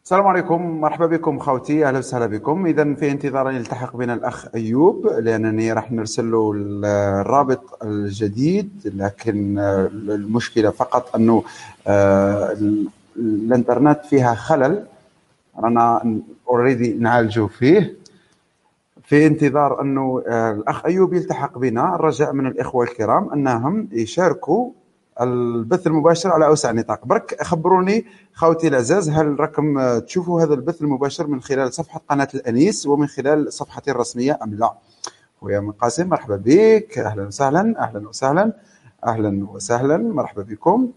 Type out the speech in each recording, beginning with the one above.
السلام عليكم، مرحبا بكم خوتي، اهلا وسهلا بكم. اذا في انتظار ان يلتحق بنا الاخ ايوب، لانني راح نرسل له الرابط الجديد، لكن المشكله فقط انه الانترنت فيها خلل، رانا اوريدي نعالجوا فيه. في انتظار انه الاخ ايوب يلتحق بنا. الرجاء من الاخوه الكرام انهم يشاركوا البث المباشر على اوسع نطاق. برك خبروني خوتي العزاز، هل راكم تشوفوا هذا البث المباشر من خلال صفحه قناه الانيس ومن خلال صفحتي الرسميه ام لا؟ خويا من قاسم، مرحبا بك، اهلا وسهلا اهلا وسهلا اهلا وسهلا، مرحبا بكم.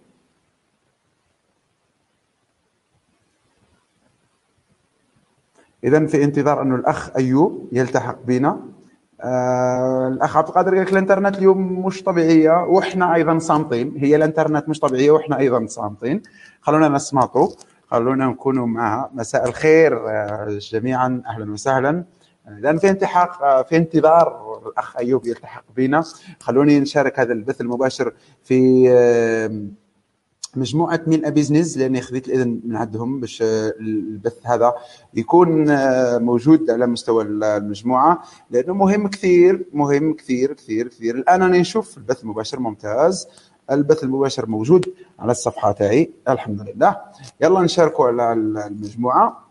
اذا في انتظار انه الاخ ايوب يلتحق بنا. الاخ عبد القادر قال لك الانترنت اليوم مش طبيعيه واحنا ايضا صامتين. هي الانترنت مش طبيعيه واحنا ايضا صامتين. خلونا نسمعوا، خلونا نكونوا معها. مساء الخير جميعا، اهلا وسهلا. لان في في انتظار الاخ ايوب يلتحق بنا. خلوني نشارك هذا البث المباشر في مجموعه ميل بيزنس، لاني خذيت الاذن من عندهم باش البث هذا يكون موجود على مستوى المجموعه، لانه مهم كثير، مهم كثير كثير كثير. الان انا نشوف البث المباشر ممتاز، البث المباشر موجود على الصفحه تاعي الحمد لله. يلا نشاركوا على المجموعه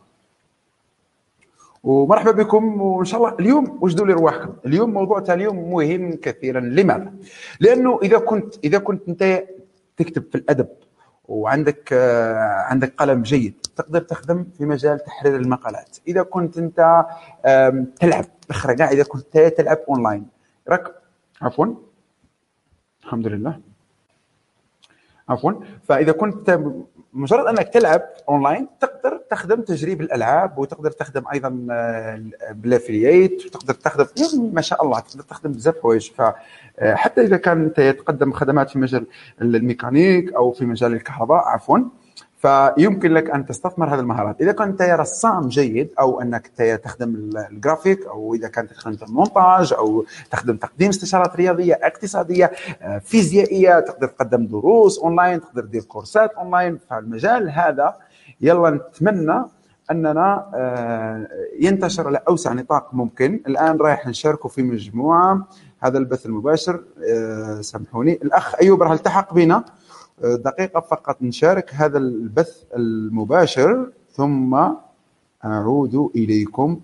ومرحبا بكم. وان شاء الله اليوم وجدوا لي رواحكم. اليوم موضوع تاع اليوم مهم كثيرا. لماذا؟ لانه اذا كنت انت تكتب في الادب وعندك عندك قلم جيد، تقدر تخدم في مجال تحرير المقالات. اذا كنت انت تلعب اخرى كاع، اذا كنت تلعب اونلاين راك عفوا الحمد لله عفوا. فاذا كنت مجرد انك تلعب اونلاين تقدر تخدم تجريب الالعاب، وتقدر تخدم ايضا بالافلييت، وتقدر تخدم يعني ما شاء الله تقدر تخدم بزاف حوايج. فحتى اذا كان انت تقدم خدمات في مجال الميكانيك او في مجال الكهرباء عفوا، فيمكن لك ان تستثمر هذه المهارات. اذا كنت رسام جيد، او انك تخدم الجرافيك، او اذا كنت تخدم المونتاج، او تخدم تقديم استشارات رياضيه اقتصاديه فيزيائيه، تقدر تقدم دروس اونلاين، تقدر تدير كورسات اونلاين. فالمجال هذا يلا نتمنى اننا ينتشر على اوسع نطاق ممكن. الان رايح نشاركه في مجموعه هذا البث المباشر. سامحوني الاخ ايوب راه التحق بنا، دقيقة فقط نشارك هذا البث المباشر ثم أعود إليكم.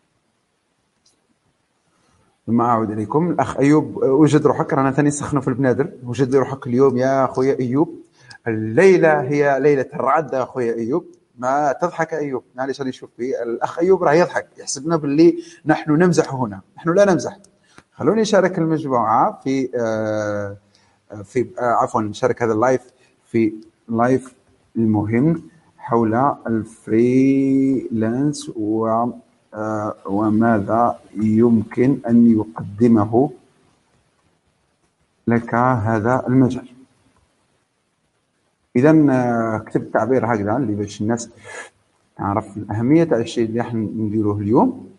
الأخ أيوب وجد روحك، رانا ثاني سخنوا في البنادر. وجد روحك اليوم يا أخويا أيوب. الليلة هي ليلة الرعد يا أخويا أيوب. ما تضحك أيوب، معليش راني نشوف فيه الأخ أيوب راه يضحك، يحسبنا باللي نحن نمزح هنا. نحن لا نمزح. خلوني نشارك المجموعة في عفوا نشارك هذا اللايف في لايف المهم حول الفريلانس وماذا يمكن أن يقدمه لك هذا المجال. إذا كتبت تعبير هكذا اللي باش الناس تعرف الأهمية تاع الشيء اللي احنا نديروه اليوم.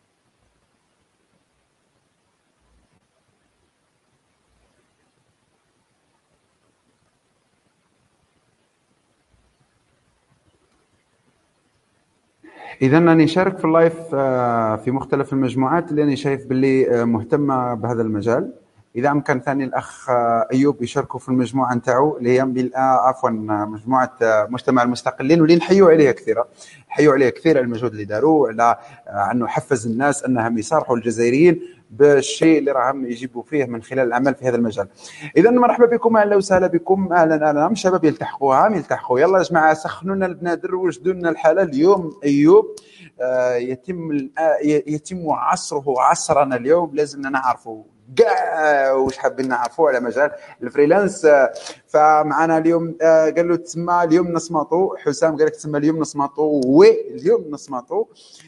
إذا أنا شارك في اللايف في مختلف المجموعات اللي أنا شايف باللي مهتمة بهذا المجال. إذا أمكن ثاني الأخ أيوب يشاركوا في المجموعة نتاعو اللي هي عفوا مجموعة مجتمع المستقلين، واللي نحيوا عليها كثيرا، نحيوا عليها كثير على المجهود اللي داروه، على أنه حفز الناس أنهم يصارحوا الجزائريين بالشيء اللي راهم يجيبوا فيه من خلال العمل في هذا المجال. إذا مرحبا بكم، أهلا وسهلا بكم، أهلا أهلا. شباب يلتحقوا يلا يا جماعة، سخنوا لنا البنادر وجدوا لنا الحالة. اليوم أيوب يتم عصره عصرنا اليوم. لازمنا نعرفوا كاع واش حابين نعرفوا على مجال الفريلانس. فمعنا اليوم قال له تسمى اليوم نسمطوا. حسام قال لك تسمى اليوم نسمطوا، واليوم نسمطوا.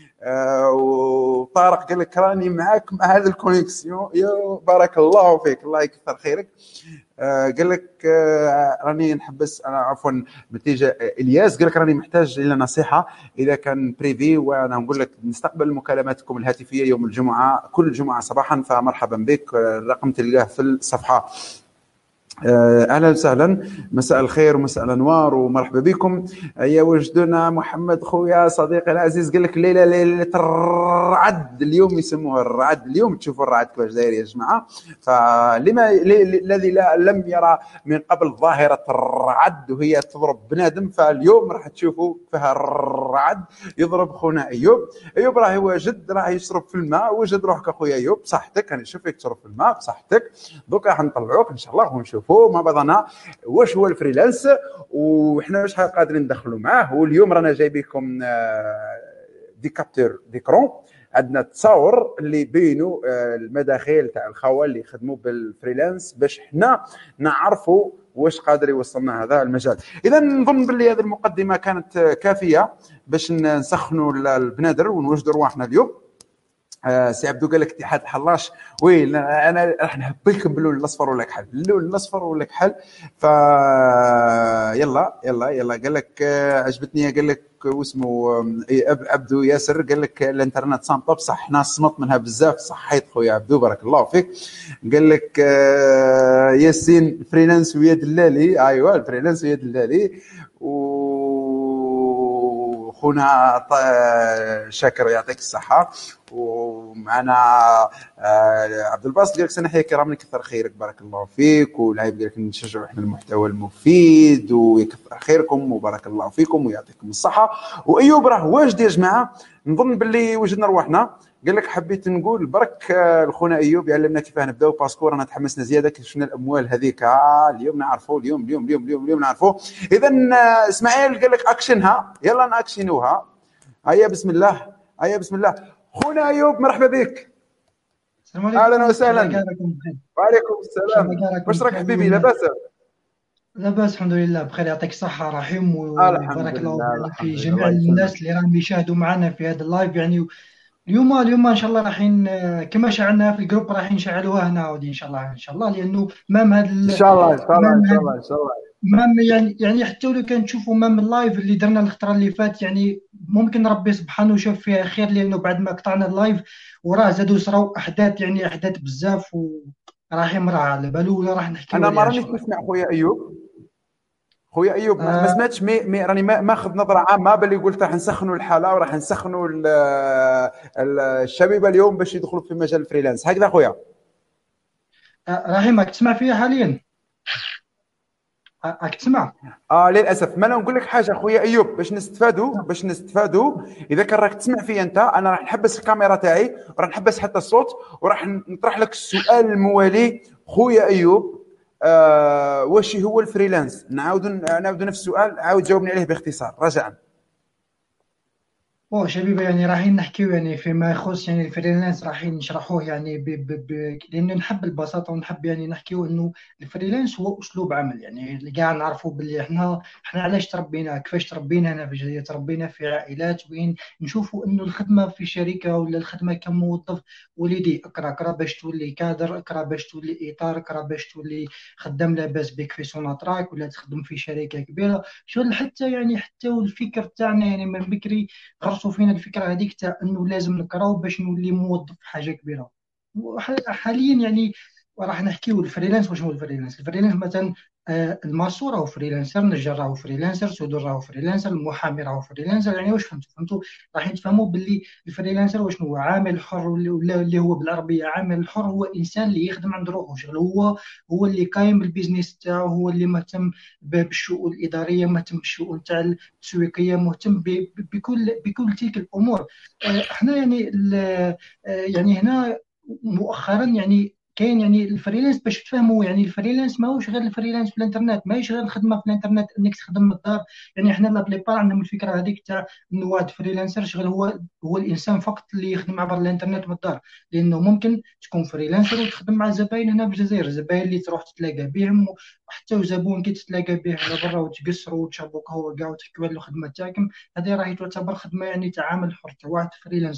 وطارق قال لك راني معاك مع هذا الكونيكسيون. يا بارك الله فيك، الله يكثر خيرك. قال لك راني نحبس انا عفوا نتيجه. الياس قال لك راني محتاج الى نصيحه اذا كان بريفي، وانا نقول لك نستقبل مكالماتكم الهاتفيه يوم الجمعه كل جمعه صباحا، فمرحبا بك. الرقم تلقاه في الصفحه اهلا وسهلا، مساء الخير ومساء الانوار ومرحبا بكم. يا وجدنا محمد خويا صديقي العزيز، قال لك الليله ليله الرعد، اليوم يسموها الرعد. اليوم تشوفوا الرعد كيفاش داير يا جماعه. فلما الذي لم يرى من قبل ظاهره الرعد وهي تضرب بنادم، فاليوم راح تشوفوا فيها الرعد يضرب خونا ايوب. ايوب راه واجد، راه يشرب في الماء. وجد روحك اخويا ايوب بصحتك، انا نشوفك تشرب في الماء بصحتك. دوك راح نطلعوك ان شاء الله ونشوفوا مع بعضنا واش هو الفريلانس، وحنا واش قادرين ندخلوا معاه. واليوم رانا جايبيكم دي كابتور ديكرون، عندنا تصاور اللي يبينوا المداخل تاع الخوال اللي يخدموا بالفريلانس باش حنا نعرفوا واش قادر يوصلنا هذا المجال. اذا نظن باللي هذه المقدمه كانت كافيه باش نسخنوا البنادر ونوجدوا رواحنا اليوم. سي عبدو قال لك اتحاد الحلاش، وي انا راح نهبلكم باللون الاصفر ولا كحل، اللون الاصفر ولا كحل. ف يلا يلا يلا. قال لك عجبتني، قال لك واسمه عبدو ياسر، قال لك الانترنت صامته بصح حنا صمت منها بزاف. صحيت خويا عبدو بارك الله فيك. قال لك ياسين فريلانس ويا دلالي، ايوه الفريلانس ويا دلالي. وخونا شاكر يعطيك الصحه. ومعنا عبد الباسط قال لك سنحيا كرام كثر خيرك بارك الله فيك. والعيب قال لك نشجعوا احنا المحتوى المفيد ويكثر خيركم وبارك الله فيكم ويعطيكم الصحه. وايوب راه واجد يا جماعه، نظن باللي وجدنا رواحنا. قال لك حبيت نقول برك لخونا ايوب يعلمنا كيفاه نبداو باسكور. انا تحمسنا زياده كيف شفنا الاموال هذيك اليوم نعرفوا، اليوم نعرفوا. اذا اسماعيل قال لك اكشنها، يلا ناكشنوها. هيا بسم الله، هيا بسم الله. خونا ايوب مرحبا بك. السلام اهلا عليكم، ان شاء الله وسهلا. كاركم بخير. وعليكم ان شاء الله السلام. كاركم واش راك بخير حبيبي، اليوم. لاباس؟ لاباس الحمد لله بخير، يعطيك الصحة رحيم، الحمد وبارك الله لله يعني الحمد في لله، جميع الله يسلمك. الناس اللي راهم يشاهدوا معنا في هذا اللايف يعني. اليوم ان شاء الله رايحين كما شعلنا في الجروب رايحين نشعلوها هنا عاودي ان شاء الله ان شاء الله، لانه مام هذا ان شاء الله ان شاء الله ان مام شاء هذا الله ان شاء الله. مام يعني حتى لو كان تشوفوا مام اللايف اللي درنا الخطره اللي فات، يعني ممكن ربي سبحانه وشاف فيها خير، لانه بعد ما قطعنا اللايف وراه زادوا صراو احداث، يعني احداث بزاف، وراح مرة على بالو ولا راح نحكيو انا ما عليها ان رانيش شاء الله. نسمع خويا ايوب. خويا ايوب ما آه سمعتش، راني ماخذ نظره عامه باللي قلت راح نسخنوا الحاله وراح نسخنوا الشبيبه اليوم باش يدخلوا في مجال الفريلانس هكذا خويا. رحيمك تسمع فيها حاليا؟ راك تسمع؟ للاسف ما انا نقول لك حاجه خويا ايوب، باش نستفادوا اذا كان راك تسمع فيا انت، انا راح نحبس الكاميرا تاعي وراح نحبس حتى الصوت وراح نطرح لك السؤال الموالي. خويا ايوب، واش هو الفريلانس؟ نعاود نفس السؤال، عاود جاوبني عليه باختصار رجاء. شبيبة، يعني رايحين نحكيو يعني فيما يخص يعني الفريلانس، رايحين نشرحوه يعني لأنه نحب البساطة، ونحب يعني نحكيو إنه الفريلانس هو أسلوب عمل، يعني اللي قاعد نعرفوا باللي إحنا علاش تربينا، كيفاش تربينا هنا في الجزائر. تربينا في عائلات وين نشوفوا إنه الخدمة في شركة ولا الخدمة كموظف، وليدي اقرا اقرا باش تولي كادر، اقرا باش تولي إطار، اقرا باش تولي خدام لاباس بك في سوناتراك ولا تخدم في شركة كبيرة. شغل حتى يعني حتى الفكر تاعنا يعني من بكري غرسوا فينا الفكره هذيك تاع انه لازم نقراو باش نولي موظف في حاجه كبيره. حاليا يعني راح نحكيو الفريلانس. واش هو الفريلانس؟ الفريلانس مثلا الماسور راهو فريلانسر، النجار راهو فريلانسر، سودور راهو فريلانسر، المحامي راهو فريلانسر. يعني واش فهمتوا؟ راح تفهموا باللي الفريلانسر واش هو عامل حر، ولا اللي هو بالعربيه عامل حر هو انسان اللي يخدم عند روحه شغل. هو اللي قايم بالبيزنس تاعو، هو اللي مهتم بالشؤون الاداريه، مهتم بالشؤون تاع التسويقيه، مهتم بكل تلك الامور. احنا يعني يعني هنا مؤخرا يعني كاين يعني الفريلانس باش تفهموا. يعني الفريلانس ماهوش غير الفريلانس في الانترنت، ماهيش غير الخدمه في الانترنت انك تخدم من الدار. يعني احنا لا بليبار عندهم الفكره هذيك تاع انه واحد فريلانسر شغل هو الانسان فقط اللي يخدم عبر الانترنت من الدار. لانه ممكن تكون فريلانسر وتخدم مع زباين هنا في الجزائر، زباين اللي تروح تتلاقى بهم، وحتى زبون كي تتلاقى به على برا وتقصروا وتشربوا قهوه كاع وتحكوا له الخدمه تاعكم، هذه راهي تعتبر خدمه يعني تاع عامل حر تاع واحد فريلانسر.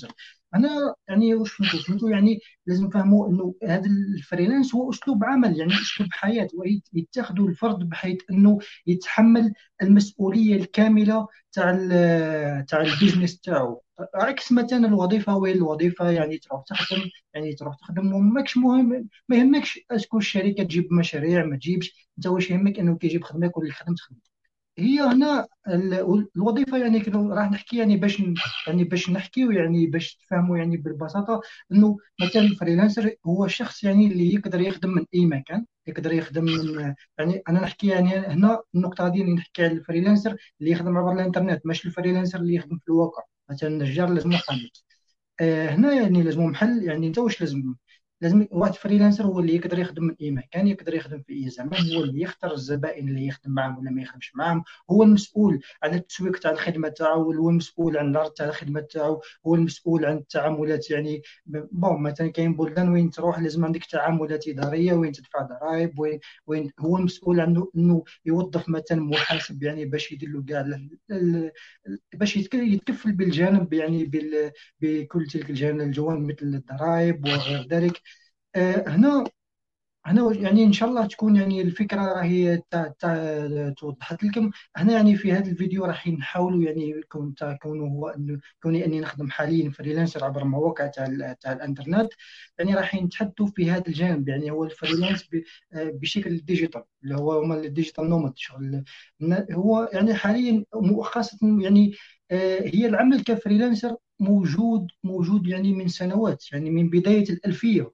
انا يعني واش فهمتوا يعني لازم نفهموا انه هذا الفريلانس هو اسلوب عمل، يعني اسلوب حياه، ويتخذوا الفرد بحيث انه يتحمل المسؤوليه الكامله تاع البيزنس تاعو، عكس مثلا الوظيفه، وين الوظيفه يعني تروح تخدم، يعني تروح تخدم وماكش مهم، ما يهمكش اسكو الشركه تجيب مشاريع ما تجيبش، انت واش يهمك انه كيجيب خدمه كل اللي خدمت خدمه. هي هنا الوظيفه يعني راح نحكي يعني يعني باش نحكيو يعني باش تفهموا يعني بالبساطه، انه مثلا الفريلانسر هو شخص يعني اللي يقدر يخدم من اي مكان، يقدر يخدم من، يعني انا نحكي يعني هنا النقطه هذه اللي نحكي على الفريلانسر اللي يخدم عبر الانترنت، مش الفريلانسر اللي يخدم في الواقع. مثلا النجار لازم خانوت، هنا يعني لازم محل، يعني انت واش لازم، لازم واحد فريلانسر هو اللي يقدر يخدم من اي مكان، يقدر يخدم في اي زمان، هو اللي يختار الزبائن اللي يخدم معهم ولا ما يخدمش معهم، هو المسؤول عن التسويق تاع الخدمه تاعو، هو المسؤول عن العرض تاع الخدمه تاعو، هو المسؤول عن التعاملات يعني. بون مثلا كاين بلدان وين تروح لازم عندك تعاملات اداريه، وين تدفع ضرائب، وين هو المسؤول عنه انه يوظف مثلا محاسب يعني باش يدير له كاع باش يتكفل بالجانب يعني بكل تلك الجوانب مثل الضرائب وغير ذلك. هنا يعني ان شاء الله تكون يعني الفكره راهي توضحت لكم. هنا يعني في هذا الفيديو راح نحاولوا يعني كونه هو انه كوني اني نخدم حاليا فريلانسر عبر مواقع تاع الانترنت، يعني راح نتحدثوا في هذا الجانب، يعني هو الفريلانس بشكل ديجيتال، اللي هو هما الديجيتال نوماد شغل. هو يعني حاليا خاصه يعني هي العمل كفريلانسر موجود يعني من سنوات، يعني من بدايه الالفيه.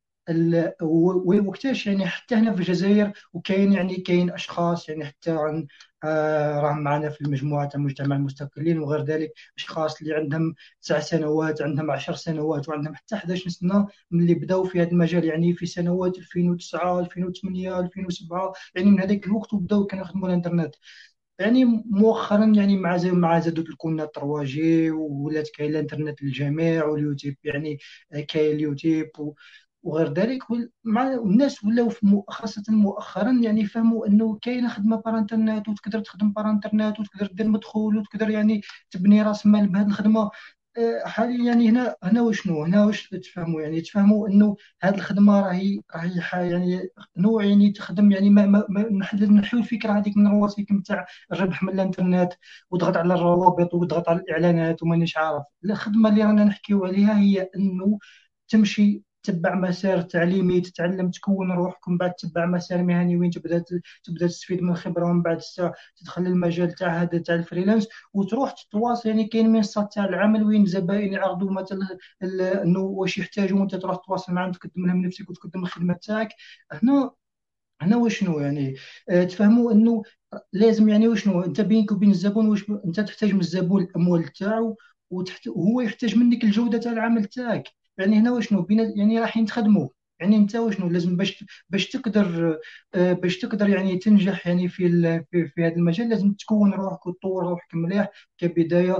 وقتاش يعني حتى هنا في الجزائر، وكاين يعني كاين اشخاص يعني حتى عن راهم معنا في المجموعه تاع مجتمع المستقلين وغير ذلك، اشخاص اللي عندهم 9 سنوات، عندهم 10 سنوات، وعندهم حتى 11 سنه من اللي بداوا في هذا المجال، يعني في سنوات 2009 2008 2007، يعني من هذاك الوقت وبداوا كانوا يخدموا الانترنت. يعني مؤخرا يعني مع زادت الكون 3 جي، ولات كاين الانترنت للجميع، واليوتيوب يعني كاين اليوتيوب وغير ذلك، مع الناس ولاو خاصة مؤخرا يعني فهموا انه كاينه خدمه بار انترنت، وتقدر تخدم بار انترنت، وتقدر دير مدخول، وتقدر يعني تبني راس مال بهذه الخدمه. حاليا يعني هنا وشنو، هنا واش تفهموا، يعني تفهموا انه هذه الخدمه راهي يعني نوع يعني تخدم يعني نحيو الفكره هذيك من الوظيفه نتاع الربح من الانترنت، وضغط على الروابط، وضغط على الاعلانات، ومانيش عارف. الخدمه اللي رانا نحكيو عليها هي انه تمشي تتبع مسار تعليمي، تتعلم تكون روحك، من بعد تتبع مسار مهني وين تبدا تستفيد من الخبره، ومن بعد تدخل المجال تاع هذا تاع الفريلانس، وتروح تتواصل. يعني كاين منصات تاع العمل وين زبائن يعرضوا مثلا انه واش يحتاجوا، وانت تروح تتواصل معهم، تقدم لهم نفسك وتقدم الخدمه تاعك. هنا وشنو يعني تفهموا انه لازم يعني وشنو انت بينك وبين الزبون، واش انت تحتاج من الزبون الاموال تاعو، وهو يحتاج منك الجوده تاع العمل تاعك. يعني هنا وشنو بين يعني راح نتخدموا، يعني انت وشنو لازم باش تقدر باش تقدر يعني تنجح يعني في هذا المجال، لازم تكون روحك وتطور روحك مليح كبدايه،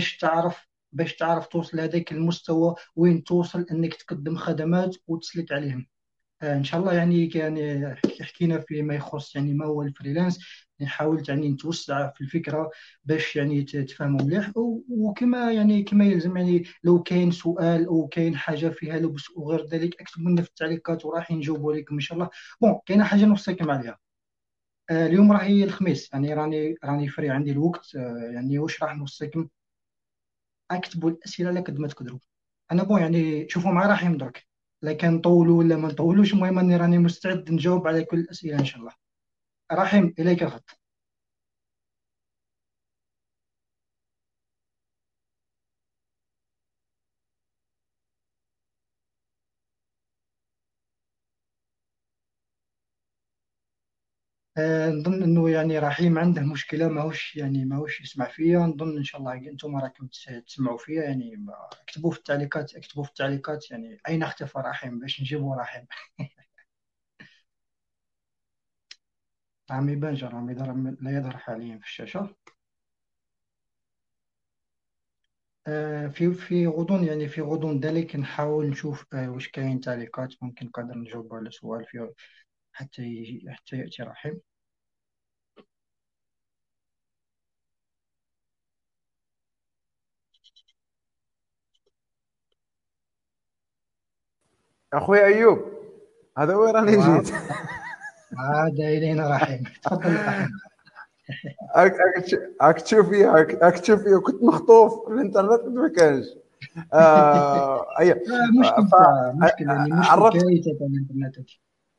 باش تعرف توصل لهذاك المستوى وين توصل انك تقدم خدمات وتسلك عليهم. ان شاء الله يعني حكينا فيما يخص يعني ما هو الفريلانس. يعني حاولت يعني نتوسع في الفكره باش يعني تفهموا مليح، وكما يعني كما يلزم، يعني لو كاين سؤال او كاين حاجه فيها لبس وغير ذلك اكتبوا لنا في التعليقات وراح نجاوبوا لكم ان شاء الله. بون كاينه حاجه نوصيكم عليها، اليوم راهي الخميس، يعني راني فري عندي الوقت، يعني واش راح نوصيكم، اكتبوا الاسئله على قد ما تقدروا. انا بون يعني شوفوا معي راح يمدرك، لا كان نطولوا ولا ما نطولوش، المهم اني راني مستعد نجاوب على كل الاسئله ان شاء الله. رحيم اليك الخط. نظن انه يعني رحيم عنده مشكله، ماهوش يسمع فيا. نظن ان شاء الله انتم راكم تسمعوا فيا، يعني اكتبوا في التعليقات، يعني اين اختفى رحيم باش نجيبوا رحيم. عمي بنجر عم يظهر، لا يظهر حاليا في الشاشه. في غضون، يعني في غضون ذلك نحاول نشوف واش كاين تعليقات ممكن قادر نجاوب على سؤال فيه حتى يأتي رحيم. اخويا ايوب، هذا وين راني واو، جيت. عاد إلينا رحيم. تفضل أخي. هاك تشوف فيا، هاك تشوف فيا كنت مخطوف، الانترنت ما كانش. اي. مشكل تاع مشكل يعني مشكل فعرفت. كارثة تاع الإنترنت هذه.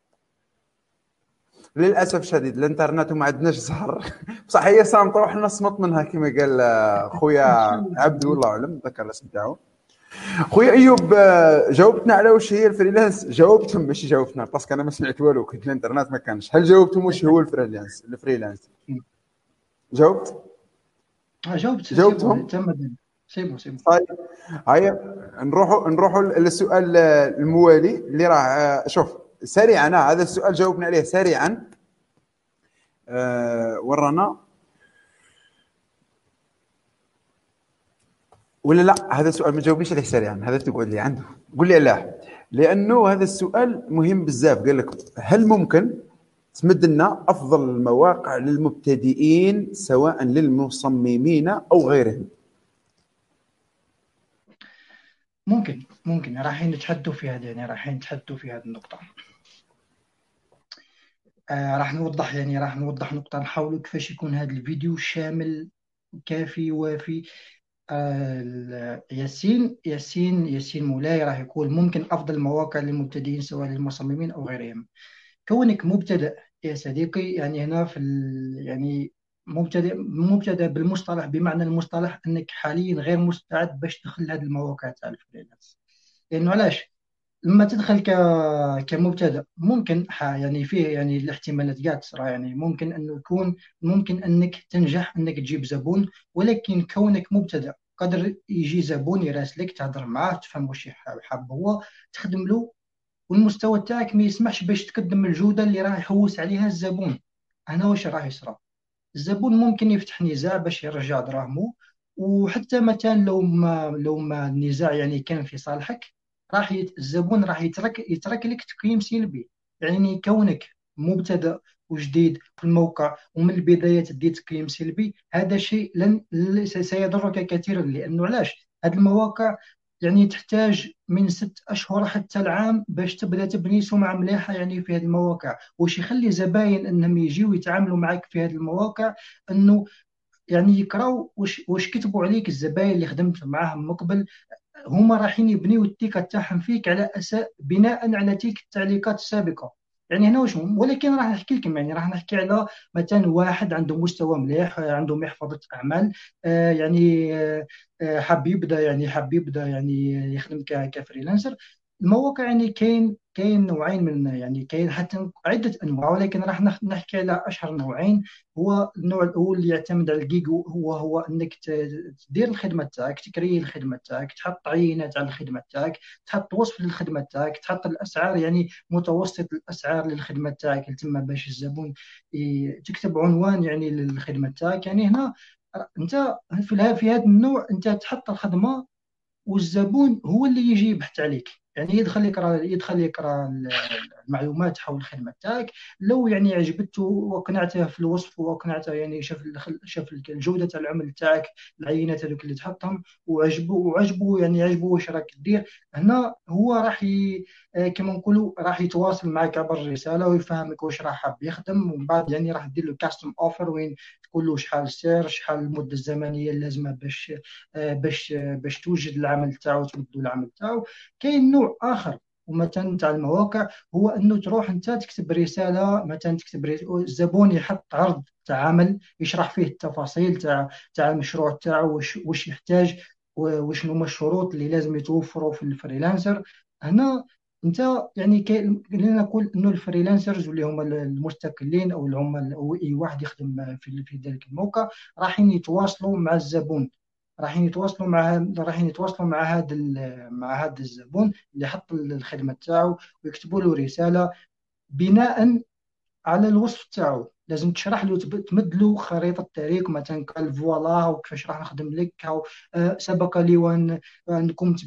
للاسف الشديد الانترنت وما عندناش زهر. بصح هي صامته وحنا نصمت منها كما قال خويا إن شاء الله عبد، خير. والله اعلم ذكر الاسم تاعو. خويا ايوب، جاوبتنا على واش هي الفريلانس. جاوبتهم ماشي جاوبتنا باسكو انا ما سمعت والو، كنت الانترنت ما كانش. هل جاوبتهم واش هو الفريلانس؟ جاوبت. جاوبت سي بون جاوبتهم. تم. سي بون سي بون. طيب. هيا نروحوا للسؤال الموالي اللي راه شوف سريعا. هذا السؤال جاوبنا عليه سريعا. ورانا ولا لا؟ هذا السؤال ما جاوبنيش عليه سريعا، هذا تقعد لي عنده. قول لي علاه، لانه هذا السؤال مهم بزاف. قال لك هل ممكن تمد لنا افضل المواقع للمبتدئين سواء للمصممين او غيرهم؟ ممكن راح نتحدثوا في هذه، يعني راح نتحدثوا في هذه النقطة. راح نوضح نقطة، نحاول كيفاش يكون هذا الفيديو شامل كافي وافي. ياسين مولاي راح يقول ممكن أفضل المواقع للمبتدئين سواء للمصممين أو غيرهم. كونك مبتدئ يا صديقي، يعني هنا يعني مبتدئ بالمصطلح، بمعنى المصطلح أنك حاليا غير مستعد باش تدخل هذه المواقع تاع الفريلانس. لأنه علاش؟ لما تدخل كمبتدئ ممكن يعني فيه يعني الاحتمالات قاعد تصرى، يعني ممكن انه يكون، ممكن انك تنجح انك تجيب زبون، ولكن كونك مبتدئ قدر يجي زبون يراسلك تهضر معاه تفهم واش حاب هو تخدم له، والمستوى تاعك ما يسمحش باش تقدم الجودة اللي راح يحوس عليها الزبون. هنا واش راح يصرى؟ الزبون ممكن يفتح نزاع باش يرجع دراهمه، وحتى مثلا لو ما النزاع يعني كان في صالحك، الزبون راح يترك لك تقييم سلبي. يعني كونك مبتدأ وجديد في الموقع ومن البداية تدي تقييم سلبي، هذا شيء سيضرك كثيرا. لأنه علاش؟ هذه المواقع يعني تحتاج من 6 أشهر حتى العام باش تبدأ تبني سمعة مليحة يعني في هذه المواقع. وش يخلي زباين انهم يجيو يتعاملوا معك في هذه المواقع؟ انه يعني يقراو واش كتبوا عليك الزباين اللي خدمت معاهم من قبل. هما رايحين يبنيو الثقه تاعهم فيك على بناء على تلك التعليقات السابقه. يعني هنا واش ولكن راح نحكي لكم، يعني راح نحكي على مثلا واحد عنده مستوى مليح، عنده محفظه اعمال، يعني حاب يبدا يعني يخدم كفريلانسر. المواقع يعني كاين نوعين من، يعني كاين حتى عده انواع، ولكن راح نحكي على اشهر نوعين. هو النوع الاول اللي يعتمد على الجيجو، هو انك تدير الخدمه تاعك، تكري الخدمه تاعك، تحط عينات على الخدمه تاعك، تحط وصف للخدمه تاعك، تحط الاسعار، يعني متوسط الاسعار للخدمه تاعك تما باش الزبون تكتب عنوان يعني للخدمه تاعك. يعني هنا انت في هذا النوع انت تحط الخدمه والزبون هو اللي يجي يبحث عليك، يعني يدخل يقرا المعلومات حول الخدمه تاعك. لو يعني عجبته واقنعته في الوصف واقنعته، يعني شاف الجوده تاع العمل تاعك، العينات هذوك اللي تحطهم وعجبه يعني عجبه واش راك دير، هنا هو كما نقولوا راح يتواصل معك عبر الرساله ويفهمك واش راح حاب يخدم. ومن بعد يعني راح دير له كاستم اوفر، وين تقول له شحال السعر، شحال المده الزمنيه اللازمه باش توجد العمل تاعو وتمدوا العمل تاعو. كاين نوع اخر ومثلا تاع المواقع، هو انه تروح انت تكتب رساله، مثلا الزبون يحط عرض تاع عمل يشرح فيه التفاصيل تاع المشروع تاعو، واش يحتاج وشنو هما الشروط اللي لازم يتوفروا في الفريلانسر. هنا انت يعني خلينا نقول انه الفريلانسرز واللي هما المستقلين او العمال او اي واحد يخدم في ذلك الموقع راحين يتواصلوا مع الزبون، راح يتواصلوا مع هذا الزبون اللي حط الخدمه تاعو، ويكتبوا له رساله بناء على الوصف تاعو. لازم تشرح له، تمد له خريطه الطريق مثلا، قال فوالا وكيفاش راح نخدم لك، أو سبق لي وان قمت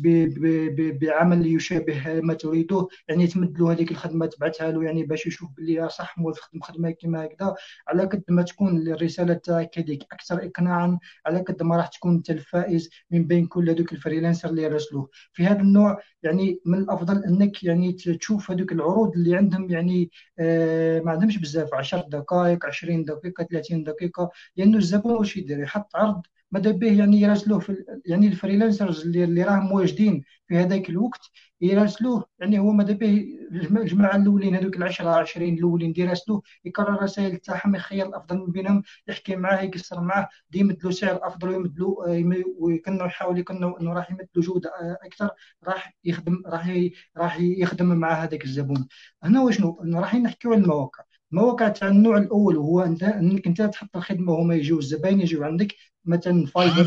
بعمل يشابه ما تريده، يعني تمد له هذيك الخدمه تبعتها له، يعني باش يشوف باللي صح موظف خدم خدمه كما هكذا. على قد ما تكون الرساله تاعك هذيك اكثر اقناعا، على قد ما راح تكون انت الفائز من بين كل هذوك الفريلانسر اللي يرسلوه في هذا النوع. يعني من الافضل انك يعني تشوف هذوك العروض اللي عندهم، يعني ما عندهمش بزاف، 10 دقائق 20 دقيقه 30 دقيقه، لانه الزبون واش يدير؟ يحط عرض ماذا به يعني يراسلوه في يعني الفريلانسرز اللي راهم واجدين في هذاك الوقت يراسلوه، يعني هو ماذا به الجماعه الاولين هذوك 10 20 الاولين يراسلوه، يكرر الرسائل تاعهم، يخير الافضل من بينهم، يحكي معاه يقصر معاه، دي يمد له سعر افضل، ويمد له ويكنوا يحاول يكنوا انه راح يمد له جوده اكثر، راح يخدم راح يخدم مع هذاك الزبون. هنا وشنو انه راح نحكيو على المواقع. المواقع تاع النوع الاول هو انت انك انت تحط الخدمه وهما يجيو الزباين يجيو عندك، مثلا فايفر،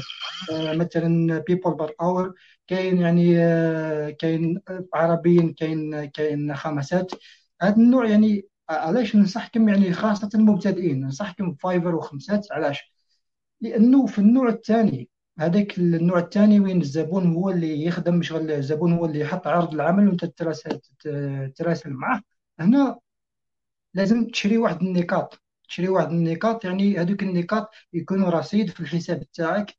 مثلا بيبول بار اور، كاين يعني كاين عربيا، كاين خمسات. هذا النوع يعني علاش ننصحكم يعني خاصه المبتدئين ننصحكم فايفر وخمسات؟ علاش؟ لانه في النوع الثاني، هذاك النوع الثاني وين الزبون هو اللي يخدم، شغل الزبون هو اللي يحط عرض العمل وانت تراسل معه. هنا لازم تشري واحد النقاط، تشري واحد النقاط، يعني هذوك النقاط يكونوا رصيد في الحساب تاعك.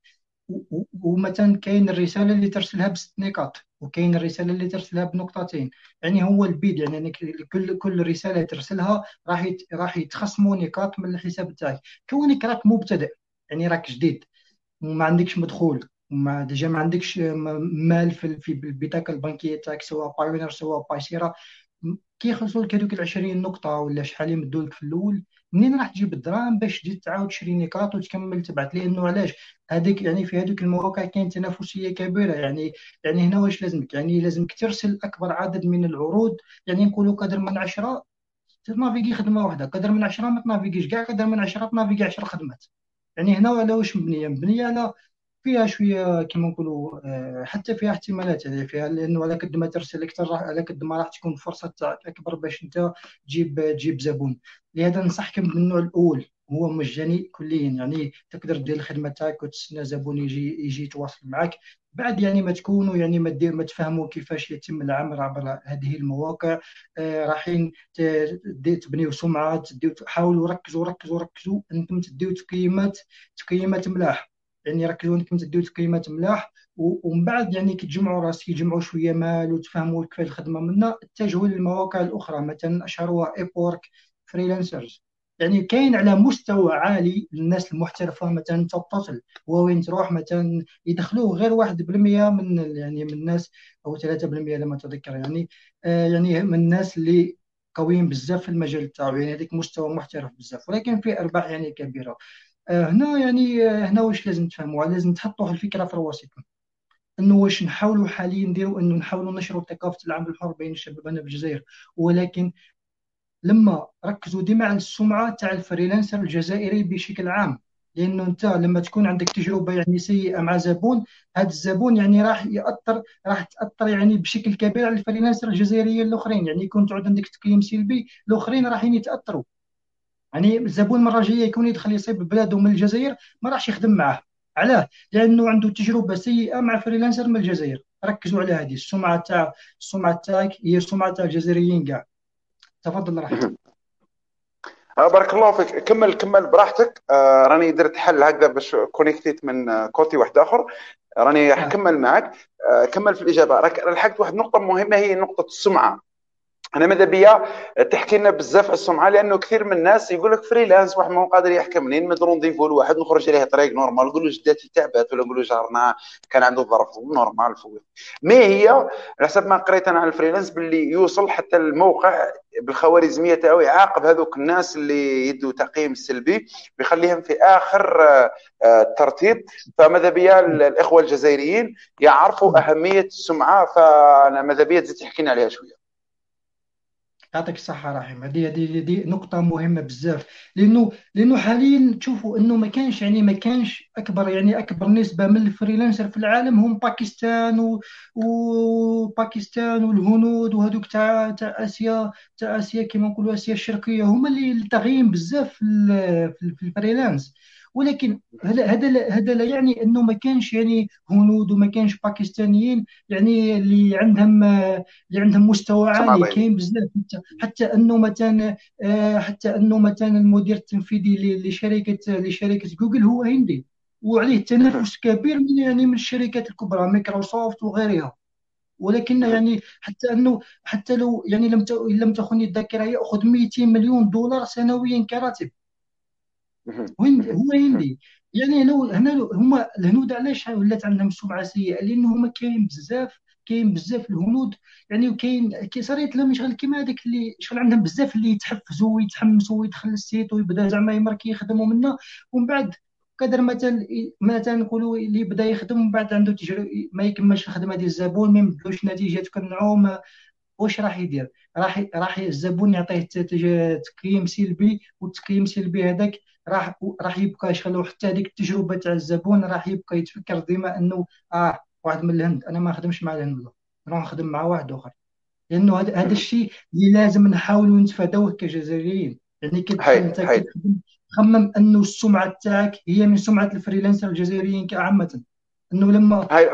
ومثلا كاين الرساله اللي ترسلها بست نقاط، وكاين الرساله اللي ترسلها بنقطتين، يعني هو البيد يعني كل رساله ترسلها راح يتخصموا نقاط من الحساب تاعك. كونك راك مبتدئ، يعني راك جديد وما عندكش مدخول، وما ديجا ما عندكش مال في البطاقه البنكيه تاعك، سواء بايونير سواء بايسيرا، كي يخلصوا لك هذوك ال 20 نقطه ولا شحال يمدوا لك في الاول، منين راح تجيب الدراهم باش تزيد تعاود تشري نقاط وتكمل تبعت؟ لانه علاش؟ هذيك يعني في هذوك المواقع كاين تنافسيه كبيره، يعني هنا واش لازمك؟ يعني لازمك ترسل اكبر عدد من العروض، يعني نقولوا قدر من 10 تنافيقي خدمه واحده، قدر من 10 ما تنافيقيش كاع، قدر من 10 تنافيقي 10 خدمات. يعني هنا على واش مبنيه؟ مبنيه على فيها شويه كما نقولوا حتى فيها احتمالات، يعني فيها لانه على قد ما ترسل اكثر على قد ما راح تكون فرصه تاعك اكبر باش انت تجيب زبون. لهذا ننصحكم بالنوع الاول، هو مجاني كليا، يعني تقدر دير الخدمه تاعك وتستنى زبون يجي يتواصل معك. بعد يعني ما تكونوا يعني ما تفهموا كيفاش يتم العمل عبر هذه المواقع، رايحين تبنيو سمعه، حاولوا ركزوا انكم تديو تقييمات ملاح، يعني ركزوا انكم تديو تقييمات ملاح. ومن بعد يعني كي تجمعوا راسك تجمعوا شويه مال وتفهموا كيف الخدمه منا، اتجهوا للمواقع الاخرى، مثلا اشهرها ايبورك، فريلانسرز. يعني كاين على مستوى عالي الناس المحترفه، مثلا تبتطل، هو وين تروح مثلا يدخلوه غير 1% يعني من الناس، او 3% لما اتذكر، يعني يعني من الناس اللي قويين بزاف في المجال تاعو، يعني هذيك مستوى محترف بزاف، ولكن في ارباح يعني كبيره. هنا يعني هنا واش لازم تفهموا؟ لازم تحطوا الفكره في رواسكم، انه واش نحاولوا حاليا نديروا، انه نحاولوا نشروا ثقافه العمل الحر بين الشباب هنا في الجزائر، ولكن لما ركزوا ديما على السمعه تاع الفريلانسر الجزائري بشكل عام. لانه انت لما تكون عندك تجربه يعني سيئه مع زبون، هذا الزبون يعني راح تاثر يعني بشكل كبير على الفريلانسر الجزائريين الاخرين، يعني يكون تعود عندك تقييم سلبي، الاخرين راح يتاثروا. يعني الزبون المره الجايه يكون يدخل يصيب بلاده من الجزائر ما راحش يخدم معاه. علاه؟ لانه عنده تجربه سيئه مع فريلانسر من الجزائر. ركزوا على هذه السمعه تاعك هي السمعه تاع الجزائريين كاع. تفضل راح. بارك الله فيك. كمل براحتك. راني درت حل هكذا باش كونيكتيت من كوتي واحد اخر. راني حكمل معك. كمل في الاجابه. راك لحقت واحد النقطه مهمه، هي نقطه السمعه. انا ماذا بيا تحكي لنا بزاف على السمعه، لانه كثير من الناس يقول لك فريلانس، واحد ما قادر يحكم منين مد رونديفو لواحد نخرج عليه طريق نورمال، نقول له جداتي تعبت، ولا نقول له جارنا كان عنده ظرف نورمال فوق. ما هي على حسب ما قريت انا على الفريلانس باللي يوصل حتى الموقع بالخوارزميه تاعو يعاقب هذوك الناس اللي يدوا تقييم سلبي، بيخليهم في اخر الترتيب. فماذا بيا الاخوه الجزائريين يعرفوا اهميه السمعه، فانا ماذا بيا تزيد تحكينا عليها شويه. يعطيك الصحة رحيم. هذه نقطة مهمة بزاف. لأنه حاليا تشوفوا أنه ما كانش نسبة من الفريلانسر في العالم هم باكستان وباكستان والهنود وهذوك تاع آسيا، كما نقولوا آسيا الشرقية، هما اللي طاغيين بزاف في الفريلانس. ولكن هذا لا يعني أنه ما كانش يعني هنود وما كانش باكستانيين يعني اللي عندهم مستوى عالي. صعبين. كاين بزاف، حتى انه مثلا المدير التنفيذي لشركه جوجل هو هندي، وعليه تنافس كبير من الشركات الكبرى مايكروسوفت وغيرها. ولكن يعني حتى لو يعني لم تخني الذاكره، ياخذ 200 مليون دولار سنويا كراتب. هو هندي. يعني لو هما الهنود علاش ولات عندهم سمعه سيئه؟ لانه هما كاين بزاف الهنود. يعني صارت لهم شغل كيما هذاك اللي شغل عندهم بزاف اللي يتحفزوا ويتحمسوا ويدخل السيت ويبدا زعما يمرك يخدموا منه. ومن بعد قدر مثلا نقولوا اللي بدا يخدم ومن بعد عنده تجربه ما يكملش الخدمه ديال الزبون، ما يبدلوش النتيجه تقنعوه. واش راح يدير؟ راح الزبون يعطيه تقييم سلبي، والتقييم السلبي هذاك راح يبقى يشغلو حتى هذيك التجربه تاع الزبون، راح يبقى يتفكر ديما انه واحد من الهند، انا ما نخدمش مع الهند، نروح نخدم مع واحد اخر. لانه هذا الشيء اللي لازم نحاولوا نتفادوه كجزائريين. يعني كتدخل هاي انت هاي كتخدم، خمم انه السمعه تاعك هي من سمعه الفريلانسر الجزائريين كعامه. انه لما هاي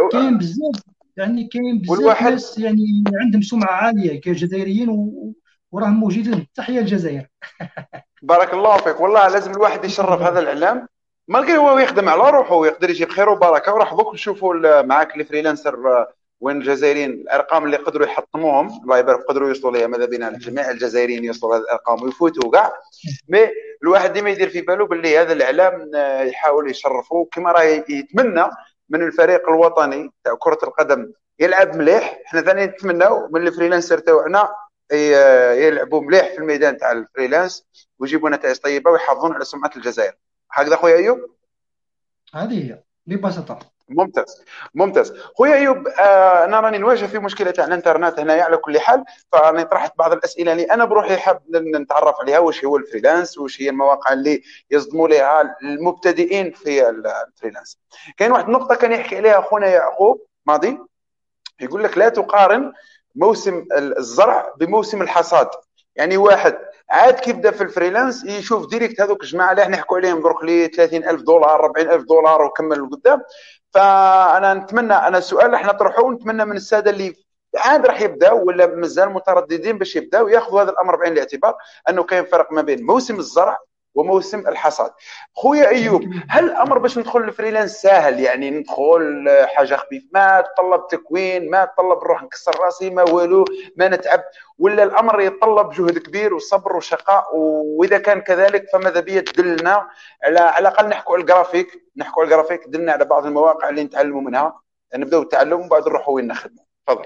كاين بزاف والواحد. ناس يعني عندهم سمعه عاليه كجزائريين وراهم موجودين. تحيه الجزائر. بارك الله فيك، والله لازم الواحد يشرف هذا الاعلام. ما هو يخدم على روحه ويقدر يجيب خير وبركه. وراح بكم نشوفوا معاك الفريلانسر وين الجزائريين الارقام اللي قدروا يحطموهم، الله يبارك، قدروا يوصلوا لها. ماذا بينا جميع الجزائريين يوصلوا هذه الارقام ويفوتوا كاع. مي الواحد ديما يدير في باله باللي هذا الاعلام يحاول يشرفه كما راه يتمنى من الفريق الوطني تاع كره القدم يلعب مليح. احنا ثاني نتمناو من الفريلانسر تاعنا يلعبوا مليح في الميدان تاع الفريلانس ويجيبوا نتائج طيبه ويحافظون على سمعه الجزائر. هكذا خويا ايوب. هذه هي ببساطه. ممتاز. ممتاز خويا ايوب. انا راني نواجه في مشكله تاع الانترنت هنايا على كل حال. فراني طرحت بعض الاسئله اللي انا بروحي حاب نتعرف عليها. واش هو الفريلانس؟ واش هي المواقع اللي يصدموا لها المبتدئين في الفريلانس؟ كاين واحد النقطه كان يحكي عليها اخونا يعقوب ماضي، يقول لك لا تقارن موسم الزرع بموسم الحصاد. يعني واحد عاد كي بدا في الفريلانس يشوف ديريكت هذوك الجماعه اللي احنا نحكوا عليهم درك لي 30,000 دولار 40,000 دولار وكمل لقدام. فانا نتمنى، انا السؤال اللي احنا نطرحوه نتمنى من الساده اللي عاد راح يبداو ولا مازال مترددين باش يبداو ياخذوا هذا الامر بعين الاعتبار، انه كاين فرق ما بين موسم الزرع وموسم الحصاد. خويا ايوب، هل الامر باش ندخل الفريلانس سهل؟ يعني ندخل حاجه خفيف، ما تطلب تكوين، ما تطلب نروح نكسر راسي، ما والو، ما نتعب؟ ولا الامر يتطلب جهد كبير وصبر وشقاء؟ واذا كان كذلك فماذا بيا تدلنا على الاقل نحكوا على الجرافيك، دلنا على بعض المواقع اللي نتعلموا منها، نبداو التعلم وبعد نروحوا وين نخدموا. تفضل.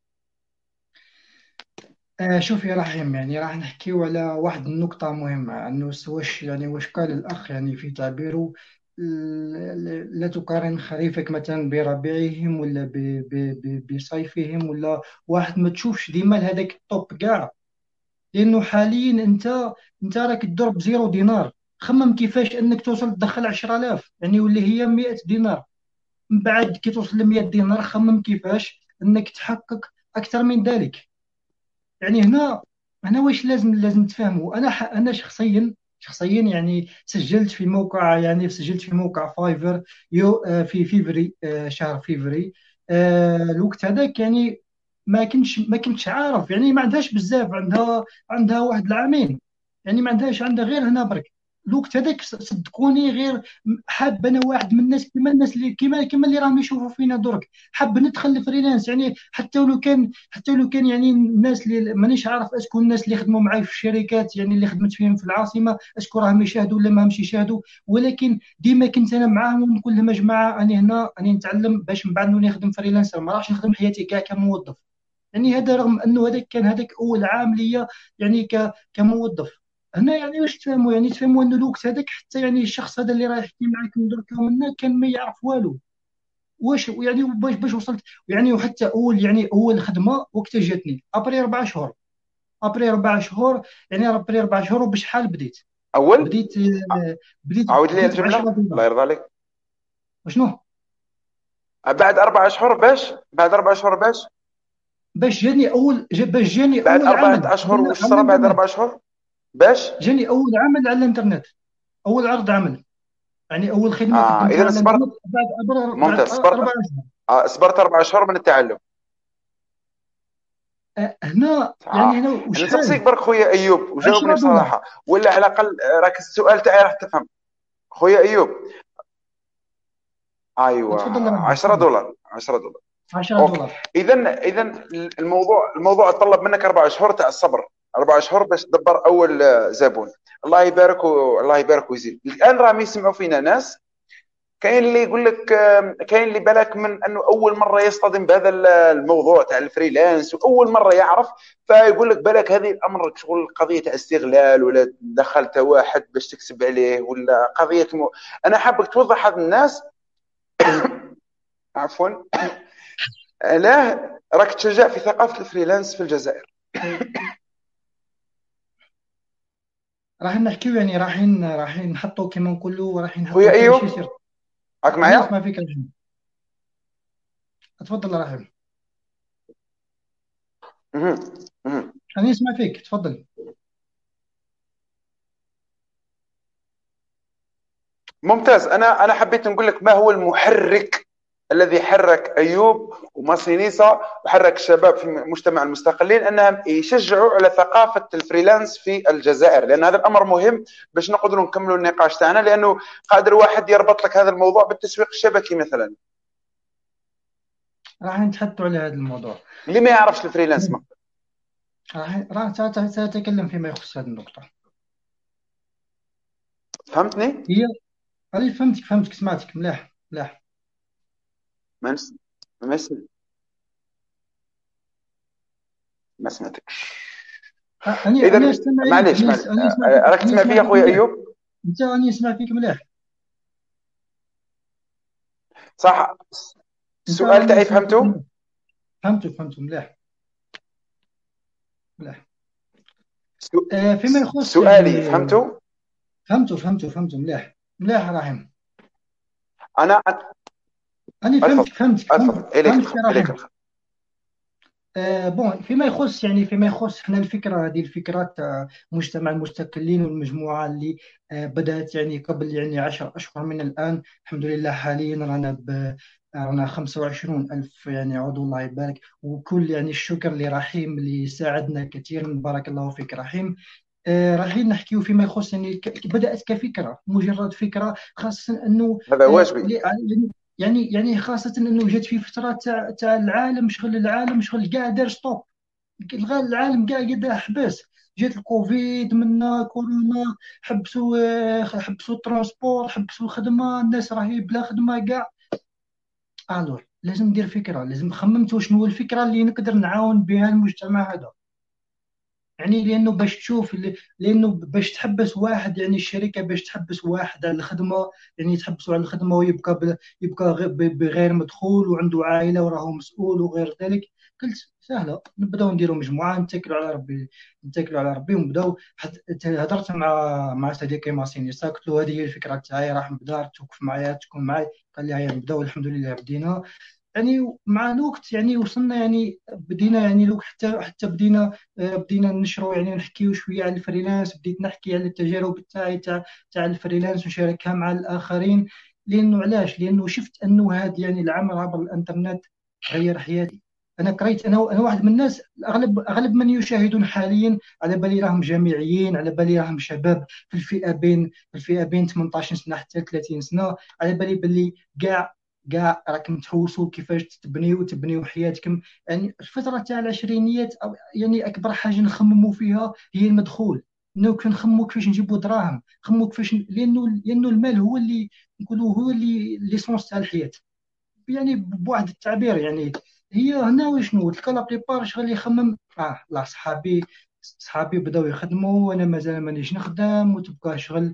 شوف يا رحيم، يعني راح نحكيو على واحد النقطة مهمة، أنه واش قال الأخ يعني في تعبيره، لا تقارن خريفك مثلا بربيعهم ولا بصيفهم، ولا واحد ما تشوفش ديما هذاك الطوب كاع. لأنه حاليا أنت راك تضرب زيرو دينار. خمم كيفاش أنك توصل تدخل 10,000 يعني واللي هي 100 دينار. من بعد كي توصل ل 100 دينار خمم كيفاش أنك تحقق أكثر من ذلك. يعني هنا واش لازم تفهموا. انا شخصيا يعني سجلت في موقع فايفر في فيفري، شهر فيفري. الوقت هذاك يعني ما كنتش عارف، يعني ما عندهاش بزاف، عندها واحد العامين. يعني ما عندها غير هنا برك. الوقت هذاك صدقوني غير حاب انا واحد من الناس كيما الناس اللي كيما اللي راهم يشوفوا فينا درك، حاب ندخل الفريلانس. يعني حتى لو كان يعني الناس اللي مانيش عارف اسكو الناس اللي خدموا معي في الشركات يعني اللي خدمت فيهم في العاصمه اسكو راهم يشاهدوا ولا ما همش يشاهدوا. ولكن ديما كنت انا معاهم ونقول لهم يا جماعه اني هنا اني نتعلم باش من بعد نولي نخدم فريلانسر، ما راحش نخدم حياتي كاع كموظف. يعني هذا رغم انه هذاك اول عام ليا يعني كموظف. هنا يعني واش تفهموا، يعني تفهموا انه الوقت هذاك حتى يعني الشخص هذا اللي راه يحكي معاكم درك منا كان ما يعرف والو. واش يعني باش وصلت يعني. وحتى اول خدمه وقتها جاتني ابري 4 شهور. ابري 4 شهور، يعني ابري 4 شهور وبشحال بديت؟ اول. بديت بديت عاود لي بديت ب 10 الجمله الله دولار يرضى عليك. وشنو؟ بعد 4 اشهر باش، بعد 4 اشهر باش، باش جاني بعد اول اربعه عمل اشهر وش على صرا بعد الانترنت. 4 اشهر باش. جاني اول عمل على الانترنت، اول عرض عمل، يعني اول خدمه قدمتها اذا على صبرت. الانترنت بعد ممتاز، صبرت. 4 اشهر. صبرت 4 اشهر من التعلم. هنا يعني اه. هنا انا نسقسيك وشحال؟ برك خويا ايوب، وجاوبني 10 دولار. بصراحه، ولا على الاقل راك السؤال تاعي راح تفهم. خويا ايوب. ايوه. تفضل راهي 10 تفضل. دولار 10 دولار 10 اوكي. دولار اذا الموضوع طلب منك 4 اشهر تاع الصبر. 4 اشهر باش تدبر اول زبون. الله يبارك الله يبارك ويزيد. الان راهم يسمعوا فينا ناس، كاين اللي يقول لك كاين اللي بالك من انه اول مره يصطدم بهذا الموضوع تاع الفريلانس واول مره يعرف، فيقول لك بالك هذه الامر شغل قضيه تاع استغلال، ولا دخلت واحد باش تكسب عليه، ولا قضيه انا حابك توضح هذا الناس. عفوا. علاه راك تشجع في ثقافه الفريلانس في الجزائر؟ راح نحكيو، يعني رايحين نحطوا كما نقولوا، رايحين خويا نحطوا كل ايوب، شيء سير. راك راني معايا؟ نسمع فيك رحيم، تفضل رحيم. مهم. مهم. راني نسمع فيك، تفضل. ممتاز. انا حبيت نقول لك ما هو المحرك الذي حرك ايوب وماسينيسا وحرك الشباب في مجتمع المستقلين انهم يشجعوا على ثقافه الفريلانس في الجزائر، لان هذا الامر مهم باش نقدروا نكملوا النقاش تاعنا، لانه قادر واحد يربط لك هذا الموضوع بالتسويق الشبكي مثلا. راح نتحدثوا على هذا الموضوع. اللي ما يعرفش الفريلانس ما. راح سأتكلم فيما يخص هذه النقطة. فهمتني؟ هي أنا فهمتك سمعتك ملاح ملاح. ما نس... ما, س... ما سمعتكش. أنا اذا أستمع لك، معليش معليش، أنا أسمع فيك، راك أنا تسمع أسمع فيا فيك اخويا ملاح. ايوب؟ أني أسمع فيك ملاح. صح. أنت السؤال راني تاعي أسمع فيك فهمته؟ ملاح. فهمته ملاح ملاح. سو- فيما يخص سؤالي يعني، فهمته؟ فهمته ملاح ملاح رحيم. انا أنا اتفضل. اتفضل، اليك فهمتك الخير، يا اليك رحيم. الخير. بون فيما يخص، يعني فيما يخص احنا الفكره هذه، الفكره تاع مجتمع المستقلين والمجموعه اللي بدات يعني قبل يعني 10 اشهر من الان. الحمد لله حاليا رانا 25 الف يعني عضو، الله يبارك. وكل يعني الشكر لرحيم اللي ساعدنا كثيرا، بارك الله فيك رحيم. رايحين نحكيو فيما يخص يعني بدأت كفكرة، مجرد فكرة، خاصة أنه هذا واجبي. يعني خاصة أنه جات في فترة تاع العالم، شغل العالم شغل كاع دار ستوب، العالم كاع قاعد حبس. جات الكوفيد منا كورونا، حبسوا الترونسبور، حبسوا الخدمة، الناس راهي بلا خدمة كاع. الور لازم ندير فكرة، لازم خممت شنو هو الفكرة اللي نقدر نعاون بها المجتمع هذا. يعني لانه باش تشوف لانه باش تحبس واحد، يعني الشركه باش تحبس واحد على الخدمه، يعني تحبسه على الخدمه ويبقى يبقى بغير مدخول وعنده عائله وراه مسؤول وغير ذلك. قلت سهله، نبداو نديروا مجموعه، نتكلوا على ربي، نتكلوا على ربي ونبداو. هضرت مع صديقي ماسيني، قلت له هذه هي الفكره تاعي، راح نبدا، توقف معايا تكون معي. قال لي هيا نبداو، الحمد لله بدينا. يعني مع الوقت يعني وصلنا، يعني بدينا يعني لو حتى بدينا ننشروا، يعني نحكيو شويه على الفريلانس، بديت نحكي على التجارب تاعي تاع الفريلانس ونشاركها مع الاخرين. لانه علاش؟ لانه شفت انه هذا يعني العمل عبر الانترنت غير حياتي. انا قريت، انا واحد من الناس، اغلب من يشاهدون حاليا على بالي راهم جامعيين، على بالي راهم شباب في الفئه بين 18 سنه حتى 30 سنه، على بالي باللي كاع راكم تحوسوا كيفاش تبنيو حياتكم. يعني الفتره تاع العشرينيات، أو يعني اكبر حاجه نخمموا فيها هي المدخول. انه كيف نخمموا كيفاش نجيبوا دراهم، نخمموا كيفاش، لانه المال هو اللي نقولوا هو اللي ليسونس تاع الحياه، يعني بواحد التعبير يعني. هي هنا وشنو تلقى لا بريبار شغل يخمم، لا صحابي بداو يخدموا وانا مازال مانيش نخدم، وتبقى شغل،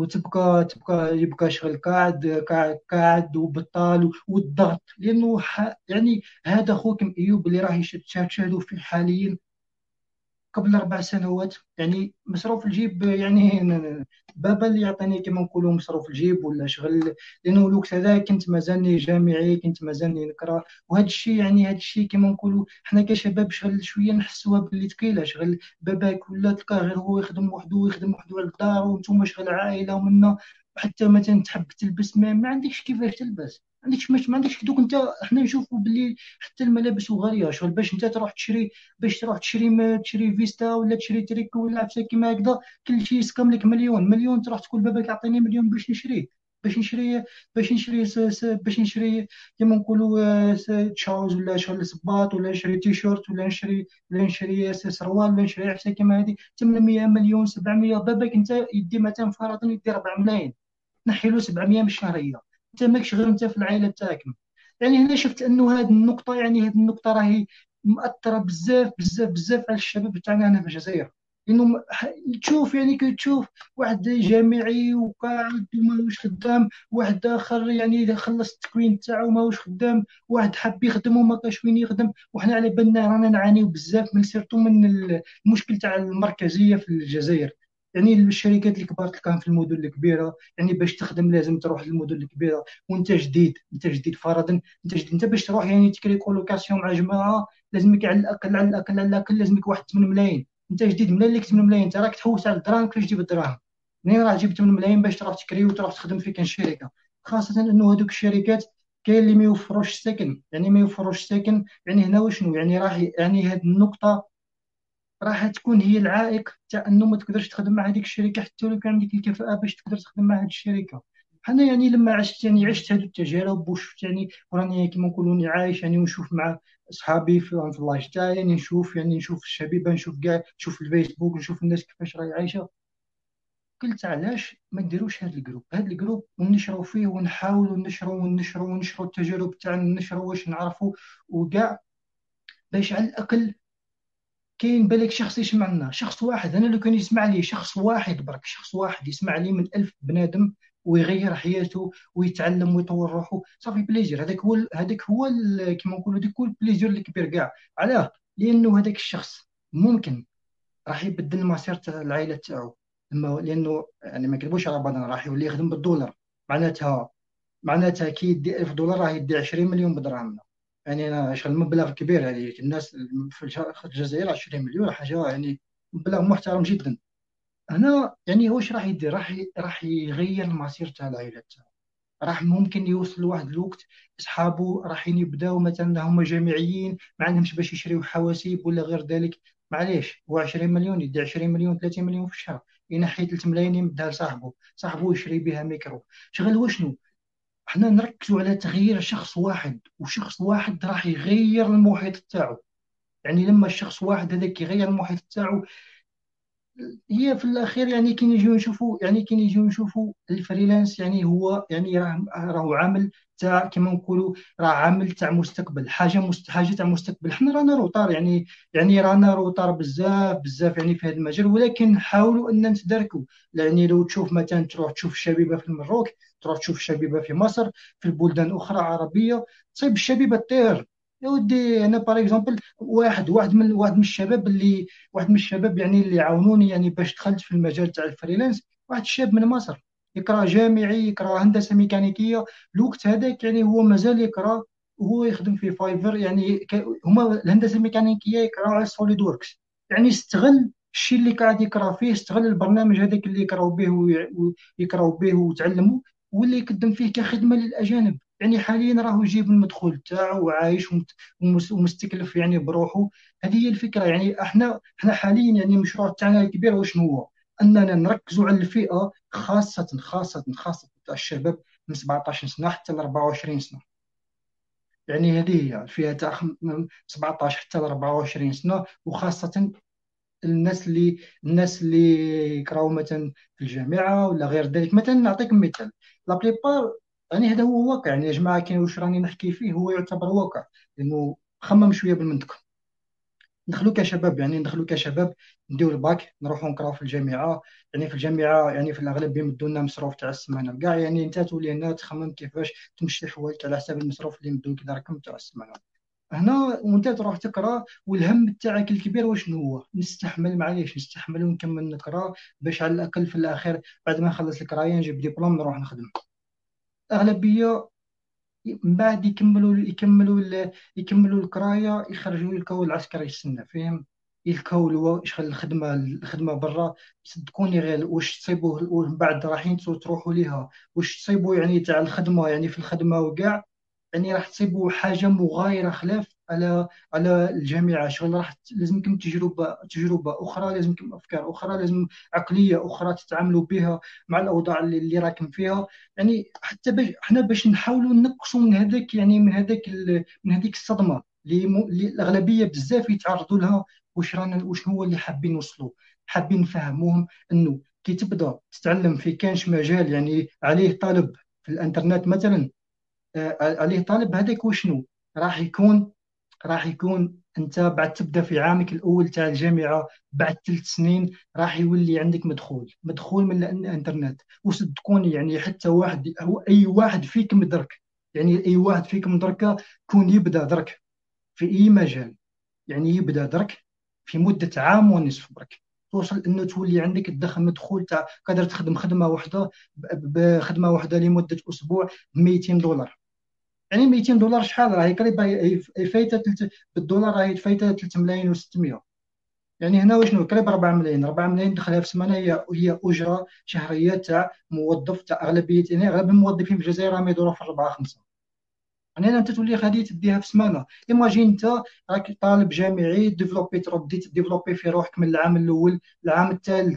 يبقى شغل قاعد وبطال والضغط. لانه يعني هذا خوكم ايوب اللي راه تشاهدوا فيه حاليا، قبل 4 سنوات يعني مصروف الجيب يعني بابا اللي يعطيني كما نقولوا مصروف الجيب ولا شغل. لانه الوقت هذا كنت مازالني جامعي، كنت مازالني نقرا. وهذا الشيء يعني هذا الشيء كما نقولوا حنا كشباب شغل شويه نحسوها باللي ثقيله. شغل باباك ولا تلقاه غير هو يخدم وحده ويخدم وحده على الدار، وانتم شغل عائله ومنا. حتى مثلا تحب تلبس ما عندكش كيفاش تلبس، ما عندكش دوك انت. احنا نشوفوا باللي حتى الملابس غاليه شغل. باش انت تروح تشري، باش تروح تشري ما تشري فيستا ولا تشري تريكو ولا عفسه كيما هكذا، كل شيء يسكم لك مليون مليون. تروح تقول باباك اعطيني مليون باش نشريه، باش نشري باش نشري كيما نقولوا تشاوز ولا شغل صباط، ولا نشري تيشيرت، ولا نشري سروال، ولا نشري عفسه كيما هذه 800 مليون 700. باباك انت يدي مثلا فرضا يدي 4 ملايين، نحي له 700 من الشهريه. انت ماكش غير انت في العائله تاعك. يعني هنا شفت انه هذه النقطه، يعني هذه النقطه راهي مأثره بزاف بزاف بزاف على الشباب تاعنا هنا في الجزائر. لانه تشوف يعني كي تشوف واحد جامعي وقاعد وماهوش خدام، واحد اخر يعني خلص التكوين تاعو ماهوش خدام، واحد حاب يخدم وما كاش وين يخدم. وحنا على بالنا رانا نعانيو بزاف من سيرتو من المشكل تاع المركزيه في الجزائر. يعني الشركات الكبار تلقاهم في المدن الكبيره، يعني باش تخدم لازم تروح للمدن الكبيره. وانت جديد، انت جديد فرضا، انت جديد، انت باش تروح يعني تكري كولوكاسيون مع جماعه لازمك على الاقل لازمك واحد 8 ملايين. انت جديد منين لك 8 ملايين؟ انت راك تحوس على الدراهم كيفاش تجيب الدراهم؟ منين راح تجيب 8 ملايين باش تروح تكري وتروح تخدم في كان شركه؟ خاصه انه هذوك الشركات كاين اللي ما يوفروش السكن. يعني ما يوفروش السكن، يعني هنا وشنو يعني راح يعني هذه النقطه راح تكون هي العائق تاع انه ما تقدرش تخدم مع هذيك الشركه حتى لو كان عندك الكفاءه باش تقدر تخدم مع هذه الشركه. انا يعني لما عشت يعني عشت هذه التجارب وشفت يعني وراني كيما نقولوا اني عايش يعني ونشوف مع اصحابي في اللايف تاعي. يعني نشوف الشبيبه، نشوف كاع، نشوف الفيسبوك، نشوف الناس كيفاش راهي عايشه. قلت علاش ما نديروش هذا الجروب ونشروا فيه ونحاولوا وننشروا التجارب تاعنا، ننشروا واش نعرفوا وكاع، باش على الاقل كاين بالك شخص يسمع لنا، شخص واحد. انا لو كان يسمع لي شخص واحد برك، شخص واحد يسمع لي من 1000 بنادم ويغير حياته ويتعلم ويطور روحه، صافي بليزير. كيما نقولوا هذاك هو البليزير الكبير كاع. علاه؟ لانه هذاك الشخص ممكن راح يبدل مصير تاع العائله تاعو. لانه يعني ما كذبوش على بعضنا، راح يولي يخدم بالدولار. معناتها كي يدي 1000 دولار راه يدي 20 مليون بدراهمنا. يعني انا شغل مبلغ كبير. يعني الناس في الجزائر 20 مليون حاجه يعني مبلغ محترم جدا. هنا يعني واش راح يدير؟ راح يغير المصير تاع العائله تاعو. راح ممكن يوصل لواحد الوقت اصحابه راحين يبداو مثلا هما جامعيين ما عندهمش باش يشريو حواسيب ولا غير ذلك. معليش، هو 20 مليون يدي 20 مليون 30 مليون في الشهر، ينحي 3 ملايين يمدها لصاحبه، صاحبه يشري بها ميكرو. شغل وشنو؟ احنا نركزوا على تغيير شخص واحد، وشخص واحد راح يغير المحيط تاعو. يعني لما الشخص واحد هذاك يغير المحيط تاعو، هي في الاخير يعني كي نجيو نشوفوا الفريلانس يعني هو يعني راهو عامل تاع كما نقولوا راه عامل تاع مستقبل. حاجه تاع مستقبل. حنا رانا روطار يعني رانا روطار بزاف بزاف يعني في هذا المجال، ولكن نحاولوا ان نتداركوا. يعني لو تشوف مثلا تروح تشوف الشبيبه في المروك، تروح تشوف الشبيبه في مصر، في البلدان اخرى عربيه، تصيب الشبيبه طير. يا ودي انا باغ اكزومبل واحد من الشباب يعني اللي عاونوني يعني باش دخلت في المجال تاع الفريلانس. واحد الشاب من مصر يقرا جامعي، يقرا هندسه ميكانيكيه. الوقت هذاك يعني هو مازال يقرا وهو يخدم في فايفر. يعني هما الهندسه الميكانيكيه يقراو على سوليد ووركس. يعني استغل الشيء اللي قاعد يقرا فيه، استغل البرنامج هذاك اللي يقراو به وتعلموا، واللي يقدم فيه كخدمه للاجانب. يعني حاليا راهو يجيب المدخول تاعو وعايش ومستكلف يعني بروحه. هذه هي الفكره. يعني احنا حاليا يعني المشروع تاعنا الكبير واش هو؟ اننا نركزوا على الفئه، خاصه تاع الشباب من 17 سنه حتى ل 24 سنه. يعني هذه هي الفئه تاع من 17 حتى ل 24 سنه، وخاصه الناس اللي يقراو مثلا في الجامعه ولا غير ذلك. مثلا نعطيك مثال، لا بليبار يعني هذا هو واقع. يعني يا جماعه كاين واش راني نحكي فيه هو يعتبر واقع. لانه خمم شويه بالمنطق. ندخلوا كشباب نديو الباك نروحوا نقراو في الجامعه. يعني في الجامعه يعني في الاغلب يمدوا لنا مصروف تاع السمانه كاع. يعني انت تولي هنا تخمم كيفاش تمشي حوايج على حساب المصروف اللي يمدوك لك تاع السمانه. هنا وانت تروح تقرا، والهم تاعك الكبير واش هو؟ نستحمل، معليش نستحمل ونكمل نقرا باش على الاقل في الاخير بعد ما نخلص القرايه نجيب ديبلوم نروح نخدم. اغلبيه من بعد يكملوا القرايه، يخرجوا يلقاو العسكري يستنى فيهم، يلقاو شغل الخدمه برا. صدقوني غير واش تصيبوا ومن بعد رايحين تروحوا ليها، واش تصيبوا يعني تاع الخدمه، يعني في الخدمه وكاع، يعني راح تصيبوا حاجه مغايره خلاف على الجامعه. شغل راح لازمكم تجربه اخرى، لازمكم افكار اخرى، لازم عقليه اخرى تتعاملوا بها مع الاوضاع اللي راكم فيها. يعني حتى احنا باش نحاولوا نقصوا من هذاك، يعني من هذيك الصدمه اللي الاغلبيه بزاف يتعرضوا لها. واش هو اللي حابين نوصلوا؟ حابين نفهموهم انه كي تبدا تتعلم في كانش مجال يعني عليه طالب في الانترنت مثلا، عليه طالب هذاك وشنو راح يكون؟ راح يكون انت بعد تبدا في عامك الاول تاع الجامعه، بعد 3 سنين راح يولي عندك مدخول من الانترنت. وصدقوني يعني حتى واحد، هو اي واحد فيكم درك، يعني اي واحد فيكم درك كون يبدا درك في اي مجال، يعني يبدا درك في مده عام ونصف برك، توصل انه تولي عندك تدخل مدخول تاع قادر تخدم خدمه واحده، بخدمه واحده لمده اسبوع ب 200 دولار. يعني 200 دولار شحال؟ راهي قريبه، هي فايته بالدولار راهي فايته 3 ملايين و600. يعني هنا وشنو قريب 4 ملايين. 4 ملايين دخلها في السمانه، هي اجره شهريه تاع موظف، تاع اغلبيه، يعني اغلب الموظفين في الجزائر راهم يدوروا في 4 5. يعني انت تولي غادي تديها في سمانه. ايماجين انت راك طالب جامعي ديفلوبي، تبدي تديفلوبي في روحك من العام الاول للعام الثالث،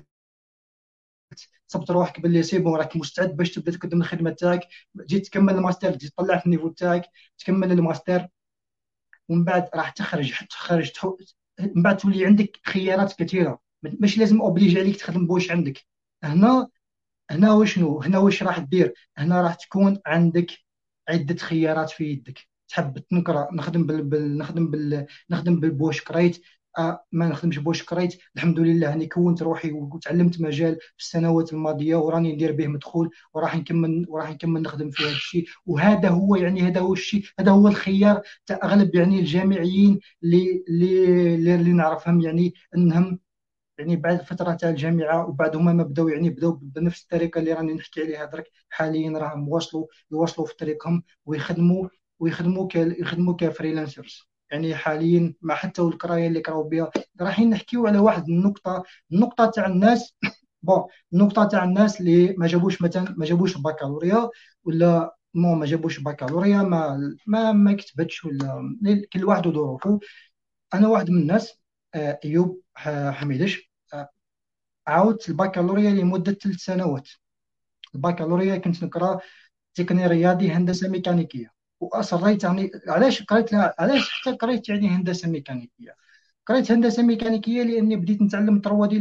صبت روحك باللي سي بون راك مستعد باش تبدا تقدم الخدمه تاعك، جيت تكمل الماستر، تجي تطلع في النيفو تاعك، تكمل الماستر، ومن بعد راح تخرج، حتى تخرج من بعد تولي عندك خيارات كثيره، مش لازم اوبليجي عليك تخدم بوش عندك. هنا هنا واش راح دير؟ هنا راح تكون عندك عده خيارات في يدك. تحب تنقرا، نخدم بالبوش كريت، ما نخدمش بوش كريت، الحمد لله اني كونت روحي وتعلمت مجال في السنوات الماضيه وراني ندير به مدخول، وراح نكمل نخدم في هذا الشيء. وهذا هو يعني هذا هو الشيء، هذا هو الخيار تاع اغلب يعني الجامعيين اللي نعرفهم، يعني انهم يعني بعد فتره تاع الجامعه وبعد هما ما بداو، يعني بداو بنفس الطريقه اللي راني نحكي عليها درك. حاليا راهم يواصلوا في طريقهم يخدموا كفريلانسرز. يعني حاليا مع حتى القرايه اللي قراو بها، رايحين نحكيو على واحد النقطه تاع الناس. بون، النقطه تاع الناس اللي ما جابوش مثلا، ما جابوش بكالوريا، ولا ما جابوش بكالوريا، ما كتبتش، ولا كل واحد وظروفه. انا واحد من الناس، ايوب حميدش، عاودت البكالوريا لمده 3 سنوات. البكالوريا كنت نقرا تقني رياضي هندسه ميكانيكيه، واصريت يعني علاش قريت لها، علاش حتى قريت يعني هندسه ميكانيكيه. قريت هندسه ميكانيكيه لاني بديت نتعلم الطروادي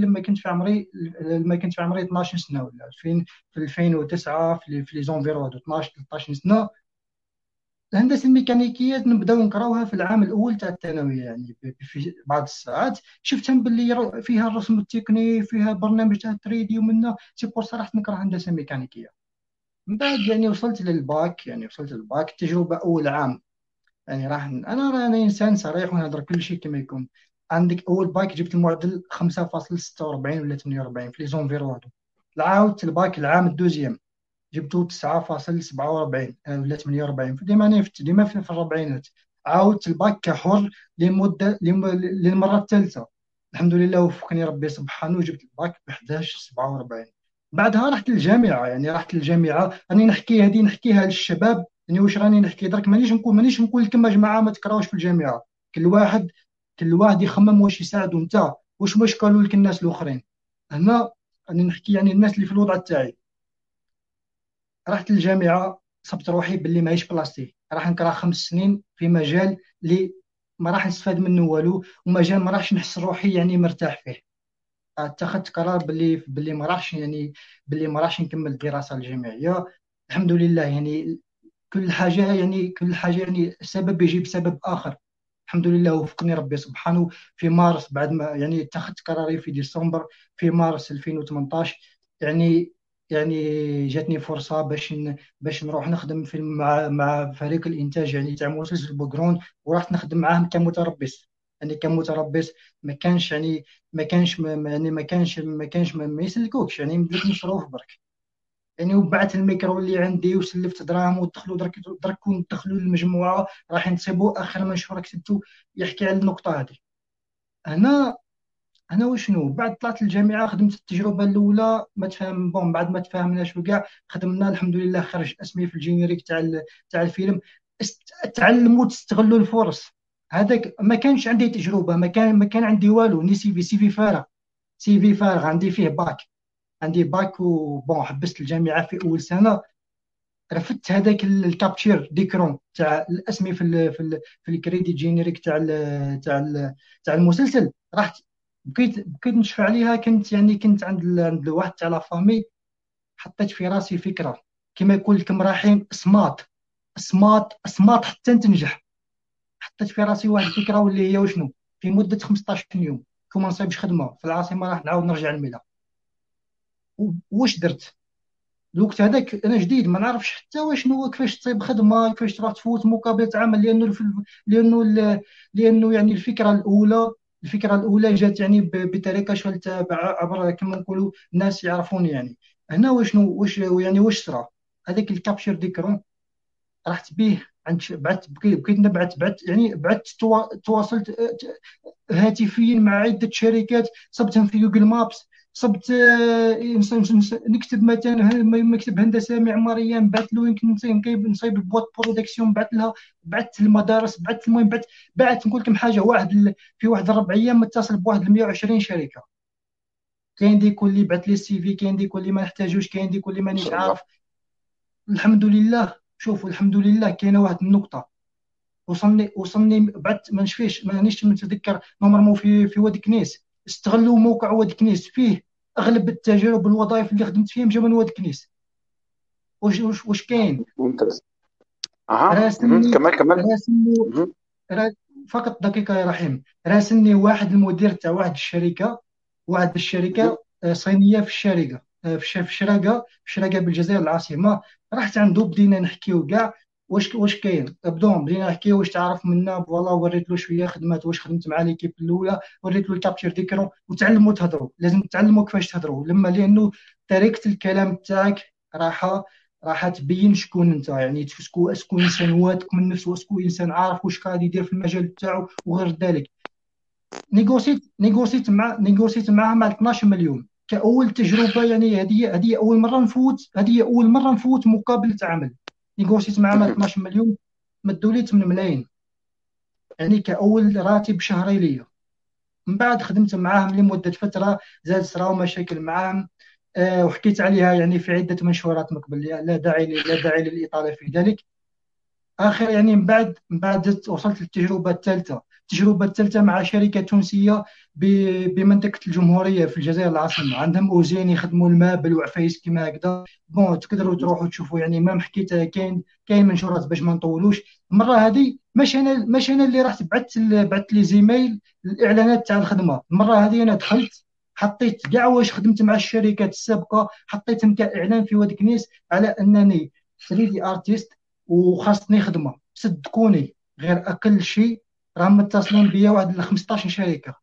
لما كنت في عمري 12 سنه ولا 2000، في 2009، في لي زونفيرو 12 13 سنه. الهندسه الميكانيكيه نبداو نقراوها في العام الاول تاع الثانويه، يعني في بعض الساعات شفتهم باللي فيها الرسم التقني، فيها برنامج تاع 3 دي، ومنه سي بور صراحه نكره هندسه ميكانيكيه. من بعد يعني وصلت للباك، تجربه اول عام. يعني انا راني انسان صريح ونهضر كل شيء كما يكون. عندك اول باك جبت المعدل 5.46 ولا 48 في لي زونفيرو هادو. عاودت الباك العام الدوزيام جبتو 9.47 ولا 48، ديما في الربعينات. عاودت الباك كحر للمره الثالثه، الحمد لله وفقني ربي سبحانه وجبت الباك ب 11.47. بعدها رحت الجامعه راني نحكيها للشباب. يعني واش راني نحكي درك؟ مانيش نقول لكم يا جماعه ما تقراوش في الجامعه. كل واحد كل واحد يخمم واش يساعده انت، واش قالوا لك الناس الاخرين. هنا راني نحكي يعني الناس اللي في الوضع تاعي. رحت الجامعه، صبت روحي باللي ماهيش بلاصتي، راح نقرا 5 سنين في مجال اللي ما راح نستفاد منه والو، ومجال ما راحش نحس روحي يعني مرتاح فيه. اتخذت قرار باللي ما راحش نكمل الدراسه الجامعيه. الحمد لله يعني كل حاجه يعني سبب يجيب سبب اخر. الحمد لله وفقني ربي سبحانه. في مارس بعد ما يعني اتخذت قراري في ديسمبر، في مارس 2018 يعني يعني جاتني فرصه باش نروح نخدم في مع فريق الانتاج يعني تاع مسلسل بوغرون، ورحت نخدم معاهم كمتربص. يعني كمتربص ما كانش يعني يعني ما كانش ما يسلكوكش يعني يمدلك مصروف برك. يعني وبعت الميكرو اللي عندي وسلفت دراهم ودخلوا درك كون دخلوا المجموعه راح نصيبوا اخر منشور كتبته يحكي على النقطه هذه. هنا انا وشنو بعد طلعت الجامعه خدمت التجربه الاولى ما تفهم بون، بعد ما تفاهمناش وكاع خدمنا الحمد لله، خرج اسمي في الجينيريك تاع الفيلم. تعلموا تستغلوا الفرص. هذاك ما كانش عندي تجربه، ما كان عندي والو، ني سي في فارغ. سي في فارغ عندي فيه باك. عندي باك وبون حبست الجامعه في اول سنه. رفدت هذاك الكابتشير ديكرون تاع الاسمي في الكريدي جينيريك تاع المسلسل. رحت بقيت نشفع عليها. كنت عند واحد تاع لا فامي. حطيت في راسي فكره، كما يقول لكم رايحين سماط سماط سماط حتى تنجح. حطيت في راسي واحد الفكره واللي هي وشنو، في مده 15 يوم كون ما نصيبش خدمه في العاصمه راح نعاود نرجع للميلا. واش درت الوقت هذاك؟ انا جديد ما نعرفش حتى شنو كيفاش تصيب خدمه، كيفاش تروح تفوت مقابله عمل. لانه لانه يعني الفكره الاولى جات يعني بطريقه شويه عبر كما نقولوا الناس يعرفوني يعني. هنا واش صرا هذاك الكابشر ديكرون. رحت به عند بقيت نبعث يعني تواصلت هاتفيا مع عده شركات، صبتهم في جوجل مابس. صبت نكتب مثلا مكتب هندسه معماريه، نبعث له يمكن نصيب بواط برودكسيون، نبعث لها. بعثت المدارس، بعثت المهم بعث نقول لكم حاجه في واحد 4 ايام متصل بواحد 120 شركه. كاين دي يقول لي بعث لي السي في، كاين دي يقول لي ما نحتاجوش، كاين دي يقول لي ما مانيش شاء الله. عارف. الحمد لله. شوفوا الحمد لله كاينه واحد النقطه وصلني بعد ما نشفيش مانيش متذكر نورمالمون في وادي كنيس. استغلوا موقع وادي كنيس، فيه اغلب التجارب الوظائف اللي خدمت فيهم جا من وادي كنيس. واش كاين؟ ممتاز. اها. راسلني كمل كمل. راسلني مهم. را- فقط دقيقه يا رحيم. راسلني واحد المدير تاع واحد الشركه صينيه في الشارقه، في الشراقه بالجزائر العاصمه. رحت عنده بدينا نحكيو كاع واش كاين. بدينا نحكيو واش تعرف منا فوالا. وريت له شويه خدمات واش خدمت مع ليكيب الاولى، وريت له الكابتشر ديكرون. وتعلموا تهضروا، لازم تتعلموا كيفاش تهضروا لانه طريقه الكلام تاعك راح تبين شكون انت، يعني اسكو انسان واثق من نفسه، اسكو انسان عارف واش قاعد يدير في المجال تاعو وغير ذلك. نيغوسيت معاه مع 12 مليون كأول تجربة. يعني هذه أول مرة نفوت مقابلة عمل. نيغوسيت معاه مع مهم. 12 مليون، مدوا لي 8 ملايين يعني كأول راتب شهري ليا. من بعد خدمت معاهم لمدة فترة، زاد صراو مشاكل معاهم. وحكيت عليها يعني في عدة منشورات من قبل، لا داعي للإطالة في ذلك. اخر يعني من بعد وصلت للتجربه الثالثه مع شركه تونسيه بمنطقه الجمهوريه في الجزائر العاصمه. عندهم اوزين يخدموا المابل وعفايس كما هكذا. بون تقدروا تروحوا تشوفوا يعني ما حكيت. كاين منشورات باش ما نطولوش. المره هذه مش انا اللي رحت بعثت لي زيميل الاعلانات تاع الخدمه. المره هذه انا دخلت حطيت كاع واش خدمت مع الشركات السابقه، حطيتهم كاعلان في واد كنيس على انني 3 دي ارتيست وخاصني خدمه. صدقوني غير اقل شيء راهم متصلين بيا واحد ل 15 شركه،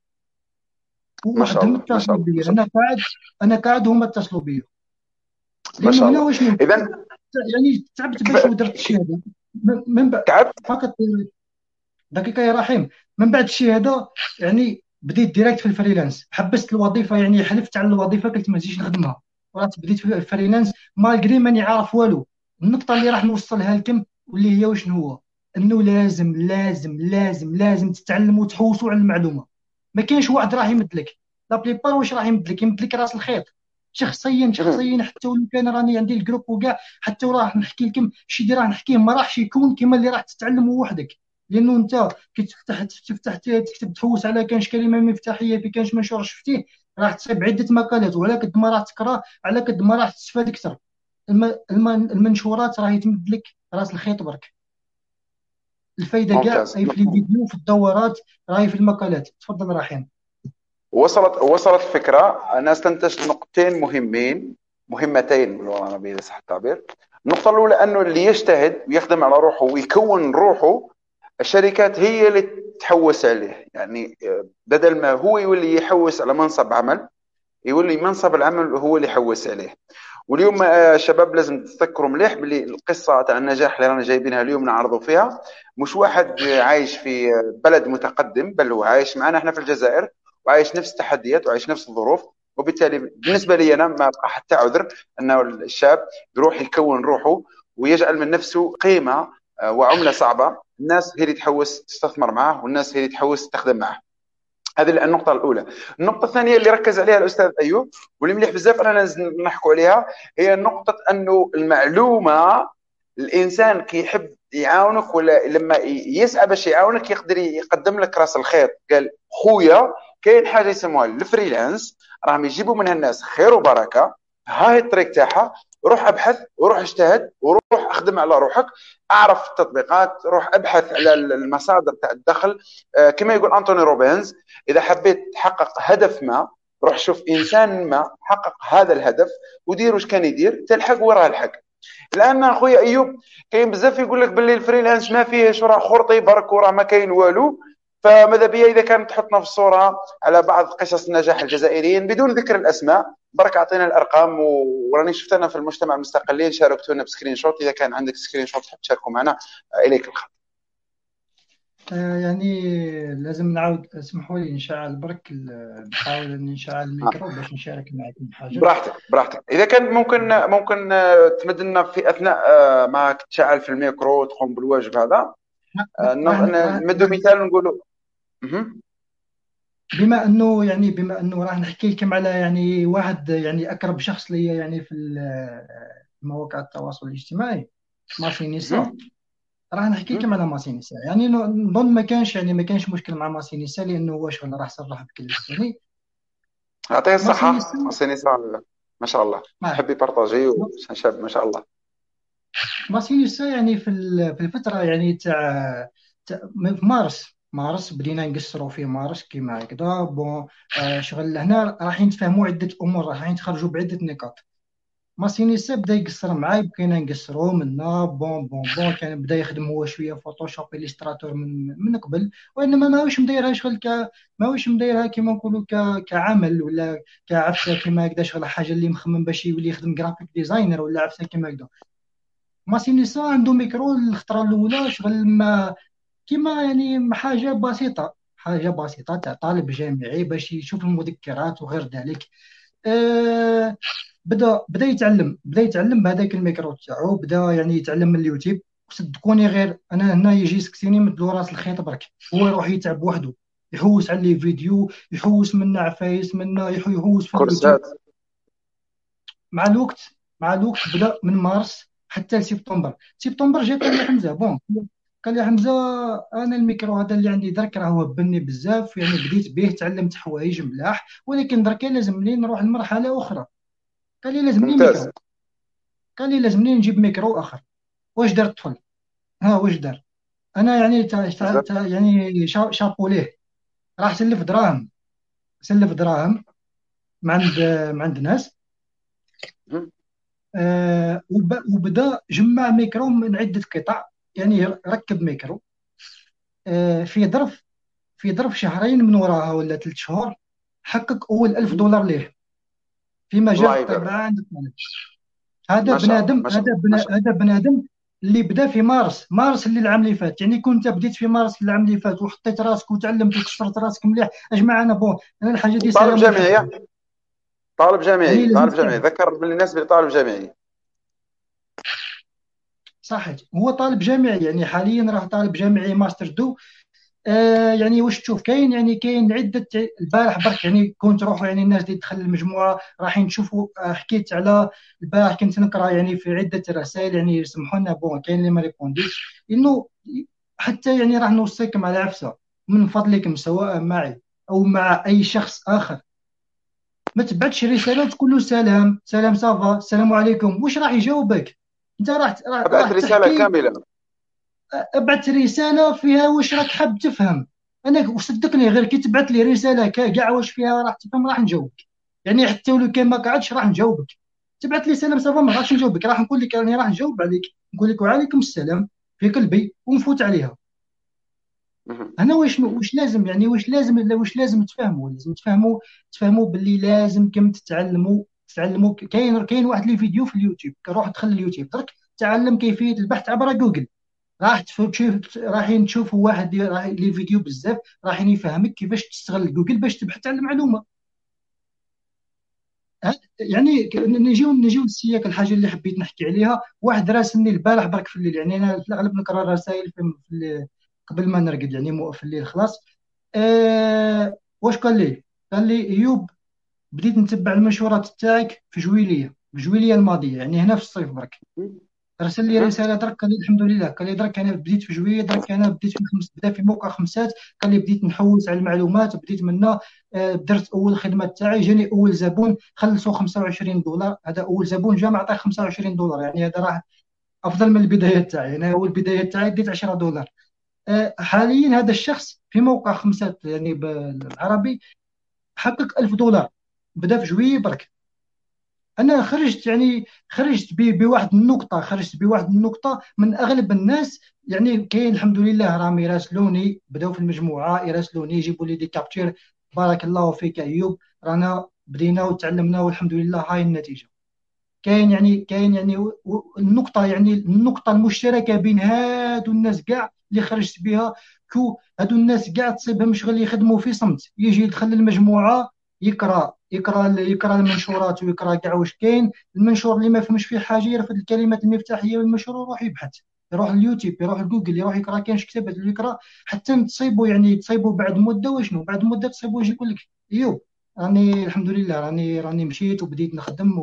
ما شاء ووحدهم الله ما شاء اتصلوا الله ما بيا. شاء انا قاعد هما اتصلوا بيا. الله ما لانه شاء هنا الله. واش اذا يعني تعبت باش كيف ودرت الشهاده. من بعد تعبت. فقط دقيقه يا رحيم. من بعد الشهاده يعني بديت ديريكت في الفريلانس. حبست الوظيفه يعني حلفت على الوظيفه قلت ما نزيدش نخدمها. ورحت بديت في الفريلانس مالغري ماني عارف والو. النقطه اللي راح نوصلها لكم واللي هي وشنو هو، انه لازم لازم لازم لازم تتعلموا وتحوسوا على المعلومه. ما كاينش واحد راه يمد لك. لا بليبار واش راه يمد لك راس الخيط. شخصيا مهم. شخصيا حتى ولو كان راني عندي الجروب وكاع، حتى وراه نحكي لكم الشيء اللي راه نحكيه ما راحش يكون كما اللي راح تتعلمه وحدك. لانه انت كي تفتح تكتب تحوس على كانش كلمه مفتاحيه في كانش منشور شفتيه، راح تصيب عده مقالات. وعلى قد ما راح تقرا على قد ما راح تستفاد اكثر. المنشورات راهي تمد لك راس الخيط برك. الفايده كاع ممتاز. راهي في الفيديو في الدورات، راهي في المقالات. تفضل رحيم. وصلت الفكره. انا استنتجت نقطتين مهمين مهمتين باللغه العربيه اذا صح التعبير. النقطه الاولى انه اللي يجتهد ويخدم على روحه ويكون روحه، الشركات هي اللي تحوس عليه. يعني بدل ما هو يولي يحوس على منصب عمل، يولي منصب العمل هو اللي يحوس عليه. واليوم شباب لازم تذكروا مليح باللي القصه تاع النجاح اللي رانا جايبينها اليوم نعرضوا فيها مش واحد عايش في بلد متقدم، بل هو عايش معنا احنا في الجزائر، وعايش نفس التحديات وعايش نفس الظروف. وبالتالي بالنسبه لي انا ما بقى حتى عذر انه الشاب يروح يكون روحه ويجعل من نفسه قيمه وعمله صعبه. الناس هي اللي تحوس تستثمر معه، والناس هي اللي تحوس تخدم معه. هذه النقطة الأولى. النقطة الثانية اللي ركز عليها الأستاذ أيوب واللي مليح بزاف أنا لازم نحكوا عليها، هي نقطة أنه المعلومة، الإنسان كي يحب يعاونك ولا لما يسعى باش يعاونك يقدر يقدم لك راس الخير. قال خويا كاين حاجة يسموها الفريلانس، راهم يجيبوا منها الناس خير وبركة، ها هي الطريق تاعها. روح ابحث وروح اجتهد وروح اخدم على روحك، اعرف التطبيقات، روح ابحث على المصادر تاع الدخل. كما يقول انتوني روبنز، اذا حبيت تحقق هدف ما روح شوف انسان ما حقق هذا الهدف ودير واش كان يدير تلحق وراه الحق. لان اخويا ايوب كاين بزاف يقول لك باللي الفريلانس ما فيهش، راه خرطي برك وراه ما كاين والو. فماذا بيا اذا كانت تحطنا في الصوره على بعض قصص النجاح الجزائريين بدون ذكر الاسماء، برك اعطينا الارقام. وراني شفت انا في المجتمع المستقلين شاركتونا بسكرين شوت، اذا كان عندك سكرين شوت تحب تشاركوا معنا اليك الخط. يعني لازم نعاود، اسمحوا لي نشعل برك نحاول اني نشعل الميكرو باش نشارك معكم حاجه. براحتك براحتك، اذا كان ممكن تمد لنا في اثناء ما تشعل في الميكرو تقوم بالواجب هذا. نمدوا مثال ونقولوا بما انه راح نحكي لكم على يعني واحد يعني اقرب شخص لي يعني في مواقع التواصل الاجتماعي، ماسينيسا. راح نحكي لكم على ماسينيسا. يعني نظن ما كانش مشكل مع ماسينيسا لانه هو شغل راح صرح بكل الثاني. يعطيه الصحة. ماسينيسا حسيني صار ما شاء الله معه. يحب يبارطاجي وشاب ما شاء الله. ماسينيسا يعني في الفتره يعني في مارس بدينا نقصروا في مارس كيما هكذا بون. شغل هنا راح يتفهموا عده امور، راح يتخرجوا بعده نقاط. ماسينيسا بدا يقصر معاي، بقينا نقصروا منا بون بون بون. كان بدا يخدم هو شويه فوتوشوب اليستراتور من قبل، وانما ماهوش مدايرها شغل ماهوش مدايرها كيما نقولوا كعمل ولا كعفسه كيما هكذا، شغل حاجه اللي مخمم باش يولي يخدم جرافيك ديزاينر ولا عفسه كيما هكذا. ماسينيسا عنده ميكرو الخطره الاولى شغل ما كيما يعني حاجه بسيطه تاع طالب جامعي باش يشوف المذكرات وغير ذلك. آه بدا يتعلم بهذاك الميكرو تاعو، بدا يعني يتعلم من اليوتيوب. صدقوني غير انا هنا يجي يسكسيني مدلو راس الخيط برك، هو يروح يتعب وحده، يحوس على لي فيديو، يحوس منا عفايس منا، يحوس في اليوتيوب. كورسات. مع الوقت بدا من مارس حتى لسبتمبر جا قال لي حمزه بون، قال لي حمزه انا الميكرو هذا اللي عندي درك راهو هبلني بزاف، يعني بديت به تعلمت حوايج ملاح، ولكن درك لازمني نروح لمرحله اخرى. قال لي لازمني ممتاز. ميكرو، قال لي لازمني نجيب ميكرو اخر. واش دار الطفل؟ واش دار؟ انا يعني بزاف. يعني شابو ليه. راح سلف دراهم من عند ناس. وبدا جمع ميكرو من عده قطع، يعني ركب ميكرو. في ظرف شهرين من وراها ولا 3 شهور حقق اول $1000 ليه في مجال الله الطباعه يبارك. عند الطالب. هذا ما شاء الله بنادم ما شاء هذا الله ما بنا شاء هذا بنادم اللي بدا في مارس اللي العام اللي فات. يعني كنت بديت في مارس العام اللي فات وحطيت راسك وتعلمت وكسرت راسك مليح اجمع انا بون. انا الحاجه دي الله. طالب سلام جامعي ونحبها. طالب يعني جامعي لازم طالب جامعي، تتعب. ذكر بالناس طالب جامعي. صحيح هو طالب جامعي، يعني حاليا راه طالب جامعي ماستر 2. يعني واش تشوف كاين عده. البارح برك يعني كنت روحوا يعني الناس اللي تدخل المجموعه رايحين تشوفوا. حكيت على البارح كنت نقرا يعني في عده رسائل، يعني يسمحوا لنا بون كاين اللي ما ريبونديش انه حتى يعني راح نوصيكم على عفسه من فضلكم سواء معي او مع اي شخص اخر، ما تبعتش رساله وتقول له سلام سلام صافا السلام عليكم. واش راح يجاوبك؟ انت راح ابعث رسالة تحكي. كاملة. ابعث رساله فيها واش راك حاب تفهم. انا وصدقني غير كي تبعث لي رساله كاع واش فيها راح تفهم راح نجاوبك. يعني حتى ولو كان ما قعدش راح نجاوبك. تبعت لي سلام صافا، ما غاديش نجاوبك، راح نقول لك راني راح نجاوب عليك، نقول لك وعليكم السلام في قلبي ونفوت عليها. مهم. انا واش لازم يعني واش لازم تفهموا باللي لازمكم تتعلموا. كاين واحد لي فيديو في اليوتيوب، روح دخل اليوتيوب درك تعلم كيفيه البحث عبر جوجل. راح تشوفوا واحد لي فيديو بزاف راح يفهمك كيفاش تستغل جوجل باش تبحث على المعلومه. يعني نجيو للسياق، الحاجه اللي حبيت نحكي عليها، واحد راسلني البارح برك في الليل، يعني انا في الاغلب نقرا رسائل قبل ما نرقد، يعني في الليل خلاص. واش قال لي؟ قال لي ايوب، بديت نتبع المنشورات تاعك في جويليه الماضيه، يعني هنا في الصيف برك. ارسل لي مهم. رساله درك، قال لي الحمد لله، قال لي درك انا بديت في جويه، درك انا بديت بدا في موقع خمسات، قال لي بديت نحوس على المعلومات، بديت منا. درت اول خدمه تاعي، جاني اول زبون خلصوا $25، هذا اول زبون جا معطيه $25، يعني هذا راه افضل من البدايه تاعي. انا اول بدايه تاعي ديت $10. حاليا هذا الشخص في موقع خمسات يعني بالعربي حقق $1000، بدا في جويه برك. انا خرجت بواحد النقطه من اغلب الناس. يعني كاين الحمد لله راهم يراسلوني، بداو في المجموعه يراسلوني يجيبوا لي دي كابتشر. بارك الله فيك ايوب، رانا بدينا وتعلمنا والحمد لله، هاي النتيجه. النقطه المشتركه بين هادو الناس كاع اللي خرجت بها، هادو الناس كاع تصيبهم شغل يخدموا في صمت، يجي يدخل المجموعه يقرا المنشورات ويقرا كاع واش كاين. المنشور اللي ما فهمش فيه حاجه يرفد الكلمات المفتاحيه من المنشور ويروح يبحث، يروح اليوتيوب، يروح لجوجل، يروح يقرا كاين كتابات اللي يقرا. حتى تصيبوا بعد مده، وشنو بعد مده تصيبوا يجي يقول لك ايوب، راني الحمد لله راني مشيت وبديت نخدم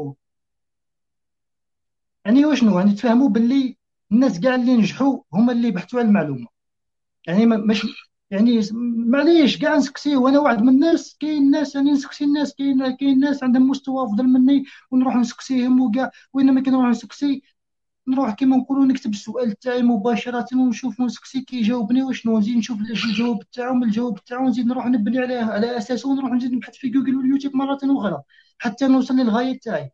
يعني وشنو، يعني تفهموا باللي الناس كاع اللي نجحوا هما اللي بحثوا على المعلومه. يعني مش يعني معليش كاع نسكسي، وانا واحد من الناس، كاين ناس يعني نسكسي الناس، كاين ناس عندهم مستوى افضل مني ونروح نسكسيهم وكاع. وين ما كنروح نسكسي، نروح كيما نقولوا نكتب السؤال تاعي مباشره ونشوف نسكسي كيجاوبني وشنو، نزيد نشوف الجواب تاعو نزيد نروح نبني على اساسه، ونروح نزيد نبحث في جوجل واليوتيوب مره اخرى حتى نوصل للغايه تاعي.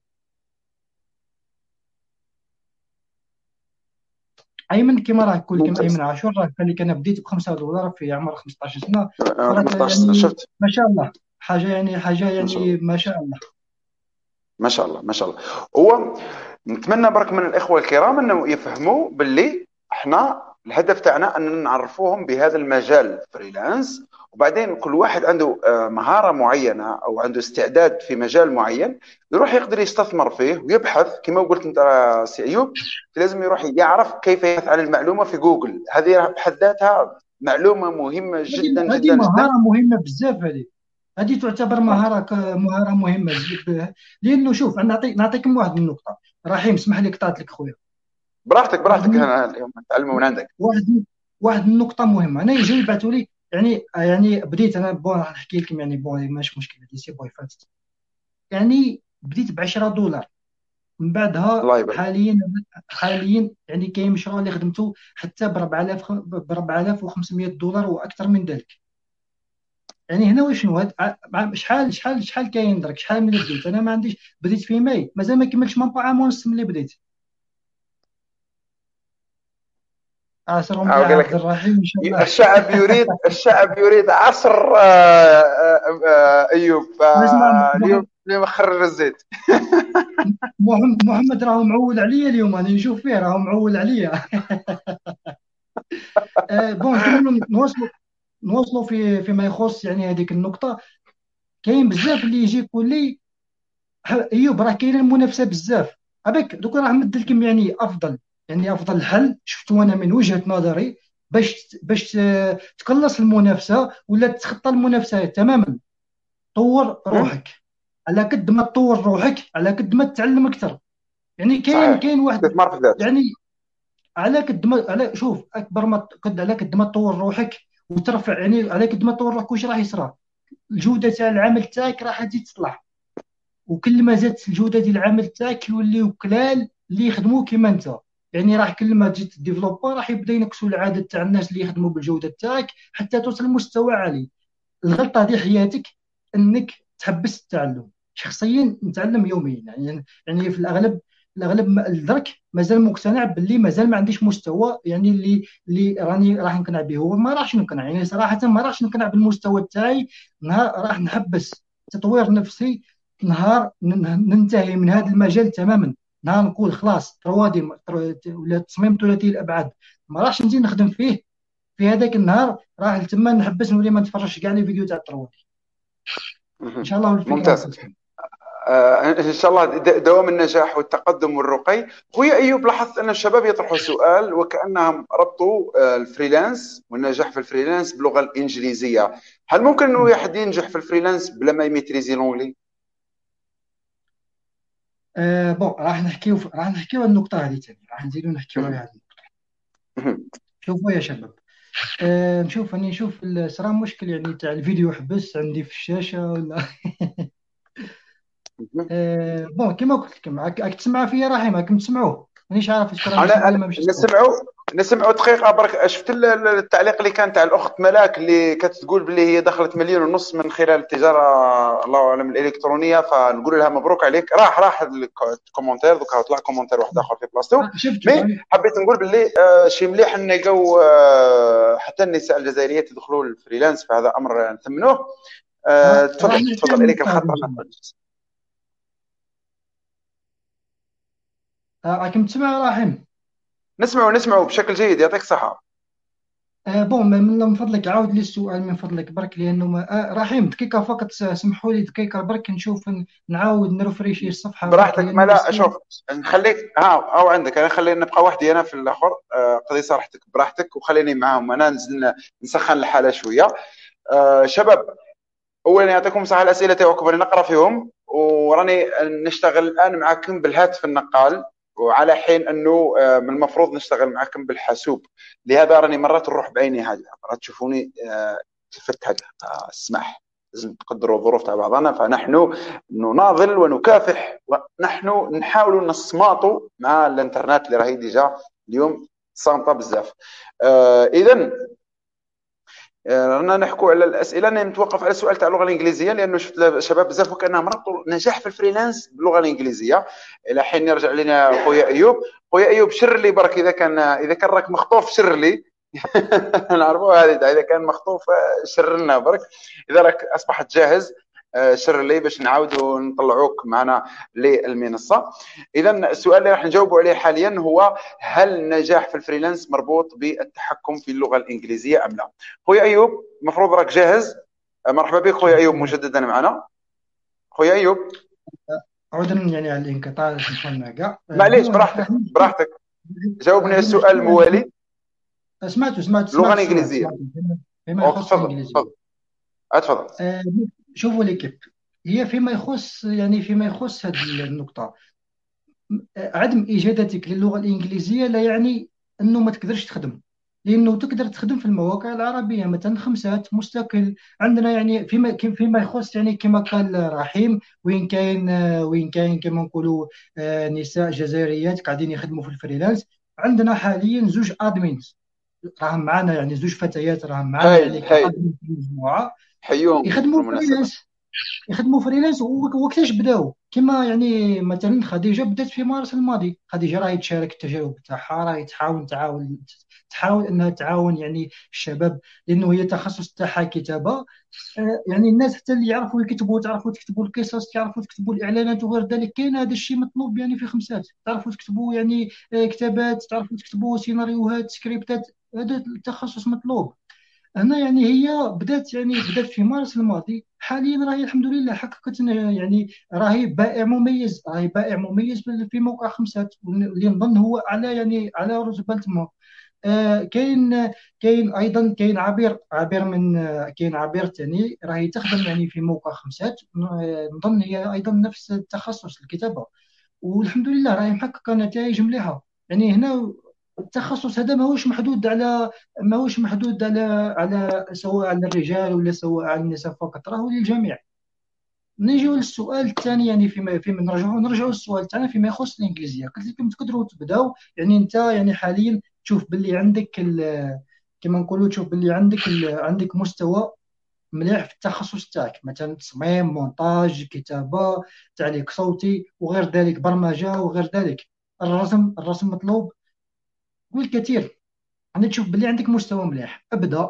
ايمن كيما راه نقول لكم، ممتاز. ايمن عاشور راه قال لك انا بديت ب $5 في عمر 15 سنه. راك 15 يعني شفت. ما شاء الله، حاجه ما شاء الله، يعني ما شاء الله. ما شاء الله، ما شاء الله. هو نتمنى برك من الاخوه الكرام انه يفهموا باللي احنا الهدف تاعنا ان نعرفوهم بهذا المجال فريلانس، وبعدين كل واحد عنده مهاره معينه او عنده استعداد في مجال معين يروح يقدر يستثمر فيه ويبحث كما قلت انت سي ايوب. لازم يروح يعرف كيف يبحث عن المعلومه في جوجل، هذه بحد ذاتها معلومه مهمه هذه جدا هذه جدا جدا. مهاره مهمه بزاف، هذه تعتبر نعم. مهاره مهمه لانه شوف انا نعطيكم واحد النقطه. رحيم اسمح لي قطعت لك خويا. براحتك واحد براحتك، انا اليوم نتعلم من عندك. واحد النقطة مهمة، أنا يجوا يبعثوا لي، يعني بديت أنا راح نحكي لكم، يعني ماشي مشكلة دي سي بوي فاتت. يعني بديت ب $10، من بعدها الله يبارك. حاليا يعني كاين مشروع اللي خدمته حتى ب 4500 دولار واكثر من ذلك. يعني هنا شنو شحال كاين درك، شحال من بديت انا ما عنديش، بديت في ماي مازال ما كملتش من عام ونص ملي بديت. عسرهم بالله أقول عبد لك، الرحيم ان شاء الله. الشعب يريد عصر أيوب، اسمع اليوم خرر الزيت. محمد راهو معول عليا اليوم، انا نشوف فيه راهو معول عليا. بون نكملوا نواصلوا فيما يخص يعني هذيك النقطة. كاين بزاف اللي يجي يقول لي ايوب راه كاينه المنافسه بزاف. ابيك دوك راه مد لكم يعني افضل حل شفتو انا من وجهه نظري باش تقلص المنافسه ولا تتخطى المنافسه تماما. طور هم؟ روحك، على قد ما تطور روحك على قد ما تتعلم اكثر. يعني كاين صحيح، كاين واحد، استثمار في الذات. يعني على قد ما شوف اكبر ما قد على قد ما تطور روحك وترفع، يعني على قد ما تطور روحك واش راح يصرى؟ الجوده تاع العمل تاعك راح تزيد تصلح. وكل ما زادت الجوده ديال العمل تاعك يوليو كلال اللي يخدموا كيما انت. يعني راح كل ما تزيد ديفلوبر راح يبدا ينقصوا العدد تاع الناس اللي يخدموا بالجوده تاعك حتى توصل لمستوى عالي. الغلطه ديال حياتك انك تحبس التعلم. شخصيا نتعلم يوميا يعني في الاغلب الدرك مازال مقتنع باللي مازال ما عنديش مستوى يعني اللي راني راح نقنع به. هو ما راحش نقنع يعني صراحه، ما راحش نقنع بالمستوى تاعي. نهار راح نحبس تطوير نفسي، نهار ننتهي من هذا المجال تماما، نهار نقول خلاص روادي ولا تصميم ثلاثي الابعاد ما راحش نزيد نخدم فيه، في هذاك النهار راح تما نحبس نولي ما نتفرجش كاع لي فيديو تاع التروادي. ان شاء الله الفكره ممتاز. وصلت. ان شاء الله دوام النجاح والتقدم والرقي. خويا ايوب، لاحظت ان الشباب يطرحوا سؤال وكانهم ربطوا الفريلانس والنجاح في الفريلانس باللغه الانجليزيه. هل ممكن انه احد ينجح في الفريلانس بلا ما يميتريزي لونجلي؟ بون راح نحكيو على النقطه هذه ثاني، راح نزيدو نحكيو على هذه. شوفوا يا شباب، نشوف صرا مشكل يعني تاع الفيديو حبس عندي في الشاشه ولا بون كيما قلت لكم، راك تسمع فيا رحيم، راكم تسمعوه مانيش عارف اش راهم انا تسمعوا ولا مش تسمعوا. نسمعوا دقيقه برك. شفت التعليق اللي كان تاع الاخت ملاك اللي كتقول باللي هي دخلت 1.5 مليون من خلال التجاره الله اعلم الالكترونيه، فنقول لها مبروك عليك. راح الكومنتير دوكا طلع كومنتير واحد اخر في بلاصتو. شفت مي حبيت نقول باللي شي مليح نلقاو حتى النساء الجزائريات يدخلوا الفريلانس، فهذا امر نثمنوه. راح تفضل نحكي تفضل عن اليك النقطه هذه الخط. ان شاء الله. راكم تسمعوا رحيم؟ نسمعوا بشكل جيد، يعطيك الصحه. بون من فضلك عاود لي السؤال من فضلك برك، لانه ما رحيم دقيقه فقط، سمحوا لي دقيقه برك نشوف نعاود نرفريشي الصفحه برك براحتك. ما لانه لا السؤال. شوف، نخليك او عندك، انا خلينا نبقى وحدي انا في الاخر. قضي صراحتك براحتك وخليني معاهم، انا ننزل نسخن الحاله شويه. شباب، اولا يعطيكم الصحه، الاسئله تاعكم راني نقرا فيهم وراني نشتغل الان معكم بالهاتف النقال، وعلى حين انه من المفروض نشتغل معكم بالحاسوب. لهذا راني مرات نروح بعيني هذه، مرات تشوفوني تلفت هذا. اسمح، لازم تقدروا الظروف تاع بعضنا، فنحن نناضل ونكافح ونحن نحاول نصماطوا مع الانترنت اللي راهي ديجا اليوم صامته بزاف. اذا رانا نحكوا على الاسئله. انا متوقف على السؤال تاع اللغه الانجليزيه، لانه شفت الشباب بزاف وكانهم ربطوا النجاح في الفريلانس باللغه الانجليزيه. الى حين يرجع لنا خويا ايوب. خويا ايوب شر لي برك، اذا كان راك مخطوف شر لي. نعرفوا هذه اذا كان مخطوف شر لنا برك. اذا راك اصبحت جاهز شر لي باش نعاودوا نطلعوك معنا للمنصه. اذا السؤال اللي راح نجاوبوا عليه حاليا هو: هل النجاح في الفريلانس مربوط بالتحكم في اللغه الانجليزيه ام لا؟ خويا ايوب المفروض راك جاهز. مرحبا بك خويا ايوب مجددا معنا. خويا ايوب عذرا يعني على الانقطاع، سمحوا كاع. معليش، براحتك جاوبني السؤال الموالي. سمعت اللغه السؤال، الانجليزيه. فيما يخص تفضل الانجليزيه. اتفضل. شوفوا ليكيب، هي فيما يخص هذه النقطه، عدم اجادتك للغه الانجليزيه لا يعني انه ما تقدرش تخدم، لانه تقدر تخدم في المواقع العربيه مثلا خمسات مستقل عندنا. يعني فيما يخص يعني كما قال رحيم، وين كاين كما نقولوا نساء جزائريات قاعدين يخدموا في الفريلانس. عندنا حاليا زوج ادمينز راهم معنا، يعني زوج فتيات راهم معنا يعني هايل كادمين في المجموعه حيوم يخدموا بالمناسبه. فريلانس. وقتاش بداو كما يعني مثلا خديجه بدات في مارس الماضي. خديجه راهي تشارك التجارب تاعها، راهي تحاول انها تعاون يعني الشباب، لانه هي تخصص تاعها كتابه. يعني الناس حتى اللي يعرفوا يكتبوا، تعرفوا تكتبوا القصص، تعرفوا تكتبوا الاعلانات وغير ذلك، كاين هذا الشيء مطلوب يعني في خمسات. تعرفوا تكتبوا يعني كتابات، تعرفوا تكتبوا سيناريوهات سكريبتات، هذا التخصص مطلوب هنا. يعني هي بدات في مارس الماضي، حاليا راهي الحمد لله حققت يعني راهي بائع مميز في موقع خمسات، اللي نظن هو على يعني على رتبه ما. كاين عبير ثاني راهي تخدم يعني في موقع خمسات، نظن هي ايضا نفس التخصص الكتابه، والحمد لله راهي محققه نتائج مليحه. يعني هنا التخصص هذا ماهوش محدود على سواء على الرجال ولا سواء على النساء فقط، راهو للجميع. نيجيو للسؤال الثاني، يعني فيما نرجعوا للسؤال تاعنا فيما يخص الانجليزيه. قلت لكم تقدروا تبداو، يعني انت يعني حاليا تشوف باللي عندك كما نقولوا، تشوف باللي عندك مستوى مليح في التخصص تاعك، مثلا تصميم، مونتاج، كتابه، تعليق صوتي وغير ذلك، برمجه وغير ذلك، الرسم مطلوب والكثير. انا تشوف باللي عندك مستوى مليح، ابدا،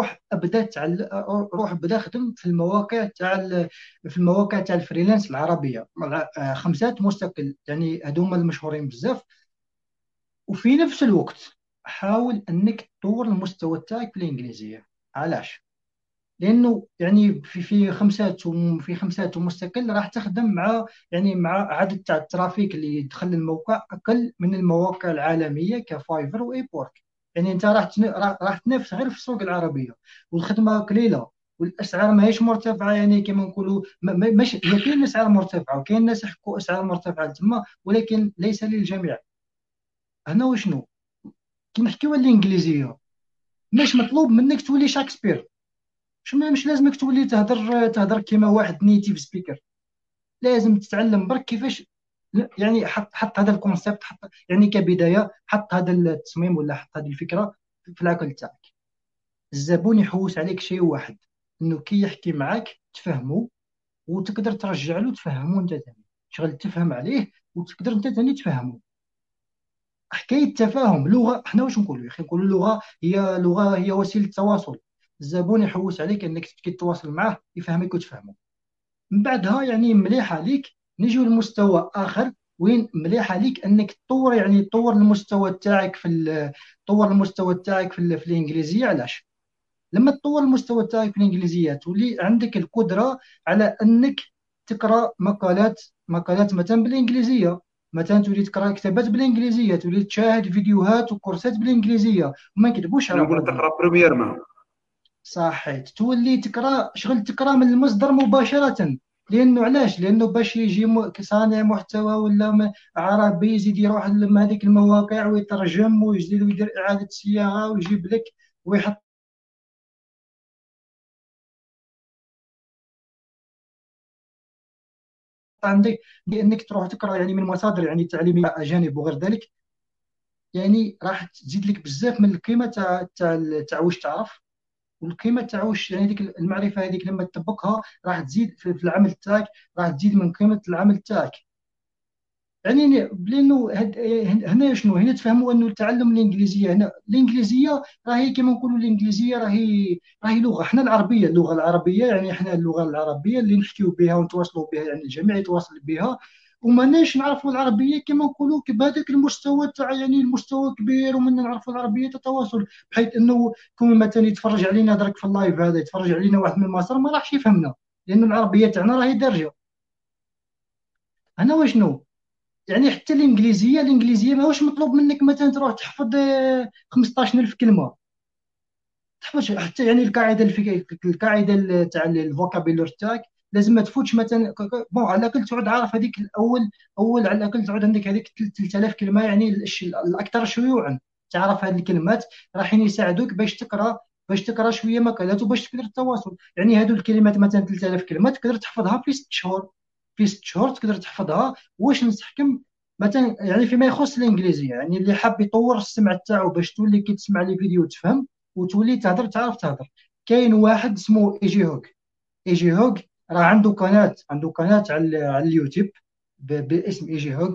روح ابدا خدم في المواقع في المواقع تاع الفريلانس العربيه، خمسات مستقل، يعني هذوما المشهورين بزاف. وفي نفس الوقت حاول انك تطور المستوى تاعك في الانجليزيه. علاش؟ لانه يعني في خمسات ومستقل راح تخدم مع، يعني مع عدد تاع الترافيك اللي يدخل الموقع اقل من المواقع العالميه كفايفر وايبورك. يعني انت راح تنافس غير في السوق العربيه، والخدمه قليله، والاسعار ماهيش مرتفعه، يعني كما نقولوا ماشي، هي كاين اسعار مرتفعه وكاين ناس يحكوا اسعار مرتفعه تما، ولكن ليس للجميع. هنا وشنو كي نحكيو على الانجليزيه، مش مطلوب منك تولي شكسبير، مش لازمك تولي تهضر كيما واحد نيتيف سبيكر. لازم تتعلم برك كيفاش، يعني حط هذا الكونسيبت، يعني كبدايه حط هذا التصميم ولا حط هذه الفكره في العقل تاعك. الزبون يحوس عليك شيء واحد، انه كي يحكي معك تفهمه وتقدر ترجع له تفهمه انت ثاني، شغل تفهم عليه وتقدر انت ثاني تفهمه. حكايه التفاهم لغه، احنا واش نقولوا يا اخي؟ نقولوا لغه هي وسيله تواصل. الزبون يحوس عليك انك كي تتواصل معه يفهمك وتفهمه. من بعدها يعني مليحه ليك نجيو لمستوى اخر، وين مليحه ليك انك تطور، يعني تطور المستوى تاعك تطور المستوى تاعك في الانجليزيه. علاش؟ لما تطور المستوى تاعك في الانجليزيه تولي عندك القدره على انك تقرا مقالات مثلا بالانجليزيه، مثلا تولي تقرا كتابات بالانجليزيه، تولي تشاهد فيديوهات وكورسات بالانجليزيه، وما نكذبوش انا على نقول بعضنا. تقرا بريمير مان. صحيت، تولي تقرا شغل تقرا من المصدر مباشره. لانه علاش؟ لانه باش يجي صانع محتوى ولا عربي يزيد يروح لهذيك المواقع ويترجم ويزيد ويدير اعاده صياغه ويجيب لك ويحط عندك، بانك تروح تقرا يعني من مصادر يعني تعليميه اجانب وغير ذلك، يعني راح تزيد لك بزاف من القيمه تاع واش تعرف، والقيمه تاع واش يعني ديك المعرفه هذيك لما تطبقها راح تزيد في العمل تاعك، راح تزيد من قيمه العمل تاعك. يعني لانه هنا شنو، هنا تفهموا انه تعلم الانجليزيه، هنا الانجليزيه راهي كما نقولوا الانجليزيه راهي لغه، احنا العربيه، اللغه العربيه، يعني احنا اللغه العربيه اللي نحكيو بها ونتواصلوا بها، يعني الجميع يتواصل بها. وماناش نعرفوا العربيه كما نقولوا بهذاك المستوى تاع، يعني المستوى كبير، ومن نعرفوا العربيه تتواصل، بحيث انه كون مثلا يتفرج علينا درك في اللايف هذا، يتفرج علينا واحد من مصر ما راحش يفهمنا، لانه العربيه تاعنا راهي دارجه. انا وشنو، يعني حتى الانجليزيه ماهوش مطلوب منك مثلا تروح تحفظ 15,000 كلمه، تحفظ حتى يعني القاعده تاع الفوكابيلور تاعك لازم ما تفوتش مثلا بون، على الاقل تعود عارف هذيك اول على الاقل تعود عندك هذيك 3000 كلمه، يعني الاكثر شيوعا تعرف هذه الكلمات، راح يساعدوك باش تقرا شويه مقالات وباش تقدر التواصل. يعني هذو الكلمات مثلا 3000 كلمه تقدر تحفظها في 6 شهور، في 6 شهور تقدر تحفظها. واش نصحكم مثلا يعني فيما يخص الانجليزيه، يعني اللي حاب يطور السمع تاعو باش تولي كي تسمع لي فيديو تفهم وتولي تهضر تعرف تهضر، كاين واحد اسمه ايجي هوك. ايجي هوك راه عنده قناه على اليوتيوب باسم ايجي هوك،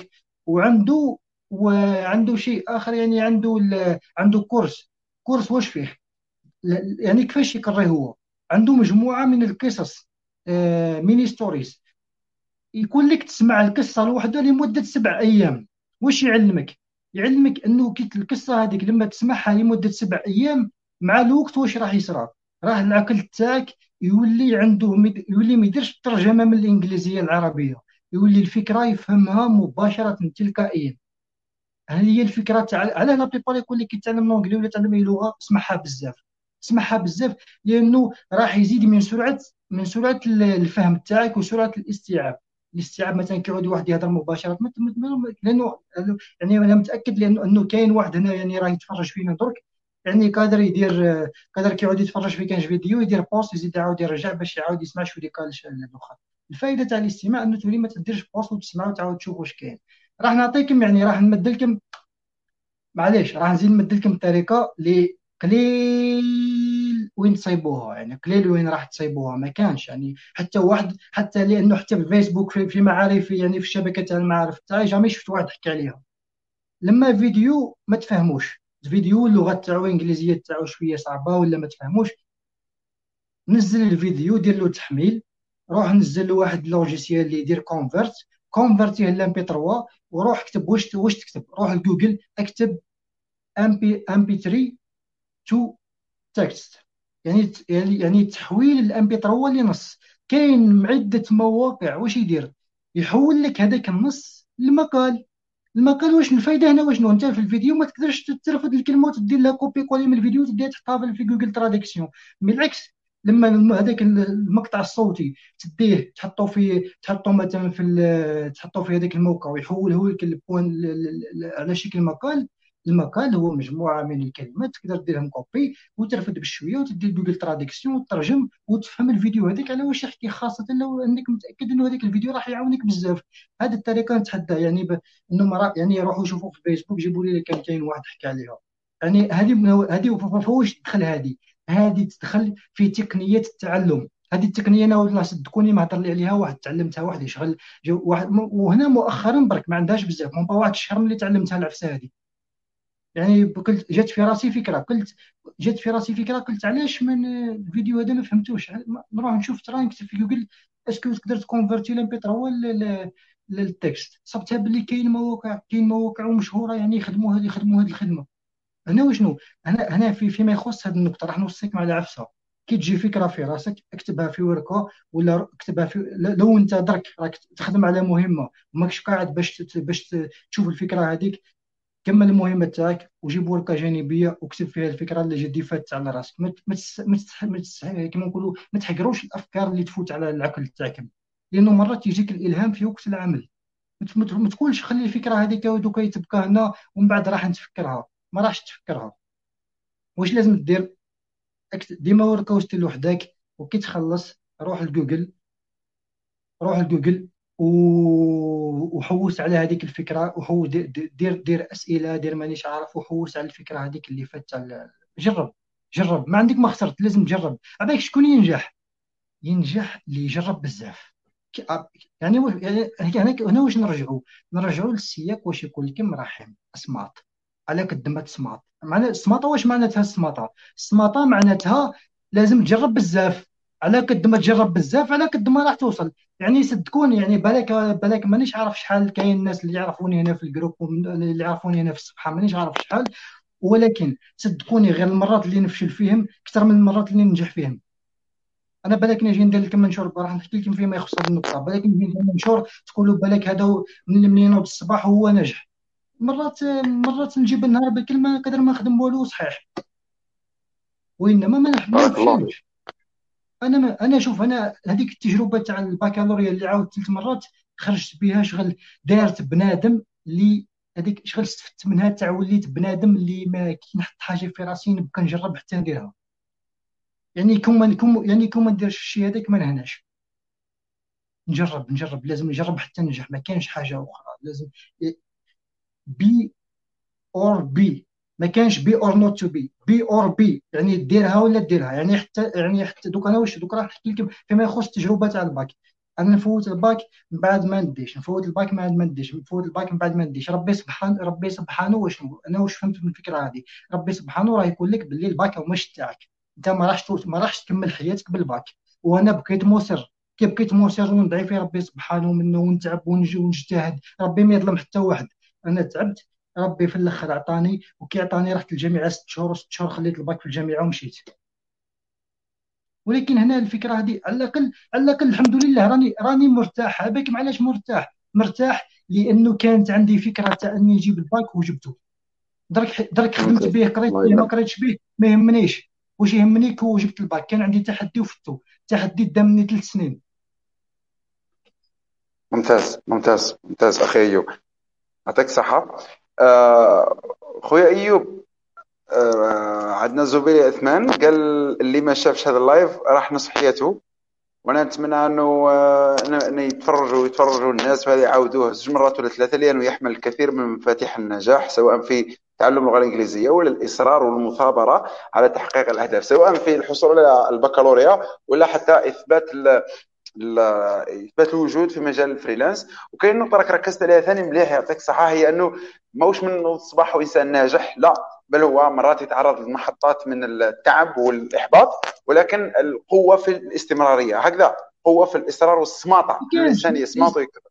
وعنده شيء اخر، يعني عنده كورس واش فيه، يعني كيفاش يقري هو. عنده مجموعه من القصص، ميني ستوريز، يكون لك تسمع القصه الواحده لمده 7 ايام. واش يعلمك؟ يعلمك انه كي القصه هذيك لما تسمعها لمده 7 ايام، مع الوقت واش راح يصرى؟ راه العقل تاعك يولي ما يديرش الترجمه من الانجليزيه للعربيه، يولي الفكره يفهمها مباشره تلقائيا. هذه هي الفكره تاع علاه لا بيبال يقول لك يتعلم لونجلي ولا يتعلم اي لغه اسمعها بزاف، اسمعها بزاف، لانه راح يزيد من سرعه الفهم تاعك وسرعه الاستيعاب مثلا كيعود واحد يهضر مباشره لانه يعني انا متاكد لانه كاين واحد هنا يعني راه يتفرج فينا درك، يعني قادر كيعود يتفرج في كاش فيديو يدير بوست يزيد يعاود يرجع باش يعاود يسمع شو اللي قال الاخر. الفائده تاع الاستماع انه تولي ما تديرش بوست وتسمع وتعاود تشوف واش كاين. راح نعطيكم، يعني راح نمد لكم، معليش راح نزيد نمد لكم طريقه اللي قليل وين تصيبوها، يعني قليل وين راح تصيبوها، ما كانش يعني حتى واحد، حتى لانه حتى في الفيسبوك في معارف، يعني في الشبكه تاع المعارف تاعي جامي شفت واحد حكى عليها. لما فيديو ما تفهموش، فيديو اللغه تاعو الانجليزيه تاعو شويه صعبه ولا ما تفهموش، نزل الفيديو دير له تحميل، روح نزل له واحد لوجيسيال اللي يدير كونفرت، كونفرتيه لام بي 3، وروح اكتب واش تكتب، روح لجوجل اكتب ام بي 3 تو تكست، يعني تحويل الام بي 3 لنص. كاين عده مواقع واش يدير، يحول لك هذاك النص لمقال. المقال واش الفايده هنا، واشنو انت في الفيديو ما تقدرش ترفد الكلمه وتدير لها كوبي كولي من الفيديو وتديها تحطها في جوجل تراديكسيون. بالعكس، لما هذاك المقطع الصوتي تديه تحطه مثلا تحطه في هذاك الموقع ويحوله لك على شكل مقال. المقال هو مجموعه من الكلمات تقدر ديرهم كوبي وترفد بشويه وتدير جوجل تراديكسيون وتترجم وتفهم الفيديو هذاك على واش يحكي، خاصه لو انك متاكد انه هذاك الفيديو راح يعاونك بزاف. هذه الطريقه نتحدى يعني انه يعني يروحوا يشوفوا في الفيسبوك جيبوا لي كان كاين واحد حكى عليها. يعني هذه فواش تدخل هذه تدخل في تقنيه التعلم. هذه التقنيه انا والله صدقوني ما هضر لي عليها واحد، تعلمتها واحد يشغل واحد وهنا مؤخرا برك ما عندهاش بزاف، من واحد الشهر ملي تعلمتها العفسه هذه. يعني قلت جات في راسي فكره قلت علاش من الفيديو هذا ما فهمتوش، نروح نشوف ترى نكتب في جوجل اسكو تقدر تكونفرتي لام بي 3 للتكست. صبتها باللي كاين مواقع مشهوره يعني يخدموا هذه الخدمه. هنا وشنو، هنا فيما يخص هذه النقطه راح نوصيك على عفسه. كي تجي فكره في راسك اكتبها في ورقه ولا اكتبها في، لو انت درك راك تخدم على مهمه وماكش قاعد باش تشوف الفكره هذيك، كمل المهمه تاعك وجيب ورقه جانبيه واكتب فيها الفكره اللي جدي فاتت على راسك. كما نقولوا ما تحقروش الافكار اللي تفوت على العقل تاعك، لانه مرات يجيك الالهام في وقت العمل. ما تقولش خلي الفكره هذيك ودوكا تبقى هنا ومن بعد راح نتفكرها، ما راحش تفكرها. واش لازم دير، ديما ورقه وستيل وحدك، وكي تخلص روح لجوجل وحوس على هذيك الفكره، وحوس دير اسئله، دير مانيش عارف، وحوس على الفكره هذيك اللي فاتت جرب ما عندك ما خسرت، لازم تجرب. عباك شكون ينجح اللي يجرب بزاف. يعني هنا واش نرجعوا للسياق واش يقول لك مراحم اسماط. على قد ما تسماط، معنى السماطه واش معناتها السماطه معناتها لازم تجرب بزاف. على قد ما تجرب بزاف على قد ما راح توصل. يعني صدقوني، يعني بالك مانيش عارف شحال كاين الناس اللي يعرفوني هنا في الجروب اللي يعرفوني هنا في الصفحه، مانيش عارف شحال، ولكن صدقوني غير المرات اللي نفشل فيهم اكثر من المرات اللي ننجح فيهم. انا بالك نجي ندير لكم منشور، راح نحكي لكم فيما يخص هذه النقطه، بالك نجي ندير منشور تقولوا بالك هذا من ينوض الصباح وهو ناجح. مرات نجيب النهار بكلمه قدر ما نخدم والو صحيح، وانما ما بارك الله. نفشلش. انا شوف، انا هذيك التجربه تاع البكالوريا اللي عاودت 3 مرات خرجت بها شغل، دارت بنادم اللي هذيك شغل استفدت منها تاع وليت بنادم اللي ما كي نحط حاجه في راسي نبقى نجرب حتى نديرها. يعني كون ما نديرش الشيء هذاك ما نهناش. نجرب لازم نجرب حتى ننجح، ما كانش حاجه اخرى. لازم بي اور بي، ما كانش بي اور نوت تو بي اور بي، يعني ديرها ولا ديرها. يعني حتى دوك راح نحكي لكم فيما يخص التجربه تاع الباك. انا نفوت الباك من بعد ما نديش، نفوت الباك من بعد ما نديش، نفوت الباك من بعد ما نديش. ربي سبحانه انا واش فهمت من الفكره هذه، ربي سبحانه راه يقول لك باللي الباك هو مش تاعك، انت ما راحش تكمل حياتك بالباك. وانا بقيت مصر، كي بقيت مصر وندعي في ربي سبحانه منه ونتعب ونجتهد، ربي ما يظلم حتى واحد. انا تعبت، ربي في الاخر عطاني، وكي عطاني رحت الجامعه 6 شهور، و6 شهور خليت الباك في الجامعه ومشيت. ولكن هنا الفكره هذه على الاقل الحمد لله راني مرتاح. هذاك علاش مرتاح لانه كانت عندي فكره تاع اني نجيب الباك وجبته. درك خدمت ممتاز. به، قريت الله به ما يبارك. قريتش به ما يهمنيش. واش يهمني كون جبت الباك، كان عندي تحدي وفتو. تحدي دام مني 3 سنين. ممتاز ممتاز ممتاز اخي ايوب، يعطيك الصحه. خويا ايوب، عندنا زبير عثمان قال اللي ما شافش هذا اللايف راح نصحيته، وانا نتمنى انه انه يتفرجوا الناس، وهذا يعاودوه 2 مرات ولا 3، لانه يحمل الكثير من مفاتيح النجاح، سواء في تعلم اللغة الإنجليزية ولا الإصرار والمثابرة على تحقيق الأهداف، سواء في الحصول على البكالوريا ولا حتى اثبات الوجود في مجال الفريلانس. وكاين نقطه راك ركزت عليها ثاني مليح يعطيك الصحه، هي انه ماهوش من الصباح وانسان ناجح، لا، بل هو مرات يتعرض لمحطات من التعب والاحباط، ولكن القوه في الاستمراريه، هكذا قوه في الاصرار والصماطه، ما ان كانش الانسان يصمت ويكتب.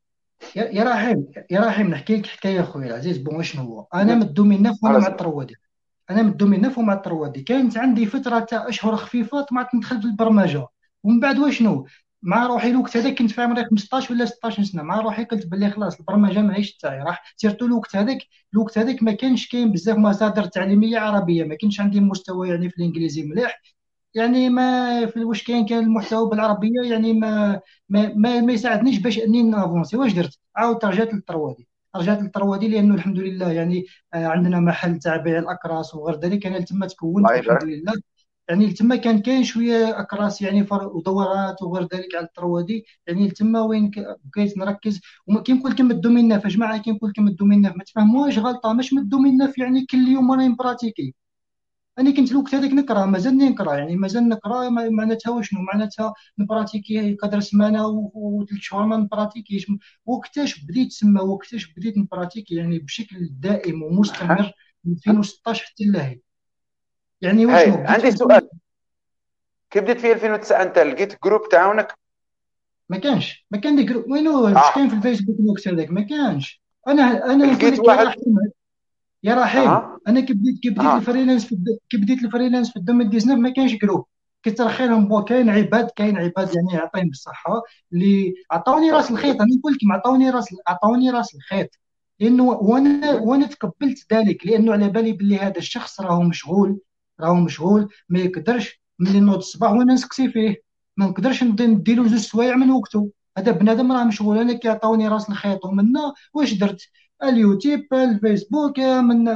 يا رحيم نحكي لك حكايه اخويا العزيز. بون شنو هو، انا من الدومين نف وانا على مع سبيل. الطروادي. انا من الدومين نف ومع الطروادي كانت عندي فتره تاع اشهر خفيفه طمعت ندخل في البرمجه. ومن بعد واشنو، مع روحي الوقت هذاك كنت في عمري 15 ولا 16 سنه، مع روحي قلت باللي خلاص البرمجه ماهيش تاعي. راح سيرتو الوقت هذاك ما كانش كاين بزاف مصادر تعليميه عربيه، ما كانش عندي مستوى يعني في الانجليزي مليح. يعني ما في واش كان المحتوى بالعربيه، يعني ما يساعدنيش باش اني نافونسي. واش درت؟ عاودت رجعت للطروادي لانه الحمد لله يعني عندنا محل تاع بيع الاكراس وغير ذلك. انا تما تكونت الله والحمد يبارك. لله. يعني تما كان كاين شويه اكراس يعني ودورات وغير ذلك على الطروادي. يعني تما وين بقيت نركز. وما كي نقول لكم الدومين ناف يا جماعه، كي نقول لكم الدومين ناف ما تفهموش غلطه، مش من الدومين ناف يعني كل يوم راني براتيكي. انا كنت الوقت هذاك نقرا، مازالني نقرا، يعني مازال نقرا. معناتها وشنو معناتها نبراتيكي قدر سمانه وثلاث شهور ما نبراتيكيش. وقتاش بديت نبراتيكي يعني بشكل دائم ومستمر من 2016 حتى لهي. يعني وشنو هاي بديت في عندي سؤال، كي بديت في 2009 انت لقيت جروب تعاونك؟ ما كان لي جروب وينو، واش اه، كاين في الفيسبوك الوقت هذاك؟ ما كانش. انا نقول لقيت لك يا واحد. رحيم، يا رحيم اها. انا كي بديت اها. الفريلانس كي بديت الفريلانس في 2019 ما كانش جروب. كتر خيرهم بو كاين عباد يعني يعطيهم بالصحه اللي عطاوني راس بارك الله الخيط. فيك. انا نقول لكم عطاوني راس الخيط. لانه مهم. وانا تقبلت ذلك، لانه على بالي باللي هذا الشخص راهو مشغول ما يقدرش ملي نوض الصباح وانا نسقسي فيه. ما نقدرش نديرو زوج سوايع من وقته. هذا بنادم راه مشغول. انا كيعطوني راس الخيط ومنا واش درت؟ اليوتيوب، الفيسبوك، من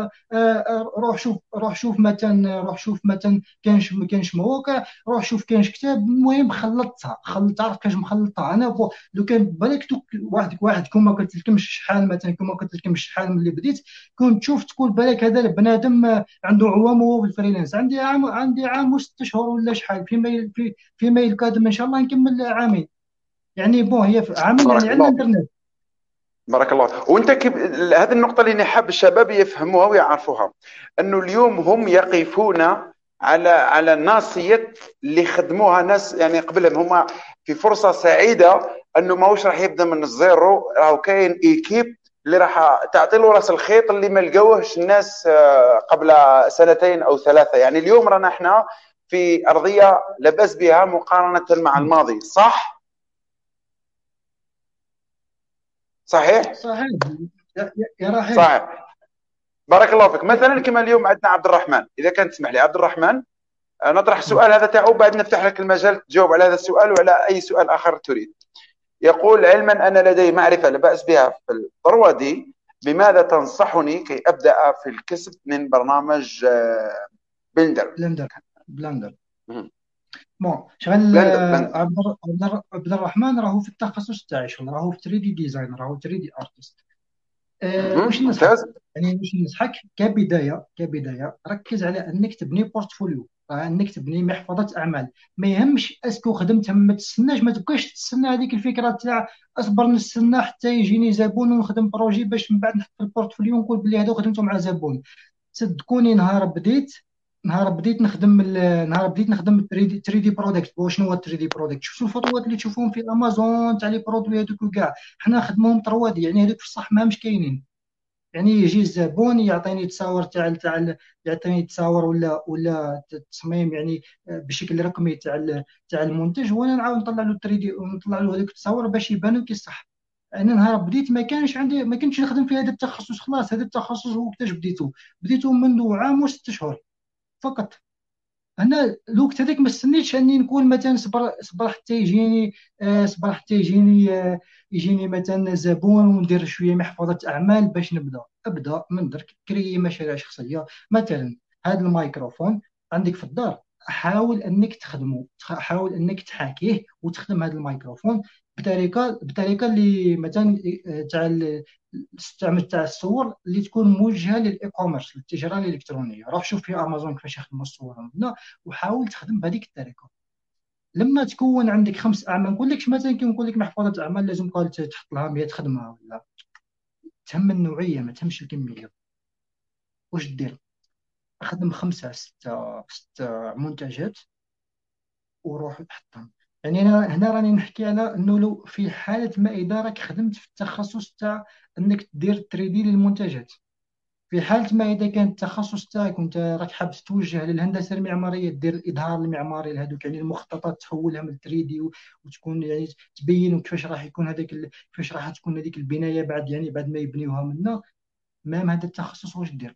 روح شوف مثلا كانش مواقع. روح شوف كانش كتاب. المهم خلطت عارف كاش مخلطها انا لو كان بالك واحد كما قلت لكمش شحال من اللي بديت كنت تشوف تقول بالك هذا البنادم عنده عوام وهو في الفريلانس. عندي عام وست شهور ولا شحال فيما القادم ان شاء الله نكمل عامين. يعني بون هي عامين يعني بارك على الله فيك. الانترنت. بارك الله. وانت هذه النقطة اللي حاب الشباب يفهموها ويعرفوها، انه اليوم هم يقفون على ناصية اللي خدموها ناس يعني قبلهم، هم في فرصة سعيدة، انه ماهوش راح يبدا من الزيرو، راهو كاين ايكيب اللي راح تعطي له راس الخيط اللي ما لقوهش الناس قبل سنتين او ثلاثة. يعني اليوم رانا احنا في ارضية لا باس بها مقارنة مع الماضي، صح؟ صحيح؟ صحيح. يا رحيم. صحيح. بارك الله فيك. مثلا كما اليوم عندنا عبد الرحمن، اذا كان تسمح لي عبد الرحمن، نطرح السؤال هذا تاعو، بعد نفتح لك المجال تجاوب على هذا السؤال وعلى اي سؤال اخر تريد. يقول: علما ان لدي معرفه لا باس بها في البرودي، بماذا تنصحني كي ابدا في الكسب من برنامج بلندر؟ بلندر. بون شغل بلندر. عبد الرحمن راهو في التخصص تاعي شغل، راهو في 3 دي ديزاين، راهو 3 دي ارتست. واش ننصحك؟ ممتاز. يعني واش ننصحك كبدايه ركز على انك تبني بورتفوليو، انك تبني محفظه اعمال. ما يهمش اسكو خدمتها، ما تستناش، ما تبقاش تستنى هذيك الفكره تاع اصبر نستنى حتى يجيني زبون ونخدم بروجي باش من بعد نحط في البورتفوليو ونقول بلي هذا خدمته مع زبون. صدقوني نهار بديت نخدم 3 دي برودكت. شنو هو 3 دي برودكت؟ شفتوا الخطوات اللي تشوفوهم في امازون تاع لي برودوي هذوك وكاع، حنا نخدموهم طروادي. يعني هذوك في الصح ما مش كاينين. يعني يجي الزبون يعطيني تصاور يعطيني تصاور ولا تصميم يعني بشكل رقمي تاع المنتج، وانا نعاود نطلع له 3 دي ونطلع له هذوك التصاور باش يبانوا كي صح. انا نهار بديت ما كنتش نخدم في هذا التخصص. خلاص هذا التخصص وقتاش بديته منذ عام وست شهور فقط. انا الوقت هذاك ما استنيتش اني نكون مثلا صبر حتى يجيني يجيني مثلا زبون وندير شويه محفظه اعمال باش ابدا من درك كري مشاريع شخصيه. مثلا هذا الميكروفون عندك في الدار، حاول انك تخدمه، حاول انك تحاكيه وتخدم هذا الميكروفون بطريقه اللي مثلا تستعمل تاع الصور اللي تكون موجهه للاي كوميرس، للتجاره الالكترونيه. روح شوف في امازون كيفاش يخدموا الصور هنا، وحاول تخدم بهذيك الطريقه. لما تكون عندك 5 اعمال، ما نقولكش مثلا كي نقول لك محفظه اعمال لازم قال تحط لها 100 خدمه، ولا تهم النوعيه ما تهمش الكميه. واش دير؟ خدم 5 6 منتجات وروح تحطهم. يعني انا هنا راني نحكي على انه لو في حاله ما اذا راك خدمت في التخصص تاع انك دير 3 دي للمنتجات. في حالة ما إذا كان التخصص تاعك وأنت راك حاب توجه للهندسة المعمارية، دير الإظهار المعماري لهذوك، يعني المخططات تحولها من 3 دي وتكون يعني تبين كيفاش راح يكون هذاك كيفاش راح تكون هذيك البناية بعد، يعني بعد ما يبنيوها منا. مام هذا التخصص واش دير؟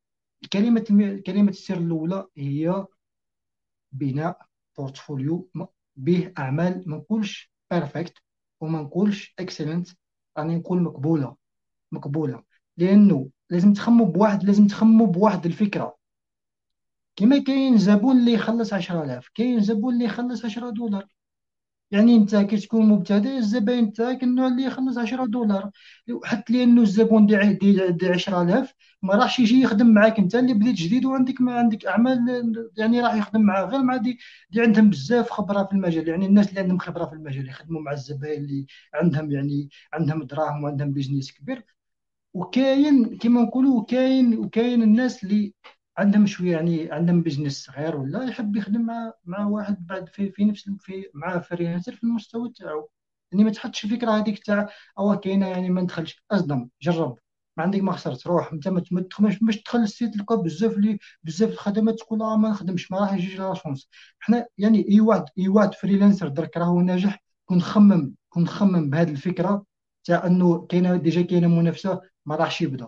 كلمة السر الأولى هي بناء بورتفوليو به أعمال، ما نقولش بيرفكت وما نقولش اكسلنت، راني نقول مقبولة. مقبولة، لأنه لازم تخموا بواحد الفكرة. كما كاين زبون اللي يخلص 10,000، كاين زبون اللي يخلص $10. يعني انت كي تكون مبتدئ، الزباين تاعك النوع اللي يخلص $10. حتى لانه الزبون دي 10,000 ما راحش يجي يخدم معاك انت اللي بديت جديد وعندك ما عندك اعمال، يعني راح يخدم معاه غير مع دي عندهم بزاف خبره في المجال. يعني الناس اللي عندهم خبره في المجال يخدموا مع الزباين اللي عندهم، يعني عندهم دراهم وعندهم بيزنس كبير. وكاين كما نقولوا وكاين الناس اللي عندهم شويه، يعني عندهم بزنس صغير ولا يحب يخدم مع واحد بعد في نفس مع فريلانسر في المستوى تاعو. يعني ما تحطش الفكره هذيك تاع او كاينه يعني ما ندخلش. اصدم، جرب، ما عندك ما خسرت. روح انت ما تدخلش باش تدخل السيت تلقى بزاف الخدمات تقول ما نخدمش، ما راح يجي لا شونس. حنا يعني اي واحد فريلانسر درك راهو ناجح، كون خمم بهذه الفكره تاع انه كاينه منافسه، ما راحش يبدا.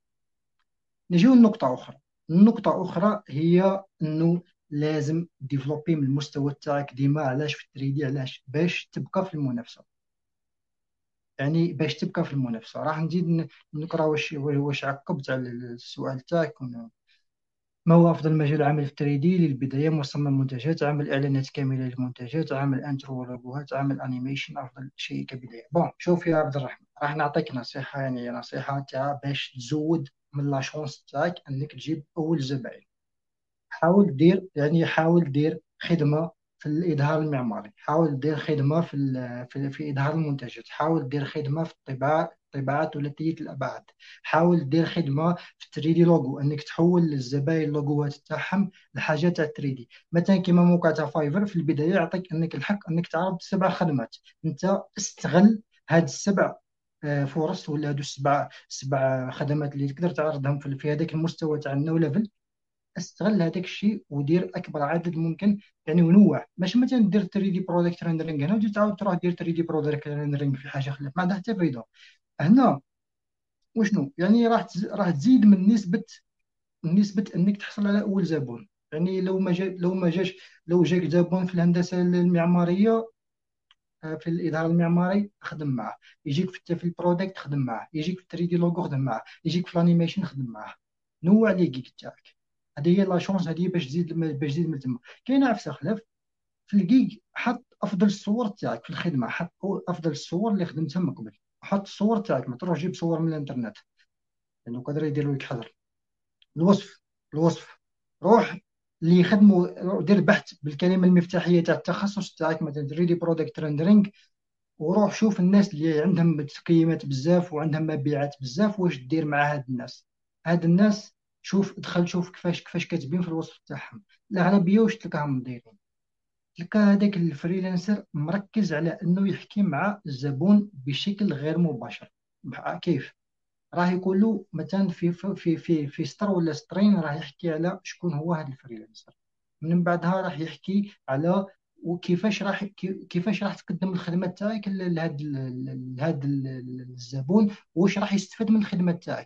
نجيو لنقطة أخرى. النقطة أخرى هي أنه لازم ديفلوبي من المستوى تاعك ديما. علاش في التريدي؟ علاش؟ باش تبقى في المنافسة. يعني باش تبقى في المنافسة. راح نزيد نقرا واش عقبت على السؤال تاعك. ما هو أفضل مجال عمل في التريدي؟ للبداية مصمم منتجات، عمل إعلانات كاملة للمنتجات، عمل انترو ولوجوهات، عمل أنيميشن. أفضل شيء كبداية. بون شوف يا عبد الرحمن، راح نعطيك نصيحة، يعني نصيحة تاع باش تزود من لا شونس تاعك أنك تجيب أول زبائن. حاول دير خدمة في الإظهار المعماري، حاول دير خدمة في إظهار المنتجات، حاول دير خدمة في الطباعات ثلاثية الأبعاد، حاول دير خدمة في 3 دي لوجو، أنك تحول للزباين اللوجوات تاعهم لحاجات تاع 3 دي. مثلا كيما موقع تاع فايفر في البداية يعطيك أنك الحق أنك تعرض 7 خدمات. أنت استغل هاد السبع فرص، ولا هادو سبع خدمات اللي تقدر تعرضهم في هذاك المستوى تاع النو ليفل. استغل هذاك الشيء ودير اكبر عدد ممكن، يعني ونوع. ماشي مثلا دير 3 دي برودكت ريندرينغ هنا وتجي تعاود تروح دير 3 دي برودكت ريندرينغ في حاجه اخرى، ما عندها حتى فايده. هنا وشنو يعني راح تزيد من نسبه انك تحصل على اول زبون. يعني لو جاك زبون في الهندسه المعماريه، في الاظهار المعماري خدم معه، يجيك في البرودكت خدم معه، يجيك في 3 دي لوجو خدم معه، يجيك في الانيميشن خدم معه. نوع لي جيك تاعك. هذه هي لا شونس، هذه باش تزيد من تما. كاين عفسه خلاف في الجيج. حط افضل الصور تاعك في الخدمه، حط افضل الصور اللي خدمتها من قبل. حط الصور تاعك، ما تروح جيب صور من الانترنت لانه قادر يديروا لك حظر. الوصف الوصف روح اللي يخدموا، دير بحث بالكلمه المفتاحيه تاع التخصص تاعك، مثلا 3 دي برودكت ريندرينغ، وروح شوف الناس اللي عندهم تقييمات بزاف وعندهم مبيعات بزاف، واش دير مع هاد الناس. شوف دخل شوف كيفاش كاتبين في الوصف تاعهم. الاغلبيه واش تلقاهم دايرين؟ تلقى هذاك الفريلانسر مركز على انه يحكي مع الزبون بشكل غير مباشر. كيف؟ راه يقول له مثلا في سطر ولا سطرين راه يحكي على شكون هو هذا الفريلانسر. من بعدها راح يحكي على كيفاش راح تقدم الخدمه تاعك لهذا الزبون، واش راح يستفاد من الخدمه تاعك.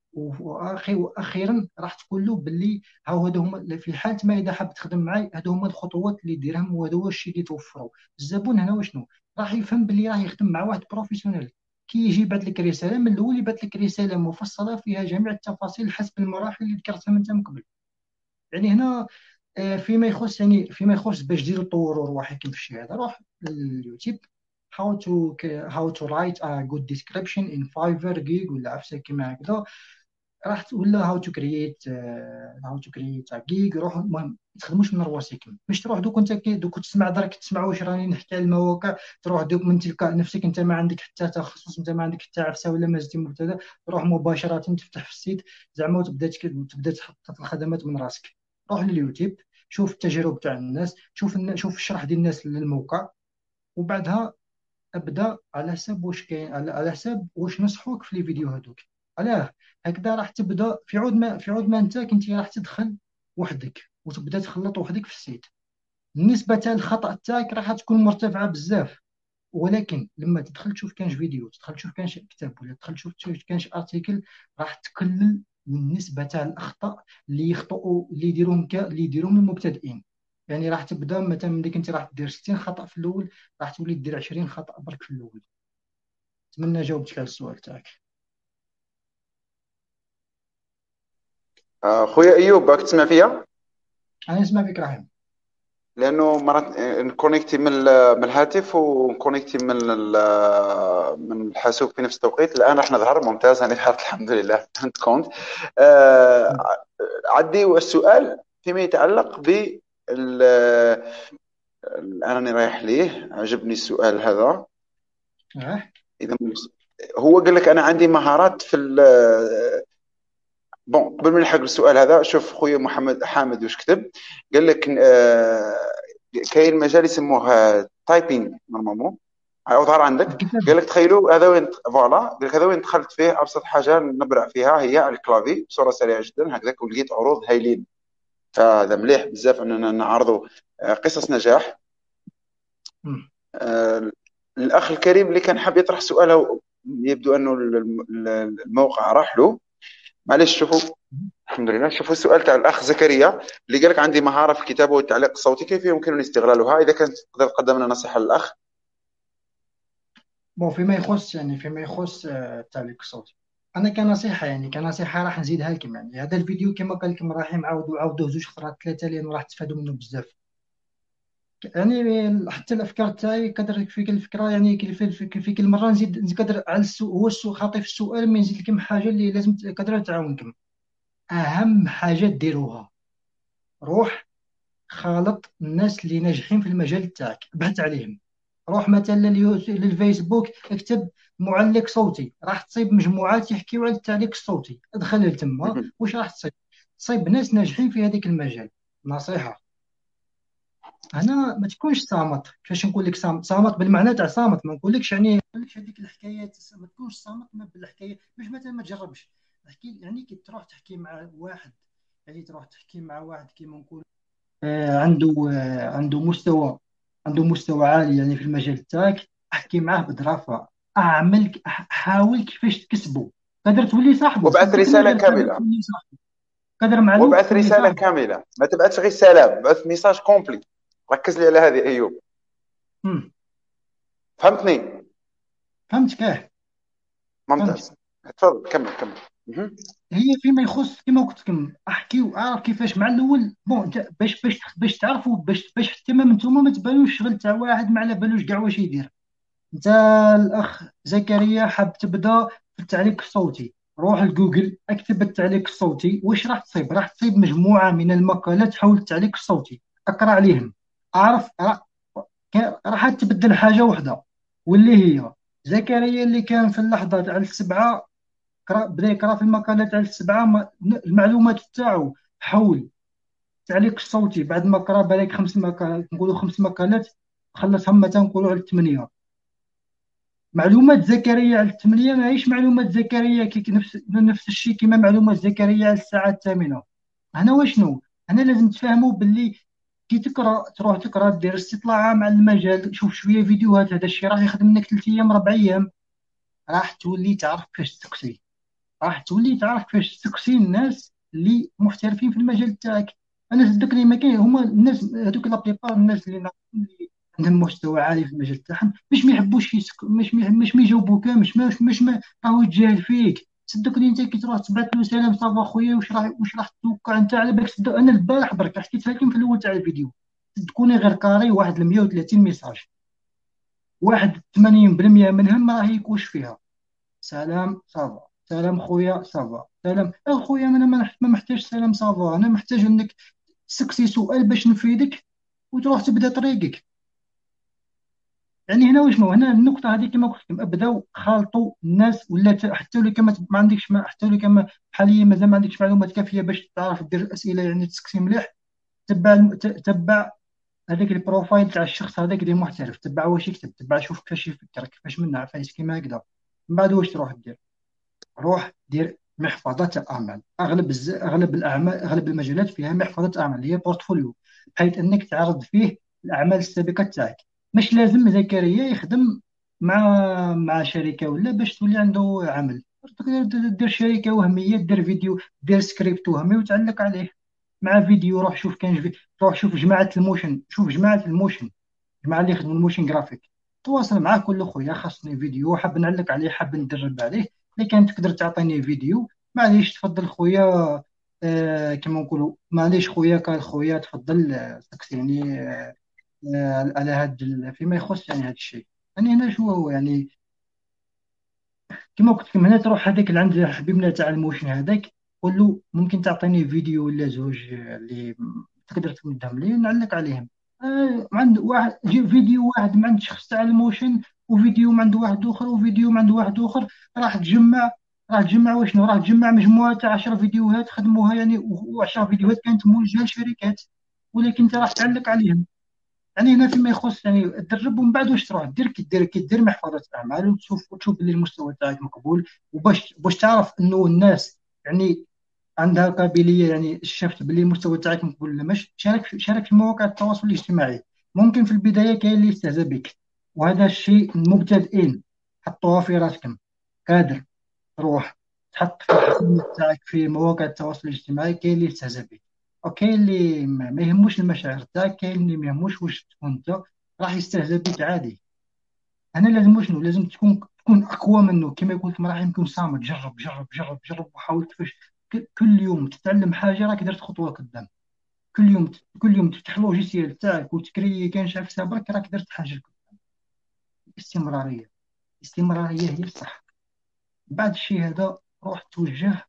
واخيرا راح تقول له باللي هادو هما في حاله ما اذا حاب تخدم معي، هادو هما الخطوات اللي ديرهم وهذا هو الشيء اللي توفره. الزبون هنا وشنو راح يفهم باللي راح يخدم مع واحد بروفيسيونيل. كي يجي يبعث لك رساله من الاول، يبعث لك رساله مفصله فيها جميع التفاصيل حسب المراحل اللي ذكرتها انت من قبل. يعني هنا فيما يخص باش تزيدوا تطوروا رواحكم في الشيء هذا، روح لليوتيوب how to write a good description in Fiverr gig ولا عفسه كيما هكذا. راح ولا هاو تو كرييت ا جيج. روح المهم ما تخدموش من رواسيكم، باش تروح دوك انت دوك تسمع درك تسمع واش راني نحكي على المواقع، تروح دوك من تلقاء نفسك انت ما عندك حتى تخصص، انت ما عندك حتى عفسه ولا ما زلتي مبتدئ، تروح مباشره تفتح في السيت زعما وتبدا تحط الخدمات من راسك. روح لليوتيوب، شوف التجارب تاع الناس، شوف الشرح ديال الناس للموقع، وبعدها ابدا على حسب واش كاين، على حسب واش نصحوك في لي فيديو هذوك. علاه هكذا راح تبدا في عود ما انت كنتي راح تدخل وحدك وتبدا تخلط وحدك في السيت. النسبه تاع الخطا تاعك راح تكون مرتفعه بزاف، ولكن لما تدخل تشوف كانش فيديو، تدخل تشوف كانش كتاب، ولا تدخل تشوف كانش ارتيكل، راح تقلل من النسبه تاع الاخطاء اللي يخطئوا اللي يديروهم المبتدئين. يعني راح تبدا مثلا ملي كنت راح دير 60 خطا في الاول، راح تولي دير 20 خطا برك في الاول. نتمنى جاوبتك على السؤال تاعك. خويا ايوب، راك تسمع فيا؟ انا نسمع فيك رحيم. لانه مرات نكونيكتي من الهاتف ونكونيكتي من الحاسوب في نفس التوقيت. الان راح نظهر ممتاز، انا ظهرت الحمد لله فهمت كونت. عندي السؤال فيما يتعلق ب الان راني رايح ليه، عجبني السؤال هذا. اذا هو قال لك انا عندي مهارات في بون. قبل ما نلحق السؤال هذا، شوف خويا محمد حامد واش كتب. قال لك كاين مجال يسموه تايبينج نورمالمون، ظهر عندك. قال لك تخيلوا هذا وين فوالا، قال لك هذا وين دخلت فيه ابسط حاجه نبرع فيها هي الكلافي بصوره سريعه جدا هكذاك، ولقيت عروض هايلين. فهذا مليح بزاف اننا نعرضوا قصص نجاح. الاخ الكريم اللي كان حاب يطرح سؤاله، يبدو انه الموقع راح له، معليش. شوفوا الحمد لله. شوفوا السؤال تاع الاخ زكريا اللي قال لك عندي مهاره في الكتابه والتعليق الصوتي، كيف يمكنني استغلالها؟ اذا كانت تقدر تقدم لنا نصيحه للاخ. بون فيما يخص التعليق الصوتي، انا كنصيحه راح نزيدها لكم. يعني هذا الفيديو كما قال لكم راهي عاودوه زوج خطرات ثلاثه، لانه راح تستفادوا منه بزاف. يعني حتى الافكار تاعي قدر فيك الفكره، يعني في كل مره نزيد قدر على هو السوء خاطي في السؤال، ما نزيد لكم حاجه اللي لازم قدر تعاونكم. اهم حاجه ديروها، روح خالط الناس اللي ناجحين في المجال تاعك، بحث عليهم. روح مثلا للفيسبوك، اكتب معلق صوتي، راح تصيب مجموعات يحكيوا على التعليق الصوتي، ادخل لتما واش راح تصيب ناس ناجحين في هذاك المجال. نصيحه، انا ما تكونش صامت. كيفاش نقول لك صامت بالمعنى تاع صامت، ما نقولكش يعني ما نقولكش هذيك الحكايات، ما تكونش صامت بالحكايه، باش مثلا ما تجربش تحكي. يعني كي تروح تحكي مع واحد، يعني تروح تحكي مع واحد كيما نقول عنده مستوى عالي يعني في المجال تاعك، احكي معاه بظرافه، حاول كيفاش تكسبه. قدر تولي صاحبه، وابعث صدقني رساله غير قدر كامله. تولي صاحبه، قدر معلوم وابعث تولي رساله صاحبه. كامله، ما تبعثش غير سلام، ابعث ميساج كومبلي. ركز لي على هذه ايوب. فهمتني؟ فهمتك. ممتاز. تفضل كمل. هي فيما يخص كما قلت لكم، احكي واعرف كيفاش مع الاول. بون باش تعرفوا، باش حتى ما نتوما ما تبانوش الشغل تاع واحد ما على بالوش كاع واش يدير. انت الاخ زكريا حاب تبدا في التعليق الصوتي، روح لجوجل اكتب التعليق الصوتي، واش راح تصيب؟ راح تصيب مجموعه من المقالات حول التعليق الصوتي، اقرا عليهم. اعرف راح تبدل حاجه واحده، واللي هي زكريا اللي كان في اللحظه تاع السبعه بدا يقرا في المقالات تاع السبعه، المعلومات تاعو حول التعليق الصوتي بعد ما قرا بالك 5 مقالات، نقولوا 5 مقالات، خلصهم مثلا نقولوا على 8. معلومات زكريا على 8 ماهيش معلومات زكريا كي نفس الشيء كما معلومات زكريا على الساعه 8. هنا واشنو؟ هنا لازم تفهموا باللي كي تروح تقرا دير استطلاع عام على المجال، شوف شويه فيديوهات، هذا الشيء راح يخدم لك 3 ايام 4 ايام. راح تولي تعرف كيفاش تسقسي، راح تولي تعرف كيفاش تسقسي الناس اللي محترفين في المجال تاعك. انا صدقني ما كاين، هما الناس هذوك لا بليبار الناس اللي نعرفهم اللي عندهم مستوى عالي في المجال تاعهم، مش ما يحبوش مش ما يجاوبوك، مش ما راهو يتجاهل فيك. صدقني انت كي تروح تبعث له سلام صافا خويا، واش راح تتوقع انت على بالك؟ صدق انا البارح برك حكيت لكم في الاول تاع الفيديو، صدقوني غير كاري واحد 130 ميساج. واحد 80% منهم ما راح يكوش فيها. سلام صافا، سلام خويا صافا، سلام خويا، انا ما محتاج سلام صافا، انا محتاج انك تسقسي سؤال باش نفيدك وتروح تبدا طريقك. يعني هنا واش هنا النقطة هذه كما قلت لكم، بداو خالطوا الناس، ولا حتى لو كان ما عندكش حتى لو كان حاليا مازال ما عندكش معلومات كافية باش تعرف دير الأسئلة، يعني تسكسي مليح. تبع هذاك البروفايل تاع الشخص هذاك اللي محترف، تبع واش يكتب، تبع شوف كيفاش يفكر، كيفاش منها فايس كيما هكذا. من بعد واش تروح دير؟ روح دير محفظة أعمال. أغلب الأعمال، أغلب المجالات فيها محفظة أعمال، اللي هي بورتفوليو، بحيث أنك تعرض فيه الأعمال السابقة تاعك. مش لازم زكريا يخدم مع شركة ولا باش تولي عنده عمل. تقدر دير شركة وهمية، دير فيديو، دير سكريبت وهمي وتعلق عليه مع فيديو. روح شوف روح شوف جماعة الموشن، شوف جماعة الموشن، الجماعة اللي يخدموا الموشن جرافيك، تواصل معاه، كل خويا خاصني فيديو حاب نعلق عليه، حاب ندرب عليه. اللي كان تقدر تعطيني فيديو، معليش تفضل خويا. كما نقولوا معليش خويا، قال خويا تفضل سقسيني على فيما يخص يعني هذا الشيء. يعني هنا شو هو يعني، كما قلت لكم، هنا تروح هذاك اللي عند حبيبنا تاع الموشن هذاك، قول له ممكن تعطيني فيديو ولا زوج اللي تقدر تمدهم لي نعلق عليهم. عند واحد فيديو واحد من عند شخص تاع الموشن، وفيديو من عند واحد اخر، وفيديو من عند واحد اخر. راح تجمع راح تجمع وشنو، راح تجمع مجموعه تاع 10 فيديوهات خدموها يعني، و10 فيديوهات كانت موجهه لشركات، ولكن انت راح تعلق عليهم. يعني هنا فيما يخص يعني تدرب، ومن بعد واش تروح دير، كي دير محفظه اعمال، وتشوف باللي المستوى تاعك مقبول. وباش تعرف انه الناس يعني عندها قابليه، يعني شفت باللي المستوى تاعك مقبول ولا مش، شارك في مواقع التواصل الاجتماعي. ممكن في البدايه كاين اللي يستهزأ بك، وهذا الشيء المبتدئين حطوها في راسكم. قادر تروح تحط في الحسابات تاعك في مواقع التواصل الاجتماعي، كاين اللي يستهزأ بك، اوكي، اللي ما يهموش المشاعر تاعك، كاين اللي ما يهموش واش تكون انت، راح يستهزأ بك عادي. انا لازم شنو، لازم تكون اقوى منه. كما قلت، ما راح يمكن صامت، جرب جرب جرب جرب وحاول كيفاش. كل يوم تتعلم حاجه راك درت خطوه قدام. كل يوم تفتح لوجيسيال تاعك وتكري كان شاف حسابك، راك درت حاجه لقدام. الاستمراريه، الاستمراريه هي الصح. بعد الشيء هذا روح توجه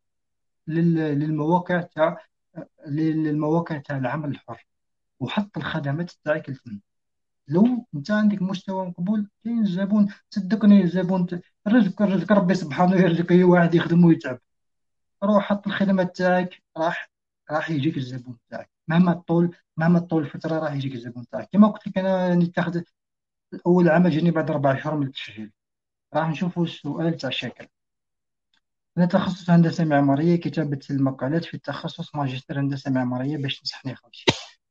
للمواقع تاع للمواقع تاع العمل الحر، وحط الخدمات تاعك الفن. لو انت عندك مستوى مقبول، كاين الزبون، صدقني الزبون الرزق ربي سبحانه يرزق اي واحد يخدم ويتعب. روح حط الخدمات تاعك، راح يجيك الزبون تاعك، مهما طول الفتره راح يجيك الزبون تاعك. كما قلت لك انا نتاخذ اول عام جاني بعد 4 شهور من التسجيل. راح نشوفوا السؤال تاع شكل. أنا تخصص هندسة معمارية، كتابة المقالات في تخصص ماجستير هندسة معمارية باش تنصحني خوتي.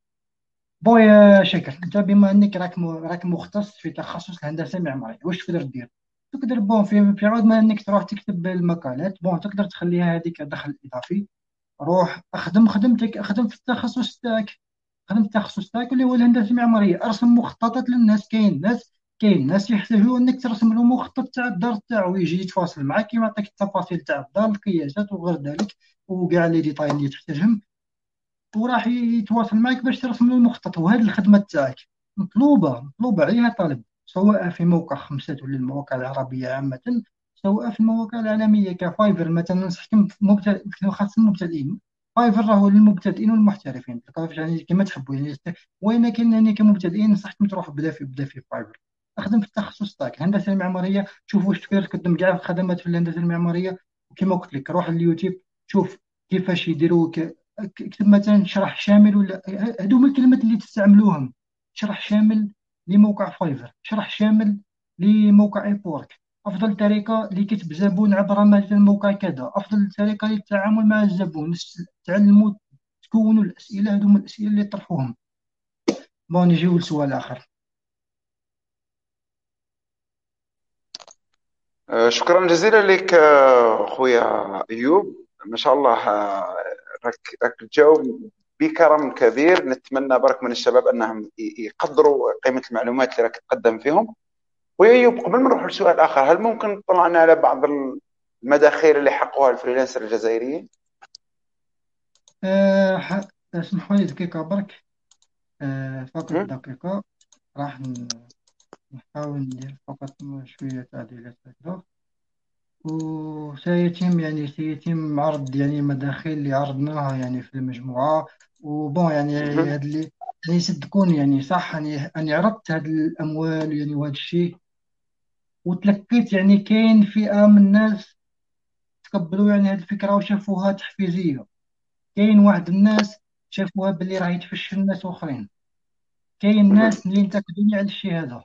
بويا شكر، انت بما انك راك مختص في تخصص الهندسه المعماريه، واش تقدر دير؟ تقدر بون في عوض ما انك تروح تكتب المقالات، بون تقدر تخليها هذيك دخل اضافي. روح خدم في التخصص تاعك، خدم في التخصص تاعك اللي هو الهندسه المعماريه. ارسم مخططات للناس. كاين ناس يحتاجوا انك ترسم لهم مخطط تاع الدار تاعو، يجي يتواصل معك كيما يعطيك التفاصيل تاع الدار، القياسات وغير ذلك، وكاع لي ديتاي اللي تحتاجهم، وراح يتواصل معك باش ترسم له المخطط. وهذه الخدمة تاعك مطلوبة عليها طالب، سواء في موقع خمسات ولا المواقع العربية عامة، سواء في المواقع العالمية كفايفر مثلا. ننصحكم في خاصة المبتدئين. فايفر راهو للمبتدئين والمحترفين، يعني كما تحبوا يعني. وين كاين يعني كمبتدئين ننصحكم تروحوا بدا في فايفر. اخدم في التخصص تاعك الهندسة المعمارية، شوف واش تقدر تقدم كاع الخدمات في الهندسة المعمارية. وكما قلت لك روح اليوتيوب، شوف كيفاش يديروا اكتب مثلا شرح شامل، ولا هذو هما الكلمات اللي تستعملوهم. شرح شامل لموقع فايفر، شرح شامل لموقع ايبورك. افضل طريقه لكتب زبون عبر مثلا موقع كذا، افضل طريقه للتعامل مع الزبون، تعلموا تكونوا الاسئله. هذو هما الاسئله اللي طرحوهم. بون نجيو لسؤال اخر. شكرا جزيلا لك خويا ايوب، ما شاء الله. راك تجاوب بكرم كبير. نتمنى برك من الشباب انهم يقدروا قيمه المعلومات اللي راك تقدم فيهم. خويا ايوب، قبل ما نروح لسؤال اخر، هل ممكن تطلعنا على بعض المداخيل اللي حقوها الفريلانسر الجزائريين؟ اسمحوا لي دقيقه برك. فقط م? دقيقه. راح نحاول ندير فقط شوية تعديلات هكذا، وسيتم عرض يعني المداخيل اللي عرضناها يعني في المجموعة. وبون يعني مهم. هاد اللي يعني صدقوني يعني صح أني عرضت هاد الأموال يعني وهذا الشيء، وتلقيت يعني كاين فئة من الناس تقبلوا يعني هاد الفكرة وشافوها تحفيزية. كاين واحد الناس شافوها باللي راه يتفشل الناس آخرين. كاين مهم. ناس اللي انتقدوني على الشيء هذا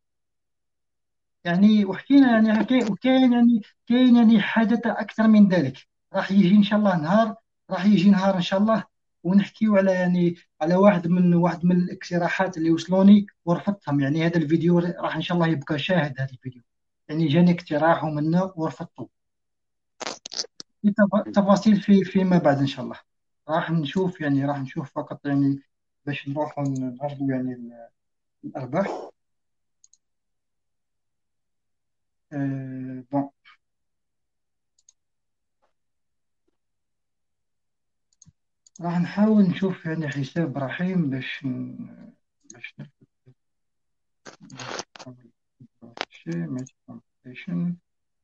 يعني، وحكينا يعني وكاين يعني كاين يعني حدث اكثر من ذلك. راح يجي ان شاء الله نهار، راح يجي نهار ان شاء الله ونحكيو على يعني على واحد من الاقتراحات اللي وصلوني ورفضتهم. يعني هذا الفيديو راح ان شاء الله يبقى شاهد هذا الفيديو. يعني جاني اقتراح منه ورفضته. في تفاصيل فيما بعد ان شاء الله. راح نشوف فقط يعني باش نروح نعرضوا يعني الارباح. بون راح نحاول نشوف يعني حساب رحيم باش نحاول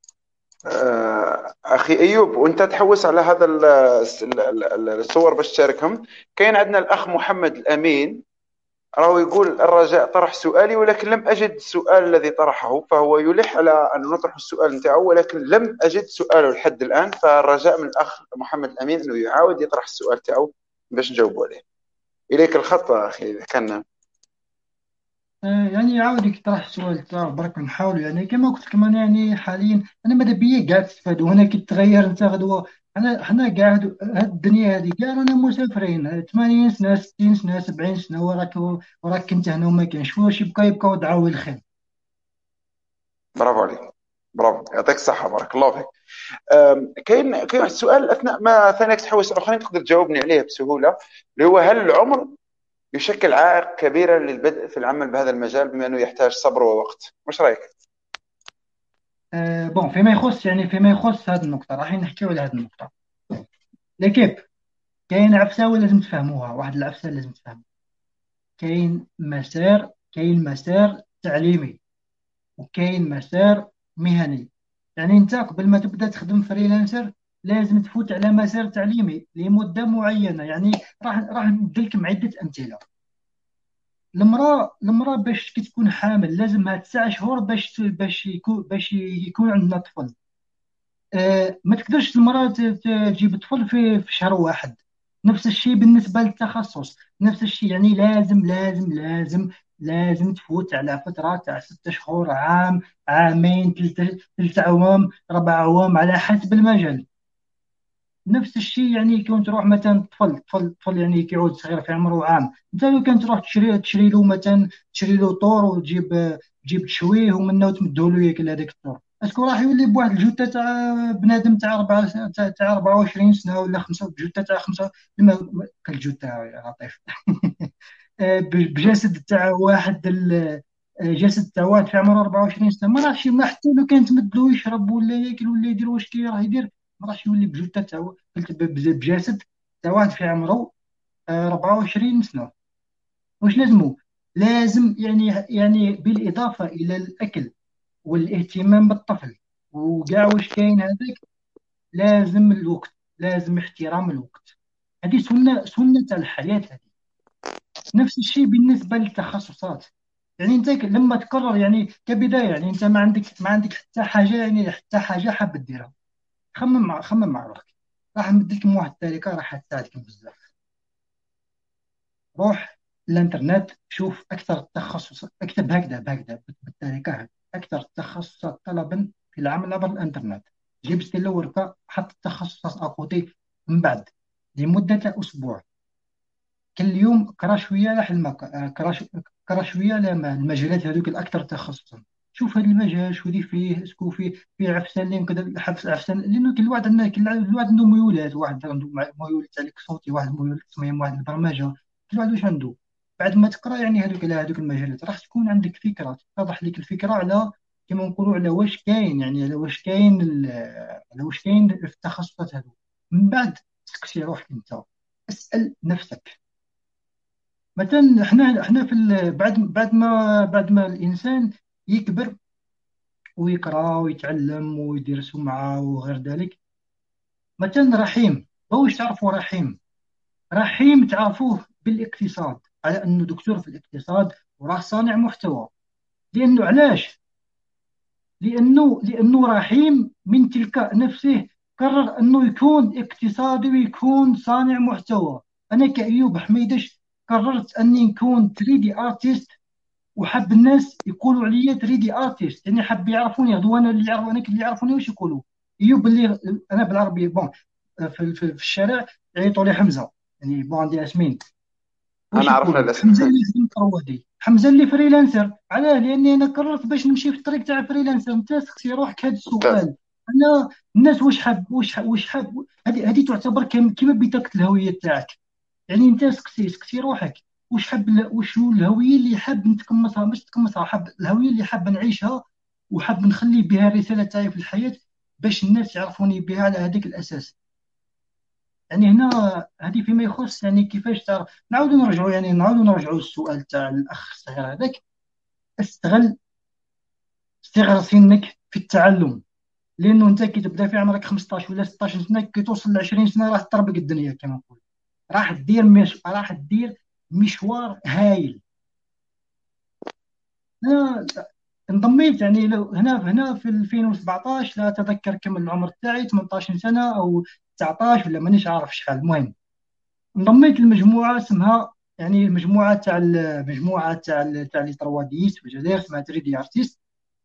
اخي ايوب، وانت تحوس على هذا الصور باش تشاركهم. كاين عندنا الاخ محمد الامين، راهو يقول: الرجاء طرح سؤالي ولكن لم أجد السؤال الذي طرحه. فهو يلح على أن نطرح السؤال نتاعو ولكن لم أجد سؤاله لحد الآن. فالرجاء من الأخ محمد الأمين أنه يعاود يطرح السؤال تاعو باش نجاوبوا عليه. إليك الخط أخي إذا كان. يعني يعاود يقترح السؤال تاعو برك نحاولوا. يعني كما قلت لكم أنا يعني حاليا انا ماذا بيا قاعد نستفاد. وهنا كي تغير انت غدوه. حنا قاعد هاد الدنيا هذه كاع رانا مسافرين 80 سنه 60 سنه 70 سنه وراك انت هنا وما كاينش واش يبقى دعاوي الخير. برافو عليك، برافو، يعطيك الصحة، بارك الله فيك. كاين واحد السؤال أثناء ما ثانيك تحوس على الآخرين تقدر تجاوبني عليه بسهولة، اللي هو: هل العمر يشكل عائق كبيرا للبدء في العمل بهذا المجال بما أنه يحتاج صبر ووقت؟ وش رأيك؟ بون فيما يخص هذه النقطه راح نحكيو على هذه النقطه. لكيف كاين عفسه ولازم تفهموها، واحد العفسه لازم تفهموها. كاين مسار تعليمي وكاين مسار مهني. يعني انت قبل ما تبدا تخدم فريلانسر لازم تفوت على مسار تعليمي لمده معينه. يعني راح نديلكم عده امثله. المراه باش كي تكون حامل لازمها 9 شهور باش يكون عندنا طفل. ما تقدرش المراه تجيب طفل في شهر واحد. نفس الشيء بالنسبه للتخصص، نفس الشيء. يعني لازم لازم لازم لازم تفوت على فتره تاع 6 شهور، عام، عامين، 3 اعوام، 4 اعوام على حسب المجال. نفس الشيء يعني كون تروح مثلا طفل يعني كيعود صغير في عمره عام. انت لو كان تروح تشري له مثلا تشري له طور تجيب تشويه ومنه وتمدوا له ياكل هذاك الطور، اسكو راح يولي بواحد الجوته تاع بنادم تاع 24 سنه ولا خمسه بجوته تاع خمسه كالجوته يا لطيف. بجسد تاع جسد تاع واحد في عمره 24 سنه ما راحش. ما حتى لو كان تمد له يشرب ولا ياكل ولا يدير واش كي راه يدير ما راحش يولي بجوته تاع بجسد تاع واحد في عمره 24 سنه. واش لازمو؟ لازم يعني بالاضافه الى الاكل والاهتمام بالطفل وكاع واش كاين هذاك، لازم الوقت، لازم احترام الوقت. هذه سنه تاع الحياه هذه. نفس الشيء بالنسبه للتخصصات. يعني انت لما تقرر يعني كبدايه، يعني انت ما عندك حتى حاجه، يعني حتى حاجه حاب ديرها. خمم مع روحك. راح نمد لكم واحد الطريقه راح تساعدكم بزاف. روح الانترنت شوف اكثر التخصص، اكتب هكذا بالطريقه هذه: اكثر التخصصات طلبا في العمل عبر الانترنت. جيب ستيلو ورقه حط التخصصات اكوتي. من بعد لمده اسبوع كل يوم قرا شويه على حلمك. قرا شويه على المجالات هذوك الاكثر تخصصا. شوف هذا المجال شو اللي فيه، اسكو فيه عفسه اللي كذا عفسه. لانه كل واحد عنده ميولات. واحد عنده ميول تاع الصوتي، واحد ميول التصميم، واحد البرمجه. كل واحد واش عنده. بعد ما تقرا يعني هذوك المجالات راح تكون عندك فكره، تتضح لك الفكره على كما نقولوا على واش كاين، يعني على واش كاين في التخصصات هذو. من بعد تسقسي روحك انت، اسال نفسك. مثلا احنا في بعد ما الانسان يكبر ويقرا ويتعلم ويدير سمعه وغير ذلك. مثلا رحيم، واش تعرفوا رحيم؟ رحيم تعرفوه بالاقتصاد، على انه دكتور في الاقتصاد وراه صانع محتوى. لانه علاش؟ لانه رحيم من تلقاء نفسه قرر انه يكون اقتصادي ويكون صانع محتوى. انا كايوب حميدش قررت اني نكون 3 دي ارتست، وحب الناس يقولوا عليا 3 دي ارتست، يعني حب يعرفوني غدوه. انا اللي يعرفوا، انا اللي يعرفوني واش يقولوا؟ ايوب اللي انا بالعربي بون، في الشارع يعيطوا لي حمزه، يعني بون عندي اسمين. انا واش عرفنا يقولوا؟ الاسم. حمزه اللي يخدم طروادي، حمزه اللي فريلانسر. علاه؟ لاني انا قررت باش نمشي في الطريق تاع فريلانسر. انت سقسي روحك هذا ممتاز. السؤال. انا الناس واش حاب، واش حاب، هذه تعتبر كما بطاقه الهويه تاعك. يعني انت سقسي روحك واش حاب، واش هو الهويه اللي حاب نتقمصها، مش تقمصها، حاب الهويه اللي حاب نعيشها وحاب نخلي بها الرساله تاعي في الحياه، باش الناس يعرفوني بها على هذاك الاساس. يعني هنا هذه فيما يخص يعني كيفاش تعرف. نعاودوا نرجعوا السؤال تاع الاخ الصغير هذاك. استغل صغر سنك في التعلم، لانه انت كي تبدا في عمرك 15 ولا 16 سنه، كي توصل ل 20 سنه راح تطربق الدنيا كما نقول. راح تدير مشوار هايل. انا انضميت يعني هنا في 2017، لا اتذكر كم العمر تاعي، 18 سنه او 19 ولا مانيش عارف شحال. المهم انضميت لمجموعه اسمها، يعني المجموعه تاع لي طرواديس في الجزائر، اسمها 3 دي ارتيست.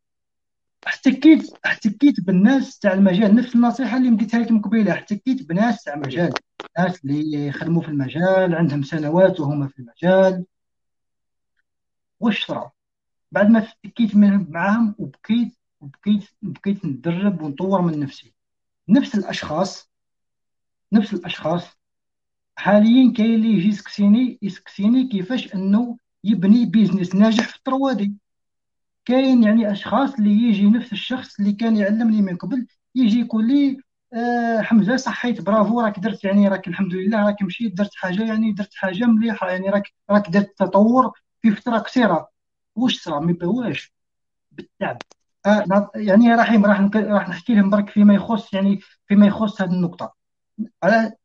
احتكيت بالناس تاع المجال، نفس النصيحه اللي مديتها لكم قبيله. احتكيت بناس تاع مجال، ناس اللي يخدموا في المجال عندهم سنوات وهما في المجال. واش صرا؟ بعد ما احتكيت معاهم وبقيت ندرب ونطور من نفسي. نفس الاشخاص نفس الاشخاص حاليا كاين اللي يجي يسكسيني كيفاش انه يبني بيزنس ناجح في الطروادي. كاين يعني اشخاص اللي يجي، نفس الشخص اللي كان يعلمني من قبل، يجي يقول لي حمزه صحيت، برافو، راك درت، يعني راك الحمد لله راك مشيت درت حاجه، يعني درت حاجه مليحه، يعني راك درت تطور في فتره قصيره. واش صرا؟ ما يبواش بالتعب. يعني يا رحيم راح نحكي لهم برك فيما يخص هذه النقطه. على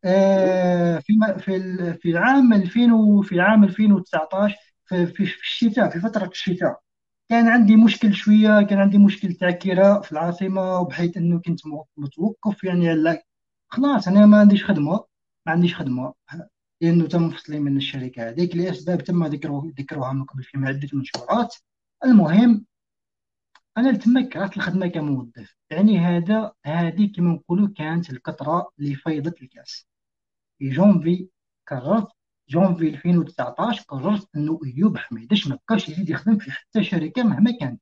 في العام 2000 في العام 2019، في الشتاء، في فترة الشتاء، كان عندي مشكل تاع كراء في العاصمة، وبحيث انه كنت متوقف يعني على، خلاص انا ما عنديش خدمة، لانه تم فصلي من الشركة هذيك لاسباب تم ذكروها من قبل في عدة منشورات. المهم انا تما كرهت الخدمة كموظف. يعني هذه كما نقولوا كانت القطرة اللي فيضت الكاس. في قررت جونفي 2019 قررت انه ايوب حميدش ما بقاش يزيد يخدم في حتى شركه مهما كانت.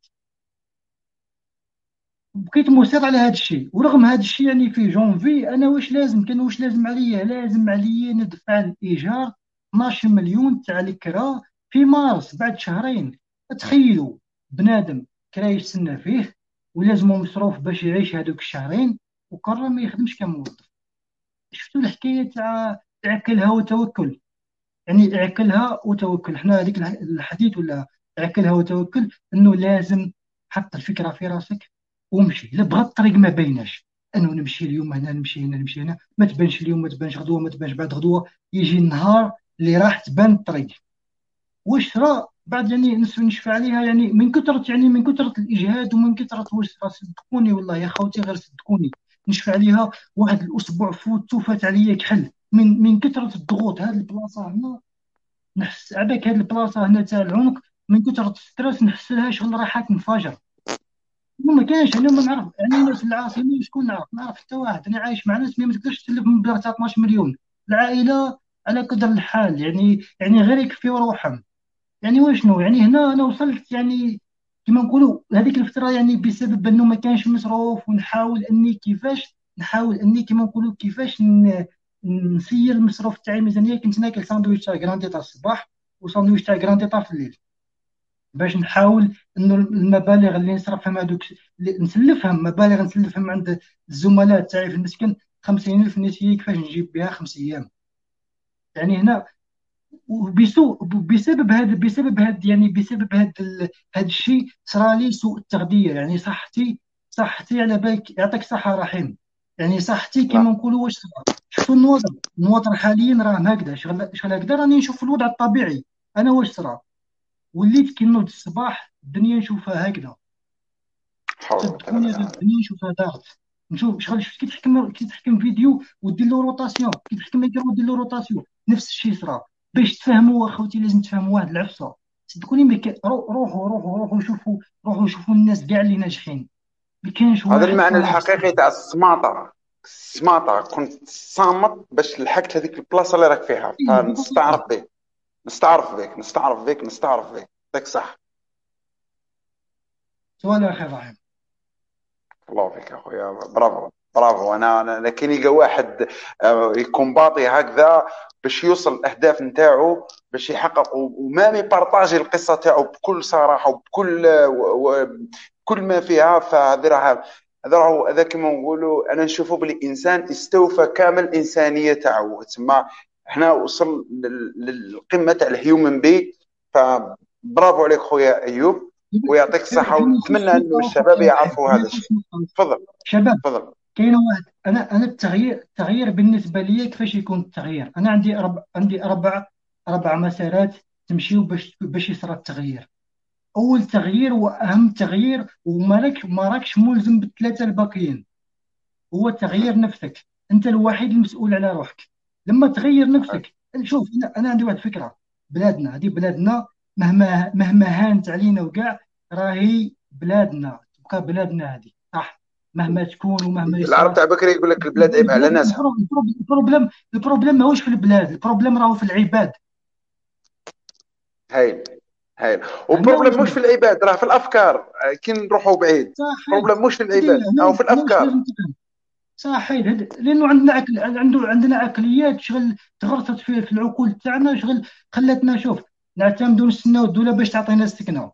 بقيت مصر على هذا الشيء. ورغم هذا الشيء يعني في جونفي انا واش لازم عليا؟ لازم عليا ندفع الايجار 12 مليون تاع الكرا في مارس بعد شهرين. تخيلوا، بنادم كرا يستنى فيه ولازمه مصروف باش يعيش هذوك الشهرين، وقرر ما يخدمش كموظف. شفتوا الحكايه تاع كلها وتوكل؟ يعني اعقلها وتوكل. احنا هذيك الحديث ولا اعقلها وتوكل، انه لازم حط الفكره في راسك ومشي. لا بغى الطريق ما بيناش، انه نمشي اليوم هنا، نمشي هنا، نمشي هنا، ما تبانش اليوم، ما تبانش غدوه، ما تبانش بعد غدوه، يجي النهار اللي راح تبان الطريق. واش راه بعد يعني نشفى عليها، يعني من كثره الاجهاد ومن كثره واش راه، صدقوني والله يا خوتي غير صدقوني، نشفى عليها. واحد الاسبوع فات عليا كحل من كثره الضغوط. هذه البلاصه هنا نحس عباك، هذه البلاصه هنا تاع العنق، من كثره الستريس نحس لها شغل راح ننفجر. ما كاينش. انا ما نعرف يعني ناس العاصمه شكون نعرف حتى واحد. انا عايش مع ناس ما تقدرش تسلف مبلغ تاع 12 مليون. العائله على قدر الحال، يعني غير يكفيو روحهم. يعني واشنو يعني هنا انا وصلت يعني كما نقولوا هذيك الفتره، يعني بسبب انه ما كانش مصروف، نحاول اني كما نقولوا كيفاش نسير المصروف تاعي. الميزانيه كنت ناكل ساندويتش تاع جراندي تاع الصباح وساندويتش تاع جراندي تاع في الليل، باش نحاول انه المبالغ اللي نصرفهم هذوك نسلفهم عند الزملاء تاعي في المسكن. 50,000 نسيه كيفاش نجيب بها 5 ايام. يعني هنا هذا الشيء صرا لي سوء التغذيه. يعني صحتي على بالك، يعطيك الصحه رحيم. يعني صحتي لا كما نقولوا واش صرا. شفتوا النوضر حاليا راه هكذا، شغل هكذا راني نشوف الوضع الطبيعي. انا واش صرا، وليت كي نوض الصباح الدنيا نشوفها هكذا. حول ولا قوة صدقوني إلا هذا بالله. الدنيا نشوفها دارت. نشوف شغل، شفت كي تحكم فيديو ودير له روتاسيون، كي تحكم ميكرو ودير له روتاسيون، نفس الشيء صرا. باش تفهموا اخوتي لازم تفهموا واحد العفسه. صدقوني ما كا- روحوا شوفوا الناس كاع اللي ناجحين. ما كاينش هذا واحد المعنى صار الحقيقي بزاف. تاع الصماطة. الصماطة كنت صامت باش لحقت هذيك البلاصة اللي راك فيها، إيه، فنستعرف بك نستعرف بك يعطيك صح. سؤال اخي رحيم. الله فيك يا اخويا، برافو برافو. انا كي نلقى واحد يكون باطي هكذا باش يوصل الاهداف نتاعو، باش يحقق وما يبارطاجي القصه تاعو بكل صراحه وبكل كل ما فيها، فهذا راه هذا كما نقولوا انا نشوفه بلي انسان استوفى كامل الانسانيه تاعو تسمى. احنا وصل للقمه تاع الهيومن بي. فبرافو عليك خويا ايوب، ويعطيك الصحه، فيما يخص ونتمنى انه نقطه الشباب اخرى رحيم، يعرفوا فيما هذا الشيء. يخص نقطه. تفضل. شباب، تفضل. كاين واحد. انا التغيير بالنسبه لي كيفاش يكون التغيير. انا عندي اربع مسارات تمشيو باش يصرى التغيير. اول تغيير واهم تغيير، ما راكش ملزم بالثلاثه الباقيين، هو تغيير نفسك. انت الوحيد المسؤول على روحك. لما تغير نفسك، شوف، انا عندي واحد الفكره. بلادنا مهما هانت علينا وكاع، راهي بلادنا تبقى بلادنا هذه، صح؟ مهما تكون ومهما العرب يصرى. تاع بكري يقول لك البلاد عيب على ناسها. البروبليم ماهوش في البلاد، البروبليم راهو في العباد. هايل هايل. هنا والبروبلم واش مش في نقول. العباد، راه في الافكار. كي نروحوا بعيد صحيح. البروبلم مش في هذه العباد او هنا في هنا واش الافكار. لازم تفهم. صحيح. لانه عندنا عقليات شغل تغرست في العقول تاعنا، شغل خلتنا، شوف، نعتمدوا نستناو الدوله باش تعطينا السكنه،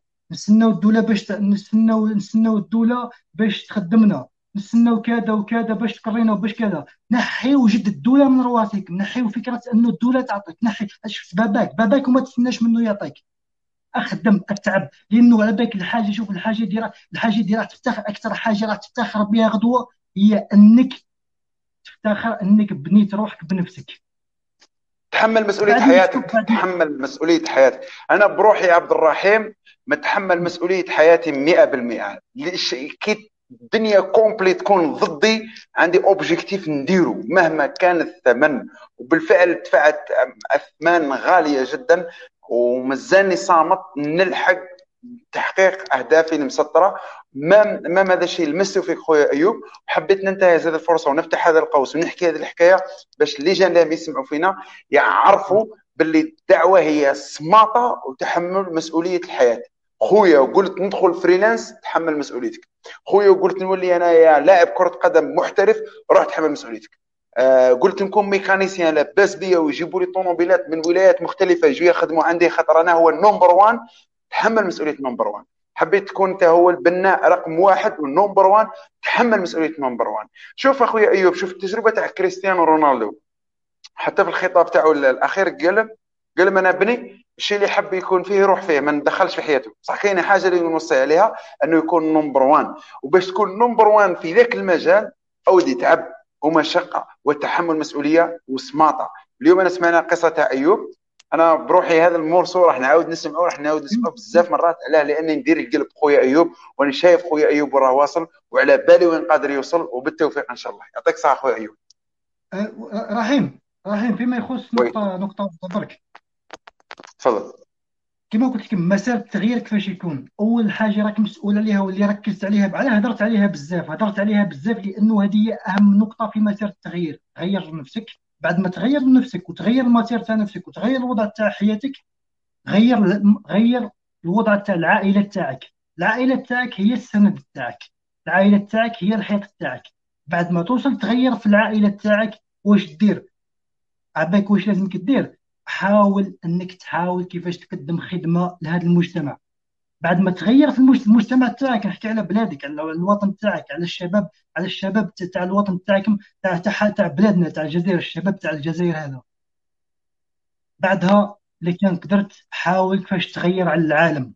نستناو الدوله باش تخدمنا، نستناو كذا وكذا باش تقرينا وباش كذا. نحيو جد الدوله من رواسك، نحيو فكره انه الدوله تعطيك. نحي، شفت باباك وما تستناش منه يعطيك. اخدم اتعب، لانه على بالك الحاجه، شوف، الحاجه دي راح تفتخر. اكثر حاجه راح تفتخر بها غدوه هي انك تفتخر انك بنيت روحك بنفسك. تحمل مسؤوليه بعدين شوف، حياتك، تحمل مسؤوليه حياتك. انا بروحي عبد الرحيم متحمل مسؤوليه حياتي 100%. كي الدنيا كومبلي تكون ضدي، عندي اوبجيكتيف نديره مهما كان الثمن. وبالفعل دفعت اثمان غاليه جدا، ومازالني صامت نلحق تحقيق اهدافي المسطره. ما هذا الشيء لمسته فيك خويا ايوب. حبيت ننتهز هذه الفرصه ونفتح هذا القوس ونحكي هذه الحكايه باش اللي جان لهم يسمعوا فينا يعرفوا باللي الدعوه هي سماطه وتحمل مسؤوليه الحياه. خويا وقلت ندخل فريلانس، تحمل مسؤوليتك. خويا وقلت نولي انا يا لاعب كره قدم محترف، روح تحمل مسؤوليتك. قلت نكون ميكانيسيان لاباس بيا ويجيبوا لي طوموبيلات من ولايات مختلفه يجوا يخدموا عندي خاطر انا هو النمبر 1. تحمل مسؤوليه نمبر 1. حبيت تكون انت هو البناء رقم واحد والنمبر 1، تحمل مسؤوليه نمبر 1. شوف اخويا ايوب، شوف التجربه تاع كريستيانو رونالدو. حتى في الخطاب تاعو الاخير قال انا بني الشيء اللي حب يكون فيه يروح فيه، ما ندخلش في حياته. صح كاينه حاجه اللي نوصي عليها انه يكون نمبر 1. وباش تكون نمبر 1 في ذاك المجال اودي تعب ومشقه وتحمل مسؤوليه وسماطه. اليوم انا سمعنا قصه تاع ايوب. انا بروحي هذا المورسو راح نعاود نسمعه بزاف مرات. علاه؟ لاني ندير القلب خويا ايوب، وانا شايف خويا ايوب وراه واصل، وعلى بالي وين قادر يوصل، وبالتوفيق ان شاء الله. يعطيك الصحه خويا ايوب. رحيم فيما يخص وي نقطه برك. تفضل. كما قلت لك، مسار التغيير كيفاش يكون. اول حاجه راك مسؤول عليها واللي ركزت عليها، على هدرت عليها بزاف لانه هذه هي اهم نقطه في مسار التغيير. غير نفسك. بعد ما تغير نفسك وتغير المسار تاع نفسك وتغير الوضع تاع حياتك، غير الوضع تاع العائله تاعك. العائله تاعك هي السند تاعك، العائله تاعك هي الحيط تاعك. بعد ما توصل تغير في العائله تاعك، واش دير؟ عباك واش لازمك دير؟ تحاول كيفاش تقدم خدمه لهذا المجتمع. بعد ما تغير في المجتمع تاعك، نحكي على بلادك، على الوطن تاعك، على الشباب تاع الوطن تاعكم، تاع بلادنا، تاع الجزائر، الشباب تاع الجزائر هذا. بعدها كان قدرت حاول كيفاش تغير على العالم.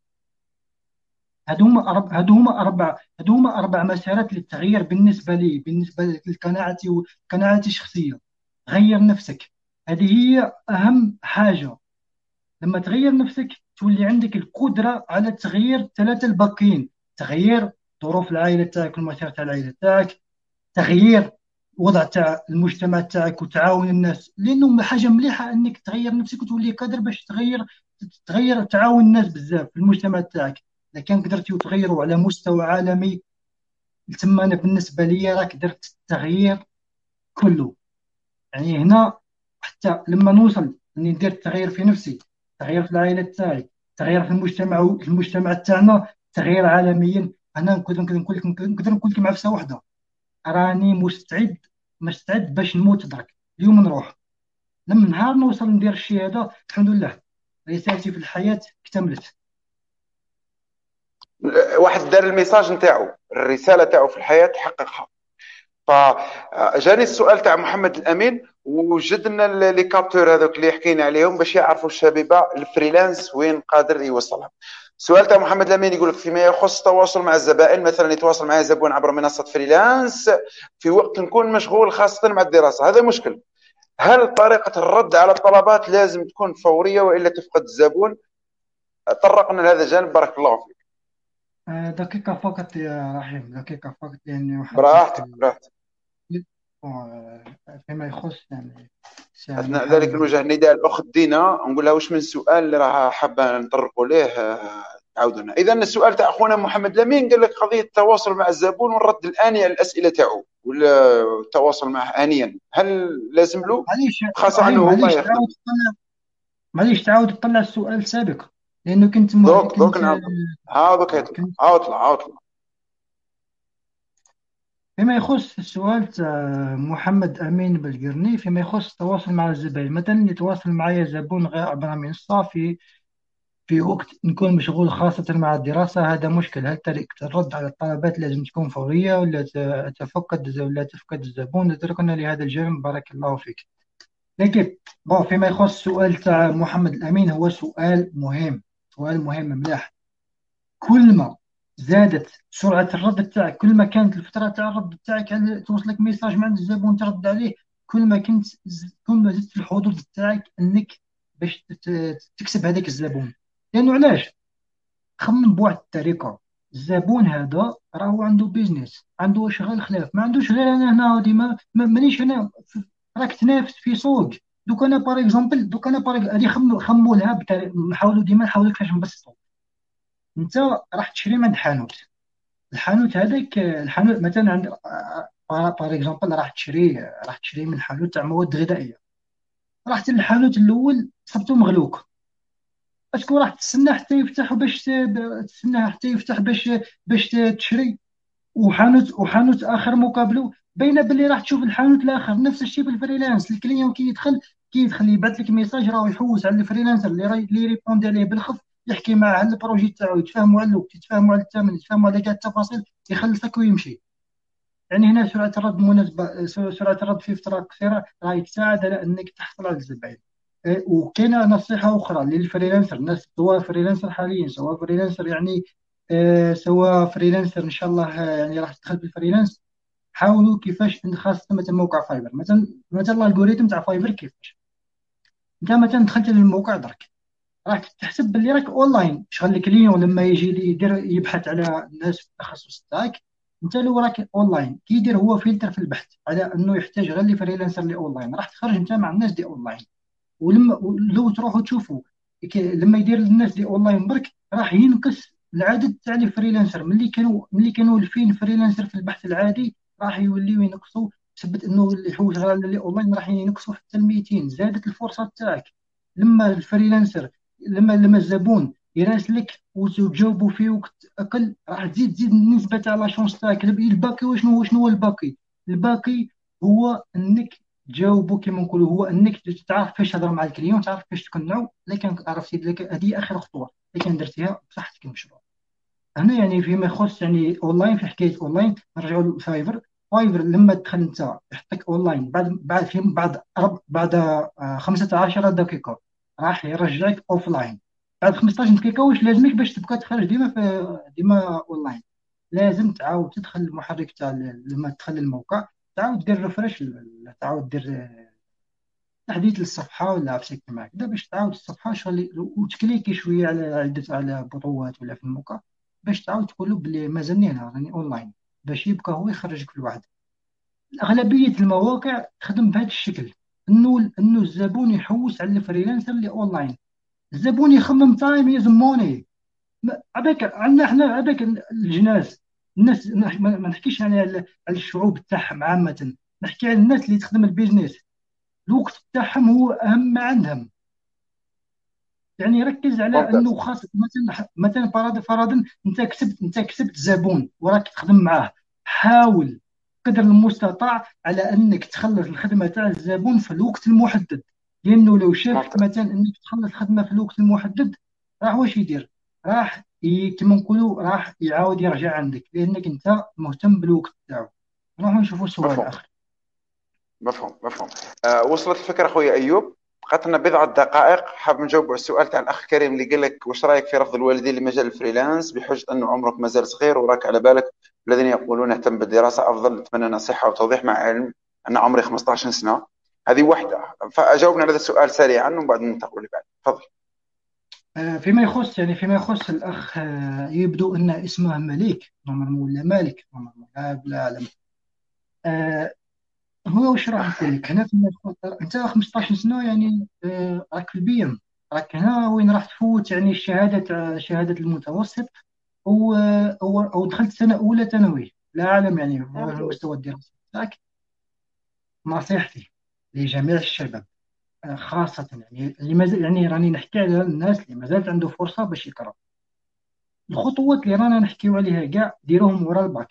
هادو هما 4 مسارات للتغيير بالنسبة لي، بالنسبة لقناعتي وقناعتي الشخصية. غير نفسك، هذه هي أهم حاجة. لما تغير نفسك تولي عندك القدرة على تغيير 3 الباقيين: تغيير ظروف العائلة تاعك والمسار تاع العائلة تاعك، تغيير وضع تاع المجتمع تاعك وتعاون الناس، لانه حاجه مليحه انك تغير نفسك وتولي قادر باش تغير تعاون الناس بزاف في المجتمع تاعك. اذا كان قدرتي تغيروا على مستوى عالمي، تما انا بالنسبه لي راك درت التغيير كله. يعني هنا حتى لما نوصل اني ندير التغيير في نفسي، تغيير في العائله تاعي، تغيير في المجتمع تاعنا، تغيير عالميا، انا نقدر نقول لك معفسه واحده: راني مستعد باش نموت درك اليوم نروح. لما نهار نوصل ندير الشيء هذا، الحمد لله رسالتي في الحياة اكتملت. واحد دار الميساج نتاعو، الرساله تاعو في الحياه حققها. فجاني السؤال تاع محمد الامين، وجدنا لي كابتور هذوك اللي حكينا عليهم باش يعرفوا الشبيبه الفريلانس وين قادر يوصلها. السؤال تاع محمد الامين يقول لك: فيما يخص التواصل مع الزبائن، مثلا يتواصل معي زبون عبر منصه فريلانس في وقت نكون مشغول خاصه مع الدراسه، هذا مشكل. هل طريقه الرد على الطلبات لازم تكون فوريه والا تفقد الزبون؟ طرقنا لهذا الجانب، بارك الله فيك. دقيقة فقط يا رحيم، دقيقة فقط، لأني أحبك براحتك براحتك. فيما يخص يعني اثناء ذلك نحاول. نوجه نداء الاخت دينا، نقول لها واش من سؤال اللي راه حابه نطرقوا ليه، تعاودوا لنا. اذا السؤال تاع اخونا محمد لمين قال لك قضيه التواصل مع الزبون والرد الاني على الاسئله تاعو، ولا التواصل معه انيا، هل لازم له، معليش خاصه انه رحيم، هو ما يخدم؟ معليش تعاود تطلع السؤال السابق، لأنه دوك نعاود، كنت عاود طلع. فيما يخص السؤال تاع محمد أمين بالقرني، فيما يخص التواصل مع الزبائن، مثلا يتواصل معي زبون غير عبر منصة في وقت نكون مشغول خاصة مع الدراسة، هذا مشكل. هل طريقة الرد على الطلبات لازم تكون فورية ولا تفقد الزبون؟ اتركنا لهذا الجانب، بارك الله فيك. لكن فيما يخص السؤال تاع محمد الأمين، هو سؤال مهم، سؤال مهم مليح. كل ما زادت سرعة الرد تاعك، كل ما كانت الفترة تاع الرد تاعك توصلك ميساج من عند الزبون ترد عليه، كل ما زدت الحظوظ تاعك انك باش تكسب هذاك الزبون. لانه علاش؟ خمم بواحد الطريقة: الزبون هذا راهو عنده بيزنس، عنده شغل خلاف، ما عندوش غير انا هنا ديما، مانيش هنا راك تنافس في سوق. دوك انا هذه خموا لها نحاولوا ديما كيفاش نبسطوا. انت راح تشري من حانوت، الحانوت هذاك الحانوت مثلا عند بار اكزومبل راح تشري من حانوت تاع مواد غذائيه. رحت للحانوت الاول صبته مغلوق، اسكو راح تستنى حتى يفتح تستنى حتى يفتح باش تشري؟ وحانوت اخر مقابله باينه باللي راح تشوف الحانوت الاخر. نفس الشيء في الفريلانس، الكليون كي يدخل يبعث لك ميساج، راه يحوس على الفريلانسر اللي يريبوندي عليه بالخف، يحكي معاه على البروجي تاعو، يتفاهموا على الوقت، يتفاهموا على الثمن، يتفاهموا على كاع التفاصيل، يخلصك ويمشي. يعني هنا سرعه الرد مناسبه، سرعه الرد في فتره قصيره راهي تساعد على انك تحصل على الزبائن. وكاينه نصيحه اخرى للفريلانسر، الناس سواء فريلانسر حاليا، سواء فريلانسر يعني سواء فريلانسر ان شاء الله يعني راح تدخل في الفريلانس. حاولوا كيفاش خاصه مثلا موقع فايبر، مثلا الالغوريثم تاع فايبر كيفاش. انت مثلا دخلت للموقع درك، راك تحسب باللي راك اونلاين، شغل الكليون لما يجي يدير يبحث على الناس في التخصص تاعك، انت لو راك اونلاين كيدير هو فلتر في البحث على انه يحتاج غير لي فريلانسر اللي اونلاين، راح تخرج انت مع الناس دي اونلاين. لو تروحوا تشوفوا لما يدير الناس دي اونلاين برك، راح ينقص العدد تاع الفريلانسر. ملي كانوا 2000 فريلانسر في البحث العادي، راح يوليو ينقصوا، بسبب انه اللي يحوس على اللي اونلاين راح ينقصوا حتى ل 200. زادت الفرصه تاعك لما الفريلانسر لما الزبون يراسلك وتجاوبوا في وقت اقل، راح تزيد النسبه تاع لا شونس تاعك. الباقي وشنو هو الباقي؟ الباقي هو انك تجاوبوا كما نقولوا، هو انك تعرف كيفاش تهضر مع الكليون، تعرف كيفاش تقنعوا. لكن عرفتي هذه اخر خطوه لكن درتيها بصحتك المشروع. هنا يعني فيما يخص يعني اونلاين، في حكايه اونلاين نرجعوا لفايفر. فايفر لما تدخل انت يحطك اونلاين بعد 15 دقيقه، راح يرجعك اوفلاين. بعد 15 دقيقه واش لازمك باش تبقى تخرج ديما اونلاين؟ لازم تعاود تدخل المحرك تاع لما تدخل الموقع، تعاود دير ريفرش، تعاود دير تحديث للصفحه ولا في كيما هكذا، باش تعاود الصفحه شغل وتكليكي شويه على على بطولات ولا في الموقع، باش تعاود تقول له بلي مازالني هنا راني اونلاين، باش يبقى هو يخرجك في الوعد. أغلبية المواقع تخدم بهذا الشكل، إنه الزبون يحوس على الفريلانسر اللي أونلاين. الزبون يخمم تايم يز موني. عباك عندنا احنا عباك الجناس، الناس ما نحكيش يعني على الشعوب تاعهم عامة، نحكي على الناس اللي تخدم البيزنس. الوقت تاعهم هو أهم ما عندهم. يعني ركز على ممتاز. انه خاص مثلا فرضا انت كسبت زبون وراك تخدم معاه، حاول قدر المستطاع على انك تخلص الخدمه تاع الزبون في الوقت المحدد. لانه لو شافك ممتاز. مثلا انك تخلص الخدمه في الوقت المحدد، راح واش يدير؟ راح كما نقولوا راح يعاود يرجع عندك، لانك انت مهتم بالوقت تاعو. راح نشوفوا سؤال مفهوم. اخر. مفهوم. وصلت الفكره اخويا ايوب. بقات لنا بضعه دقائق، حاب نجاوب على السؤال تاع الاخ كريم اللي قال لك واش رايك في رفض الوالدين لمجال الفريلانس بحجه انه عمرك مازال صغير وراك على بالك الذين يقولون اهتم بالدراسه افضل. نتمنى نصيحه وتوضيح مع علم ان عمري 15 سنه. هذه واحده، فاجاوبنا على هذا السؤال سريعا ومن بعد ننتقل اللي بعد. تفضل. فيما يخص الأخ، يبدو أن اسمه مليك نورمالمون ولا مالك نورمالمون، لا أعلم. آه، هو واش راح نقول لك هنا فيما يخص أنت 15 سنة، يعني راك في البي راك هنا وين راح تفوت يعني شهادة المتوسط، أو دخلت سنة أولى ثانوي، لا أعلم يعني هو ممتاز. المستوى الدراسي تاعك. نصيحتي لجميع الشباب، خاصة يعني اللي مازال، يعني راني نحكي على الناس اللي مازالت عنده فرصة باش يقرأ، الخطوات اللي رانا نحكيو عليها كاع ديروهم ورا الباك.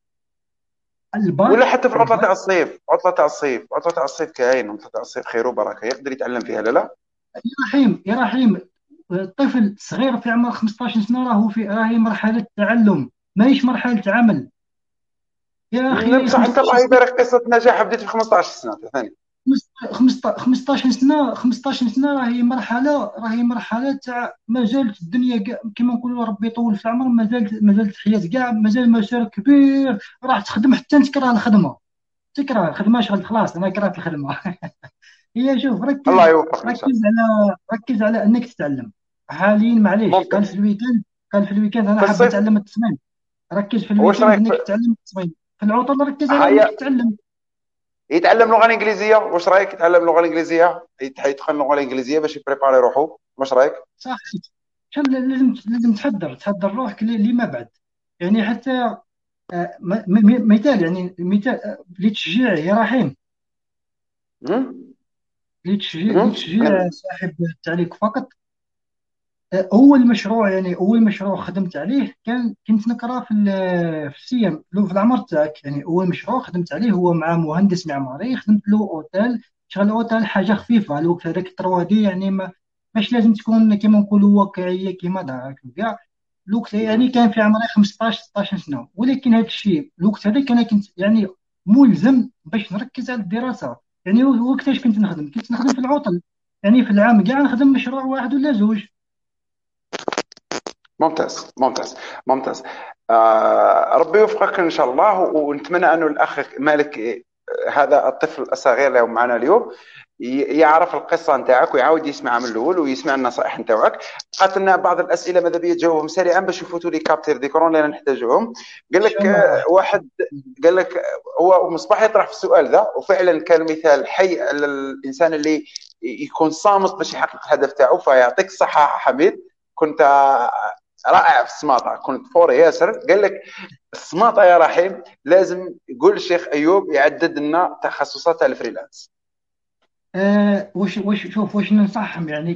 ولا الباك حتى في العطله تاع الباك الصيف، عطله تاع الصيف كاين، عطله تاع الصيف خير وبركه يقدر يتعلم فيها. لا. يا رحيم يا رحيم، الطفل صغير في عمر 15 سنة راهي مرحلة تعلم، ماهيش مرحلة عمل يا أخي. بصح انت 15 الله سنة، يبارك قصه نجاح بديت في 15 سنه ثاني. 15 سنة، 15 سنة راهي مرحلة تاع مازالت الدنيا كاع كيما نقولوا ربي يطول في العمر، مازالت الحياة كاع، مازال مسار كبير. راح تخدم حتى تكره الخدمة، تكره الخدمة شغل خلاص أنا كرهت الخدمة. هي شوف، الله ركز يوفقك ان شاء ركز على ركز على انك تتعلم حاليا. الله. معليش، ممتاز. قال في الويكاند انا في حاب الصيف. اتعلم التصميم. ركز في واش الويكاند رايك انك في تتعلم التصميم، في العطل ركز على انك هيا تتعلم. يتعلم لغه انجليزيه؟ واش رايك يتعلم اللغه الانجليزيه، يدخل اللغه الانجليزيه باش يبريباري روحه؟ واش رايك؟ صح. لازم تحضر روحك لما بعد. يعني حتى مثال، يعني مثال لتشجيع يا رحيم، مم؟ لتشجيع صاحب التعليق فقط. اول مشروع خدمت عليه كنت نقرا في السيام في العمر تاعك. يعني اول مشروع خدمت عليه هو مع مهندس معماري، خدمت له اوتيل، شغل اوتيل حاجه خفيفه الوقت هذاك 3 دي، يعني مش لازم تكون كيما نقولوا واقعيه كيما داك كاع. الوقت يعني كان في عمري 15 16 سنه، ولكن هذا الشيء الوقت هذاك انا كنت يعني ملزم باش نركز على الدراسه. يعني وقتاش كنت نخدم في العطل، يعني في العام كاع نخدم مشروع واحد ولا زوج. ممتاز. ممتاز. ربي يوفقك ان شاء الله، ونتمنى انه الاخ مالك هذا الطفل الصغير اللي هو معنا اليوم يعرف القصه نتاعك ويعاود يسمعها من الاول ويسمع النصائح نتاعك. بقات لنا بعض الاسئله ماذا بيا تجاوبهم سريعا باش يفوتوا لي كابتير ديكرون اللي نحتاجوهم. قال ان شاء لك الله. واحد قال لك هو مصباح يطرح في السؤال ذا، وفعلا كان مثال حي على الانسان اللي يكون صامت باش يحقق الهدف تاعو. فيعطيك الصحه حميد، كنت رائع في السماطه، كنت فوري ياسر. قال لك السماطه يا رحيم لازم يقول الشيخ ايوب يعدد لنا تخصصات الفريلانس. وش شوف وش ننصحهم، يعني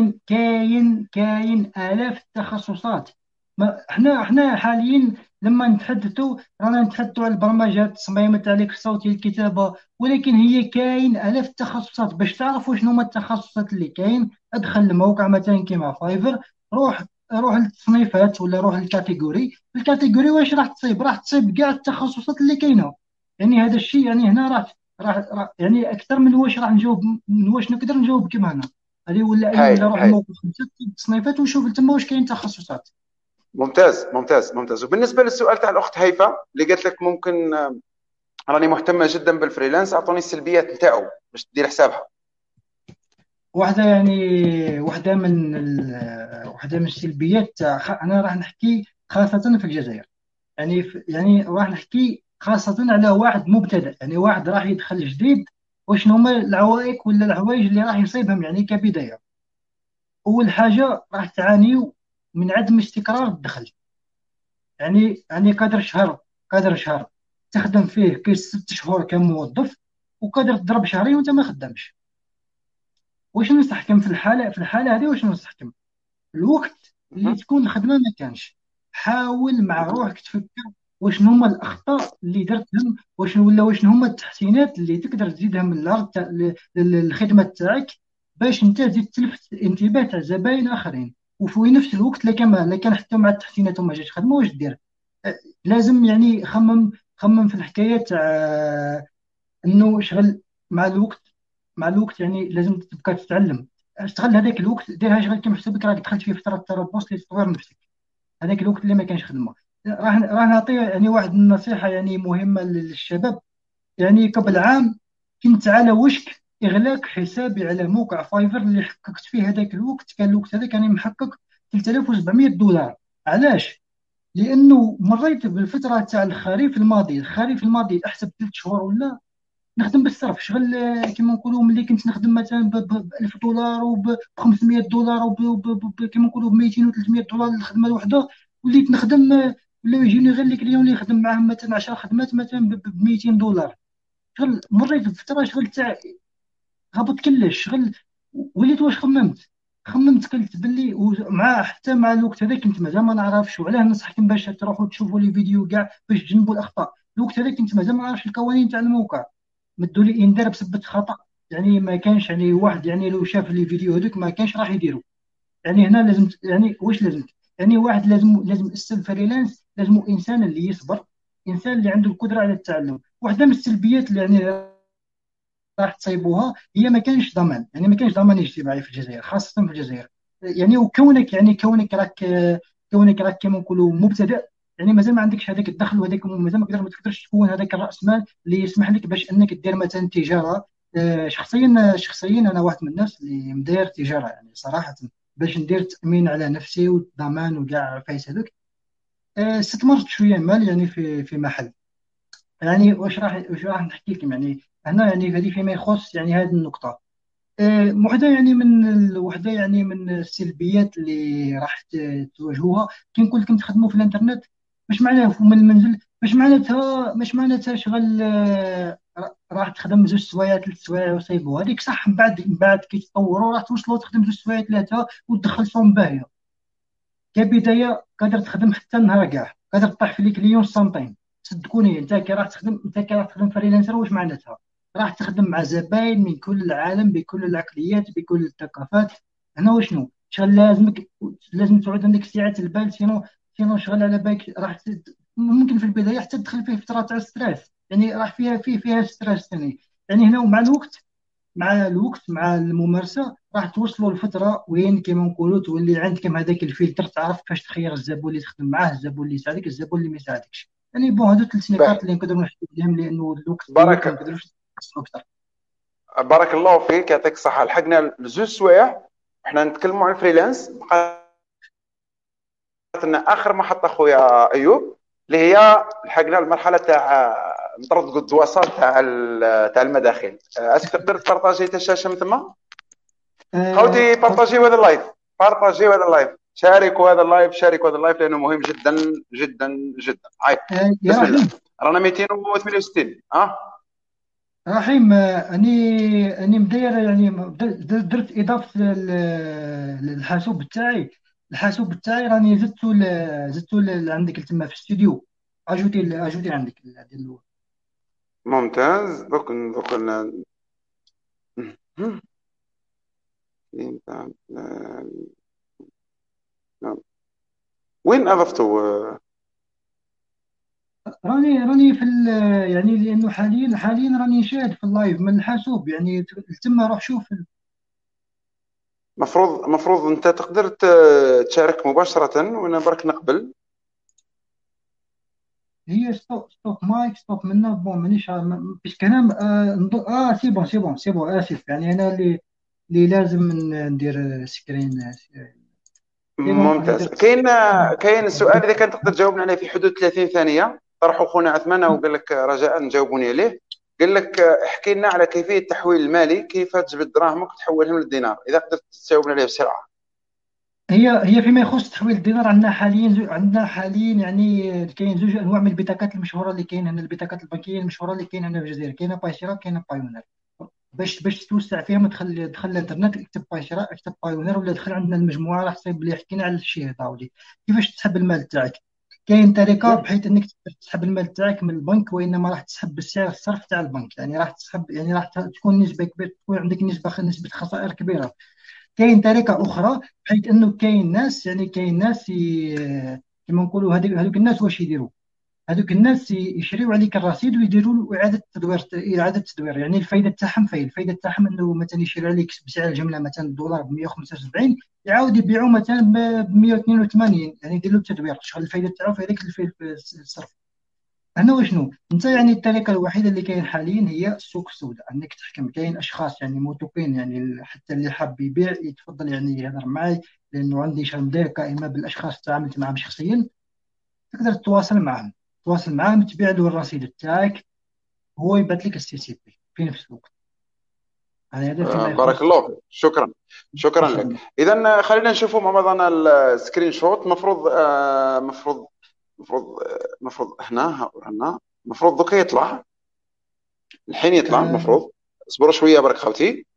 كاين آلاف التخصصات. ما احنا حاليا لما نتحدثوا رانا نتحدثوا على البرمجه، التصميم، التعليق الصوتي، الكتابه، ولكن هي كاين آلاف التخصصات. باش تعرفوا شنو هما التخصصات اللي كاين، ادخل الموقع مثلا كيما فايفر، روح روح للتصنيفات ولا روح الكاتيجوري واش راح تصيب كاع التخصصات اللي كاينه. يعني هذا الشيء، يعني هنا راح يعني اكثر من واش راح نجاوب، من واش نقدر نجاوب كما هنا. هذه ولا هايل روح هايل. الموقع 5 تصنيفات وشوف تما واش كاين تخصصات. ممتاز ممتاز ممتاز. وبالنسبه للسؤال تاع الاخت هيفا اللي قالت لك ممكن راني مهتمه جدا بالفريلانس، اعطوني السلبيات نتاعو باش تدير حسابها. واحدة يعني واحدة من السلبيات أنا راح نحكي خاصة في الجزائر. يعني يعني راح نحكي خاصة على واحد مبتدئ، يعني واحد راح يدخل جديد. وشنو هما العوائق ولا الحوايج اللي راح يصيبهم يعني كبداية؟ أول حاجة راح تعانيوا من عدم استقرار الدخل. يعني قدر شهر تخدم فيه كي 6 شهور كموظف، وقدر تضرب شهرين وانت ما خدامش. واش ننصحكم في الحالة هذه؟ واش ننصحكم؟ الوقت اللي مهم. تكون الخدمه ما كانش، حاول مع مهم. روحك تفكر واش هما الاخطاء اللي درتهم، واش هما التحسينات اللي تقدر تزيدها من الارض للخدمه تاعك، باش انت تزيد تلفت انتباه تاع زباين اخرين. وفي نفس الوقت لا كان حتى مع التحسينات وما جاتش خدمه، واش دير؟ لازم يعني خمم في الحكايه تاع انه شغل مع الوقت. يعني لازم تبقى تتعلم. اشتغل هذاك الوقت، ديرها شغل كيما حسابك راك دخلت في فتره تربص لتطوير نفسك. هذاك الوقت اللي ما كانش خدمه. راح نعطي يعني واحد النصيحه يعني مهمه للشباب. يعني قبل عام كنت على وشك اغلاق حسابي على موقع فايفر اللي حققت فيه هذاك الوقت. كان الوقت هذا كان محقق 3700 دولار. علاش؟ لانه مريت بالفتره تاع الخريف الماضي احسب 3 شهور ولا نخدم بالصرف شغل. كيما نقولوا ملي كنت نخدم مثلا ب 1000 دولار وب 500 دولار كيما نقولوا ب 200 و 300 دولار الخدمه الوحده. وليت نخدم ولا يجيني غير لي كليون اللي يخدم معاهم مثلا 10 خدمات مثلا ب 200 دولار. شغل مريت بفتره شغل تاع هبط كلش شغل. وليت واش خممت قلت باللي حتى مع الوقت هذا كنت مازال ما نعرفش. وعلاه ننصحكم باش تروحوا تشوفوا لي فيديو كاع باش تجنبوا الاخطاء. الوقت هذا كنت مازال ما نعرفش القوانين تاع الموقع. مدوا لي انذار بسبب خطا. يعني ما كانش يعني واحد يعني لو شاف لي فيديو هذوك ما كانش راح يديروا. يعني هنا لازم يعني واش لازم؟ يعني واحد لازم الفريلانس لازم انسان اللي يصبر، انسان اللي عنده القدره على التعلم. واحده من السلبيات اللي يعني راح تصيبوها هي ما كانش ضمان اجتماعي في الجزائر، خاصه في الجزائر. يعني وكونك يعني كونك راك كما نقولوا مبتدئ. يعني مازال ما عندكش هذاك الدخل وهذاك مازال ما تقدرش تكون هذاك الراس مال اللي يسمح لك باش انك دير مثلا تجاره. شخصيا انا واحد من الناس اللي مداير تجاره يعني صراحه، باش ندير تامين على نفسي والضمان وكاع فايس هذوك. استثمرت شويه مال يعني في محل. يعني واش راح نحكي لكم يعني هنا يعني هذه فيما يخص يعني هذه النقطة. وحدة يعني من السلبيات اللي راح تواجهوها كي نقول لكم تخدموا في الانترنت. مش معناه من المنزل، مش معناتها شغل راح تخدم 2 سوايع 3 سوايع وصيبوا هذيك صح. من بعد كي تطوروا راح توصلوا تخدم 2 سوايع 3 وتدخل صوم باهية. كبدايه قادر تخدم حتى النهار كاع، قادر تطيح في لي كليون سنتين. صدقوني انت كي راح تخدم فريلانسر واش معناتها؟ راح تخدم مع زباين من كل العالم بكل العقليات بكل الثقافات. هنا وشنو شغل لازم تعود عندك سعه البال. سينو شغل على بالك ممكن في البدايه حتى تدخل فيه فتره تاع ستريس. يعني راح فيها ستريس ثاني. يعني هنا ومع الوقت مع الممارسه راح توصلوا لفتره وين كما نقولوا تولي عندكم هذاك الفلتر، تعرف كيفاش تخير الزبون اللي تخدم معاه، الزبون اللي يساعدك، الزبون اللي ما يساعدكش. يعني هذو 3 نقاط باهي. اللي نقدروا نحكي عليهم لانه الوقت ضيق ما بارك نقدروش نقصروا اكثر. بارك الله فيك، يعطيك الصحه. لحقنا لزوج سوايع احنا نتكلموا عن الفريلانس. بقات لنا اخر محطه خويا ايوب، اللي هي لحقنا المرحله تاع نطرد الدواسات تاع المداخل. اسك تقدر تبارطاجي الشاشه من ثم؟ خوتي قصد بارطاجيو هذا اللايف، بارطاجيو هذا اللايف، شاركوا هذا اللايف لانه مهم جدا جدا جدا. هاي يا بسم الله. رحيم. رانا 268 اه. رحيم، اني مداير يعني درت اضافه للحاسوب بتاعي. راني زدتو عندك تما في الاستوديو. اجوتي عندك ممتاز. دوك وين اضفته؟ راني يعني لانه حاليا راني شاهد في اللايف من الحاسوب يعني. تما روح شوف مفروض انت تقدر تشارك مباشره وانا برك نقبل. هي ستوب مايك ستوب منا بون مانيش باش كلام سي بون اسف يعني انا اللي لازم ندير سكرين سي بون راني ممتاز. درت كاين السؤال اذا كان تقدر تجاوبنا عليه في حدود 30 ثانيه، طرحه خونا عثمان وقال لك رجاء نجاوبوني عليه. قال لك احكي لنا على كيفيه التحويل المالي، كيف تجبد دراهمك وتحولهم للدينار، اذا قدرت تجاوبنا عليه بسرعه. هي فيما يخص تحويل الدينار عندنا حاليا يعني كاين زوج انواع من البطاقات المشهوره اللي كاين هنا، البطاقات البنكيه المشهوره اللي كاين هنا في الجزائر، كاينه بايشرا كاينه بايونير. باش توسع فيهم دخل الانترنت، اكتب بايشرا اكتب بايونير، ولا دخل عندنا المجموعه راح تصيب اللي حكينا على الشيء هذا. كيفاش تسحب المال تاعك؟ كاين طريقه بحيث انك تقدر تسحب المال تاعك من البنك، وانما راح تسحب بالسعر الصرف تاع البنك، يعني راح تسحب يعني راح تكون نسبه كبيره، تكون عندك نسبه خسائر كبيره. كاين طريقه اخرى بحيث انه كاين ناس كما نقولوا هذوك الناس واش يديروا؟ هذوك الناس يشريوا عليك الرصيد ويديروا له اعاده تدوير يعني الفائده تاعهم انه مثلا يشري عليك بسعر الجمله مثلا الدولار ب 175، يعاود يبيعوا مثلا ب 182، يعني يدير له تدوير، شغل الفائده تاعو في هذاك الصرف. هنا وشنو انت يعني الطريقه الوحيده اللي كاين حاليا هي السوق السوداء، انك تحكم. كاين اشخاص يعني موثوقين، يعني حتى اللي حاب يبيع يتفضل يعني يهضر معي، لانه عندي شندير قائمه بالاشخاص تعاملت معهم شخصيا، تقدر تتواصل معهم تبيع له الرصيد تاعك، هو يبعث لك السي سي بي في نفس الوقت. هذا فيما بارك يخص. الله فيك، شكرا. شكرا ان شاء لك. الله. اذا خلينا نشوفوا مع بعضنا السكرين شوت. مفروض هنا مفروض دوكا يطلع، الحين يطلع آه، المفروض. اصبروا شويه برك خوتي.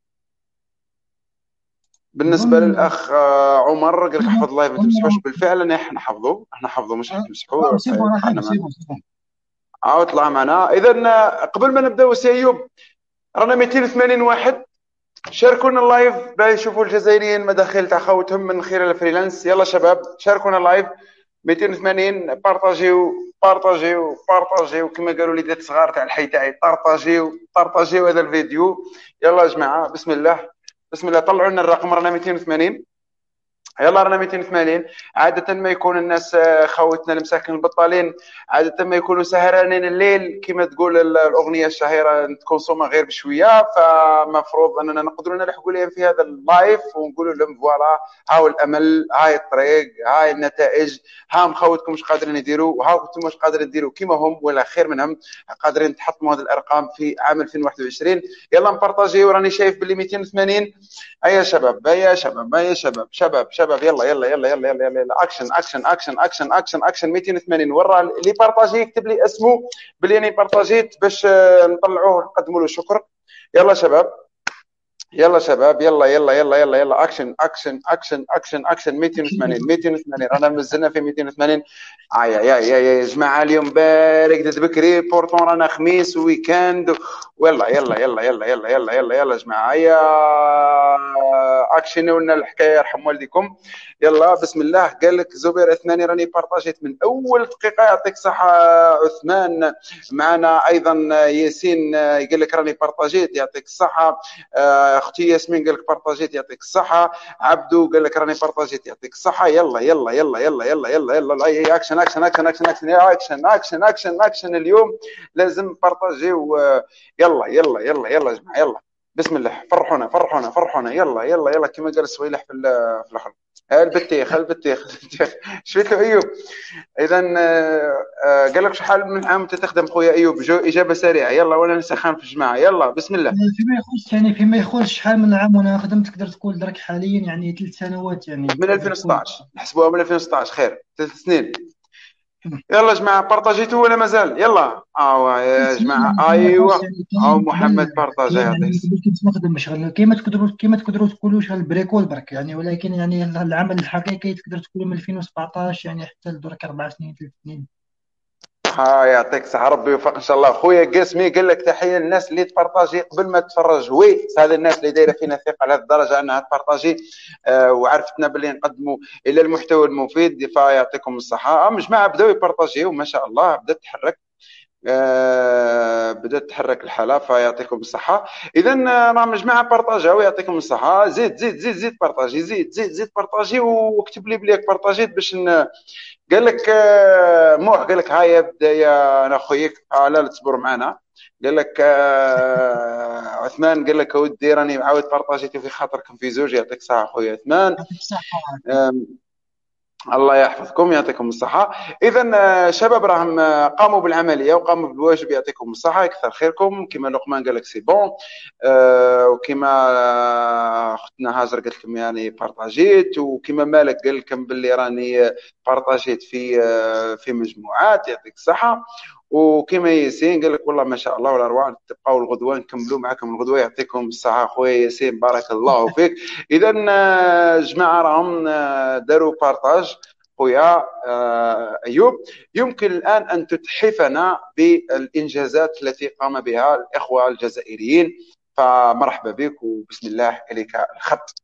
بالنسبه اظن للاخ عمر قال لك احفظ اللايف ما تمسحوش، اظن بالفعل احنا حفظه مش راح تمسحوه، سي بون راح فعلنا سي معنا. بون سي بون. طلع معنا. اذا قبل ما نبداو سي ايوب، رانا 280 واحد شاركونا اللايف باش يشوفوا الجزائريين مداخل تاع خوتهم من خلال الفريلانس. يلا شباب شاركونا اللايف 280، بارطاجيو كما قالوا لي ديت صغار تاع الحي تاعي، بارطاجيو هذا الفيديو. يلا يا جماعه بسم الله بسم الله، طلعوا لنا الرقم، رانا 280. يلا رانا 280. عادة ما يكون الناس خوتنا المساكن البطالين عادة ما يكونوا سهرانين الليل كما تقول الأغنية الشهيرة نتكونسوما غير بشوية، فمفروض أننا نقدروا نلحقوا لهم في هذا اللايف ونقولوا لهم فوالا هاو الأمل، هاي الطريق، هاي النتائج، هاهم خوتكم مش قادرين يديروا وهاو كنتم مش قادرين تديروا كما هم ولا خير منهم، قادرين تحطموا هذه الأرقام في عام 2021. يلا نبارطاجي، وراني شايف باللي 280. هيا شباب هيا شباب هيا شباب يلا يلا يلا يلا يلا يلا, يلا. اكشن اكشن اكشن اكشن اكشن اكشن 280. ورا اللي بارطاجي يكتب لي اسمه بلي انا بارطاجيت باش نطلعوه نقدموا له الشكر. يلا شباب يلا شباب يلا يلا يلا يلا يلا اكشن اكشن اكشن اكشن اكشن 280 280 رانا مزلنا في 280. يا جماعه اليوم بارك دد بكري بورتون رانا خميس ويكاند يلا يلا يلا يلا يلا يلا يلا يلا جماعه يا اكشنوا لنا الحكايه يرحم والديكم. يلا بسم الله. قال لك زبير اثناني راني بارطاجيت من اول دقيقه، يعطيك صحه عثمان. معنا ايضا ياسين قال لك راني بارطاجيت، يعطيك الصحه. اختي ياسمين قال لك بارطاجيت، يعطيك الصحه. عبدو قال لك راني بارطاجيت، يعطيك الصحه. يلا يلا يلا يلا يلا يلا يلا اكشن اكشن اكشن اكشن اكشن اكشن اكشن اكشن اكشن اليوم لازم بارطاجيو. يلا يلا يلا يلا يا جماعه يلا بسم الله. فرحونا فرحونا فرحونا يلا يلا يلا كما قال السويلح في الاخر. البتيخ شفت له ايوب. اذا قال لك شحال من عام انت تخدم خويا ايوب؟ جو اجابه سريعه يلا وانا نسخن في الجماعه. يلا بسم الله. فيما يخص شحال من عام وانا خدمت، تقدر تقول درك حاليا يعني 3 سنوات، يعني من تقدر تقول. 2016 نحسبوها من 2016 خير 3 سنين. يلا يا جماعه بارطاجيتو ولا مازال؟ يلا يا جماعه فيما يخص ايوه. يعني كاين محمد قبل، بارطاجي كاين يعني يعطيك. قبل كنت نخدم شغل كيما تقدروا تقولوا شغل بريكول برك يعني، ولكن يعني العمل الحقيقي تقدر تقولوا من 2017 يعني حتى لدرك 4 سنين 3 سنين. يعطيك صحة، ربي يوفق ان شاء الله. خويا قاسمي قال لك تحيه للناس اللي تبارطاجي قبل ما تتفرج. وي هذه الناس اللي دايره فينا ثقه لهذه الدرجه انها تبارطاجي وعرفتنا باللي نقدموا الى المحتوى المفيد، فيعطيكم الصحه. جماعه بداو يبارطاجيو ما شاء الله، بدات تحرك بدات تحرك الحاله، فيعطيكم الصحه. اذا راهم جماعه بارطاجيو، يعطيكم الصحه. زيد زيد زيد زيد بارطاجي، زيد زيد زيد بارطاجي، واكتب لي بلي بارطاجيت باش قال لك موح، قال لك هاي بدايه انا خويك، لا تصبر معنا. قال لك عثمان، قال لك ودي راني عاود بارطاجيتي في خاطركم في زوج. يعطيك الصحه خويا عثمان. يعطيك الصحة. الله يحفظكم، يعطيكم الصحة. إذا شباب راهم قاموا بالعملية وقاموا بالواجب، يعطيكم الصحة، يكثر خيركم. كما لقمان قال لك سي بون، وكما أختنا هاجر قالت لكم يعني بارطاجيت، وكما مالك قال لكم باللي راني بارطاجيت في مجموعات. يعطيك الصحة. وكما ياسين قال لك والله ما شاء الله، والأرواح تبقاو الغدوة نكملوا معكم الغدوة. يعطيكم الصحة خويا ياسين، بارك الله فيك. إذا جماعة راهم داروا بارطاج. خويا أيوب، يمكن الآن أن تتحفنا بالإنجازات التي قام بها الإخوة الجزائريين، فمرحبا بك وبسم الله إليك الخط.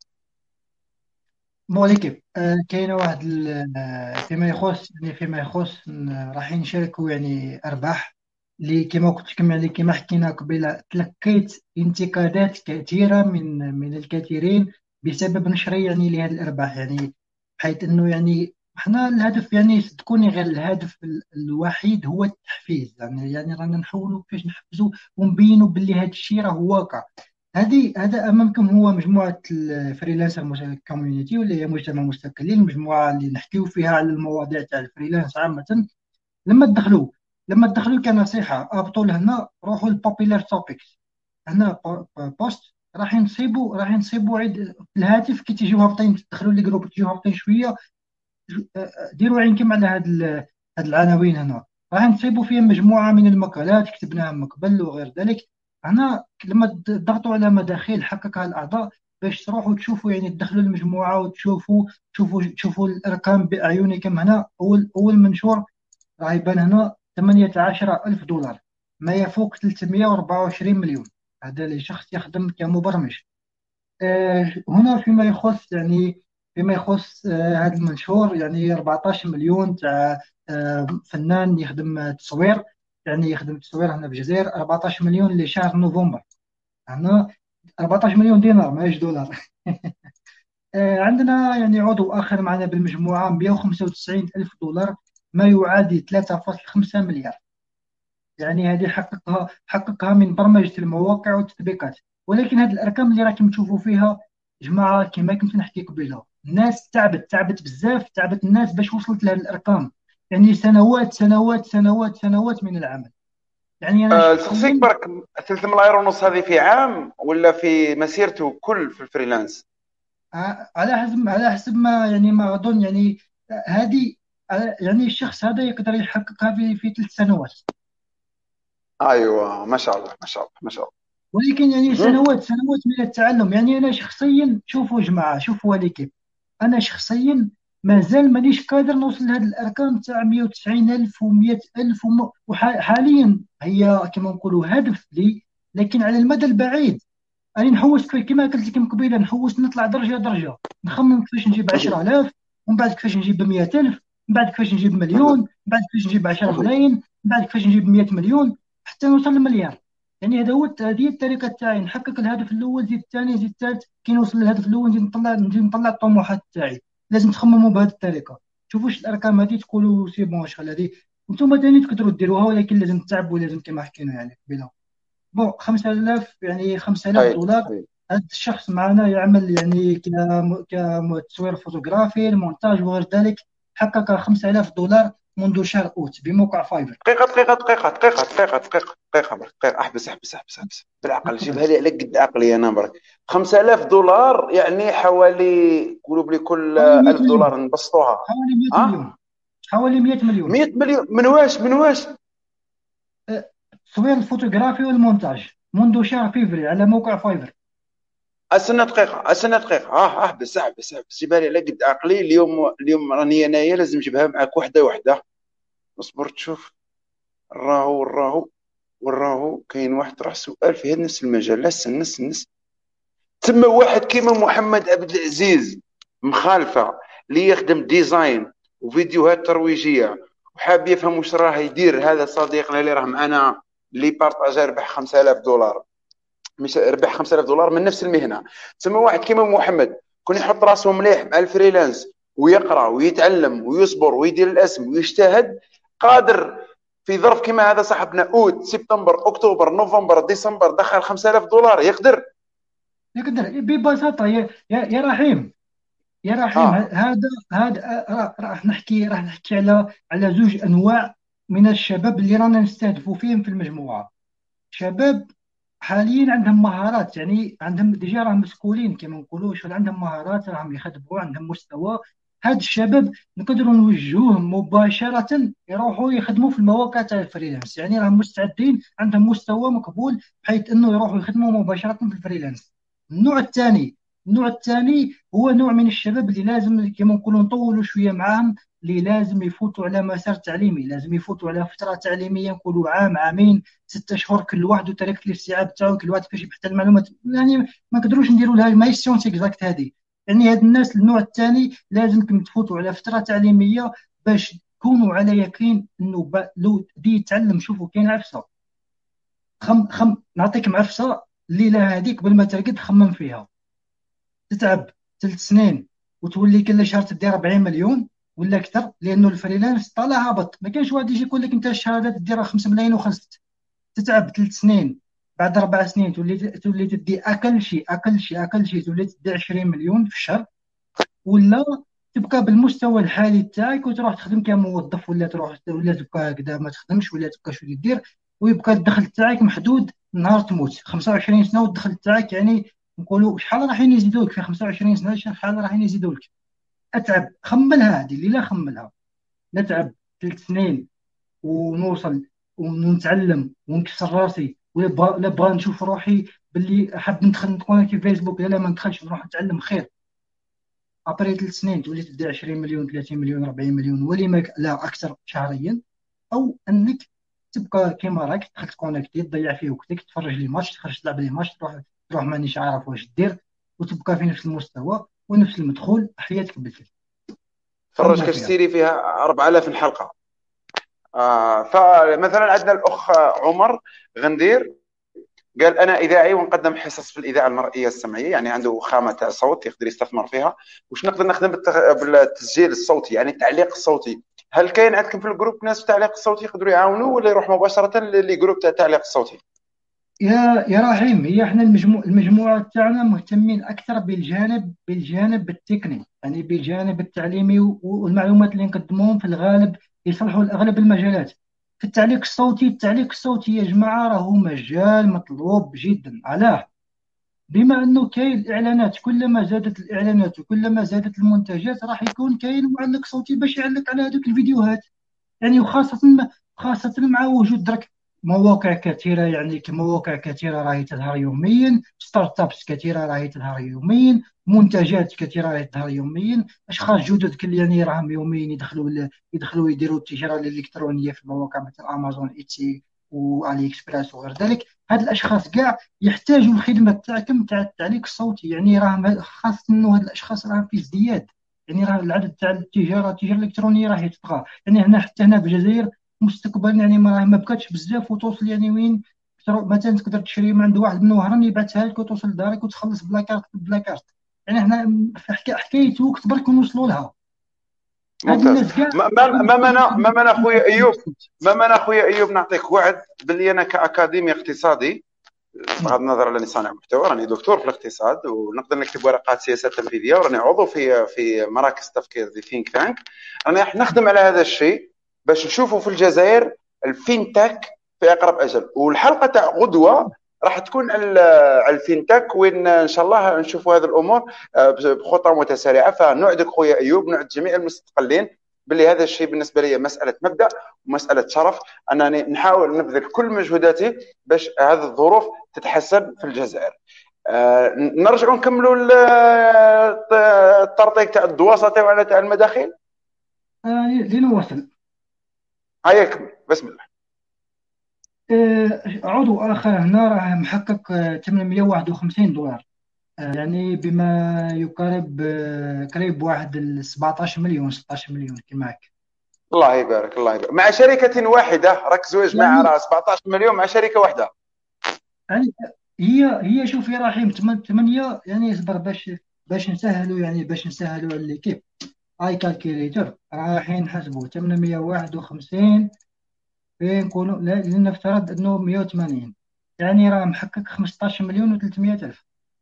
بون ليكيب، كاينه واحد فيما يخص راح نشاركوا يعني ارباح اللي كما قلت لكم، يعني كما حكينا قبيله تلقيت انتقادات كثيره من الكثيرين بسبب نشري يعني لهذه الارباح، يعني بحيث انه يعني احنا الهدف يعني تكون غير الهدف الوحيد هو التحفيز، يعني رانا نحاولوا كيفاش نحفزوا ونبينوا باللي هذا الشيء راه واقع. هذا امامكم هو مجموعه الفريلانسر كوميونيتي، واللي هي مجتمع مستقلين، مجموعه اللي نحكيو فيها على المواضيع تاع الفريلانس عامه. لما تدخلوا كنصيحه ابطوا لهنا، روحوا البوبيلار توبكس هنا، بوست راح نصيبوا عيد في الهاتف كي تيجيو هابطين، تدخلوا لي جروب تيجيو هابطين شويه، ديروا عينكم على هاد العناوين هنا. راح نصيبوا فيها مجموعة من المقالات كتبناها من قبل وغير ذلك. هنا لما تضغطوا على مداخيل حققها الأعضاء باش تروحوا تشوفوا، يعني تدخلوا المجموعة وتشوفوا تشوفوا الأرقام بأعينكم. هنا أول منشور راه يبان هنا 18,000 دولار، ما يفوق 324 مليون. هذا لشخص يخدم كمبرمج. هنا فيما يخص هذا المنشور، يعني 14 مليون تاع فنان يخدم تصوير، يعني يخدم تصوير هنا في الجزائر. 14 مليون لشهر نوفمبر، هنا 14 مليون دينار ماهيش دولار. عندنا يعني عضو آخر معنا بالمجموعة 195 ألف دولار، ما يعادل 3.5 مليار. يعني هذه حققها من برمجة المواقع والتطبيقات. ولكن هذه الأرقام اللي راكم تشوفوا فيها جماعة، كما كنت نحكي قبيله، الناس تعبت بزاف، تعبت الناس باش وصلت لهذه الأرقام، يعني سنوات سنوات سنوات سنوات من العمل. يعني أنا سقسيك شخصيا برك، 3 ملاير ونص هذه في عام ولا في مسيرته كل في الفريلانس؟ على حسب ما أظن، يعني هذه يعني الشخص هذا يقدر يحققها في 3 سنوات. ايوه ما شاء الله ما شاء الله ما شاء الله. ولكن يعني مهم. سنوات سنوات من التعلم. يعني انا شخصيا، شوفوا يا جماعه، شوفوا ليكيب، انا شخصيا مازال مانيش قادر نوصل لهذه الارقام تاع 190 الف و100 الف وحاليا هي كما نقولوا هدف لي، لكن على المدى البعيد انا نحوس كما قلت لكم قبيله، نحوس نطلع درجه درجه، نخمم كيفاش نجيب 10,000، ومن بعد كيفاش نجيب 100,000، من بعد كيفاش نجيب مليون، من بعد كيفاش نجيب 10 ملايين، من بعد كيفاش نجيب 100 مليون، حتى نوصل للمليار. يعني هذه الطريقه تاعي، نحقق الهدف الاول، زيد الثاني، زيد الثالث، كي نوصل للهدف الاول نزيد نطلع الطموحات تاعي. لازم تخمموا بهذه الطريقه، شوفوش الارقام هذه تقولوا سي بون شحال هذه، انتم ثاني تقدروا ديروها، ولكن لازم تعبوا، لازم كما حكينا يعني قبيله. بون 5000، يعني 5000 اي دولار اي. هذا الشخص معنا يعمل يعني كتصوير فوتوغرافي، المونتاج وغير ذلك، حقق 5000 دولار منذ شهر اوت بموقع فايفر. دقيقة دقيقة دقيقة دقيقة دقيقة دقيقة دقيقة برك، دقيقة. احبس احبس احبس احبس بالعقل، تفضل. جيبها لي على قد عقلي انا برك. 5000 دولار يعني حوالي، قولوا بلي كل حوالي 100 1000 مليون، دولار نبسطوها. حوالي 100 مليون، ها، حوالي 100 مليون. 100 مليون من واش من واش؟ تصوير الفوتوغرافي والمونتاج منذ شهر فيفري على موقع فايفر. استنى دقيقة استنى دقيقة، احبس احبس احبس، جيبها لي على قد عقلي. اليوم راني انايا لازم نجيبها معك وحدة وحدة. اصبر تشوف. راهو كاين واحد طرح سؤال في هذا نفس المجال. لا استنى استنى. تما واحد كيما محمد عبد العزيز مخالفه اللي يخدم ديزاين وفيديوهات ترويجيه وحاب يفهم واش راه يدير هذا صديقنا اللي راه معنا اللي بارطاجا ربح 5000 دولار، مش ربح 5000 دولار من نفس المهنه. تسمى واحد كيما محمد كون يحط راسه مليح مع الفريلانس ويقرا ويتعلم ويصبر ويدير الاسم ويجتهد، قادر في ظرف كما هذا صاحبنا اوت سبتمبر اكتوبر نوفمبر ديسمبر دخل 5000 دولار. يقدر يقدر ببساطه يا رحيم. يا رحيم، اه هذا راح نحكي على زوج انواع من الشباب اللي رانا نستهدفوا فيهم في المجموعه. شباب حاليا عندهم مهارات، يعني عندهم ديجا راهم مسؤولين كما نقولوا، شغل عندهم مهارات، راهم يخدموا، عندهم مستوى. هاد الشباب نقدروا نوجهوهم مباشرة يروحوا يخدموا في المواقع تاع الفريلانس، يعني راهم مستعدين، عندهم مستوى مقبول بحيث انه يروحوا يخدموا مباشرة في الفريلانس. النوع الثاني هو نوع من الشباب اللي لازم كما نقولوا نطولوا شوية معاهم، اللي لازم يفوتوا على مسار تعليمي، لازم يفوتوا على فترة تعليمية، نقولوا عام عامين 6 شهور، كل واحد وطريقه الاستيعاب تاعو، كل واحد كيفاش يبحث عن المعلومات. يعني ما نقدروش نديروا لها ما سيونس اكزاكت هذه. يعني هاد الناس النوع الثاني لازمكم تفوتوا على فتره تعليميه باش تكونوا على يقين انه لو دي يتعلم. شوفوا كاين عفسه، نعطيك معفسه الليله هذيك قبل ما ترقد خمم فيها. تتعب 3 سنين وتولي كل شهر تدي 40 مليون ولا اكثر، لانه الفريلانس طالع هابط. ما كاينش واحد يجي يقول لك انت الشهاده تديرها 5 ملايين وخلصت. تتعب 3 سنين، بعد 4 سنين تولي تدي اقل شيء تولي تدي 20 مليون في الشهر. ولا تبقى بالمستوى الحالي تاعك وتروح تخدم كموظف، ولا تبقى هكذا ما تخدمش، ولا تبقى شو دير، ويبقى الدخل تاعك محدود نهار تموت. 25 سنه والدخل تاعك يعني نقولوا شحال راح يزيدوا لك في 25 سنه، شحال راح يزيدوا لك. اتعب، خملها هذه الليله، خملها. نتعب 3 سنين ونوصل ونتعلم ونكسر راسي، ولا بغا نشوف روحي باللي حاب ندخل نكون في فيسبوك، لا ما ندخلش، نروح نتعلم خير. ابري 3 سنين تولي تدي 20 مليون 30 مليون 40 مليون ولما لا اكثر شهريا. او انك تبقى كيما راك تدخل تكونيكتي، تضيع فيه وقتك، تتفرج لي ماتش، تخرج تلعب لي ماتش، تروح مانيش عارف واش دير، وتبقى في نفس المستوى ونفس المدخول، حياتك بالفعل فرج خمو كاش فيها. سيري فيها 4000 حلقه. فمثلا عندنا الاخ عمر غندير قال انا اذاعي ونقدم حصص في الاذاعه المرئيه السمعيه، يعني عنده خامه تاع صوت يقدر يستثمر فيها. واش نقدر نخدم بالتسجيل الصوتي، يعني التعليق الصوتي؟ هل كاين عندكم في الجروب ناس في التعليق الصوتي يقدروا يعاونوا، ولا يروح مباشره لجروب تاع التعليق الصوتي؟ يا رحيم، هي احنا المجموعه تاعنا مهتمين اكثر بالجانب التقني، يعني بالجانب التعليمي، والمعلومات اللي نقدموهم في الغالب يصلحوا لاغلب المجالات. في التعليق الصوتي يا جماعه راهو مجال مطلوب جدا. علاه؟ بما انه كاين الاعلانات، كلما زادت الاعلانات وكلما زادت المنتجات راح يكون كاين معلق صوتي باش يعلق على هذوك الفيديوهات. يعني خاصة مع وجود درك مواقع كثيرة، يعني كمواقع كثيرة راهي تظهر يوميا، ستارت ابس كثيرة راهي تظهر يوميا، منتجات كثيرة راهي تظهر يوميا، اشخاص جدد كل يعني راهم يوميا يدخلوا يديروا التجارة الالكترونية في مواقع مثل امازون، ايتسي، والي اكسبريس وغير ذلك. هاد الاشخاص كاع يحتاجوا الخدمة تاعكم تاع التعليق الصوتي، يعني راهم خاصة انه هاد الاشخاص راهم في ازدياد. يعني راه العدد تاع التجاره الالكترونيه راه يتطغى. يعني حتى هنا في الجزائر مستقبلا يعني ما بقاتش بزاف، وتوصل يعني وين مثلا تقدر تشري من عند واحد من وهران يبعثها لك وتوصل لدارك وتخلص بلا كارت بلا كارت. يعني احنا في حكايه وقت برك نوصلوا لها. هاد ممتاز. الناس كاع ما من اخويا ايوب، ما من اخويا ايوب نعطيك وعد باللي انا كاكاديمي اقتصادي، بغض النظر انني صانع محتوى، راني دكتور في الاقتصاد ونقدر نكتب ورقات سياسات تنفيذيه، وراني عضو في مراكز تفكير دي ثينك تانك. راني راح نخدم على هذا الشيء باش نشوفوا في الجزائر الفينتك في اقرب اجل. والحلقه تاع غدوه راح تكون على الفينتك، وين ان شاء الله نشوفوا هذه الامور بخطى متسارعه. فنعدك خويا ايوب، نعد جميع المستقلين باللي هذا الشيء بالنسبه لي مساله مبدا ومساله شرف، انني نحاول نبذل كل مجهوداتي باش هذه الظروف تتحسن في الجزائر. نرجعوا نكملوا الترطيق تاع الدواسه تاعنا تاع المداخيل. لنواصل. هيا كمل بسم الله. عضو اخر هنا راه محقق $851، يعني بما يقارب قريب واحد 17 مليون 16 مليون كما هكا. الله يبارك، الله يبارك. مع شركة واحدة، ركزوا يا جماعة، يعني راه 17 مليون مع شركة واحدة. يعني هي شوف يا رحيم، 8 يعني اصبر، باش نسهلوا على ليكيب. اي كالكوليتر رايحين نحسبوا 851 في نقولوا لنفترض انه 180، يعني راه محقق 15 مليون و300 الف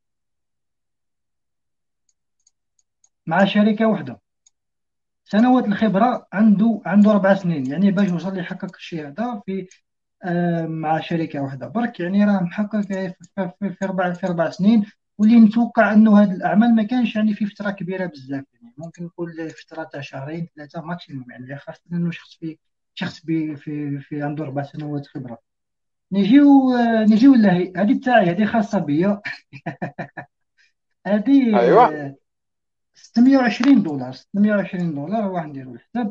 مع شركه واحده. سنوات الخبره عنده 4 سنين، يعني باش يوصل يحقق الشيء هذا في مع شركه واحده برك، يعني راه محقق في 4 سنين. واللي نتوقع انه هذه الاعمال ما كانش يعني في فتره كبيره بزاف، يعني ممكن نقول فتره تاع شهرين 3 ماكسيموم، يعني خاصه انه شخص عنده 4 سنوات خبره. نجيو لهي هذه تاعي، هذه خاصه بيا. هذه ايوه، 620 دولار. 620 دولار، واحد نديرو الحساب.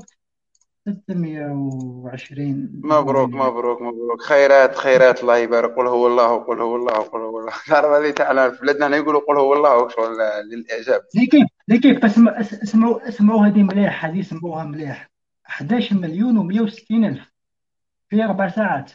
620 مبروك ديفولدي. مبروك مبروك، خيرات خيرات، الله يبارك. قل هو الله، قل هو الله، قل هو الله. تعرف هذه تاعنا في بلادنا هنا يقولوا قل هو الله شغل للاعجاب. ليكيب بس اسمعوا هذه مليح، هذه سمعوها مليح. 11 مليون و160 الف في 4 ساعات.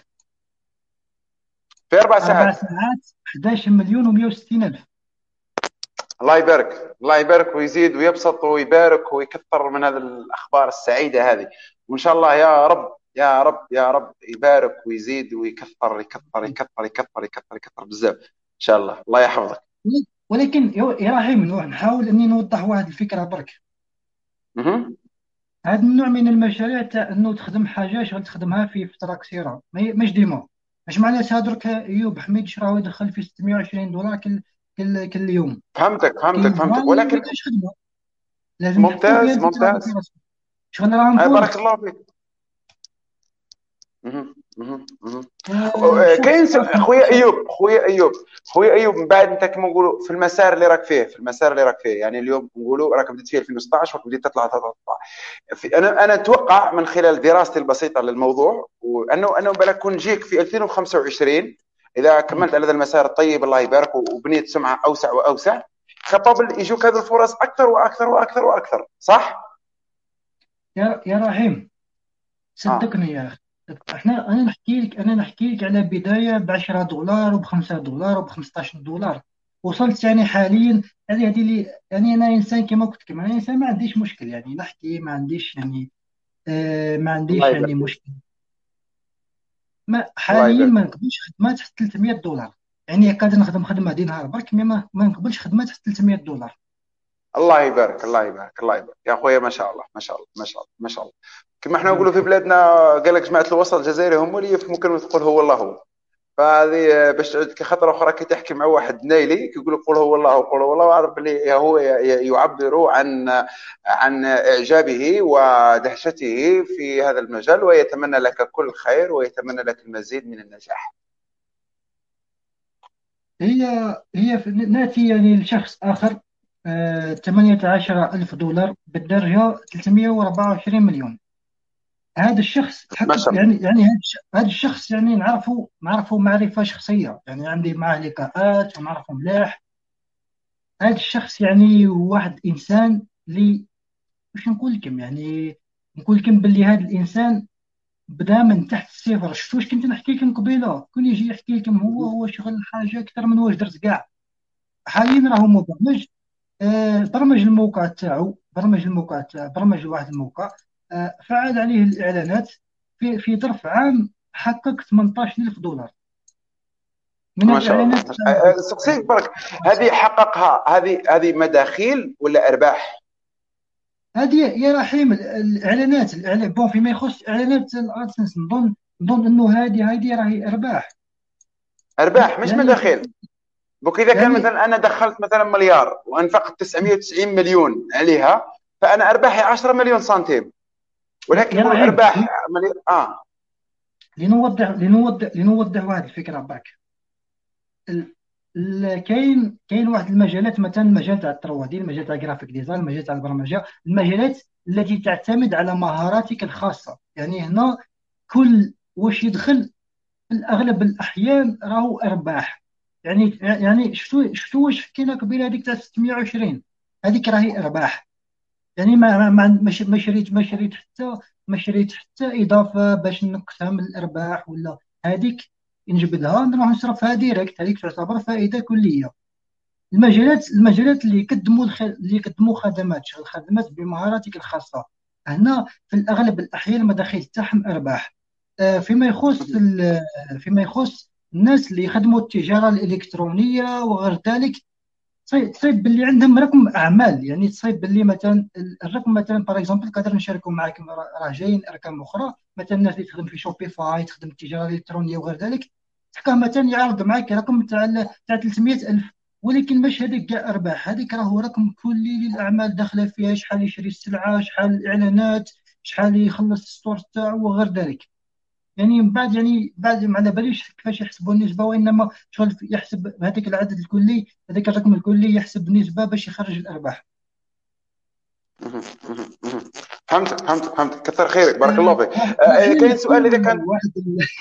في 4 4 ساعات. ساعات 11 مليون و160 الف. الله يبارك، الله يبارك ويزيد ويبسط ويبارك ويكثر من هذه الأخبار السعيدة هذه. وإن شاء الله يا رب يا رب يا رب يبارك ويزيد ويكثر يكثر يكثر يكثر يكثر يكثر بزاف إن شاء الله. الله يحفظك. ولكن يا رحيم، نحاول اني نوضح واحد الفكره برك. مهم. هذا النوع من المشاريع تاع انه تخدم حاجه شغل تخدمها في فتره قصيره، مش ديما. اش معنى درك ايوب حميد شراو يدخل في 620 دولار كل يوم؟ فهمتك فهمتك كاين فهمتك، بلان ما ولكن كاش خدمه. لازم نحطوا فيها ممتاز الفكره هذه في ممتاز. راسنا. شغل راه نقول بارك الله فيك. مهم. مهم. مهم. شخص كاين اخر خويا ايوب، خويا ايوب، من بعد انت كما نقولوا في المسار اللي راك فيه، يعني اليوم نقولوا راك بديت فيه 2016 وبديت تطلع. انا اتوقع من خلال دراستي البسيطه للموضوع، وانه بالك كون نجيك في 2025 اذا كملت على هذا المسار الطيب الله يبارك وبنيت سمعه اوسع واوسع، كابابل يجوك هذه الفرص اكثر واكثر واكثر واكثر، صح؟ يا رحيم، اه صدقني يا اخي. انا نحكي لك على بدايه ب 10 دولار وب 5 دولار وب 15 دولار. وصلت يعني حاليا. هذه يعني انا انسان كما قلت لك، انا انسان ما عنديش مشكل يعني نحكي، ما عنديش يعني ما الله عنديش يبارك يعني فيك. مشكل. ما الله حاليا يبارك ما فيك. نقبلش خدمات حتى 300 دولار. يعني قادر نخدم خدمه دي نهار برك، ما نقبلش خدمات حتى 300 دولار. الله يبارك الله يبارك الله يبارك يا اخويا، ما شاء الله ما شاء الله ما شاء الله ما شاء الله. كما احنا الله نقولوا في يحفظك. بلادنا، قال لك جماعه الوسط الجزائري هم اللي يفهموا كلمه تقول هو الله هو. فهذه باش تعود خطره اخرى كي تحكي مع واحد نايلي كيقول قول هو الله قول هو الله، اعرف بلي هو يعبر عن اعجابه ودهشته في هذا المجال، ويتمنى لك كل خير ويتمنى لك المزيد من النجاح. هي ناتي يعني لشخص آخر. 18 ألف دولار بالدرجة 324 مليون. هذا الشخص ما تحقق شاء الله. يعني هذا الشخص يعني نعرفه معرفة شخصية، يعني عندي معه لقاءات ونعرفه ملاح. هذا الشخص يعني واحد إنسان اللي واش نقول لكم يعني، نقول لكم باللي هذا الإنسان بدا من تحت الصفر. شفتوا واش كنت نحكي لكم قبيله، كون يجي يحكي لكم هو شغل حاجة أكثر من واش درت كاع. حاليا راهو مبرمج. برمج واحد الموقع. فعل عليه الإعلانات. في ظرف عام حقق 18,000 دولار من ما شاء الله الإعلانات ما شاء تاعو. الله. سقسيك برك، هذه حققها، هذه مداخيل ولا ارباح؟ هذه يا رحيم الإعلان بون فيما يخص إعلانات الأدسنس، نظن أنه هذه راهي أرباح. ارباح مش يعني مداخيل. بوك اذا كان يعني مثلا انا دخلت مثلا مليار وانفقت 990 مليون عليها، فانا ارباحي 10 مليون سنتيم، ولكن يا يقولوا رحيم، ارباح مليار. لنوضح واحد الفكرة باك. كاين واحد المجالات، مثلا المجال تاع التروادي، المجال تاع الجرافيك ديزاين، المجال تاع البرمجه، المجالات التي تعتمد على مهاراتك الخاصه. يعني هنا كل واش يدخل في اغلب الاحيان راهو ارباح. يعني شفتوا واش حكينا قبيله هذيك تاع 620، هذيك راهي ارباح. يعني ما شريت حتى ما شريت حتى اضافه باش نقسم من الارباح ولا هذيك، نجبدها نروح نصرفها ديريكت، هذيك تعتبر فائده كليه. المجالات اللي يقدموا خدمات، شغل خدمات بمهاراتك الخاصه، هنا في الاغلب الاحيان المداخيل تاعهم ارباح. فيما يخص الناس اللي يخدموا التجاره الالكترونيه وغير ذلك، تصيب باللي عندهم رقم اعمال، يعني تصيب باللي مثلا الرقم مثلا باغ اكزومبل قادر نشاركوا معك، راه جايين ارقام اخرى، مثلا الناس اللي تخدم في شوبيفاي، تخدم التجاره الالكترونيه وغير ذلك، تلقاه مثلا يعرض معك رقم تاع 300,000، ولكن مش هذيك كاع ارباح، هذيك راهو رقم كلي للاعمال داخله فيها، شحال يشري السلعه، شحال الاعلانات، شحال يخلص الستور تاعو وغير ذلك. يعني من بعد، يعني بعد ما على باليش كيفاش يحسبوا النسبه، وانما شغل يحسب هذاك العدد الكلي، هذاك الرقم الكلي يحسب نسبه باش يخرج الارباح. فهمت. كثر خيرك، بارك الله فيك. كاين سؤال، يكون اذا كان واحد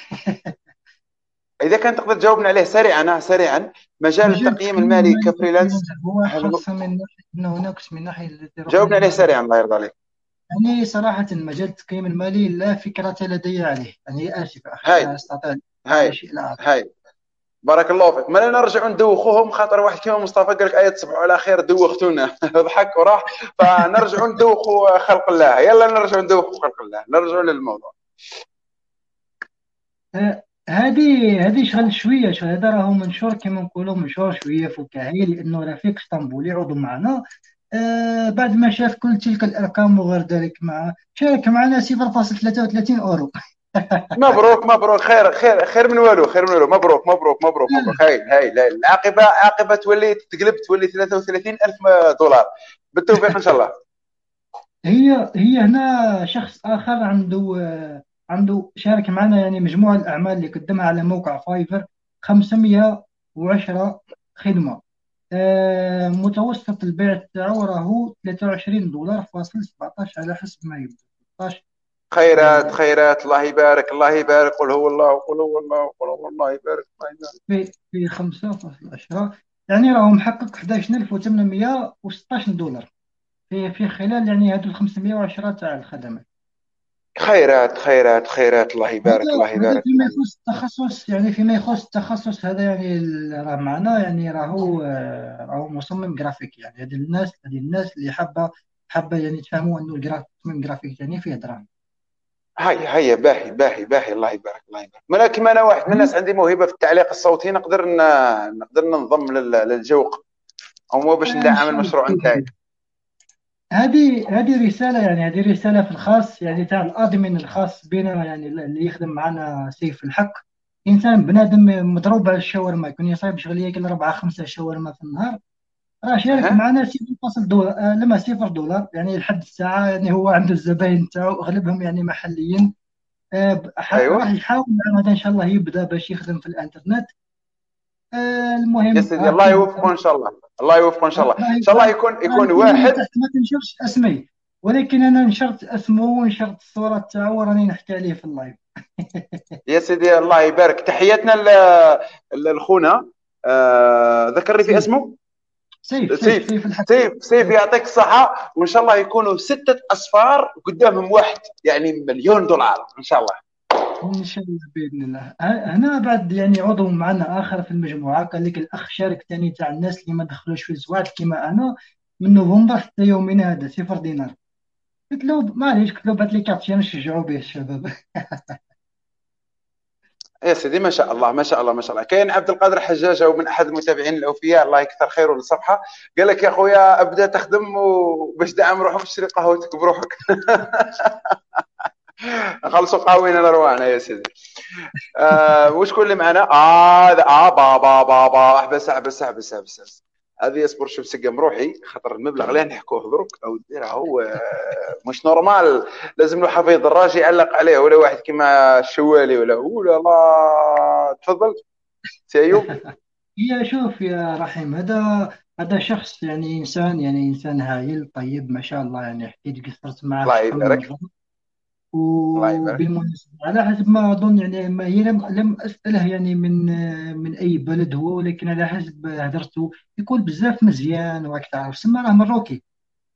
تقدر تجاوبنا عليه سريعا. مجال مجال التقييم التقييم المالي المالي كفريلانس، هو هل خاصة من ناحية أنه هناك من ناحية التي جاوبنا عليه رحنا. سريعا الله يرضى عليك. يعني صراحة مجال التقييم المالي لا فكرة لدي عليه، يعني آسف أخي هاي لا أستطيع على هاي شيء لا أعرف. هاي بارك الله فيك. ما نرجعوا ندوخوهم، خاطر واحد كيما مصطفى قال لك ايه تصبحوا على خير دوختونا ضحك وراح. فنرجعوا ندوخوا خلق الله، يلا نرجعوا ندوخوا خلق الله، نرجعوا للموضوع. هذه شغل شوية، شغل هذا راهو منشور كما نقولوا، منشور شوية فكاهي، لأنه رفيق اسطنبولي عضو معنا، بعد ما شاف كل تلك الأرقام وغير ذلك شارك معنا 0.33 أورو. مبروك، خير من والو، مبروك. هاي العاقبه تولي تقلب، تولي 33,000 دولار بالتوفيق ان شاء الله. هي هنا شخص آخر عنده شارك معنا، يعني مجموعة الأعمال اللي قدمها على موقع فايفر 510 خدمة. متوسط البيع تاعو راهو 23 دولار فاصل 17 على حسب ما يبدو 16. خيرات، الله يبارك. قل هو الله، الله يبارك. في 5.10، يعني راهو محقق 11,816 دولار في خلال يعني هذو 510 تاع الخدمات. خيرات، الله يبارك، هذا فيما يخص التخصص، يعني فيما يخص التخصص هذا، يعني راه معنا، يعني راهو مصمم جرافيك، يعني هذه الناس اللي حابه يعني تفهموا انه التصميم جرافيك يعني فيه دراهم. هيا باهي، الله يبارك. ولكن انا واحد من الناس عندي موهبه في التعليق الصوتي، نقدر ننضم للجوق، او مو باش ان ندعم شاء الله. المشروع نتاعي. هذه رساله، يعني هذه رساله في الخاص، يعني تاع الادمن الخاص بنا، يعني اللي يخدم معنا سيف الحق، انسان بنادم مضروب على الشاورما، يكون يصايب شغل ياكل 4 5 شاورما في النهار، راه شارك اها معنا 0.0 دولار، لما 0 دولار يعني لحد الساعة، يعني هو عنده الزباين تاعو أغلبهم يعني محليين. راح ايوه يحاول العام هذا إن شاء الله يبدأ باش يخدم في الإنترنت. يا المهم سيدي، الله يوفقه ان شاء الله، ان شاء الله راه يكون يقول لي واحد. تحت ما تنشرش اسمي، ولكن أنا نشرت اسمه ونشرت الصورة تاعو وراني نحكي عليه في اللايف. يا سيدي الله يبارك، تحياتنا للخونا. ذكرني في سيف اسمه. سيف سيف سيف سيف الحق. سيف يعطيك الصحة، وإن شاء الله يكونوا 6 أصفار قدامهم واحد، يعني $1,000,000 إن شاء الله. إن شاء الله بإذن الله. هنا بعد يعني عضو معنا آخر في المجموعة قال لك الأخ شارك ثاني تاع الناس اللي ما دخلوش في الزواج كما أنا، من نوفمبر حتى يومنا هذا 0 دينار. قلت له معليش، قلت له بعث لي كارتيه نشجعوا به الشباب. يا سيدي ما شاء الله. كاين عبد القادر حجاجه، ومن احد المتابعين الاوفياء، الله يكثر خيره للصفحه، قال لك يا خويا ابدا تخدم، وباش دعم روحك تشري قهوتك بروحك. خلصوا قهوينا لرواحنا يا سيدي. وشكون اللي معنا؟ بابا احبس. هذه اصبر شوف سقم روحي، خاطر المبلغ اللي نحكوه دروك او هو مش نورمال. لازم له حفيظ الراجي يعلق عليه، ولا واحد كيما الشوالي ولا لا. تفضل سي ايوب. شوف يا رحيم، هذا شخص، يعني إنسان هايل طيب ما شاء الله، يعني حكيت قصرت معه الله شحال من يبارك. مرة. الله يبارك. وبالمناسبة على حسب ما أظن، يعني ما هي لم أسأله يعني من أي بلد هو، ولكن على حسب هدرته يقول بزاف مزيان، وراك تعرف سما راه مروكي.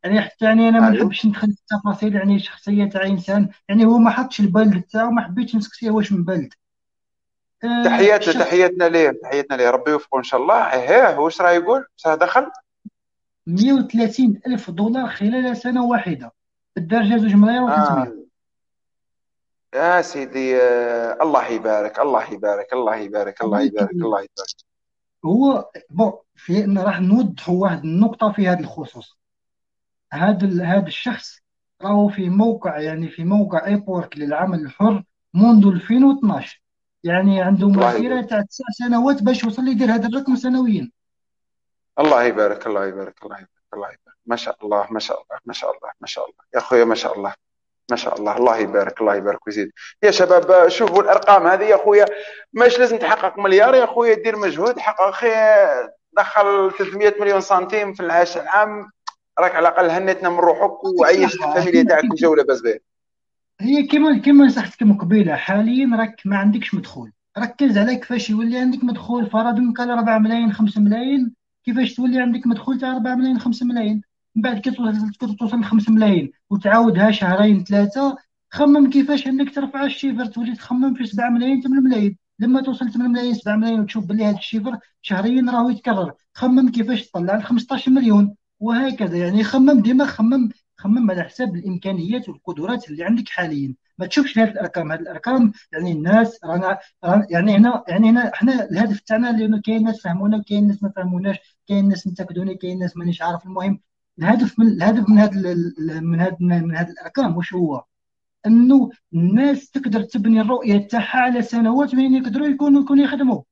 يعني حتى يعني انا ما ايوه. نحبش ندخل في التفاصيل يعني الشخصيه تاع انسان، يعني هو ما حطش البلد تاعو، ما حبيتش نسقسيه واش من بلد. تحياتنا الشخص تحياتنا ليه، تحياتنا ليه، ربي يوفقه ان شاء الله. ايه واش راه يقول، واش راه دخل؟ 130 ألف دولار خلال سنة واحدة، بالدرجة 2 ملاير و300. آه يا سيدي، الله يبارك الله يبارك الله يبارك الله يبارك ولكن الله يبارك. هو بون في ان راح نوضحوا واحد النقطة في هذا الخصوص. هذا الشخص راهو في موقع، يعني في موقع ايبورك للعمل الحر منذ 2012، يعني عنده الله مسيرة يبارك تاع 9 سنوات باش يوصل يدير هذا الرقم سنويا. الله يبارك الله يبارك الله يبارك الله يبارك. ما شاء الله ما شاء الله ما شاء الله ما شاء الله يا اخويا، ما شاء الله ما شاء الله. الله يبارك الله يبارك ويزيد. يا شباب شوفوا الارقام هذه يا اخويا، مش لازم تحقق مليار يا اخويا، دير مجهود، حقق اخي، دخل 300 مليون سنتيم في العاش العام، راك على الاقل هنيتنا من روحك وعيشت صح. الفاميليا تاعك وجو لاباس به. هي كما نصحتكم قبيله، حاليا راك ما عندكش مدخول، ركز على كيفاش يولي عندك مدخول. فرضا كان 4 ملايين 5 ملايين، كيفاش تولي عندك مدخول تاع 4 ملايين 5 ملايين. من بعد كي توصل ل 5 ملايين وتعاودها شهرين ثلاثه، خمم كيفاش انك ترفع الشيفر، تولي تخمم في 7 ملايين 8 ملايين. لما توصل 8 ملايين 7 ملايين وتشوف باللي هذا الشيفر شهريا راهو يتكرر، خمم كيفاش تطلع ل 15 مليون. وهكذا يعني خمم ديما، خمم على حساب الامكانيات والقدرات اللي عندك حاليا. ما تشوفش هذه الارقام، هذه الارقام يعني الناس يعني هنا احنا الهدف تاعنا، لانه كاين ناس فهمونا وكاين ناس ما فهموناش، كاين ناس انتقدوني كاين ناس مانيش عارف. المهم الهدف من هذه الارقام وش هو؟ انه الناس تقدر تبني الرؤيه تاعها على سنوات وين يقدروا يكونوا يخدموا.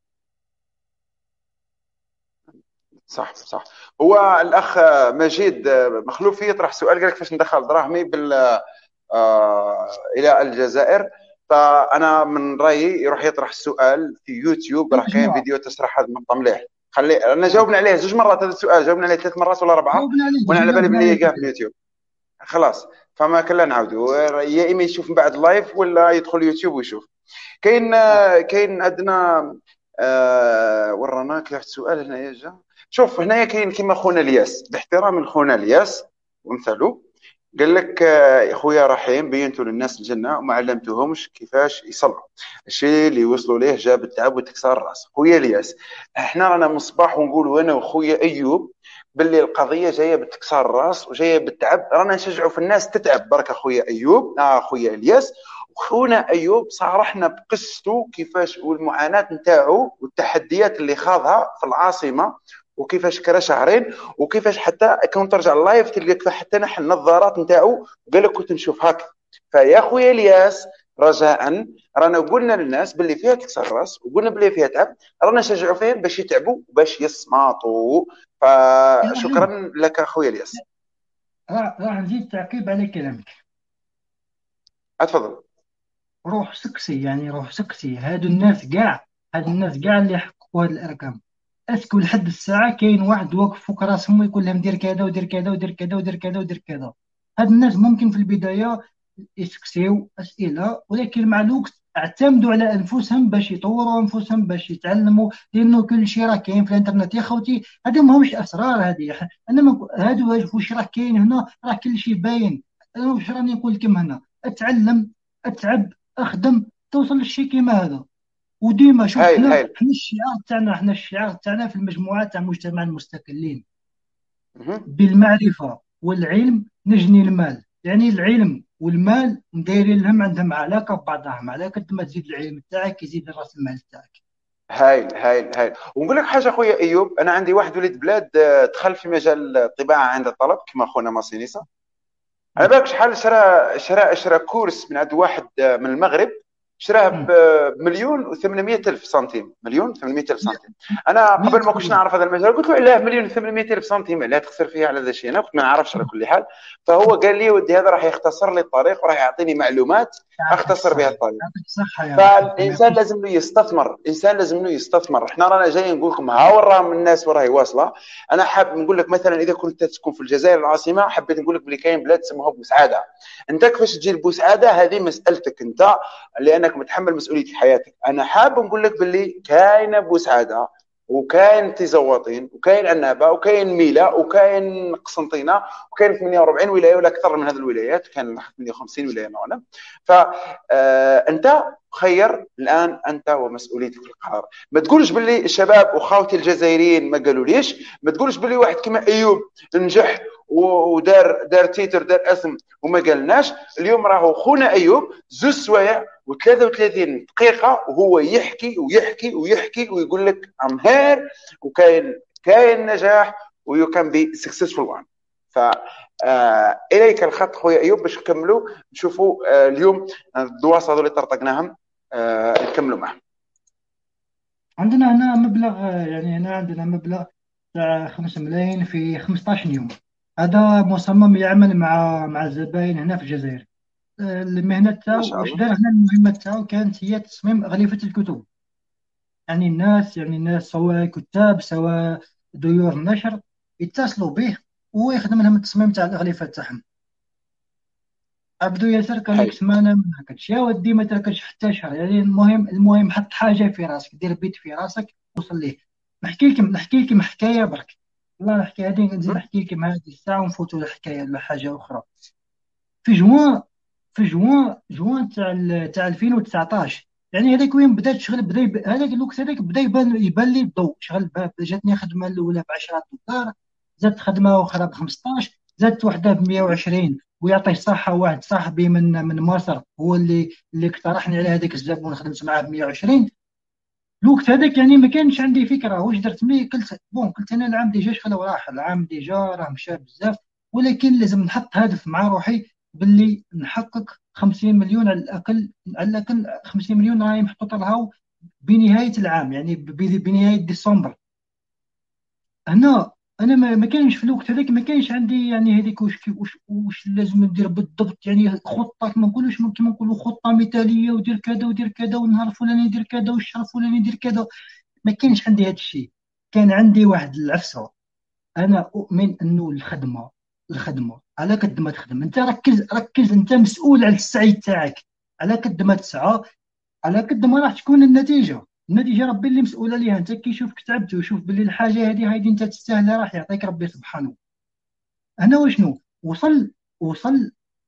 صح صح. هو الاخ مجيد مخلوفي يطرح سؤال، قال لك كيفاش ندخل دراهمي الى الجزائر. فانا من رايي يروح يطرح السؤال في يوتيوب، راه كاين المجموعه فيديو تشرح هذا النقطه مليح. خلي انا جاوبنا عليه 2 مرات، هذا السؤال جاوبنا عليه 3 مرات ولا 4، جاوبنا عليه، وانا على بالي جاوبنا باللي عليه كاع في اليوتيوب. خلاص، فما كان لا نعاودوا، يا اما يشوف من بعد لايف ولا يدخل يوتيوب ويشوف. كاين كاين عندنا ورانا كاع السؤال هنايا جا. شوف هنايا كاين كيما خونا الياس، باحترام خونا الياس ومثالو، قال لك يا خويا رحيم بينتوا للناس الجنه وما علمتوهمش كيفاش يصلوا، الشيء اللي وصلوا ليه جاب التعب وتكسر الراس. خويا الياس، احنا رانا من الصباح ونقولوا انا وخويا ايوب باللي القضيه جايه بتكسر الراس وجايه بالتعب، رانا نشجعوا في الناس تتعب. برك اخويا ايوب، اخويا الياس، خونا ايوب صارحنا بقصته كيفاش والمعاناه نتاعو والتحديات اللي خاضها في العاصمه، وكيفاش كرا شهرين، وكيفاش حتى كون ترجع اللايف تلقى كيف حتى نحن النظارات نتاعو قال لك كنت نشوف هكذا. فيا خويا الياس رجاء، رانا قلنا للناس باللي فيها تكسر راس وقلنا باللي فيها تعب، رانا نشجعوا فيهم باش يتعبوا وباش يصماتوا. اليوم. فشكرا لك اخويا الياس. راح نزيد تعقيب على كلامك. اتفضل. روح سكسي هادو الناس كاع اللي يحققوا هاد الارقام. اسكو لحد الساعه كاين واحد واقف فوق راسهم ويقول لهم دير كذا ودير كذا ودير كذا ودير كذا ودير كذا؟ هاد الناس ممكن في البدايه يسكسيو اسئله، ولكن مع الوقت اعتمدوا على انفسهم باش يطوروا انفسهم باش يتعلموا، لانه كل شيء راه كاين في الانترنت يا خوتي. هذا ماهوش اسرار هذه، انا هادو واش راه كاين هنا، راه كل شيء باين. انا واش راني نقول لكم هنا؟ اتعلم، اتعب، اخدم، توصل للشيء كيما هذا. وديما شوف، هايل احنا هايل. احنا الشعار تاعنا في المجموعه تاع مجتمع المستقلين: مهم. بالمعرفه والعلم نجني المال. يعني العلم والمال مدايرين لهم، عندهم علاقه ببعضهم، على قد ما تزيد العلم تاعك يزيد راس المال تاعك. هايل هايل هايل. ونقول لك حاجه اخويا ايوب، انا عندي واحد وليد بلاد دخل في مجال الطباعه عند الطلب كما اخونا ماسينيسا. على مم. بالك شحال شرا كورس من عند واحد من المغرب، شراه مم. بمليون و800 الف سنتيم، مليون و800 الف سنتيم. انا 100 قبل ما كنتش دولار نعرف هذا المجال قلت له علاه مليون و800 الف سنتيم، علاه تخسر فيها على هذا الشيء؟ انا كنت ما نعرفش على كل حال. فهو قال لي ودي هذا راح يختصر لي الطريق وراح يعطيني معلومات يعطيك اختصر بها الصحه، الطريق. يعطيك الصحه يا رحيم، ما فالانسان يعطيك. لازم له يستثمر، الانسان لازم له يستثمر. احنا رانا جايين نقول لكم ها ورا من الناس وراهي واصله. انا حاب نقول لك مثلا اذا كنت تسكن في الجزائر العاصمه، حبيت نقول لك بلي كاين بلاد سموها بوسعاده. انت كيفاش تجي لبوسعاده هذه مسالتك انت، لانك متحمل مسؤوليه حياتك. انا حاب نقول لك باللي كاينه بوسعاده وكاين تيزواطين وكاين عنابه وكاين ميلا وكاين قسنطينه وكاين 48 ولايه ولا اكثر من هذه الولايات، كان 58 ولايه معنا. فانت خير الان انت ومسؤوليتك في القرار. ما تقولش باللي الشباب وخاوتي الجزائريين ما قالوا ليش، ما تقولش باللي واحد كما ايوب نجح ودار تيتر دار اسم وما قالناش. اليوم راهو خونا ايوب زوج سوايع و33 دقيقه وهو يحكي ويحكي ويحكي ويقول لك ام هير وكاين نجاح ويو كان بي سكسسفول وان. ف اليك الخط خويا ايوب باش نكملوا نشوفوا اليوم الدواسه اللي طرطقناهم نكملوا معهم. عندنا هنا مبلغ، يعني هنا عندنا مبلغ تاع 5 ملايين في 15 يوم. هذا مصمم يعمل مع الزباين هنا في الجزائر. المهنة ما تاعو شاء واش الله. دار هنا، المهمة تاعو كانت هي تصميم أغلفة الكتب. يعني الناس سواء كتاب سواء ديور نشر يتصلوا به وهو يخدم لهم التصميم تاع الأغلفة تاعهم. عبدو ياسر قال لك حي سمانه ما هكاش يا ودي، ما تركش حتى شهر. يعني المهم حط حاجه في راسك، دير بيت في راسك وصل ليه. نحكي لكم حكايه برك. والله الحكايه هذه نزيد نحكي لكم هذه الساعه ونفوتوا لحكايه لحاجه اخرى. في جوان في جوان تاع 2019، يعني هذاك وين بدات شغل، هذاك الوقت هذاك بدا يبان لي الضوء. شغل جاتني خدمه الاولى ب 10 دولار، زادت خدمه اخرى ب 15، زادت واحده ب 120. ويعطيه الصحه واحد صاحبي من مصر هو اللي اقترحني على هذاك الزبون، خدمت معاه ب 120. الوقت هذاك يعني ما كانش عندي فكره واش درت. ملي قلت انا العام ديجا شغل وراح، العام ديجا راه مشى بزاف، ولكن لازم نحط هدف مع روحي باللي نحقق 50 مليون على الاقل. على الاقل 50 مليون راهي محطوطه لها بنهايه العام، يعني بنهايه ديسمبر. هنا انا ما كانش في الوقت هذاك، ما كانش عندي يعني هذيك واش لازم ندير بالضبط، يعني خطه كما نقولوش كما نقولوا خطه مثاليه ودير كذا ودير كذا والنهار الفلاني يدير كذا والشهر الفلاني يدير كذا. ما كانش عندي هذا الشيء. كان عندي واحد العفسه. انا اؤمن انه الخدمه على قد ما تخدم انت، ركز انت مسؤول على السعي تاعك. على قد ما تسعى على قد ما راح تكون النتيجه ربي اللي مسؤول عليها. انت كي يشوفك تعبت ويشوف باللي الحاجه هذه هايدي انت تستاهلها راح يعطيك ربي سبحانه. انا وشنو وصل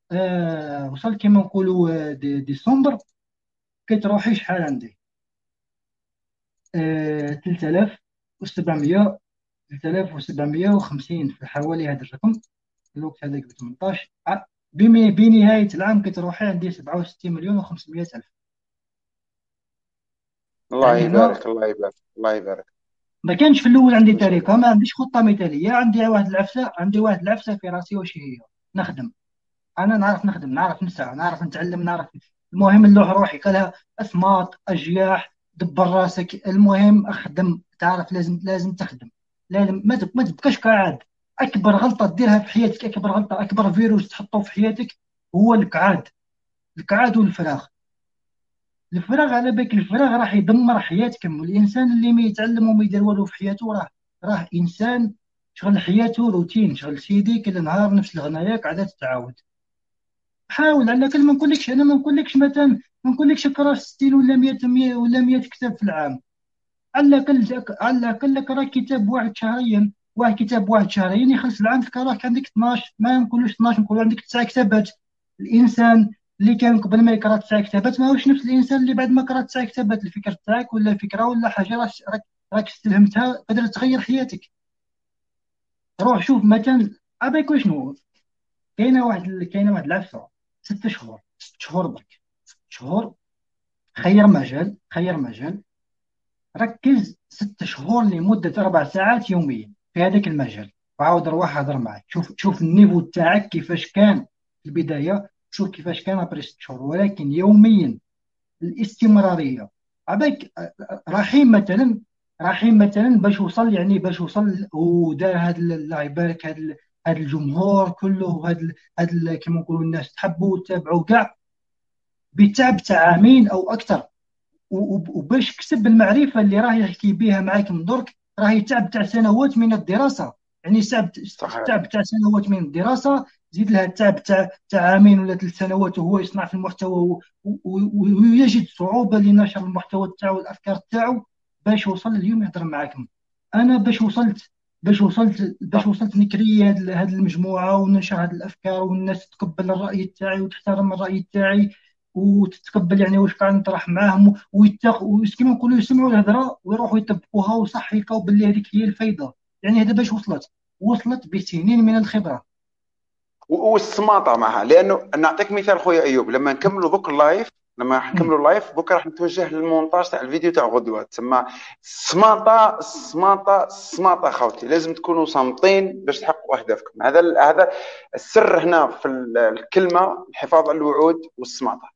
وصل كما نقولوا ديسمبر. لقيت روحي شحال عندي 3700 3750 في حوالي هذا الرقم في الوقت هذاك ب 18. بنهايه العام كنت روحي عندي 67 مليون و500 الف. الله يعني هنا يبارك الله يبارك الله يبارك. ما كانش في الاول عندي ما شاء الله. طريقه، ما عنديش خطه مثاليه. عندي واحد العفسه في راسي. واش هي؟ نخدم. انا نعرف نخدم، نعرف نسعى، نعرف نتعلم، نعرف. المهم نلوح روحي كلها اسماط اجياح دبر راسك. المهم اخدم. تعرف لازم تخدم. لازم ما تبقاش قاعد. اكبر غلطه تديرها في حياتك، اكبر غلطه، اكبر فيروس تحطه في حياتك هو القعاد والفراغ. الفراغ على بالك الفراغ راح يدمر حياتكم. والانسان اللي ما يتعلم وما يدير والو في حياته راه انسان شغل حياته روتين. شغل سيدي كل نهار نفس الغنايه قاعده تتعاود. حاول على الاقل. ما نقولكش مثلا، ما نقولكش اقرا 60 ولا 100 ولا 100 كتاب في العام. على الاقل اقرا كتاب واحد شهريا. واحد شهريا يخلص العام تلقى راك عندك 12. ما نقولوش 12، نقولوا عندك 9 كتابات. الانسان اللي كان قبل ما يقرا 9 كتابات ما هوش نفس الانسان اللي بعد ما قرا 9 كتابات. الفكر تاعك ولا فكره ولا حاجه راك استلهمتها قدرت تغير حياتك. روح شوف مثلا ابيك وشنو. كاينه واحد العفسه. 6 شهور. 6 شهور برك. 6 شهور. خير مجال. ركز 6 شهور لمدة 4 ساعات يوميا في هذاك المجال. وعاود روح هضر معك. شوف النيفو تاعك كيفاش كان في البداية. شوف كيفاش كان ابري 6 شهور، ولكن يوميا. الاستمرارية. عباك رحيم مثلا باش وصل ودار هذا الله يبارك هذا الجمهور كله، وهذا كما نقولوا الناس تحبوا وتابعوا كاع بتعب تاع عامين او اكثر. وباش كسب المعرفه اللي راه يحكي بها معك من درك راه يتعب تاع سنوات من الدراسه. يعني صحيح. تعب تاع سنوات من الدراسه، زيد لها التعب تاع عامين ولا 3 سنوات وهو يصنع في المحتوى ويجد صعوبه لنشر المحتوى تاعو والافكار تاعو باش وصل اليوم يهضر معاكم. انا باش وصلت نكري هاد المجموعه وننشر هاد الافكار، والناس تقبل الراي تاعي وتحترم الراي تاعي وتتقبل يعني واش قاعد نطرح معاهم، كيما نقولوا يسمعوا الهضره ويروحوا يطبقوها، وصح يلقاو باللي هذيك هي الفايده. يعني هذا باش وصلت بسنين من الخبره. والسماطه معها. لانه نعطيك مثال خويا ايوب، لما نكملوا دوك اللايف، لما راح نكملوا اللايف بكره راح نتوجه للمونتاج تاع الفيديو تاع غدوه. تسمى سماطه سماطه سماطه خوتي، لازم تكونوا صامتين باش تحققوا اهدافكم. هذا السر هنا في الكلمه، الحفاظ على الوعود والسماطه.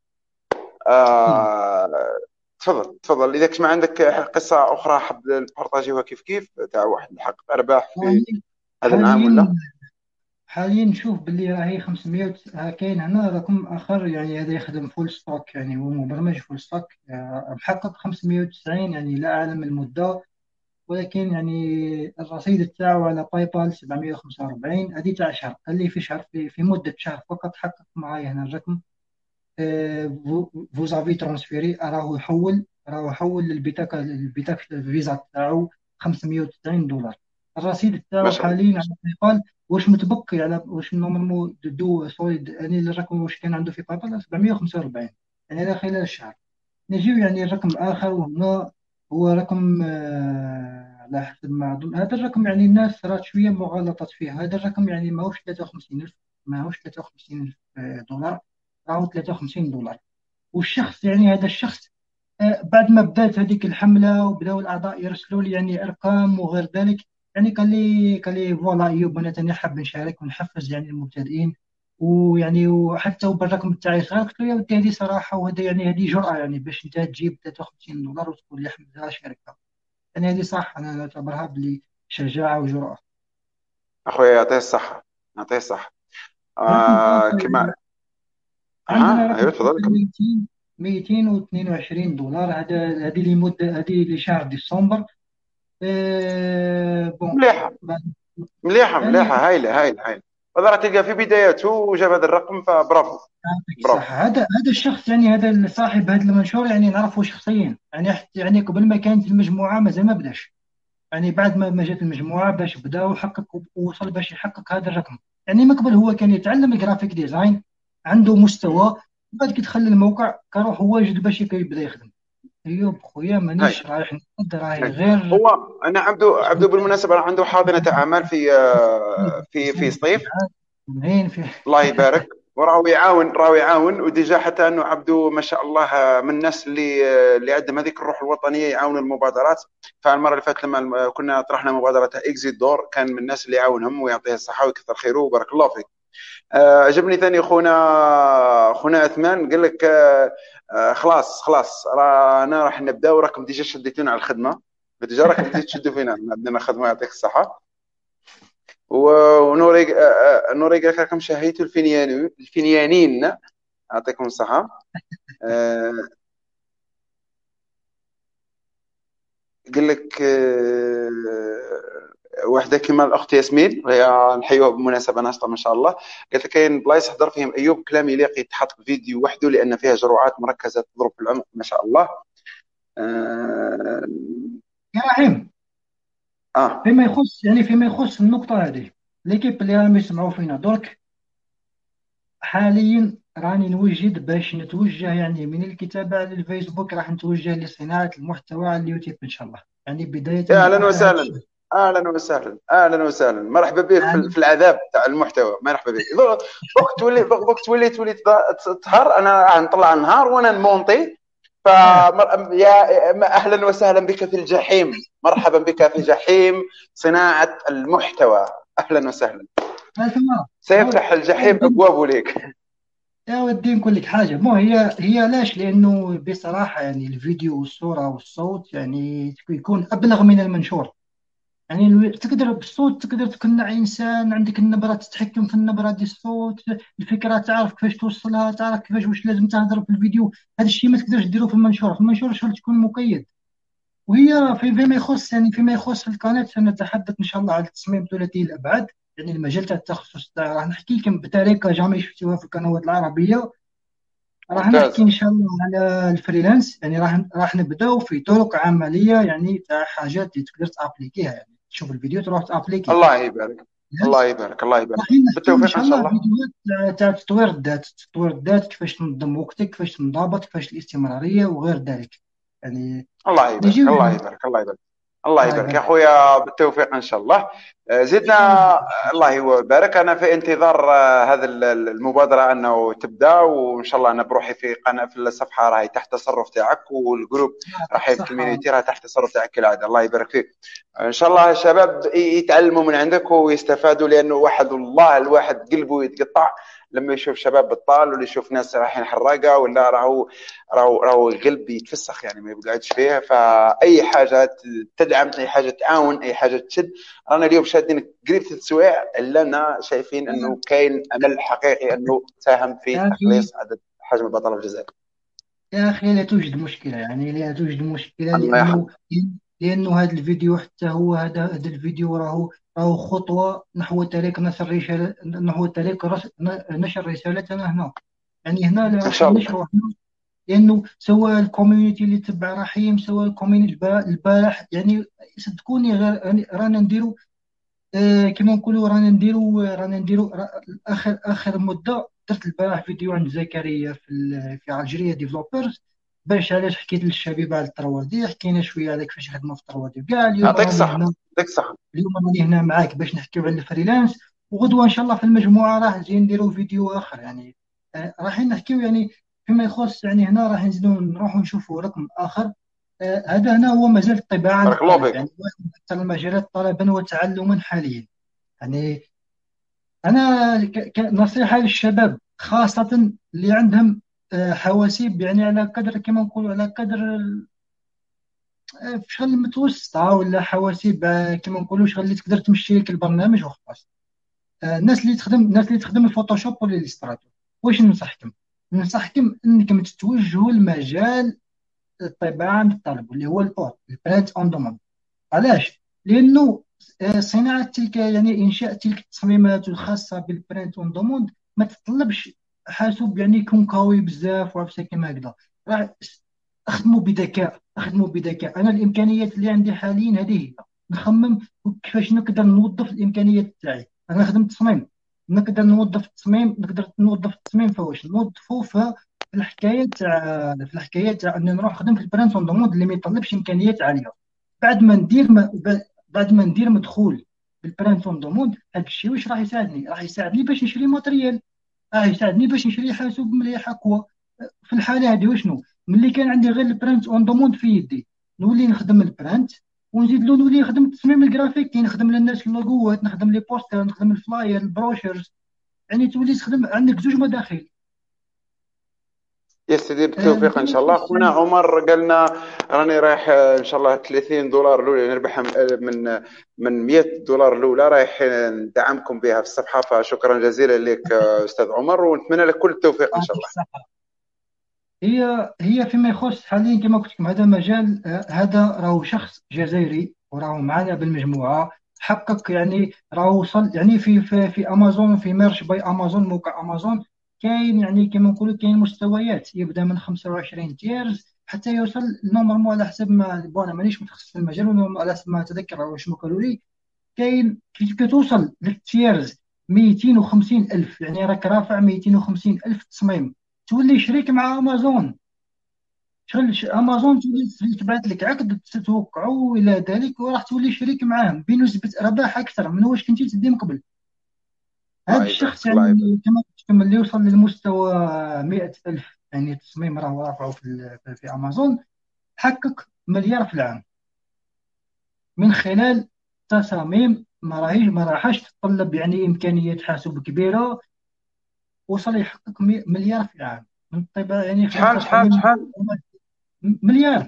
تفضل تفضل، اذا كنت ما عندك قصه اخرى حاب نبارطاجيوها كيف تاع واحد حقق ارباح في يعني هذا العام حاليا ولا؟ حاليا نشوف باللي راهي 500 كاين هنا رقم اخر، يعني هذا يخدم فول ستوك، يعني هو مبرمج فول ستوك، محقق 590، يعني لا اعلم المده، ولكن يعني الرصيد تاعو على باي بال 745. هذه تاع شهر، قال لي في شهر، في مده شهر فقط حقق معايا هنا الرقم. فوزافي ترانسفيري، راهو يحول البيتاك الفيزا تاعو 590 دولار. الرصيد ما تاعو شاء الله. حاليا على باي بال، واش متبقي على واش نورمالمون دو سوليد، يعني الرقم واش كان عنده في باي بال 745، يعني هذا خلال الشهر. نجيو يعني الرقم الآخر، وهنا هو رقم على حسب ما أظن هذا الرقم، يعني الناس رات شوية مغالطات فيه. هذا الرقم يعني ماهوش 53,000، ماهوش 53,000 دولار، راهو 53 دولار. والشخص يعني هذا الشخص بعد ما بدات هذيك الحملة وبداو الأعضاء يرسلوا لي يعني أرقام وغير ذلك، يعني قال لي فوالا أيوب، أنا تاني حاب نشارك ونحفز يعني المبتدئين، ويعني وحتى بالرقم تاعي صغير. قلت له يا ودي هذه صراحة، وهذا يعني هذه جرأة، يعني باش أنت تجيب 53 دولار وتقول لي حملة شركة، يعني هذه صح، أنا نعتبرها بلي شجاعة وجرأة. اخويا يعطيه الصحه، يعطيه الصحه. رقم آخر كما عندنا ايوه رقم تفضل كمل. 222 دولار، هذه لمدة، هذه لشهر ديسمبر. بون مليحه بعد- مليحه يعني مليحه، هايله هايله هايله. هذا راه تلقى في بدايته وجاب هذا الرقم، فبرافو يعطيك برافو. الصحة. هذا الشخص، يعني هذا صاحب هذا المنشور، يعني نعرفه شخصيا، يعني حتى يعني قبل ما كانت المجموعة مازال ما بداش، يعني بعد ما جات المجموعة باش بدا وحقق ووصل باش يحقق هذا الرقم. يعني من قبل هو كان يتعلم الجرافيك ديزاين، عنده مستوى، بعد كي دخل الموقع كروح واجد باش يبدا يخدم. ايوب خويا هاي مانيش رايح نقد، راهي هاي. غير هو انا عبدو بالمناسبه راه عنده حاضنه اعمال في سطيف. منين في. الله يبارك. وراهو يعاون، راهو يعاون، وديجا حتى انه عبدو ما شاء الله من الناس اللي عندهم هذيك الروح الوطنيه، يعاون المبادرات. فالمره اللي فاتت لما كنا طرحنا مبادره تاع اكزيت دور، كان من الناس اللي يعاونهم، ويعطيه الصحه ويكثر خيره وبارك الله فيك. عجبني ثاني خونا عثمان، قال لك خلاص خلاص رانا راح نبدا، وراكم ديجا شديتونا على الخدمه، ديجا راكم بديتوا تشدوا فينا، عندنا خدمه. يعطيك الصحه. ونوري نوري قال لك راكم شهيتوا الفنيانين، يعطيكم الصحه. آه، قال لك وحده كيما الاخت ياسمين، وهي نحيوها بالمناسبه ناشطه ما شاء الله. قالت لك كاين بلايص حضر فيهم ايوب كلام يليق يتحط في فيديو وحده، لان فيها جرعات مركزه تضرب في العمق ما شاء الله. اه, يا رحيم، آه. فيما يخص النقطة هذه، ليكيب اللي راهم يسمعوا فينا درك، حاليا راني نوجد باش نتوجه، يعني من الكتابة على الفيسبوك راح نتوجه لصناعة المحتوى على اليوتيوب إن شاء الله، يعني بداية يا من اهلا آخر هذا وسهلا، الشهر. اهلا وسهلا اهلا وسهلا، مرحبا بك يعني في العذاب تاع المحتوى، مرحبا بك. دوك تولي تهار، انا نطلع النهار وانا نمونطي. آه يا اهلا وسهلا بك في الجحيم، مرحبا بك في جحيم صناعه المحتوى، اهلا وسهلا. تمام. سيفتح الجحيم ابوابه لك. يا ودي نقول لك حاجة، مو هي علاش؟ لأنه بصراحة يعني الفيديو والصورة والصوت يعني يكون أبلغ من المنشور. يعني تقدر بالصوت تقدر تقنع إنسان، عندك النبرة تتحكم في النبرة دي الصوت، الفكرة تعرف كيفاش توصلها، تعرف كيفاش واش لازم تهضر في الفيديو. هذا الشيء ما تقدرش ديره في المنشور، في المنشور شغل تكون مقيد. وهي فيما يخص القناة، سنتحدث إن شاء الله عن التصميم ثلاثي الأبعاد، يعني المجال تاع التخصص تاعي راح نحكي لكم بطريقة جامي شفتوها في القنوات العربية. راح ممتاز. نحكي ان شاء الله على الفريلانس، يعني راح نبداو في طرق عمليه، يعني تاع حاجات اللي تقدر تابليكيها، يعني تشوف الفيديو تروح تابليكي. الله يبارك، الله يبارك، الله يبارك. راح نحكيو ان بالتوفيق ان شاء شاء الله الله. فيديوهات تاع تطوير الذات، تطوير الذات، كيفاش تنظم وقتك، كيفاش تنضبط، كيفاش الاستمراريه وغير ذلك. يعني الله يبارك، نجيو الله يعني. يبارك، الله يبارك، الله الله يبارك يا يبارك اخويا. بالتوفيق ان شاء الله. زدنا. الله يبارك. انا في انتظار هذا المبادره انه تبدا، وان شاء الله انا بروحي في قناه في الصفحه راهي تحت التصرف تاعك، والجروب يعطيك راهي الصحه. الكوميونيتي راهي تحت التصرف تاعك كالعاده. الله يبارك فيك. ان شاء الله الشباب يتعلموا من عندك ويستفادوا، لانه واحد والله الواحد قلبه يتقطع لما يشوف شباب بطال، ولا يشوف ناس رايحين حراقه، ولا راهو القلب يتفسخ يعني ما يقعدش فيه. فاي حاجه تدعم، اي حاجه تعاون، اي حاجه تشد. رانا اليوم شادين قريب 3 سوايع لنا شايفين انه كاين امل حقيقي انه تساهم في يا اخي، تقليص عدد حجم البطاله في الجزائر. يا أخي لا توجد مشكلة، يعني لا توجد مشكلة، الله يحفظك. لأنه هذا الفيديو، حتى هو هذا الفيديو راهو خطوة نحو طريق نشر رسالة، نحو طريق نشر رسالتنا هنا. يعني هنا اللي ان راح شاء الله. ننشره هنا، لأنه سواء الكوميونيتي اللي تبع رحيم، سواء الكوميونيتي البارح، يعني صدقوني غير يعني رانا نديرو، كما نقولوا رانا نديرو اخر مده. درت البارح فيديو عند زكريا في الجيريا ديفلوبرز، باش علاش حكيت للشباب على التروادي، حكينا شويه على كيفاش يخدموا في التروادي كاع. اليوم يعطيك راني الصحه، هنا، يعطيك الصحه. معاك باش نحكيو على الفريلانس. وغدوه ان شاء الله في المجموعه راح نجي نديرو فيديو اخر، يعني راح نحكيو يعني فيما يخص، يعني هنا راح نزيدو نروحوا نشوفوا رقم اخر. هذا هنا هو مجال الطباعه بارك الله للطالب، فيك. يعني واحد من اكثر المجالات طلبا وتعلما حاليا. يعني أنا نصيحة للشباب خاصة اللي عندهم حواسيب، يعني على قدر كما نقولوا على قدر في شغل متوسطة، ولا حواسيب كما نقولوا شغل اللي تقدر تمشي لك البرنامج وخلاص. الناس اللي تخدم الفوتوشوب ولا الإليستراتور، واش ننصحكم؟ ننصحكم انكم تتوجهوا لمجال الطباعة للطلب، اللي هو البرنت اون دوموند. علاش؟ لانه صناعه تلك، يعني انشاء تلك التصميمات الخاصه بالبرنت اون دوموند ما تتطلبش حاسوب يعني يكون قوي بزاف وعرفتي كيما هكذا. راه اخدموا بذكاء. انا الامكانيات اللي عندي حاليا هذه هي، نخمم كيفاش نقدر نوظف الامكانيات تاعي. انا نخدم تصميم، نقدر نوظف التصميم فواش نوظفه في الحكايه تاع اني نروح نخدم في البرنت اون دوموند اللي ما يطلبش امكانيات عاليه. بعد ما ندير بعد ما ندير مدخول بالبلان فون دوموند، هذا الشيء واش راح يساعدني؟ راح يساعدني باش نشري ماتريال، راح يساعدني باش نشري حاسوب مليح اقوى. في الحاله هذه وشنو ملي كان عندي غير البرنت اون دوموند في يدي، نولي نخدم البرنت، ونزيد له نولي نخدم التصميم الجرافيكي، نخدم للناس اللوغوات، نخدم لي بوستر، نخدم الفلاير، البروشرز. يعني تولي تخدم عندك زوج مداخل. يا سيدي بالتوفيق ان فيما شاء الله. يخص اخونا عمر قال لنا راني رايح ان شاء الله $30 الاولى نربحها من $100 الاولى رايح ندعمكم بها في الصفحه. فشكرا جزيلا لك استاذ عمر، ونتمنى لك كل التوفيق ان شاء الله. هي فيما يخص حاليا كما قلت لكم، هذا مجال، هذا راهو شخص جزائري وراهو معنا بالمجموعه، حقق يعني راهو وصل يعني في امازون، في ميرش باي امازون، موقع امازون. كاين يعني كما نقولوا كاين مستويات، يبدا من 25 تيرز حتى يوصل نورمالمون، على حسب ما انا مانيش متخصص في المجال، على حسب ما اتذكر واش ما قالوا لي. كاين كتوصل للتيرز 250 ألف، يعني راك رافع 250 ألف تصميم، تولي شريك مع امازون. شغل امازون تولي تبعث لك عقد تتوقعوا الى ذلك، وراح تولي شريك معاهم بنسبه ربح اكثر من واش كنتي تدي من قبل. هذا الله الشخص يبارك، يعني الله يبارك. كما قلت لكم اللي يوصل للمستوى 100 ألف يعني تصميم راه رافعه في امازون، حقق مليار في العام من خلال تصاميم ما راحش تتطلب يعني امكانيات حاسوب كبيره. وصل يحقق مليار في العام من الطباعه، يعني يخدم تصاميم شحال مليار.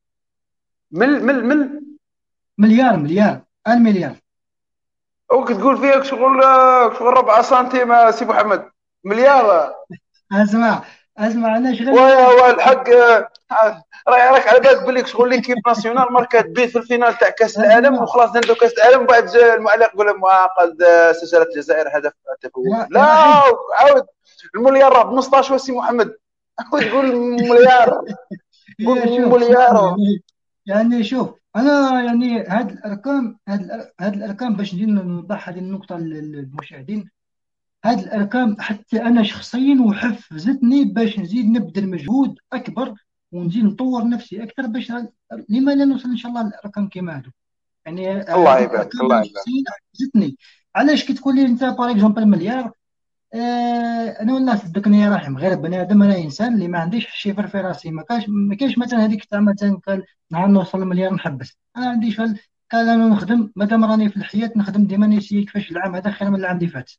من مليار المليار. او تقول فيك شغل ربع سنتيم سي محمد؟ مليار. اسمع انا ويا شغل. والحق راك على بالك بليك شغل ليكيب ناسيونال ماركات بيت في الفينال تاع كاس العالم، اسمع وخلاص نبداو كاس العالم، وبعد المعلق يقول لهم قد سجلت الجزائر هدف تفوق. يا لا، رحيم، عاود المليار راه ب 15 وسي محمد. وتقول مليار، قول هي شوف اسمعني مليار. يعني شوف انا يعني هاد الارقام باش نجي نوضح هذه النقطه للمشاهدين. هاد الارقام حتى انا شخصيا وحفزتني باش نزيد نبذل مجهود اكبر ونزيد نطور نفسي اكثر باش لما لا نوصل ان شاء الله لارقام كيما هادو. يعني الله هذه يبارك، الارقام الله انا يبارك. شخصيا حفزتني. علاش كي تقول لي انت باغ اكزومبل مليار؟ انا والله صدقني يا رحم، غير بني ادم، انا انسان اللي ما عنديش شيفر في راسي. ما كاينش مثلا هذيك تاع مثلا قال نهار نوصل للمليار نحبس. انا عندي شغل، قال انا نخدم مادام راني في الحياه نخدم ديما نسي كيفاش العام هذا خير من العام اللي فات.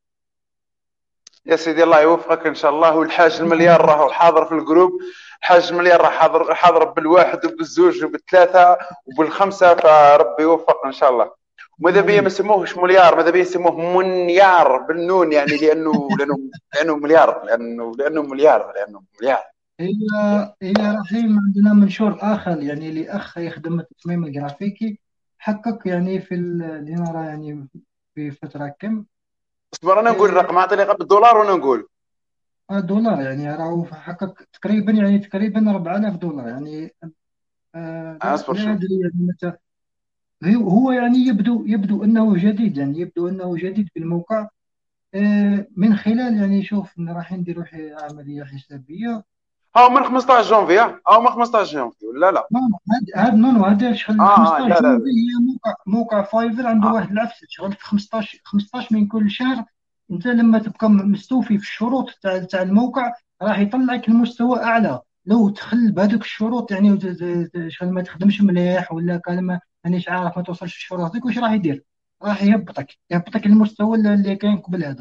يا سيدي الله يوفقك ان شاء الله. والحاج المليار راهو حاضر في الجروب. الحاج المليار راه حاضر بالواحد وبالزوج وبالثلاثه وبالخمسه، فربي يوفق ان شاء الله. وماذا بيا ما امين. يسموهش مليار، ماذا بيا يسموه منيار بالنون، يعني لانه مليار، لانه مليار، لانه مليار. هي هي رحيم عندنا منشور اخر يعني لاخ يخدم التصميم الجرافيكي، حقق يعني اللي نرى يعني في فتره كم اصبر انا نقول الرقم، اعطيني بالدولار وانا نقول. دولار. يعني راهو حقق تقريبا يعني تقريبا 4000 دولار يعني. اصبر لا شوف. ادري يعني متى. هو يعني يبدو انه جديد، يعني يبدو انه جديد في الموقع. من خلال يعني شوف إن راح نديروا عمليه حسابيه. ها من 15 جونفي، ها من 15 جونفي ولا لا؟ نو نو، هذا شغل لا 15 لا جنيه. لا. هي موقع فايفر عنده آه. واحد العفسه شغل في 15 من كل شهر. انت لما تبقى مستوفي في الشروط تاع الموقع راح يطلعك لمستوى اعلى. لو تخل بهذوك الشروط يعني شغل ما تخدمش مليح ولا كلمه مانيش عارف ما توصلش الشروط هذيك، واش راح يدير؟ راح يهبطك للمستوى اللي كان قبل هذا.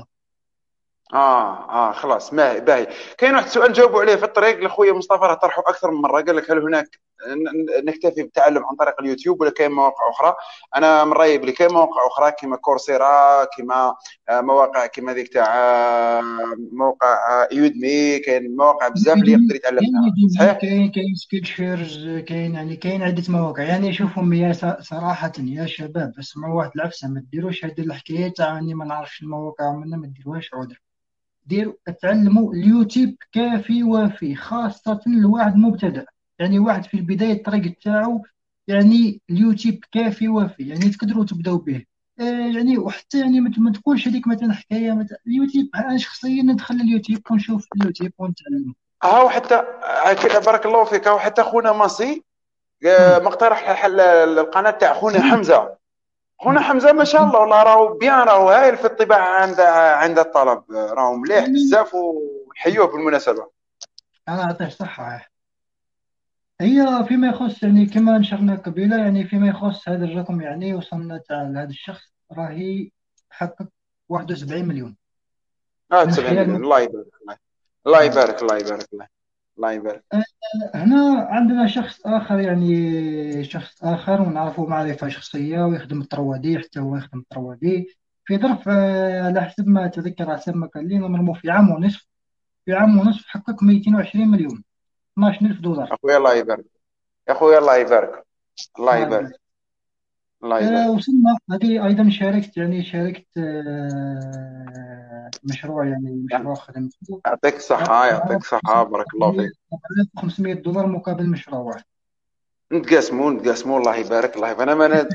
خلاص، ما باهي. كاين واحد السؤال جاوبوا عليه في الطريق لخويا مصطفى، راه طرحه اكثر من مره. قال لك هل هناك نكتفي بالتعلم عن طريق اليوتيوب ولا كاين مواقع اخرى؟ انا من رايي بلي كاين مواقع اخرى كما كورسيرا، كما مواقع كما ذيك تاع موقع يودمي. كاين مواقع بزاف اللي يقدر يتعلم كاين منها، يديمي، صحيح. كاين سكيل شيرز، كاين يعني كاين عده مواقع. يعني شوفهم يا صراحه يا شباب، اسمعوا واحد العفسه، ما ديروش هذه الحكايه تاع اني ما نعرفش المواقع ومنا ما ديروهاش عذر. ديروا تعلموا اليوتيوب كافي وافي، خاصه لواحد مبتدئ يعني واحد في البدايه الطريق تاعو. يعني اليوتيوب كافي وافي يعني تقدروا تبداو به. يعني وحتى يعني ما تقولش هذيك مثلا حكايه مثلا اليوتيوب. انا شخصيا ندخل اليوتيوب ونشوف اليوتيوب ونتعلم. هاو حتى كده بارك الله فيك. هاو حتى خونا ماسي مقترح القناه تاع خونا حمزه. خونا حمزه ما شاء الله والله راهو بيان، راهو هايل في الطباعه عند الطلب، راهو مليح يعني بزاف ونحيوه بالمناسبه. أنا أعطيه صحة. هي فيما يخص يعني كما نشرنا قبيلة، يعني فيما يخص هذا الرقم يعني وصلنا تاع هذا الشخص راهي حقق 71 مليون من 70 خلال مليون، الله يبارك الله. الله آه. يبارك، الله يبارك الله. الله يبارك. هنا عندنا شخص آخر، يعني شخص آخر ونعرفه معرفة شخصية ويخدم الطروادي، حتى هو يخدم الطروادي في ظرف على حسب ما أتذكر، على حسب ما قال لي نظلمه في عام ونصف. في عام ونصف حقق 220 مليون، 12,000 دولار. اخويا الله يبارك، يا اخويا الله يبارك. الله الله يبارك. يبارك. الله يبارك. وصلنا هذه أيضا شاركت مشروع يعني يعني مشروع خدمته. يعطيك الصحه، يعطيك الصحه، بارك الله فيك. 500 دولار مقابل مشروع واحد. نتقاسموا الله يبارك، الله يبارك. انا ما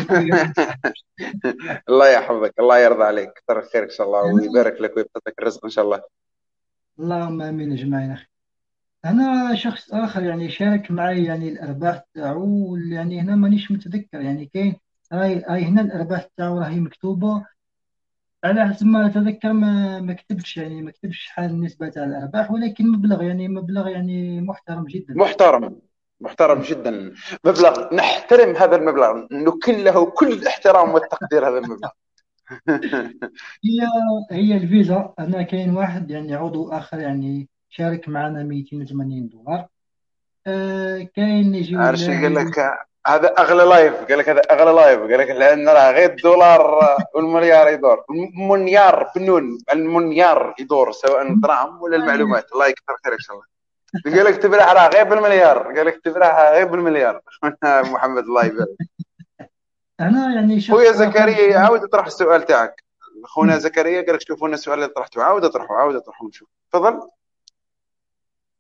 الله يحفظك، الله يرضى عليك، كثر خيرك ان شاء الله أنا ويبارك لك ويبارك الرزق ان شاء الله. اللهم آمين أجمعين أخي. أنا شخص آخر يعني شارك معي يعني الأرباح تاعو، يعني هنا مانيش متذكر يعني كاين. هاي هنا الأرباح تاعو راهي مكتوبة على حسب ما أتذكر. ما كتبش شحال النسبة تاع الأرباح، ولكن مبلغ يعني محترم جدا. محترم، محترم جدا. مبلغ نحترم هذا المبلغ، نكن له كل الاحترام والتقدير هذا المبلغ. هي هي الفيزا. أنا كاين واحد يعني عضو آخر يعني شارك معنا 280 دولار. كاين يجي عارف ولا شو قال يجي. لك؟ هذا اغلى لايف، قال لك هذا اغلى لايف، قال لك لان راه غير الدولار والمليار يدور. المليار بنون، المليار يدور سواء الدراهم ولا المعلومات. الله يكثر خيرك ان شاء الله. قال لك تبرح راه غير بالمليار، قال لك تبرح غير بالمليار. محمد الله يبارك. أنا يعني خويا شخص آخر. زكريا عاود اطرح السؤال تاعك. خونا زكريا قال لك شوفوا لنا السؤال اللي طرحته، عاود اطرحه، عاود اطرحه نشوف. تفضل.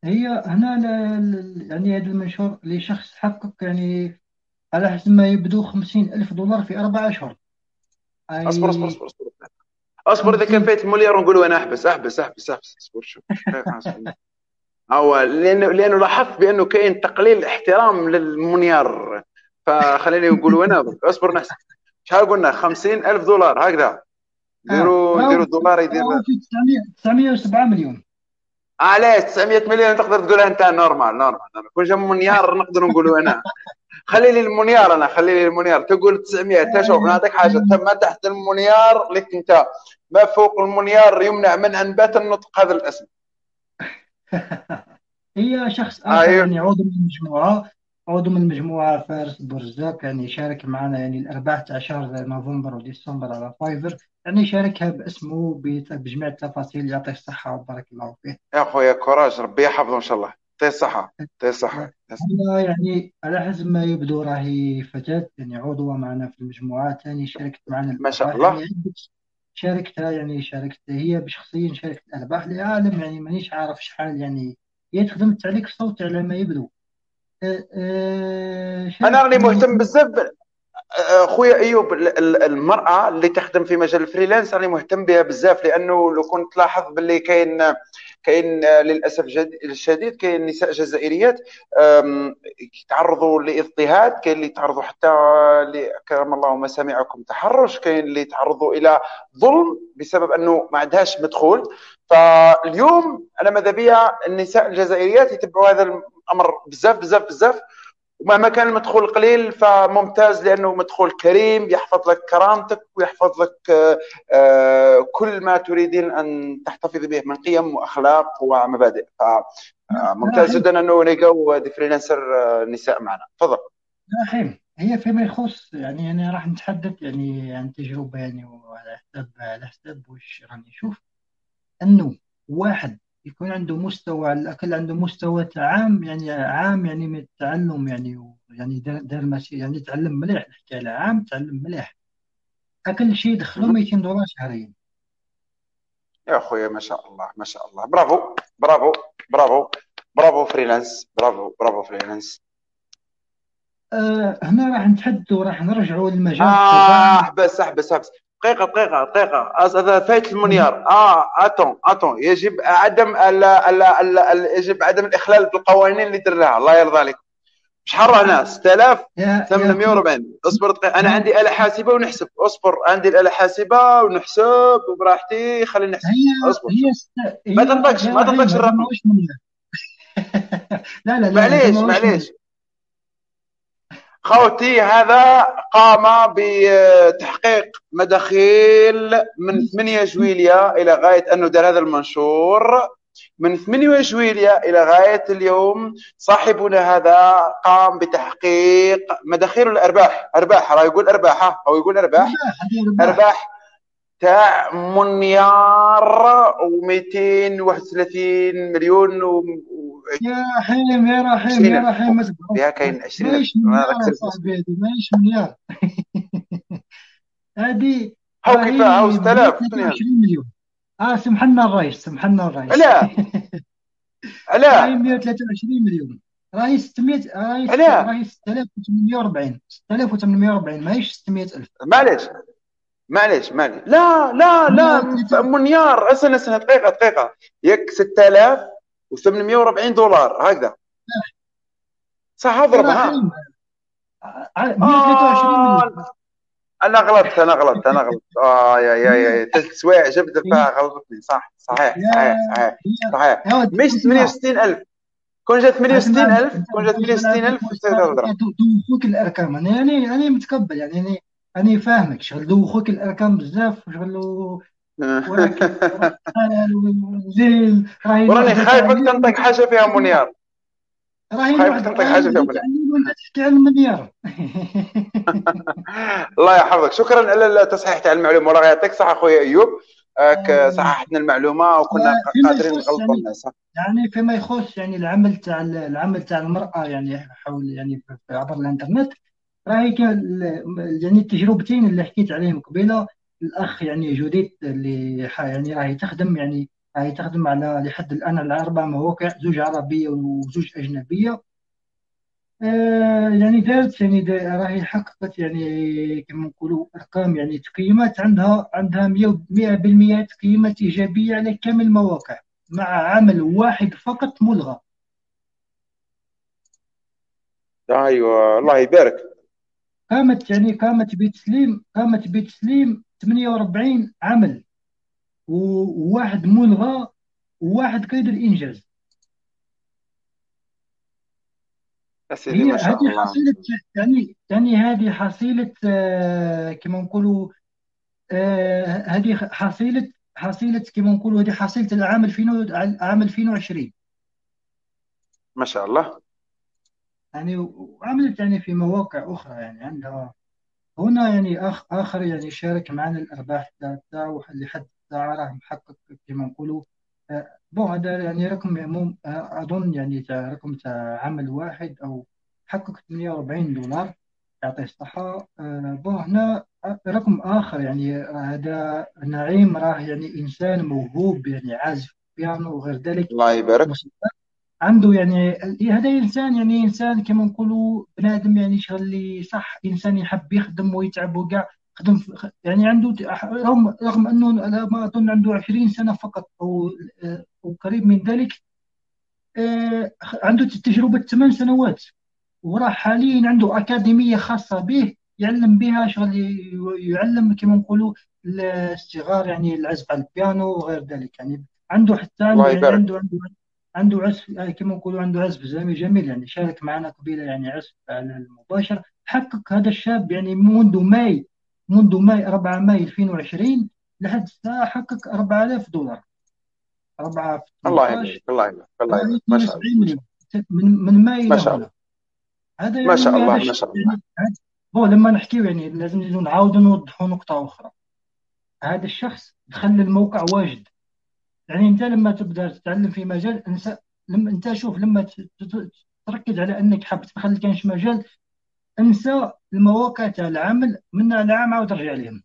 هي هنا يعني هذا المنشور لشخص حقق يعني على حسب ما يبدو 50,000 دولار في 4 أشهر. اصبر اصبر أي اصبر اصبر اصبر، اذا 50. كفيت المليار نقول انا احبس احبس احبس احبس، اصبر شوف دقيقة، اصبر. هو لانه لاحظت بانه كاين تقليل احترام للمنيار، فخليني نقول انا اصبر نحسب. شحال قلنا؟ 50,000 دولار هكذا. ديروا راهو ديروا الدولار يدير. راهو في 907 مليون. علاش 900 مليون تقدر تقولها انت؟ نورمال نورمال نورمال. كون جا مليار نقدر نقولوا انا. خلي لي المليار، انا خلي لي المليار. تقول 900، تشوف نعطيك حاجه، ما تحت المليار لك انت، ما فوق المليار يمنع منعا باتا النطق هذا الاسم. هي شخص آخر ايوه يعني عضو من المجموعة فارس بورزاق، يعني شارك معنا يعني الأرباح تاع شهر نوفمبر وديسمبر على فايفر، يعني شاركها باسمه بجميع التفاصيل. يعطيه الصحة وبارك الله فيه. يا اخويا، كوراج، ربي يحفظه ان شاء الله. يعطيه الصحه، يعطيه الصحه. أنا يعني على حسب ما يبدو راهي فتاة يعني عضوة معنا في المجموعة، ثاني شاركت معنا ما شاء الأرباح يعني الله. عدة. شاركت هي بشخصيا، شاركت الأرباح لعالم يعني مانيش عارف شحال يعني. هي تخدم التعليق الصوتي على ما يبدو. انا شاركت راني يعني. مهتم بزاف خويا ايوب، المراه اللي تخدم في مجال الفريلانس راني مهتم بها بزاف، لانه لو كنت تلاحظ باللي كاين للاسف الشديد كاين نساء جزائريات يتعرضوا لاضطهاد، كاين اللي يتعرضوا حتى كرم الله مسامعكم تحرش، كاين اللي يتعرضوا الى ظلم بسبب انه ما عندهاش مدخول. فاليوم انا ماذا بيا النساء الجزائريات يتبعوا هذا الامر بزاف بزاف بزاف، ومهما كان المدخول قليل فممتاز، لأنه مدخول كريم يحفظ لك كرامتك ويحفظ لك كل ما تريدين أن تحتفظ به من قيم وأخلاق ومبادئ. فممتاز رحيم جدا أنه نلقاو دي فريلانسر نساء معنا. تفضل. رحيم. هي فيما يخص يعني أنا راح نتحدث يعني عن تجربة يعني، وعلى حسب وش راني نشوف انه واحد يكون عنده مستوى على الاقل، عنده مستوى عام يعني من التعلم يعني، يعني دار ماشي يعني تعلم مليح، نحكي على عام تعلم مليح، اقل شيء يدخله 200 دولار شهريا. يا أخويا ما شاء الله ما شاء الله، برافو برافو برافو برافو فريلانس، برافو برافو فريلانس. هنا راح نتحدث وراح نرجعوا لمجال الطباعة. احبس احبس احبس. دقيقة دقيقة دقيقة، هذا فايت المليار. اتون يجب عدم يجب عدم الاخلال بالقوانين اللي درناها، الله يرضى عليكم. شحال هنا؟ يا اخي 6840. اصبر دقيقة، انا عندي آلة حاسبة ونحسب. اصبر، عندي الآلة حاسبة ونحسب وبراحتي، خليني نحسب. هي اصبر هي شوف. هي ما تنطقش يا ما رحيم، تنطقش هذا الرقم. ماهوش منير. لا لا لا، هذا معليش ماهوش منير. معليش خوتي، هذا قام بتحقيق مداخيل من 8 جويلية إلى غاية أنه دار هذا المنشور. من 8 جويلية إلى غاية اليوم صاحبنا هذا قام بتحقيق مداخيل الأرباح. أرباح، راه يقول أرباح، أو يقول أرباح. هذه رباح. أرباح تاع مليار و231 مليون يا رحيم يا رحيم يا و20 رحيم، ما تبغاش. فيها كاين 20,000. ماهيش أنا مليار راك يا سرت صاحبي، هذه ماهيش مليار. هذه هاو كيف هاو راهي 6000 ثانية. 123 مليون. سمحنا الرئيس، سمحنا الرئيس. علاه راهي علاه 123 مليون. راهي 600، علاه راهي 6840، 6840 ماهيش 600,000. معليش معليش معليش، لا لا لا، 103. مليار. استنى دقيقة دقيقة. ياك 6840 دولار هكذا صح؟ يا اضربها. رحيم 123 مليون. آه انا غلطت. يا هي 3 سوايع جبت هي فيها غلطتني. صح صحيح يا صحيح صحيح هي صحيح. يا ودي مش اسمع. 68,000. كون جات اسمع 68,000، انت كون جات 68,000 تضرب. دوخوك الارقام. انا متقبل يعني، انا فاهمك شغل دوخوك الارقام بزاف شغل ولكن زين. راهي وراني الوحده تاع خايفك الليل تنطق وانت حاجة فيها تحكي عن مليار. راهي خايفك الوحده تنطق راهي حاجة فيها الوحده تاع مليار. الليل وانت تحكي عن المليار. الله يحفظك، شكرا على التصحيح تاع المعلومه، والله يعطيك صح اخويا ايوب. صححتنا المعلومه وكنا فيما قادرين يخص نغلطوا يعني، الناس. فيما يخص يعني العمل تاع المرأة يعني حول يعني عبر الانترنت. راهي يعني التجربتين اللي حكيت عليهم قبيله، الاخ يعني جوديت اللي يعني راهي تخدم يعني هاي تخدم على لحد الآن على 4 مواقع، زوج عربية وزوج أجنبية. يعني دارت يعني راهي حققت يعني كما نقولوا أرقام، يعني تقييمات عندها 100% تقييمات إيجابية على كامل المواقع، مع عمل واحد فقط ملغى. ايوه الله يبارك. قامت بتسليم 48 عمل، وواحد ملغى، وواحد قيد الإنجاز. يا سيدي هي ما شاء هذه الله. حصيلة، يعني هذه حصيلة كما نقولوا هذه حصيلة كما نقولوا هذه حصيلة عام 2020. ما شاء الله. يعني وعملت يعني في مواقع أخرى، يعني عندها هنا يعني آخر يعني شارك معنا الأرباح تاعو لحد الساعة راه محقق كما نقولوا. بون هذا يعني رقم عموم، أظن يعني تاع رقم تاع عمل واحد أو حقق $48، يعطيه الصحة. بون هنا رقم آخر، يعني هذا نعيم راه يعني إنسان موهوب، يعني عازف بيانو وغير ذلك، الله يبارك. عنده يعني هذا انسان، يعني انسان كما نقولوا بنادم، يعني شغل اللي صح، انسان يحب يخدم ويتعب وكاع. خدم يعني عنده رغم انه على ما اظن عنده 20 سنه فقط، او قريب من ذلك. عنده تجربه 8 سنوات، وراه حاليا عنده اكاديميه خاصه به يعلم بها شغل، يعلم كما نقولوا الصغار يعني العزف على البيانو وغير ذلك. يعني عنده حتى الله يعني يبارك. عنده عزف، يعني كما نقولوا عنده عزف جميل جميل، يعني شارك معنا قبيله يعني عزف على المباشر. حقق هذا الشاب يعني منذ ماي 4 ماي 2020 لحد الساعه حقق $4000، 4 في الله 18 يبارك. الله يبارك. الله حوالي يبارك ما شاء الله. 72 ما شاء مليون من ماي ما الى شاء الله. هنا. هذا ما شاء يعني هذا الله. ما الشيء شاء الله. يعني هو لما نحكيو يعني لازم نعاودوا نوضحوا نقطة أخرى. هذا الشخص خلى الموقع واجد. يعني أنت لما تبدأ تتعلم في مجال، لما أنت شوف، لما تركز على أنك حاب تدخل كانش مجال، انسى المواقع تاع العمل من العام عاود رجع لهم.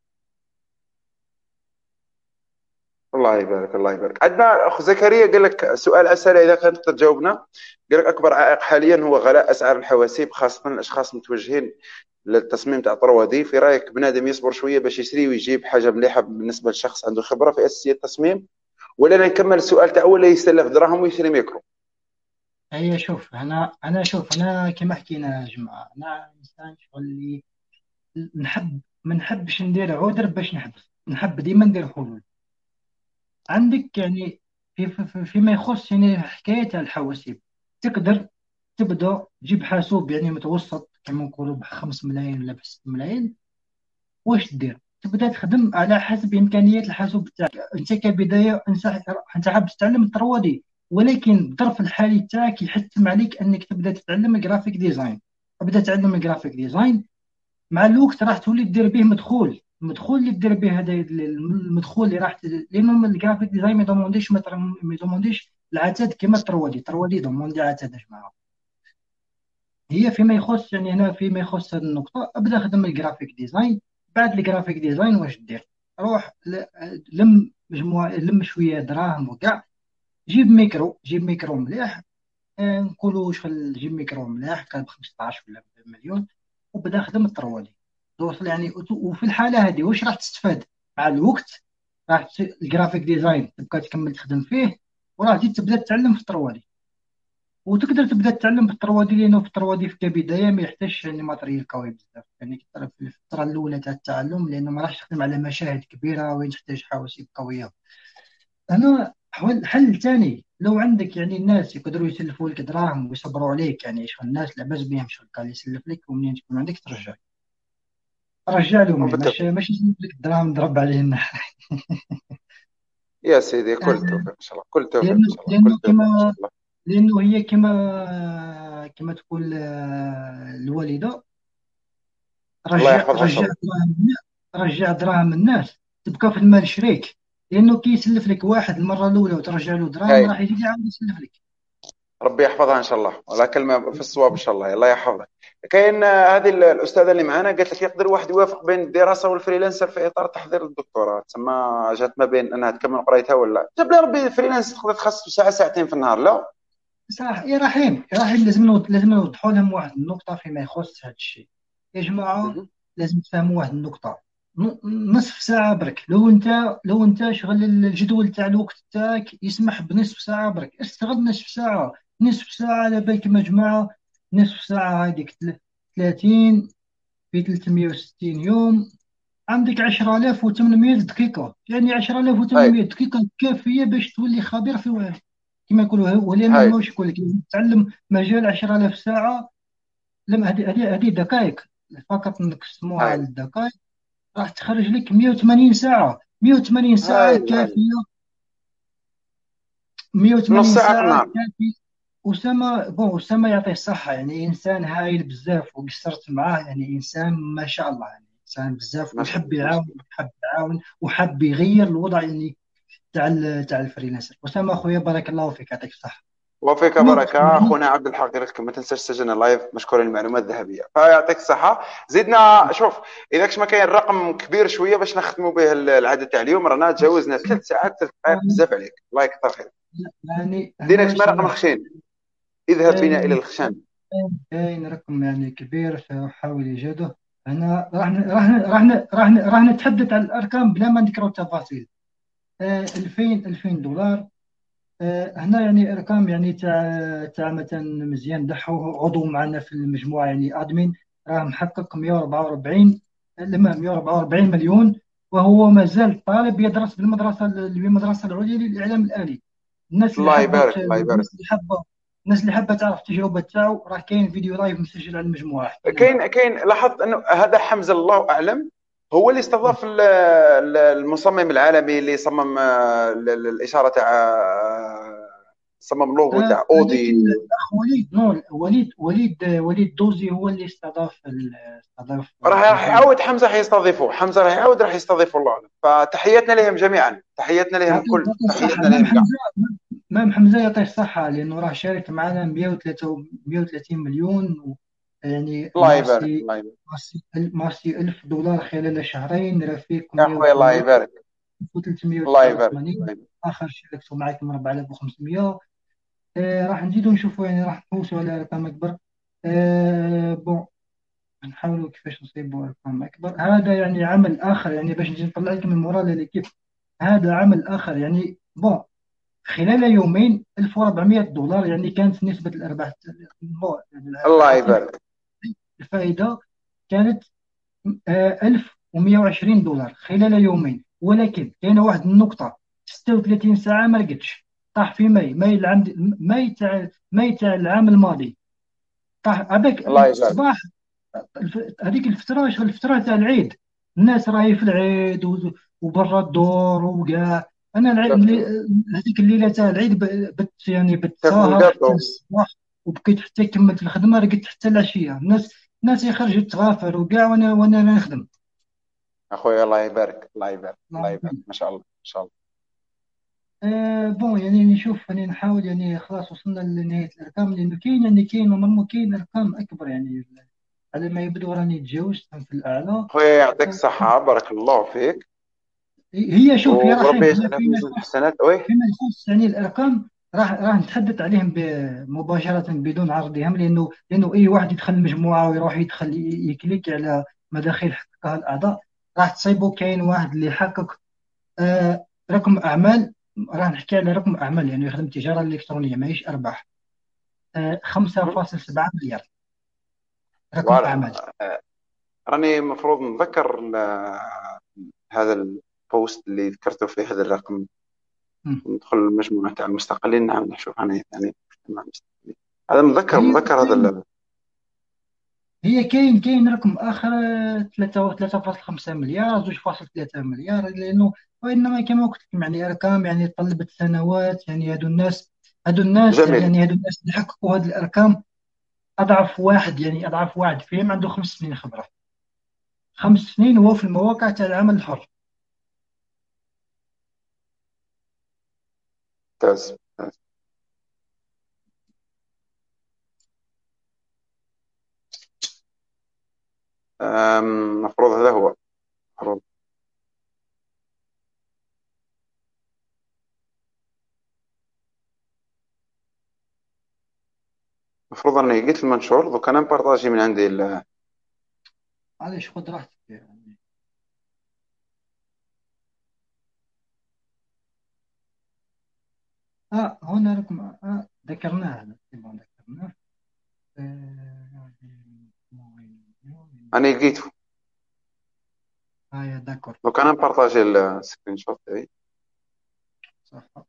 الله يبارك. الله يبارك. عندنا اخ زكريا قال لك سؤال اسئله اذا كنت تقدر تجاوبنا. قال لك اكبر عائق حاليا هو غلاء اسعار الحواسيب، خاصه الاشخاص متوجهين للتصميم تاع طروادي. في رايك بنادم يصبر شويه باش يشري ويجيب حاجه مليحه بالنسبه لشخص عنده خبره في اساسيات التصميم، ولا نكمل السؤال تاع ولا يستلف دراهم ويشري ميكرو؟ هي شوف، أنا كما حكينا يا جماعة، أنا إنسان شغل اللي ما نحبش ندير عذر باش نحبس، نحب ديما ندير حلول. عندك يعني فيما يخص يعني حكاية الحواسيب، تقدر تبدأ تجيب حاسوب يعني متوسط كما نقولوا ب5 ملايين ولا ب6 ملايين. واش دير؟ تبدأ تخدم على حسب إمكانيات الحاسوب تاعك. أنت كبداية، أنت حاب تتعلم التروادي، ولكن الظرف الحالي تاعك يحتم عليك أنك تبدأ تتعلم الجرافيك ديزاين. تبدأ تعلم الجرافيك ديزاين، مع الوقت راح تولي دير به المدخول اللي دير به هذا المدخول اللي راح لانه الجرافيك ديزاين ما يضمنديش العتاد كما التروادي يضمندي عتاد يا جماعه. هي فيما يخص يعني هنا فيما يخص هذه النقطه، ابدا خدم الجرافيك ديزاين. بعد الجرافيك ديزاين واش دير؟ روح لم شويه دراهم وكاع، جيب ميكرو مليح. نقولوا شغل جيب ميكرو مليح كان ب 15 ولا بمليون، وبدا خدم الطروالي. توصل يعني، وفي الحاله هذه واش راح تستفاد مع الوقت؟ الجرافيك ديزاين تبقى تكمل تخدم فيه، وراح تبدا تتعلم في الطروالي. وتقدر تبدا تتعلم في الطروادي، لانه في الطروادي في كبدايه ما يحتاجش يعني ماتريال قوي بزاف، يعني في الفتره الاولى تاع التعلم، لانه ما راحش تخدم على مشاهد كبيره وين تحتاج حواسيب قويه. انا حل ثاني، لو عندك يعني الناس يقدروا يسلفوا لك دراهم ويصبروا عليك، يعني شغل الناس لاباس بهم شغل قال يسلف لك، ومنين تكون عندك ترجع لهم، يعني وبالتوفيق ماشي يسلف لك الدراهم ضرب عليه النحر. يا سيدي. كل آه، توفيق ان شاء الله. كل توفيق ان لانه شاء الله. كل لانه توفيق ان شاء كما الله. لانه هي كما تقول الوالده، الله رجع يحفظها ان شاء رجع الله. دراهم رجع دراهم الناس تبقى في المال شريك. لانه كي يسلف لك واحد المره الاولى وترجع له دراهم، هاي. راح يزيد يعاود يسلف لك. ربي يحفظها ان شاء الله، ولا كلمه في الصواب ان شاء الله، الله يحفظك. كاين هذه الاستاذه اللي معنا قالت لك يقدر واحد يوافق بين الدراسه والفريلانسر في اطار تحضير الدكتوراه، تسمى جات ما بين انها تكمل قرايتها ولا جاب لي ربي الفريلانس تقدر تخصص ساعه ساعتين في النهار، لا. صح يا رحيم، يا رحيم، لازم نوضحوا لهم واحد النقطة فيما يخص هذا الشيء يا جماعة. مهم. لازم تفهموا واحد النقطة. نصف ساعة برك، لو انت شغل الجدول تاع الوقت تاعك يسمح بنصف ساعة برك، استغل نصف ساعة. نصف ساعة على بالك يا جماعة. نصف ساعة هذيك 30 في 360 يوم، عندك 10800 دقيقة. يعني هاي 10800 دقيقة كافية باش تولي خبير في واحد، كما يقولوا. ولأن هاي ماش يقول لك لازم تتعلم مجال 10000 ساعة. لما هذه دقائق فقط، نقسموها هاي على الدقائق راح تخرج لك 180 ساعة. 180 هاي ساعة هاي كافية. نص 180 ساعه في ساعة النهار. كافية. أسامة يعطيه الصحة، يعني إنسان هايل بزاف، وقصرت معاه. يعني إنسان ما شاء الله، يعني إنسان بزاف، ما شاء ويحب الله ما شاء يعاون الله. ويحب يعاون وحب يغير الوضع يعني تاع الفريلانسر. أسامة أخويا بارك الله فيك، يعطيك الصحة. وفيك نقطة بركة أخونا عبد الحق، لك ما تنساش تسجلنا لايف، مشكور المعلومات الذهبية، فيعطيك الصحة. زدنا شوف، إذا كش ما كاين رقم كبير شوية باش نختموا به العدد تاع اليوم، رانا تجاوزنا 3 ساعات 3 دقائق، بزاف عليك، الله يكثر خير. يعني دينا أنا كش ما رقم صراحة الخشين، اذهب بنا إلى كاين الخشان. كاين رقم يعني كبير سأحاول إيجاده. أنا راح نتحدث عن الأرقام بلا ما نذكر التفاصيل. 2000 دولار. هنا يعني ارقام يعني تاع مثلا مزيان دحو عضو معنا في المجموعه، يعني ادمن، راه محقق 144، لما 144 مليون، وهو ما زال طالب يدرس بالمدرسه العليا للاعلام الالي. الناس اللي الله حابه يبارك الله يبارك. الناس اللي حابه تعرف التجربه تاعو، راه كاين فيديو لايف مسجل على المجموعه حتى الان. كاين لاحظت أنه هذا حمزة الله أعلم هو اللي استضاف المصمم العالمي اللي صمم الإشارة تاع صمم اللوغو تاع هذاك أودي. الاخ وليد نور، وليد دوزي هو اللي استضاف راح حمزه. يعاود حمزه حيستضيفوه، حمزه راح يعاود راح يستضيفوا الله اعلم، فتحياتنا لهم جميعا، تحياتنا لهم يعطيه كل، الصحة تحياتنا مام لهم كاع. حمزة. مام حمزة يعطيه الصحة، لأنه راه شارك معنا 130 مليون يعني الله يبارك مارسي. الله يبارك. مارسي 1000 دولار خلال شهرين، رفيق يا اخوي الله 180 يبارك. الله يبارك 389. الله يبارك. آخر شاركته معكم 4500. راح نزيدوا نشوفوا، يعني راح نحوسوا على أرقام أكبر. بون، نحاولوا كيفاش نصيبوا أرقام أكبر. هذا يعني عمل آخر، يعني باش نجي نطلع لكم المورال اللي كيف. هذا عمل آخر يعني. بون، خلال يومين 1400 دولار، يعني كانت نسبة الأرباح، الله حسيت يبارك. الفائدة كانت 1120 دولار خلال يومين. ولكن كاينه واحد النقطة: 36 ساعة ما لقيتش. طاح في ماي العام، ماي تاع العام الماضي. طاح هذاك الله يبارك. الصباح. هذيك الفترة شغل الفترة تاع العيد، الناس راهي في العيد وبرا الدور وكاع. انا شفت هذيك الليله تاع العيد يعني شفت بتسهر حتى القطو. الصباح، وبقيت حتى كملت الخدمه، رقدت حتى العشيه. الناس خرجت تغافر وكاع، وانا نخدم. اخوي الله يبارك الله يبارك الله الله يبارك، يبارك. ما شاء الله ما شاء الله. بون، يعني نشوف، يعني نحاول، يعني خلاص وصلنا لنهايه الارقام، لانه كاين، يعني كاين ارقام اكبر يعني. على ما يبدو راني تجاوزت في الاعلى. اخوي يعطيك الصحة، بارك الله فيك، هي شوف يا وربي رحيم، هي يجعلها في ميزان الحسنات. وي فيما يخص يعني الارقام، راح نتحدث عليهم مباشره بدون عرضهم، لانه اي واحد يدخل المجموعه ويروح يدخل يكليك على مداخيل حققها الاعضاء، راح تصيبه. كاين واحد اللي يحقق رقم اعمال. راح نحكي على رقم اعمال، يعني يخدم التجاره الالكترونيه ماهيش ارباح. 5.7 مليار رقم اعمال. فوالا. راني المفروض نتذكر هذا البوست اللي ذكرته فيه هذا الرقم، مم. ندخل المجموعة تاع المستقلين، نعم نشوف أنا يعني مجتمع المستقلين، هذا متذكر هي متذكر هذا هي كاين رقم اخر، 3.5 مليار، 2.3 مليار، لانه وانما كما قلت لكم يعني ارقام يعني طلبت سنوات. يعني جميل. يعني هادو الناس اللي حققوا هذه الارقام، اضعف واحد فيهم عنده 5 سنين خبره. 5 سنين وهو في المواقع تاع العمل الحر. ممتاز. المفروض هذا هو المفروض. المفروض اني لقيت المنشور دوك انا مبارطاجي من عندي معليش خذ راحتك يعني. هنا لكم ذكرناه ذكرناه. انا لقيته يا داكور. دوك انا مبارطاجي السكرين شوت تاعي. صح.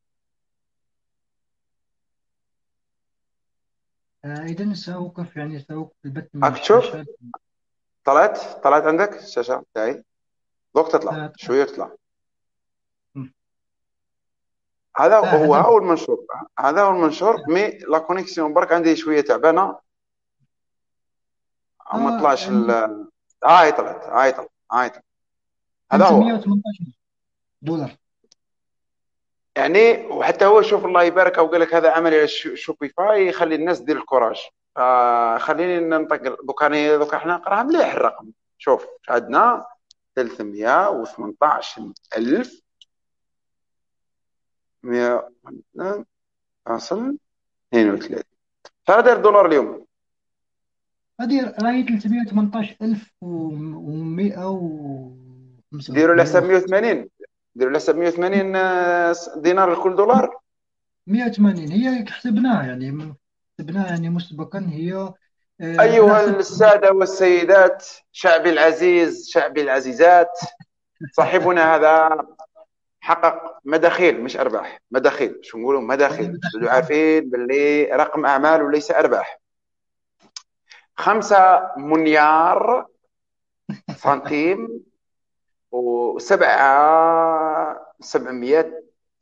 إذا سأوقف يعني سأوقف البث من راك تشوف الشاشة. طلعت عندك الشاشه تاعي دوك تطلع آه شويه تطلع. م. هذا هو هذا هو المنشور. هذا هو المنشور مي لا كونيكسيون برك عندي شويه تعبانه ما طلعش يعني هاي طلعت هاي طلعت هاي طلعت. هذا هو 518 دولار. يعني. وحتى هو شوف الله يبارك وقال لك هذا عمل على شوبيفاي يخلي الناس دير الكوراج. خليني ننتقل دوك احنا نقراها مليح الرقم. شوف عندنا 318,000 132 هذا دولار اليوم. هذه راهي 318,105. ديروا له حساب 180. ديروا له حساب 180 دينار لكل دولار. 180 هي حسبناها يعني، حسبناها يعني مسبقا هي. أنا أيها حسبت. السادة والسيدات، شعبي العزيز شعبي العزيزات، صاحبنا هذا حقق مداخيل مش أرباح. مداخيل شو نقولوا مداخيل تبدو عارفين باللي رقم أعمال وليس أرباح. 5 مليار سنتيم و700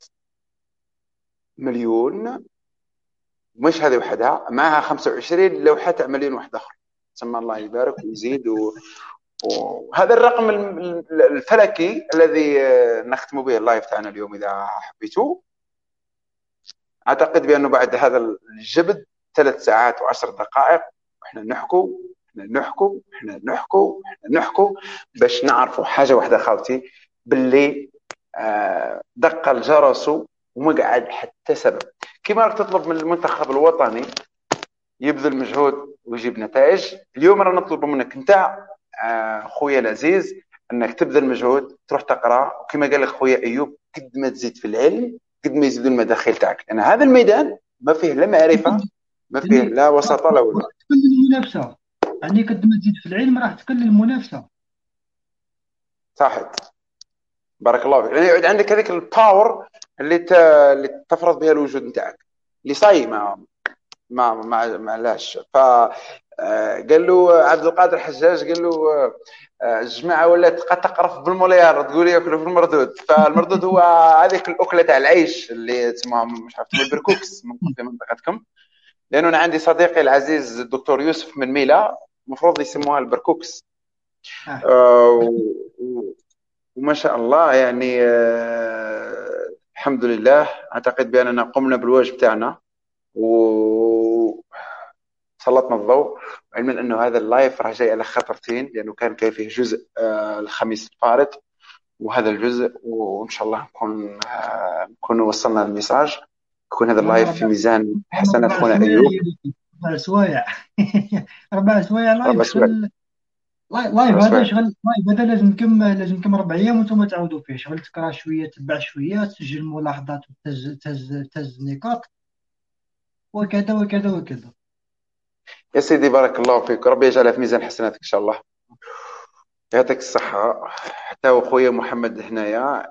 مليون. مش هذه وحدها معها 25 لوحة تاع مليون واحد آخر. تسمى الله يبارك ويزيد وهذا الرقم الفلكي الذي نختم به اللايف تاعنا اليوم. إذا حبيتوا أعتقد بأنه بعد هذا الجبد 3 ساعات و10 دقائق احنا نحكوا باش نعرفوا حاجة واحدة خاوتي، باللي دق الجرس وما قعد حتى سبب. كما راك تطلب من المنتخب الوطني يبذل مجهود ويجيب نتائج، اليوم رانا نطلب منك انت خويا العزيز انك تبذل مجهود تروح تقرا. وكما قال لك خويا ايوب قد ما تزيد في العلم قد ما يزيدوا المداخيل تاعك، لان هذا الميدان ما فيه لا معرفه ما فيه يعني لا وسط لا ولا. راح تقلل المنافسة، يعني قد ما تزيد في العلم راح تقلل المنافسة. صحيح بارك الله فيك. يعني يعود عندك هذيك الباور اللي تفرض بها الوجود نتاعك اللي صاي ما لاش. ف قال له عبد القادر حجاج قال له الجماعه ولات تقرف بالمليار تقول ياكلوا في المردود. فالمردود هو هذيك الاكله تاع العيش اللي تسموها مش عارف البركوكس في منطقتكم، لانه انا عندي صديقي العزيز الدكتور يوسف من ميلا المفروض يسموها البركوكس. وما شاء الله يعني الحمد لله اعتقد باننا قمنا بالواجب تاعنا وسلطنا الضوء. علما انه هذا اللايف راه جاي على خطرتين، لانه كان فيه جزء الخميس الفارط وهذا الجزء، وان شاء الله نكون وصلنا الميساج، يكون هذا اللايف في ميزان حسنات خونا ايوب. 4 سوايع 4 سوايع لايف 4 سوايع شغل. لايف هذا شغل. لايف هذا لازم كم 4 ايام وانتم تعودوا فيه شغل. تقرا شويه تتبع شويه تسجل ملاحظات وتهز نقاط وكذا وكذا وكذا. يا سيدي بارك الله فيك، ربي يجعلها في ميزان حسناتك ان شاء الله. يعطيك الصحة. حتى وخويا محمد هنايا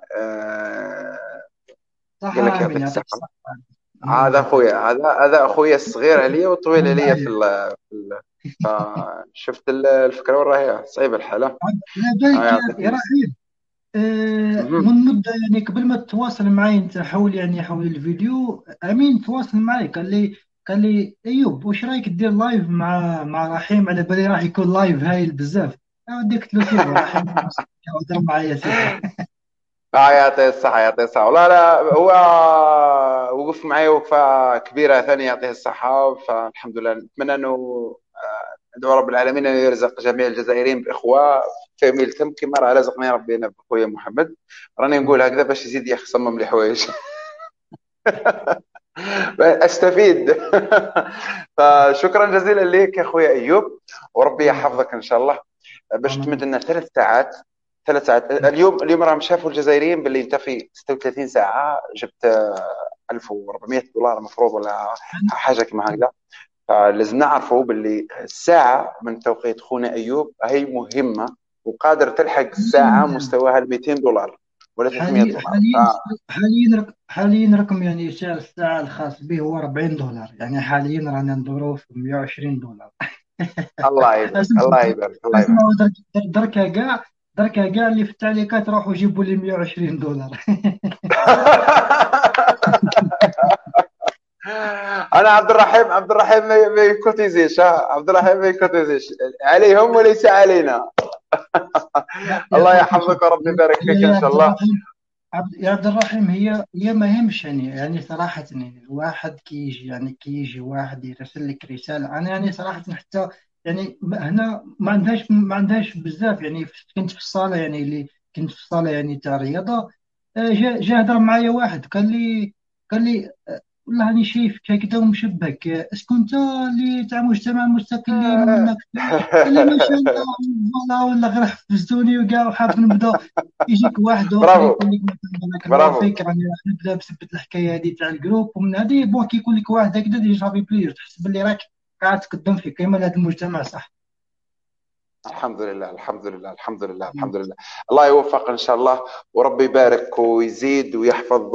قال لك صحة يعطيك آمين يعطيك الصحة. الصحة. هذا يعطيك اخويا هذا اخويا الصغير عليا والطويل عليا في الصحة. شفت الفكرة وين راهي صعيبة الحالة. بالك يعطيك يا رحيل. مهم. من مدة يعني قبل ما تتواصل معي انت حول يعني حول الفيديو، امين تواصل معي قال لي ايوب واش رايك دير لايف مع رحيم، على بالي راح يكون لايف هايل بزاف. اودي قلت له سير رحيم هضر معايا سير. يعطيه الصحة يعطيه الصحة. والله لا هو وقف معي وقفة كبيرة ثانية يعطيه الصحة. فالحمد لله نتمنى انه ندعو رب العالمين ان يرزق جميع الجزائريين باخوه فاميلتهم كما راه رزقني ربي انا بخويا محمد. راني نقول هكذا باش يزيد يصمم لي حوايج استفيد. فشكرا جزيلا لك يا اخويا ايوب، وربي يحفظك ان شاء الله. باش تمد لنا 3 ساعات. 3 ساعات اليوم راهم شافوا الجزائريين باللي انت في 36 ساعه جبت 1400 دولار مفروض ولا حاجه كما هكذا. فلازم نعرفوا باللي الساعه من توقيت خونا ايوب هي مهمه، وقادر تلحق الساعه مستواها 200 دولار ولا 300 حاليا دولار حاليا حاليا رقم يعني سعر الساعة الخاص به هو 40 دولار، يعني حاليا رانا ندورو في 120 دولار. الله يبارك الله يبارك الله يبارك. اسمعوا دركا كاع اللي في التعليقات راحوا جيبوا لي 120 دولار. انا عبد الرحيم ما يكوتيزيش، عبد الرحيم ما يكوتيزيش عليهم وليس علينا. يا الله خوتي شوف، يحفظك وربي يبارك فيك يا ان شاء عبد الله. الرحيم، يا عبد الرحيم، هي ما يهمش يعني صراحة، يعني الواحد كي يجي واحد يرسل لك رسالة، أنا يعني صراحة حتى يعني هنا ما عندهاش بزاف، يعني كنت في الصالة، يعني اللي كنت في الصالة يعني تاع الرياضة. جا هضر معايا واحد قال لي والله راني شايفك هكذا ومشبهك، اسكو انت اللي تاع مجتمع المستقلين ومنك؟ قال لي ما شاء الله، والله ولا غير حفزتوني وكاع وحاب نبدا. يجيك واحد اخر برافو يقول لك مثلا بارك الله برافو. فيك راني راح نبدا بسبة الحكايه هذه تاع الجروب، ومن هذه بون كي يقول لك واحد هكذا ديجا صافي بليز تحس باللي راك قاعد تقدم في كيما هذا المجتمع، صح؟ الحمد لله الحمد لله الحمد لله الحمد لله. الله يوفق ان شاء الله، وربي يبارك ويزيد ويحفظ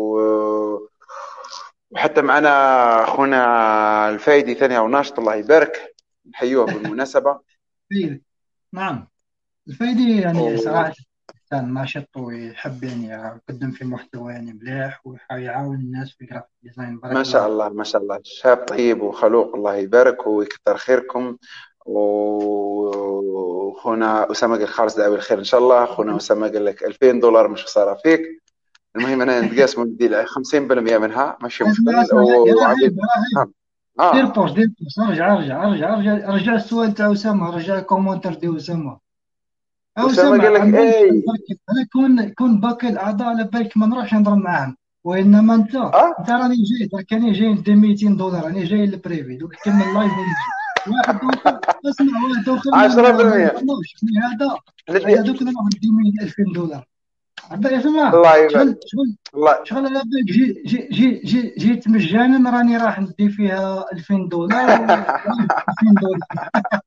وحتى معنا اخونا الفايدي ثاني وناشط الله يبارك، نحيوه بالمناسبه. الفايدة، نعم، الفايدة يعني و... صراحة إنسان ناشط ويحب يعني يقدم في محتوى يعني مليح ويحاول يعاون الناس في جرافيك ديزاين، ما بارك الله شاء فيك. الله ما شاء الله، شاب طيب وخلوق الله يبارك ويكثر خيركم. وخونا اسامه قال خالص دعوي الخير ان شاء الله. خونا اسامه قال لك 2000 دولار مش خساره فيك. المهم انا نتقاسم ندي 50% منها ماشي اسمع مشكل اسمع يا رحيم، وعبيد. يا رحيم، اه دير اه. بوش دير بوش، رجع السؤال تاع أسامة، رجع الكومنتر ديال أسامة. اسامه أسامة قال لك عندك اي. برك، أنا كون باقي الأعضاء على بالك ما نروحش نضرب معاهم، وإنما اه أنت راني جاي درك، راني جاي ندير 200 دولار، راني جاي للبريفي دوك كمل اللايف ونجي. واحد آخر، اسمع، واحد آخر ما 10%. يضمنوش يعني ندي. هذا دوك نروح ندي 2000 دولار. عبالي اسمع، الله شغل يبارك شغل الله. شغل على بالك جيت مجانا راني راح ندي فيها 2000 دولار ولايف 2000 دولار.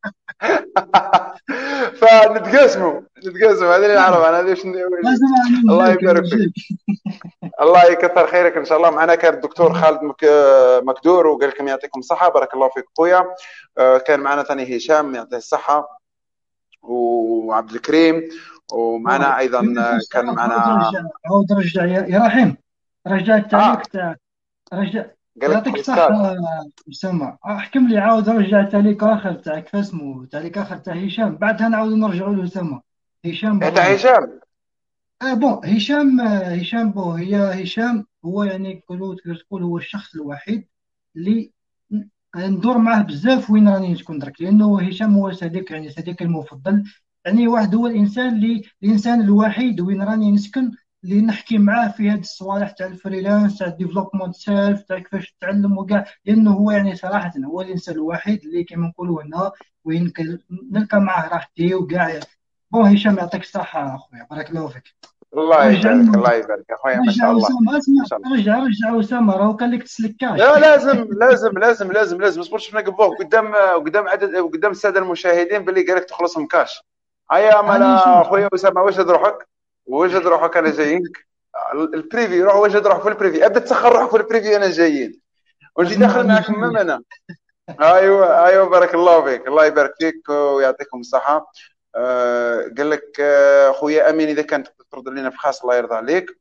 فنتقاسموا هذا اللي نعرف انا هذا شنو. لازم أنا الله نجيك يبارك فيك. نجيك. الله يكثر خيرك ان شاء الله. معنا كان الدكتور خالد مكدور وقال لكم يعطيكم الصحه، بارك الله فيك خويا. كان معنا ثاني هشام يعطيه الصحه، وعبد الكريم، ومعنا ايضا فيما يخص، كان معنا عاود رجع يا رحيم، رجع التعليق اه تاعك، رجع. قال لك يعطيك خلص كات. الصحة أسامة، احكم لي، عاود رجع تعليق آخر تاعك، كيف اسمه تعليق آخر تاع هشام، بعدها نعاود نرجعوا له هشام تاع براني. هشام. بون هشام هشام هو يعني تقدر تقول هو الشخص الوحيد اللي ندور معاه بزاف وين راني نسكن درك، لانه هشام هو صديق، يعني صديقي المفضل، يعني واحد هو الانسان الوحيد وين راني نسكن اللي نحكي معاه في هذه الصوالح تاع الفريلانس تاع الديفلوبمنت سيلف تاع كيفاش تتعلم وكاع، لانه هو يعني صراحه هو الانسان الوحيد اللي كما نقولوا هنا وين نلقى معاه راحتي وكاع. بون هشام يعطيك الصحه اخويا، بارك الله فيك. الله رجع يبارك الله يبارك يا خويا ما شاء رجع الله أسامة، ما اسمع، شاء الله. رجع أسامة، راهو قال لك تسلكاش. لا لازم لازم لازم لازم لازم اصبر شوف نقبوه قدام الساده المشاهدين باللي قالك تخلصهم كاش. هيا هاني مالا شوف، خويا اسامه وجد روحك. وجد روحك انا جايينك. البريفي روح وجد روحك في البريفي، ابدا تسخر روحك في البريفي انا جايين ونجي اسمع داخل أنا معك جاي. من انا. ايوه ايوه بارك الله فيك الله يبارك فيك ويعطيكم الصحه. قال لك خويا امين اذا كانت ترد لنا في خاص الله يرضى عليك.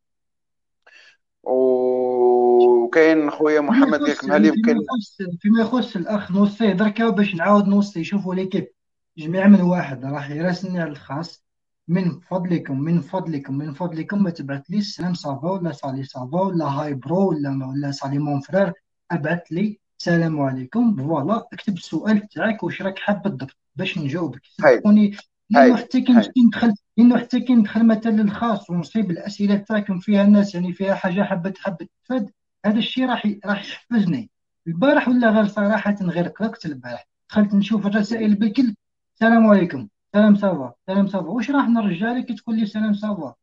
وكاين خويا فيما محمد قال يخص لكم هل يعني فيما يمكن. يخص فيما يخص الأخ نوصيه دركا باش نعاود نوصي، شوفوا ليكيب جميع من واحد راح يراسلني على الخاص، من فضلكم ما تبعت لي سلام صافا ولا صالي صافا ولا هاي برو ولا صالي مون فرير، ابعث لي السلام عليكم، فوالا اكتب السؤال تاعك واش راك حاب بالضبط باش نجاوبك هايل صدقوني. لانه هايل حتى كي هايل. نمشي ندخل لانه حتى كي ندخل مثلا للخاص ونصيب الاسئله تاعكم فيها الناس يعني فيها حاجه حابه تفاد، هذا الشيء راح يحفزني. البارح ولا غير صراحه غير كركت البارح دخلت نشوف الرسائل بكل السلام عليكم، سلام صافا، سلام صافا، واش راح نرجع لك تقول لي سلام صافا؟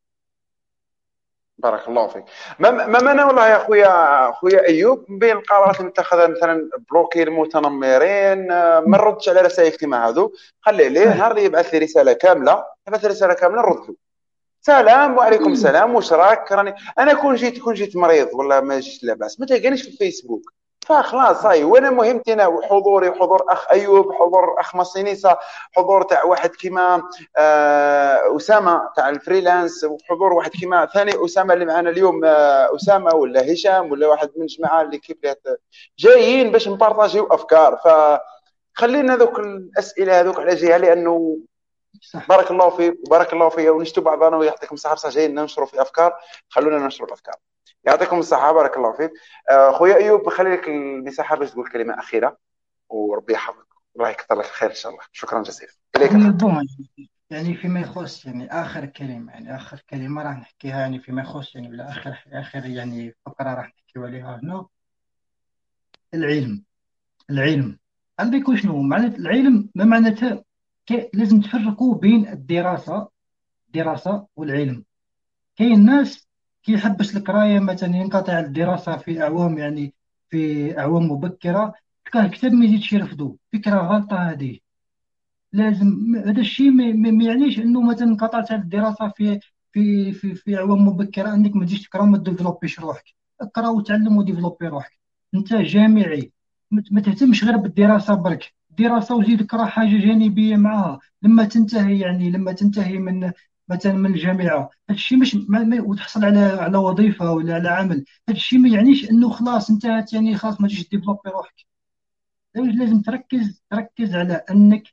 بارك الله فيك. ما انا والله يا اخويا ايوب، من بين القرارات المتخذه مثلا بلوكي المتنمرين، ما نردش على رسائل كيما هذو. خلي ليه صح. نهار اللي يبعث لي رساله كامله، يبعث لي رساله كامله نرد له سلام وعليكم السلام، واش راك؟ راني انا كون جيت مريض ولا ما جيت لاباس، ما تلقانيش في الفيسبوك. فخلاص هاي، وانا مهمتي انا حضوري، حضور اخ ايوب، حضور اخ مصينيسه، حضور تاع واحد كيما اسامه تاع الفريلانس، وحضور واحد كيما ثاني اسامه اللي معنا اليوم، اسامه ولا هشام ولا واحد من جماعه اللي كيف جايين باش نبارطاجيو افكار. فخلينا ذوك الاسئله هذوك على جهه، لانه صح. بارك الله فيك وبارك الله فيا، ونشتو بعضنا ويعطيكم الصحه. بصح جايين ننشروا في افكار، خلونا ننشروا الافكار. يعطيكم الصحه، بارك الله فيك. خويا ايوب، بخلي لك المساحه باش تقول كلمه اخيره، وربي يحفظك. الله يكثر لك الخير ان شاء الله. شكرا جزيلا اليك هي اخي. بون يعني فيما يخص يعني آخر كلمة، يعني آخر كلمة راح نحكيها يعني فيما يخص يعني ولا آخر يعني فقرة راح نحكيو عليها هنا. العلم. العلم عندك شنو معنى العلم؟ ما معناتها؟ لازم تفرقوا بين الدراسة والعلم. كاين ناس كيحبس القراية مثلا، ينقطع الدراسة في أعوام يعني في أعوام مبكرة، تلقاه كتاب ما يزيدش يرفضوا. فكرة غلطة هذه. لازم هذا الشيء ما يعنيش انه مثلا انقطعت الدراسه في اعوام مبكره انك ما تجيش تقرا وما تديفلوبيش روحك. اقرا وتعلم وديفلوبي روحك. انت جامعي، ما تهتمش غير بالدراسه برك، دراسه وزيد اقرا حاجه جانبيه معها. لما تنتهي من مثلا من الجامعه، هذا الشيء مش وتحصل على وظيفه ولا على عمل، هذا الشيء ما يعنيش انه خلاص انتهت يعني خلاص ما تجيش ديفلوبي روحك. لازم تركز على انك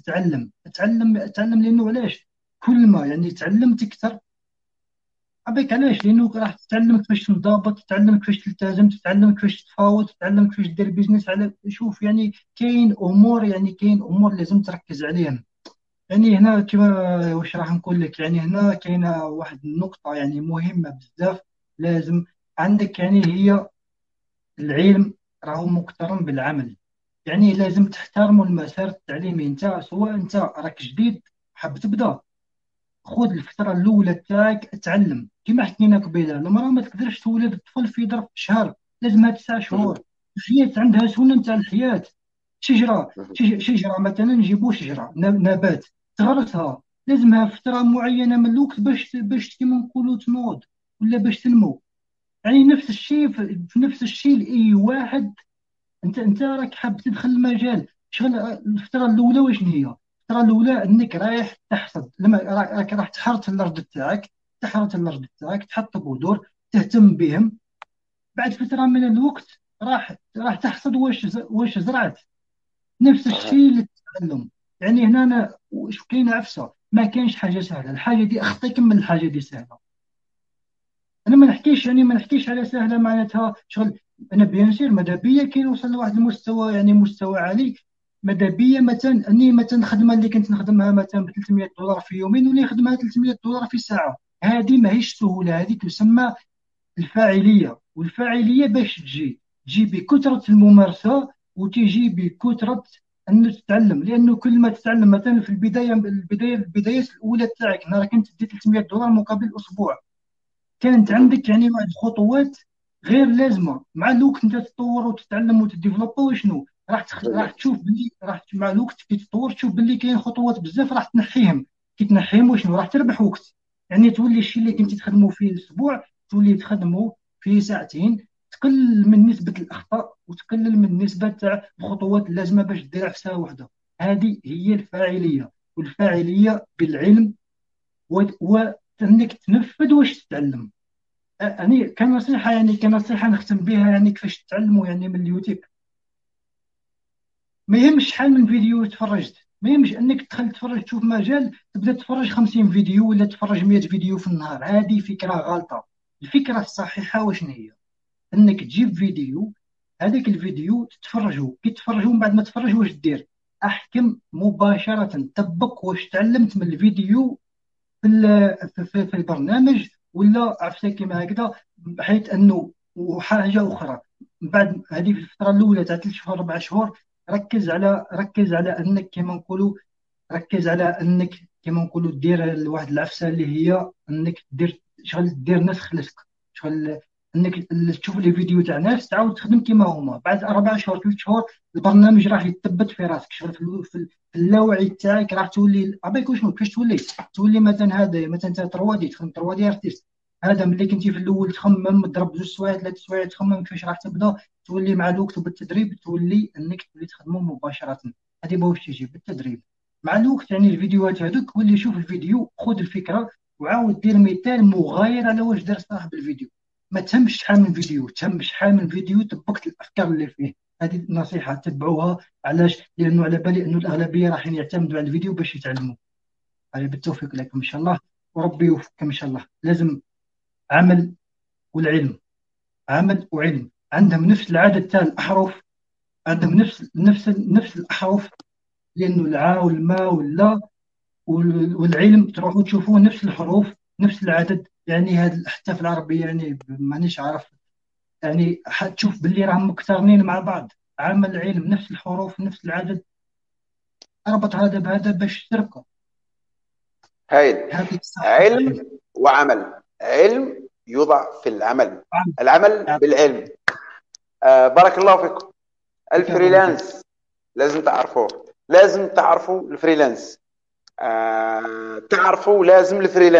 تتعلم لانه علاش؟ كل ما يعني تعلمت اكثر. عبيك علاش؟ لانه راح تتعلم كيفاش تنضبط، تتعلم كيفاش تلتزم، تتعلم كيفاش تفاوض، تتعلم كيفاش دير بيزنس. على شوف يعني كاين امور لازم تركز عليهم. يعني هنا كما واش راح نقول لك، يعني هنا كاينه واحد النقطه يعني مهمه بزاف. لازم عندك يعني هي العلم راهو مقترن بالعمل. يعني لازم تحترموا المسار التعليمي. انت سواء انت راك جديد حاب تبدا، خذ الفتره الاولى تاعك تعلم. كما حكينا قبيله، المراه ما تقدرش تولد الطفل في ظرف شهر، لازمها 9 شهور. الحياه عندها سنه نتاع الحياه. شجره مثلا، نجيبوا شجره نبات تغرسها، لازمها فتره معينه من الوقت باش كيما نقولوا تنوض ولا باش تنمو. يعني نفس الشيء في نفس الشيء لاي واحد. انت راك حاب تدخل المجال شغل. الفتره الاولى واش هي؟ الفتره الاولى انك رايح تحصد، لما راك راح تحرث الارض تاعك، تحط بذور، تهتم بهم. بعد فتره من الوقت راح تحصد واش زرعت. نفس صحيح. الشيء للتعلم. يعني هنا أنا واش كاينه عفسه، ما كاينش حاجه سهله. الحاجه دي اخطيك من الحاجه دي سهله. انا ما نحكيش على سهله معناتها شغل. انا بيان سير ماذا بيا كي نوصل لواحد المستوى يعني مستوى عالي. ماذا بيا مثلا اني مثلا الخدمه اللي كنت نخدمها مثلا ب 300 دولار في يومين ولي نخدمها 300 دولار في ساعه. هذه ماهيش سهوله، هذه تسمى الفاعليه. والفاعليه باش تجي بكثره الممارسه، وتجي بكثره أن تتعلم. لانه كل ما تتعلم مثلا في البدايات الاولى تاعك، نهار كنت تدي 300 دولار مقابل اسبوع، كانت عندك يعني واحد الخطوات غير لازمه. مع الوقت انت تتطور وتتعلم وتديفلوبا وشنو راح تشوف باللي مع الوقت كي تطور تشوف باللي كاين خطوات بزاف راح تنحيهم. كي تنحيهم وشنو راح تربح وقت. يعني تولي الشيء اللي كنت تخدمه في اسبوع تولي تخدمه في ساعتين. تقلل من نسبه الاخطاء وتقلل من نسبه تاع الخطوات اللازمه باش ديرها في ساعه واحده. هذه هي الفاعليه. والفاعليه بالعلم وانك تنفذ واش تتعلم. يعني كنصيحة نختم بها، يعني كيفاش تتعلموا يعني من اليوتيوب. ما يهمش شحال من فيديو تفرجت، ما يهمش انك تدخل تفرج تشوف مجال تبدا تفرج 50 فيديو ولا تفرج 100 فيديو في النهار. هذه فكرة غلطة. الفكرة الصحيحة واش هي؟ انك تجيب فيديو، هذاك الفيديو تتفرجوا، كي تتفرجوا من بعد ما تتفرج واش دير؟ احكم مباشره، طبق واش تعلمت من الفيديو في البرنامج، ولا عرفتي كيما هكذا. بحيث انه وحاجه اخرى، من بعد هذه في الفتره الاولى تاع 3 شهور 4 شهور، ركز على انك كما نقولوا، ركز على انك كما نقولوا دير واحد العفسه اللي هي انك دير شغل، دير نسخ لصق، شغل انك تشوف لي فيديو تاع ناس تعاود تخدم كما هما. بعد 4 شهور 3 شهور البرنامج راح يتثبت في راسك، شغل في اللاوعي تاعك راح تولي عباك واش كيفاش تولي مثلا. هذا مثلا انت تروادي تخدم تروادي ارتيست، هذا ملي كنتي في الاول تخمم تضرب 2 سوايع 3 سوايع تخمم كيفاش راح تبدا، تولي مع الوقت وبالتدريب تولي انك تولي تخدمه مباشره. هذه ما واش تيجي بالتدريب مع الوقت. يعني الفيديوهات هذوك واللي يشوف الفيديو خذ الفكره وعاود دير مثال مغاير على واش دار صاحب الفيديو. ما تهمش شحال من فيديو، تهم شحال من فيديو طبقت الافكار اللي فيه. هذه نصيحه تتبعوها. علاش؟ لانه على بالي انه الاغلبيه راح يعتمدوا على الفيديو باش يتعلموا. هذه بالتوفيق لكم ان شاء الله، وربي يوفقكم ان شاء الله. لازم عمل والعلم، عمل وعلم، عندهم نفس العدد تاع الاحرف، عندهم نفس الاحرف، لانه العا والما واللا والعلم تروحوا تشوفوا نفس الحروف نفس العدد. يعني هذا حتى في العربية يعني مانيش عارف، يعني حتشوف باللي راهم مقترنين مع بعض. عمل علم نفس الحروف نفس العدد، ربط هذا بهذا باش تربطه. هايل. هذه الصح. علم وعمل. علم يوضع في العمل، العمل بالعلم. بارك الله فيكم. الفريلانس لازم تعرفوه، لازم تعرفوا الفريلانس. تعرفوا لازم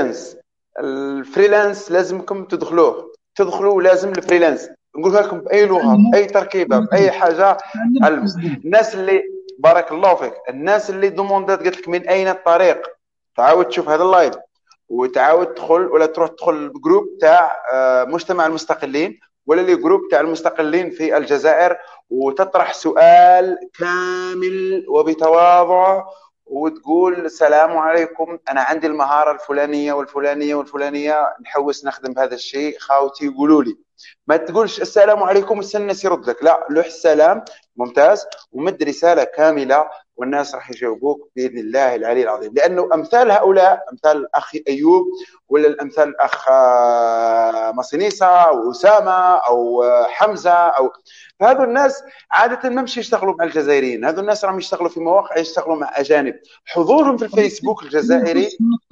الفريلانس لازمكم تدخلوا لازم الفريلانس. نقولها لكم باي لغه باي تركيبه باي حاجه. الناس اللي بارك الله فيك، الناس اللي دوموندات قالت لك من اين الطريق، تعاود تشوف هذا اللايف وتعاود تدخل، ولا تروح تدخل جروب تاع مجتمع المستقلين، ولا لي جروب تاع المستقلين في الجزائر، وتطرح سؤال كامل وبتواضع وتقول السلام عليكم، انا عندي المهاره الفلانيه والفلانيه والفلانيه، نحوس نخدم بهذا الشيء، خاوتي يقولوا لي. ما تقولش السلام عليكم استنى الناس يرد لك، لا، لوح السلام ممتاز ومد رساله كامله والناس راح يجاوبوك باذن الله العلي العظيم. لانه امثال هؤلاء، امثال الاخ ايوب، ولا الامثال الاخ مصينيسه او اسامه او حمزه، او هذو الناس عاده ما مش يشتغلوا مع الجزائريين، هذو الناس راهم يشتغلوا في مواقع يشتغلوا مع اجانب. حضورهم في الفيسبوك الجزائري.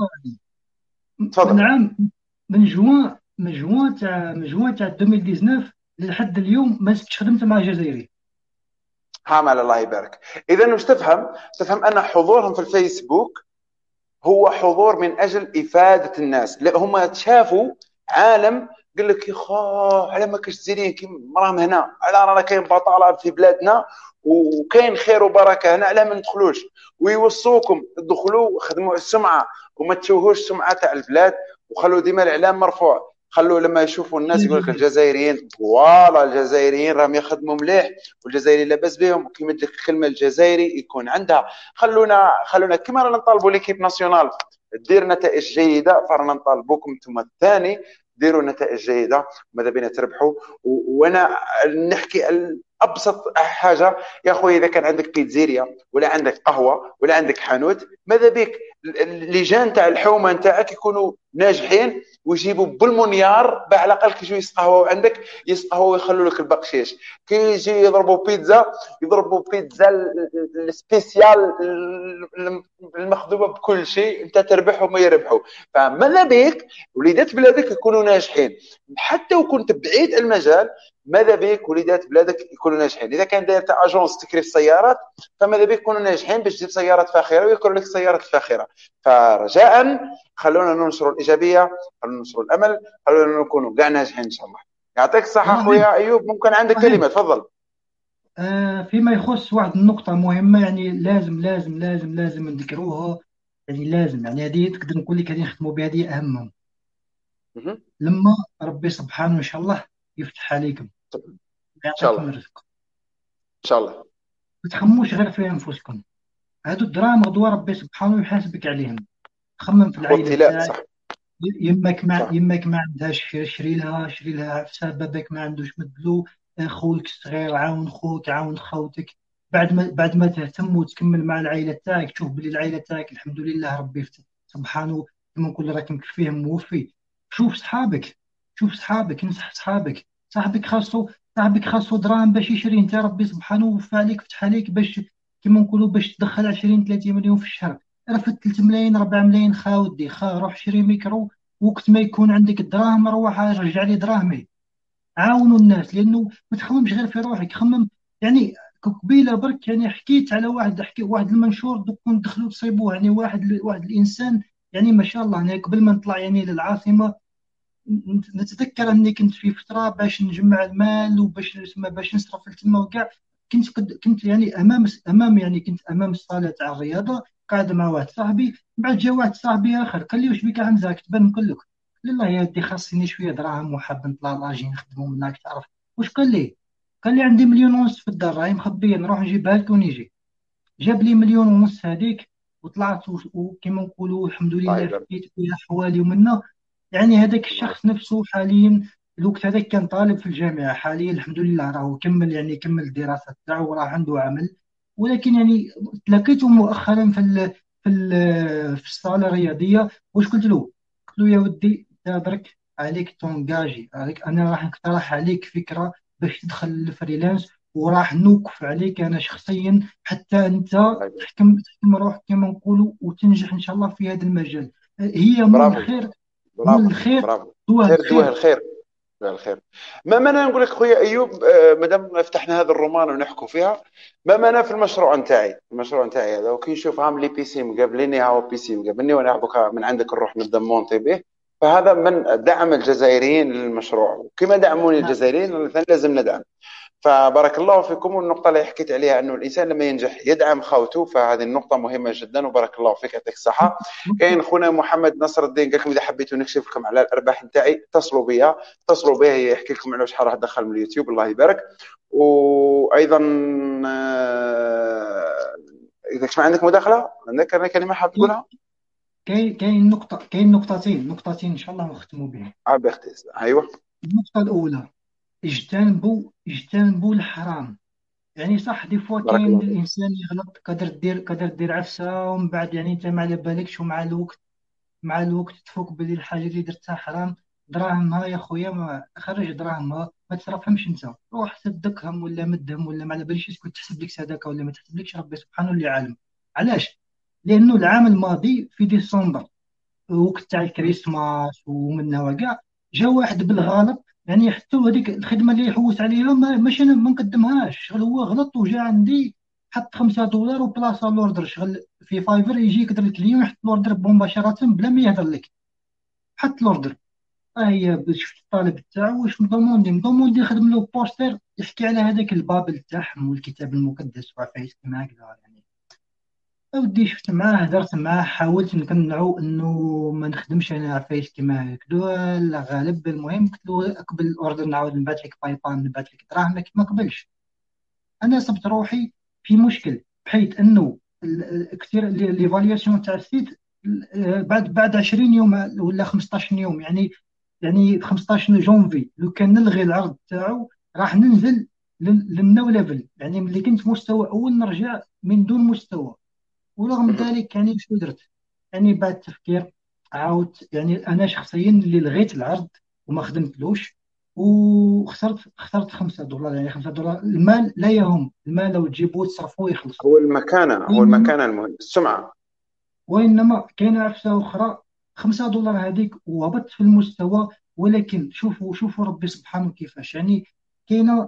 تفضل. من عام من جوان تاع 2019 لحد اليوم ما خدمت مع جزائري. حامل الله يبارك. اذا وش تفهم ان حضورهم في الفيسبوك هو حضور من اجل افاده الناس. لا، هم شافوا عالم قال لك يا خو على ما كاش جزائريين كي راهم هنا، على رانا كاين بطاله في بلادنا وكاين خير وبركه هنا، على ما ندخلوش؟ ويوصوكم تدخلوا خدموا السمعه وما تشوهوش السمعه تاع البلاد، وخلوا ديما الاعلام مرفوع. خلوا لما يشوفوا الناس يقول لك الجزائريين فوالا الجزائريين راهم يخدموا مليح والجزائري لاباس بهم، وكيما ديك الكلمه الجزائري يكون عندها. خلونا كما رانا نطالبوا ليكيب ناسيونال دير نتائج جيده، فرانا نطالبوكم انتم الثاني ديروا نتائج جيده، ماذا بينا تربحوا. وانا نحكي ابسط حاجه يا اخوي، اذا كان عندك بيتزيريا ولا عندك قهوه ولا عندك حانوت، ماذا بك اللجان تاع الحومه نتاعك يكونوا ناجحين ويجيبوا بالمليار على الاقل كي يجوا يسقهوا عندك يسقهوا ويخلوا لك البقشيش. كي يجي يضربوا بيتزا السبيسيال المخدومه بكل شيء، انت تربح وما يربحوا. فماذا بك وليدات بلادك يكونوا ناجحين، حتى وكنت بعيد المجال ماذا بك وليدات بلادك يكونوا ناجحين. اذا كان داير تاع اجونس تكريف سيارات، فماذا بك يكونوا ناجحين باش تجيب سيارات فاخره ويكون لك سيارات فاخره. فرجاء خلونا ننشروا الايجابيه، خلونا ننشروا الامل، خلونا نكونوا كاع ناجحين ان شاء الله. يعطيك الصحه اخويا ايوب. ممكن عندك كلمه؟ تفضل. فيما يخص واحد النقطة مهمة، يعني لازم لازم لازم لازم نذكروها، يعني لازم، يعني هذه تقدر نقول لك هذه نختموا بها، هذه أهمهم. لما ربي سبحانه إن شاء الله يفتح عليكم ويعطيكم الرزق إن شاء الله، ما تخموش غير في أنفسكم. هادو الدراهم غدوة ربي سبحانه يحاسبك عليهم. خمم في العائلة تاعك، يمك ما عندهاش، شري لها عفسه، باباك ما عندوش مدلو، خوك الصغير عاون خوك، عاون خوتك. بعد ما تهتم وتكمل مع العائله تاعك، تشوف بلي العائله تاعك الحمد لله ربي سبحانه كما نقول راك مكفيه موفي. شوف صحابك، شوف صحابك، نصح صحابك. صاحبك خاصو دراهم باش يشري، انت ربي سبحانه وفى عليك، فتح عليك باش كما نقولوا باش تدخل 20 30 مليون في الشهر. راه في 3 ملايين 4 ملايين خاودي روح شري ميكرو. وقت ما يكون عندك الدراهم روح رجع لي دراهمي. عاونوا الناس، لانه ما تخممش غير في روحك، خمم. يعني قبيله برك يعني حكيت على واحد المنشور دوك دخلوا تصيبوه، يعني واحد الانسان، يعني ما شاء الله. يعني قبل ما نطلع يعني للعاصمه، نتذكر اني كنت في فتره باش نجمع المال وباش باش نصرف التما وكاع. كنت يعني يعني كنت امام الصاله تاع الرياضه، قاعد مع واحد صاحبي. بعد جا واحد صاحبي اخر قال لي واش بك حمزه تبان مكلك. قال له يا ودي خاصني شويه دراهم وحاب نطلع لاجي نخدموا منك تعرف. واش قال لي؟ قال لي عندي مليون ونص في الدار راهي مخبيه، نروح نجيبها لك ونيجي. جاب لي مليون ونص هذيك وطلعت، وكما نقولوا الحمد الله لله يبارك. فكيت فيها حوالي ومنا. يعني هذاك الله يبارك. الشخص نفسه حاليا، الوقت هذاك كان طالب في الجامعة، حاليا الحمد لله راهو كمل، يعني كمل الدراسة تاعو وراه عنده عمل. ولكن يعني تلاقيته مؤخرا في الصالة الرياضية. واش قلت له؟ قلت له يا ودي انت درك عليك تونجاجي عليك، انا راح نقترح عليك فكرة باش تدخل الفريلانس، وراح نوقف عليك انا شخصيا حتى انت الله يبارك. تحكم روحك كما نقولوا وتنجح ان شاء الله في هذا المجال. هي مول برافو. الخير، مول برافو. الخير، برافو. دواه خير دواه الخير. الخير. دواه الخير. ما مانع نقول لك خويا ايوب، ما دام فتحنا هذا الرومان ونحكوا فيها، ما مانع في المشروع نتاعي. المشروع نتاعي هذا وكي نشوف عاملي بي سي مقابليني، هاو بي سي مقابلني، وانا دوكا من عندك نروح نبدا مونتي به. فهذا من دعم الجزائريين للمشروع، كما دعموني نعم. الجزائريين أنا لازم ندعم. فبارك الله فيكم. والنقطة اللي حكيت عليها أنه الإنسان لما ينجح يدعم خوته، فهذه النقطة مهمة جدا، وبارك الله فيك، يعطيك الصحة. كاين خونا محمد نصر الدين قال لكم إذا حبيتوا نكشف لكم على الأرباح نتاعي اتصلوا بيا، اتصلوا بها يحكي لكم على شحال راح دخل من اليوتيوب. الله يبارك. وأيضا إذا ما عندك مداخلة، عندك كلمة حاب تقولها؟ كاين نقطتين ان شاء الله نختموا بهم. عاب اختي. أيوه. النقطة الأولى، اجتنبوا الحرام. يعني صح دي فوا بارك كاين الله فيك. الانسان يغلط، قدر دير عفسه ومن بعد يعني انت ما على بالكش، ومع الوقت تفوق بلي الحاجه اللي درتها حرام. دراهمها يا خويا، ما خرج دراهمها ما تصرفهمش انت، روح صدقهم ولا مدهم ولا ما على باليش اسكت تحسب لك صدقه ولا ما تحسبلكش، ربي سبحانه اللي عالم. علاش؟ لانه العام الماضي في ديسمبر، وقت تاع الكريسماس ومنها وكاع، جا واحد بالغلط، يعني حتى هذيك الخدمه اللي يحوس عليها ماشي انا ما نقدمهاش، شغل هو غلط وجا عندي حط $5 وبلاصه الاوردر. شغل في فايفر يجي يقدر الكليون يحط الاوردر مباشره بلا ما يهضر لك، حط الاوردر. هي شفت الطالب تاعو واش مضموندي خدم له بوستر يحكي على هذاك البابل تاعهم والكتاب المقدس وعفايس كما هكذا يعني. ودي شفت معاه هدرت معاه حاولت نقنعه انه ما نخدمش انا عفايس كيما هكذا، لا غالب. المهم قلت له قبل الاوردر نعاود نبعث لك بايبال نبعث لك دراهمك، ما قبلش. انا صبت روحي في مشكل بحيث انه كثير ليفالياسيون تاع السيت بعد 20 يوم ولا 15 يوم، يعني 15 جونفي لو كان نلغي العرض تاعو راح ننزل للنو ليفل، يعني ملي كنت مستوى اول نرجع من دون مستوى. ورغم ذلك يعني شو درت؟ يعني بعد تفكير عاودت، يعني انا شخصيا اللي لغيت العرض وما خدمتلوش، خسرت $5. يعني $5 المال لا يهم، المال لو تجيبوه تصرفوه يخلص. هو المكانة، هو وإنما المكانة المهم، السمعة. وإنما كاينه عفسه اخرى، $5 هذيك وهبطت في المستوى. ولكن شوفوا ربي سبحانه كيفاش يعني. كاينه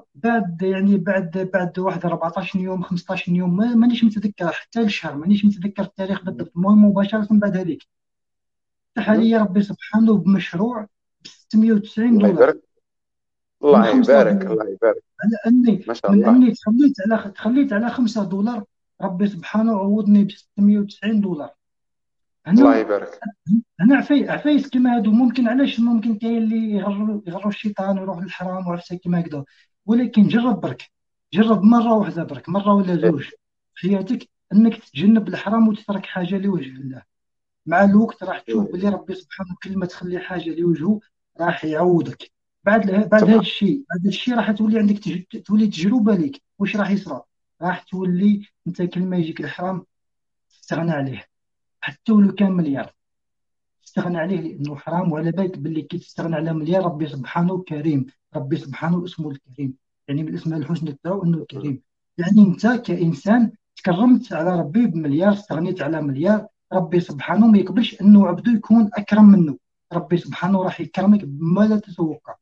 بعد واحد 14 يوم 15 يوم، مانيش متذكر حتى الشهر، مانيش متذكر التاريخ بالضبط، المهم مباشره بعد هذيك فتح عليا ربي سبحانه بمشروع ب 690 الله دولار يبارك. من الله يبارك. $5. الله يبارك. على اني ما شاء من الله. اني تخليت على $5، ربي سبحانه عوضني ب $690. الله هنا يبارك. هنا عفايس كيما هادو ممكن، علاش ممكن كاين اللي يغروا الشيطان ويروح للحرام وعفسه كيما هكذا. ولكن جرب برك، جرب مره واحده برك، مره ولا إيه. زوج في حياتك انك تتجنب الحرام وتترك حاجه لوجه الله. مع الوقت راح تشوف الله بلي يبارك. ربي سبحانه كل ما تخلي حاجه لوجهه راح يعوضك. بعد هذا سبحان الشيء، راح تولي عندك تولي تجربه ليك واش راح يصرى. راح تولي انت كل ما يجيك الحرام تستغنى عليه، حتى ولو كان مليار تستغنى عليه لانه حرام. وعلى بالك باللي كي تستغنى على مليار ربي سبحانه كريم، ربي سبحانه اسمه الكريم، يعني من الاسماء الحسنى تاعو انه كريم. يعني انت كانسان تكرمت على ربي بمليار، استغنيت على مليار، ربي سبحانه ما يقبلش انه عبده يكون اكرم منه. ربي سبحانه راح يكرمك بما لا تتوقع.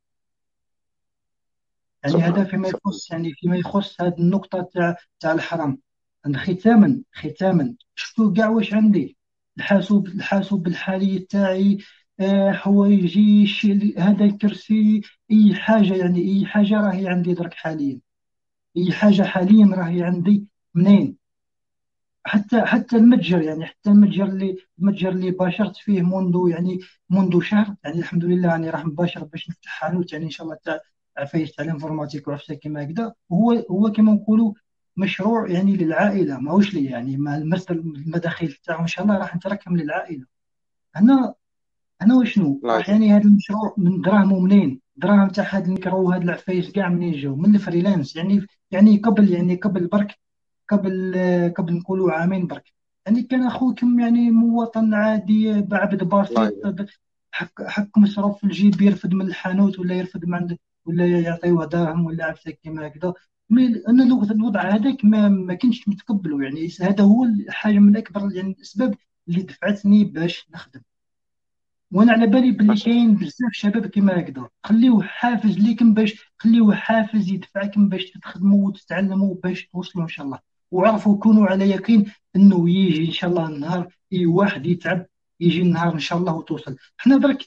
يعني هذا سبحان فيما سبحان. يخص، فيما يخص هذه النقطة تاع الحرام. أنا ختاما شفتوا كاع واش عندي، الحاسوب الحالي تاعي، حوايجي، هذا الكرسي، أي حاجة، يعني أي حاجة راهي عندي درك حاليا. أي حاجة حاليا راهي عندي. منين؟ حتى المتجر، يعني حتى المتجر اللي باشرت فيه منذ منذ شهر، يعني الحمد لله يعني راح نباشر باش نفتح حانوت، يعني ان شاء الله تاع عفايس تاع الانفورماتيك وعفسه كما هكذا. هو كما نقولوا مشروع يعني للعائله، ماهوش لي، يعني مع المصدر المداخيل تاعو ان شاء الله راح نتركم للعائله. انا انا وشنو الله راح يجزاك. يعني هذا المشروع من دراهمه منين؟ دراهم تاع هذا الميكرو وهذا العفايس كاع منين جاو؟ من الفريلانس. قبل برك، قبل نقولوا عامين برك، يعني كان اخوكم يعني مواطن عادي، بعبد الله بسيط، يجزاك. حق مصروف في الجيب، يرفد من الحانوت ولا يرفد من عند، ولا يعطيوه دراهم ولا عفسه كيما هكذا. مي انا الوضع هذاك ما كنتش متقبله، يعني هذا هو حاجه من اكبر يعني الاسباب اللي دفعتني باش نخدم. وانا على بالي ما باللي شاء الله. كاين بزاف شباب كيما هكذا، خليوه حافز ليكم، باش خليوه حافز يدفعكم باش تخدموا وتتعلموا باش توصلوا ان شاء الله. وعرفوا كونوا على يقين انه يجي ان شاء الله النهار، اي واحد يتعب يجي النهار ان شاء الله وتوصل. احنا درك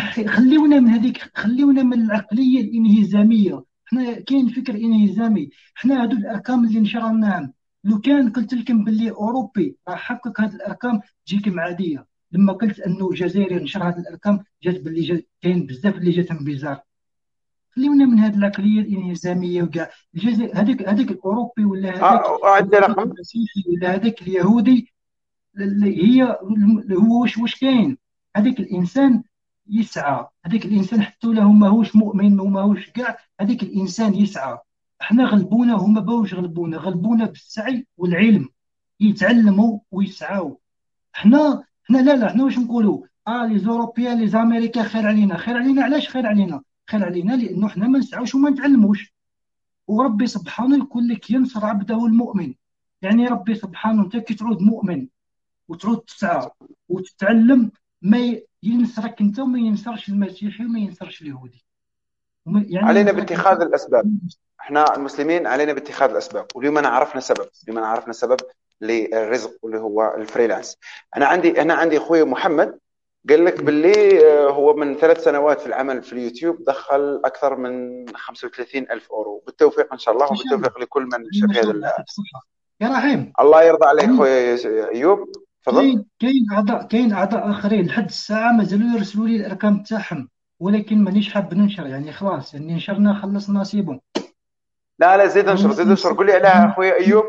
خليونا من العقليه الانهزاميه. احنا كاين فكر انهزامي. احنا هذو الارقام اللي نشرناهم، لو كان قلت لكم باللي اوروبي راح يحقق هذه الارقام تجيكم عاديه. لما قلت انه الجزائر نشر هذه الارقام، جات باللي كاين بزاف اللي جاتهم بيزار. خليونا من هذه العقليه الانهزاميه وكاع. الجزائر هذاك الاوروبي ولا عندي هذاك رقم. المسيحي ولا هذاك اليهودي، هي هو واش كاين؟ هذاك الانسان يسعى، هذاك الانسان حتى لو ماهوش مؤمن وماهوش كاع، هذاك الانسان يسعى. احنا غلبونا، هما باوش غلبونا بالسعي والعلم، يتعلموا ويسعوا. احنا لا، احنا واش نقولوا؟ لي زوروبيان لي زاميريكان خير علينا. خير علينا علاش خير علينا؟ خير علينا لانه احنا ما نسعوش وما نتعلموش. وربي سبحانه يقول لك ينصر عبده المؤمن. يعني ربي سبحانه انت كي تعود مؤمن وتعود تسعى وتتعلم، ما ينصرك انت وما ينصرش المسيحي وما ينصرش اليهودي، يعني علينا ينصرك انت. باتخاذ الاسباب. احنا المسلمين علينا باتخاذ الاسباب، واليوم انا عرفنا سبب. اليوم انا عرفنا سبب للرزق اللي هو الفريلانس. انا عندي اخوي محمد قال لك باللي هو من 3 سنوات في العمل في اليوتيوب دخل اكثر من 35 الف اورو، بالتوفيق ان شاء الله، ما شاء الله، وبالتوفيق لكل من ما شاف شاء هذا الله يعطيك الصحه يا رحيم. الله يرضى عليك يعني اخوي ايوب. تفضل. كاين اعضاء اخرين لحد الساعه مازالوا يرسلوا لي الارقام تاعهم، ولكن مانيش حاب ننشر، يعني خلاص، يعني نشرنا خلصنا سيبون. لا لا، زيد انشر هما زيد انشر، قول لي عليها اخويا ايوب.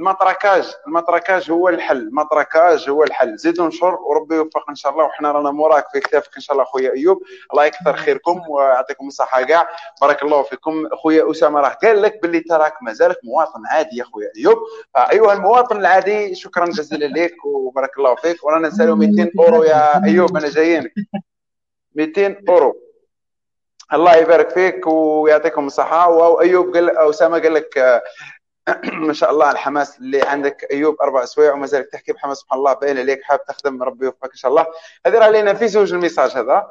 المطركاج هو الحل، المطركاج هو الحل. زيد انشر وربي يوفق ان شاء الله، وحنا رانا موراك في كتافك ان شاء الله اخويا ايوب. الله يكثر خيركم ويعطيكم الصحه كاع. بارك الله فيكم. اخويا اسامه راه قال لك باللي تراك مازالك مواطن عادي يا اخويا ايوب. ايها المواطن العادي، شكرا جزيلا لك وبارك الله فيك. ورانا نسالوا 200 اورو يا ايوب، انا جايينك 200 اورو. الله يبارك فيك ويعطيكم الصحه. وايوب قال، اسامه قال لك ما شاء الله الحماس اللي عندك ايوب 4 اسوايع ومازالك تحكي بحماس، سبحان الله باين عليك حاب تخدم، ربي يوفقك ان شاء الله. هذه راه لينا في زوج الميساج هذا.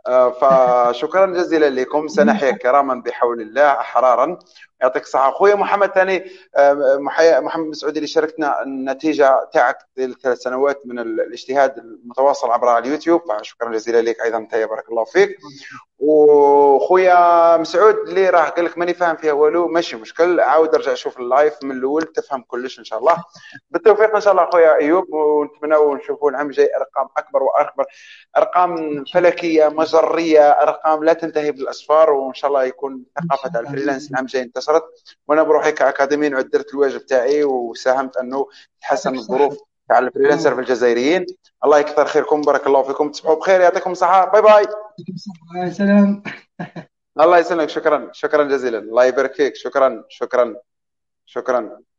فشكرا جزيلا لكم. سنحيا كراما بحول الله احرارا. يعطيك الصحه اخويا محمد ثاني. محمد مسعودي اللي شاركتنا النتيجه تاعك ال3 سنوات من الاجتهاد المتواصل عبر اليوتيوب، فشكرا جزيلا لك ايضا انت، بارك الله فيك. وخويا مسعود اللي راه قال لك ماني فاهم فيها والو، ماشي مشكل، عاود ارجع شوف اللايف من الاول تفهم كلش ان شاء الله. بالتوفيق ان شاء الله اخويا ايوب، ونتمنى نشوفوا العام الجاي ارقام اكبر واكبر، ارقام فلكيه مجريه، ارقام لا تنتهي بالاصفار. وان شاء الله يكون ان ثقافه شاء الله الفريلانس العام الجاي انتشرت. وانا بروحي كاكاديمي درت الواجب تاعي وساهمت انه يعطيك تحسن الصحه. الظروف تاع الفريلانسر في الجزائريين. الله يكثر خيركم، بارك الله فيكم، تصبحوا بخير، يعطيكم الصحه، باي باي. يعطيك الصحه، سلام. الله يسلمك، شكرا شكرا جزيلا، الله يبارك فيك، شكرا شكرا شكرا.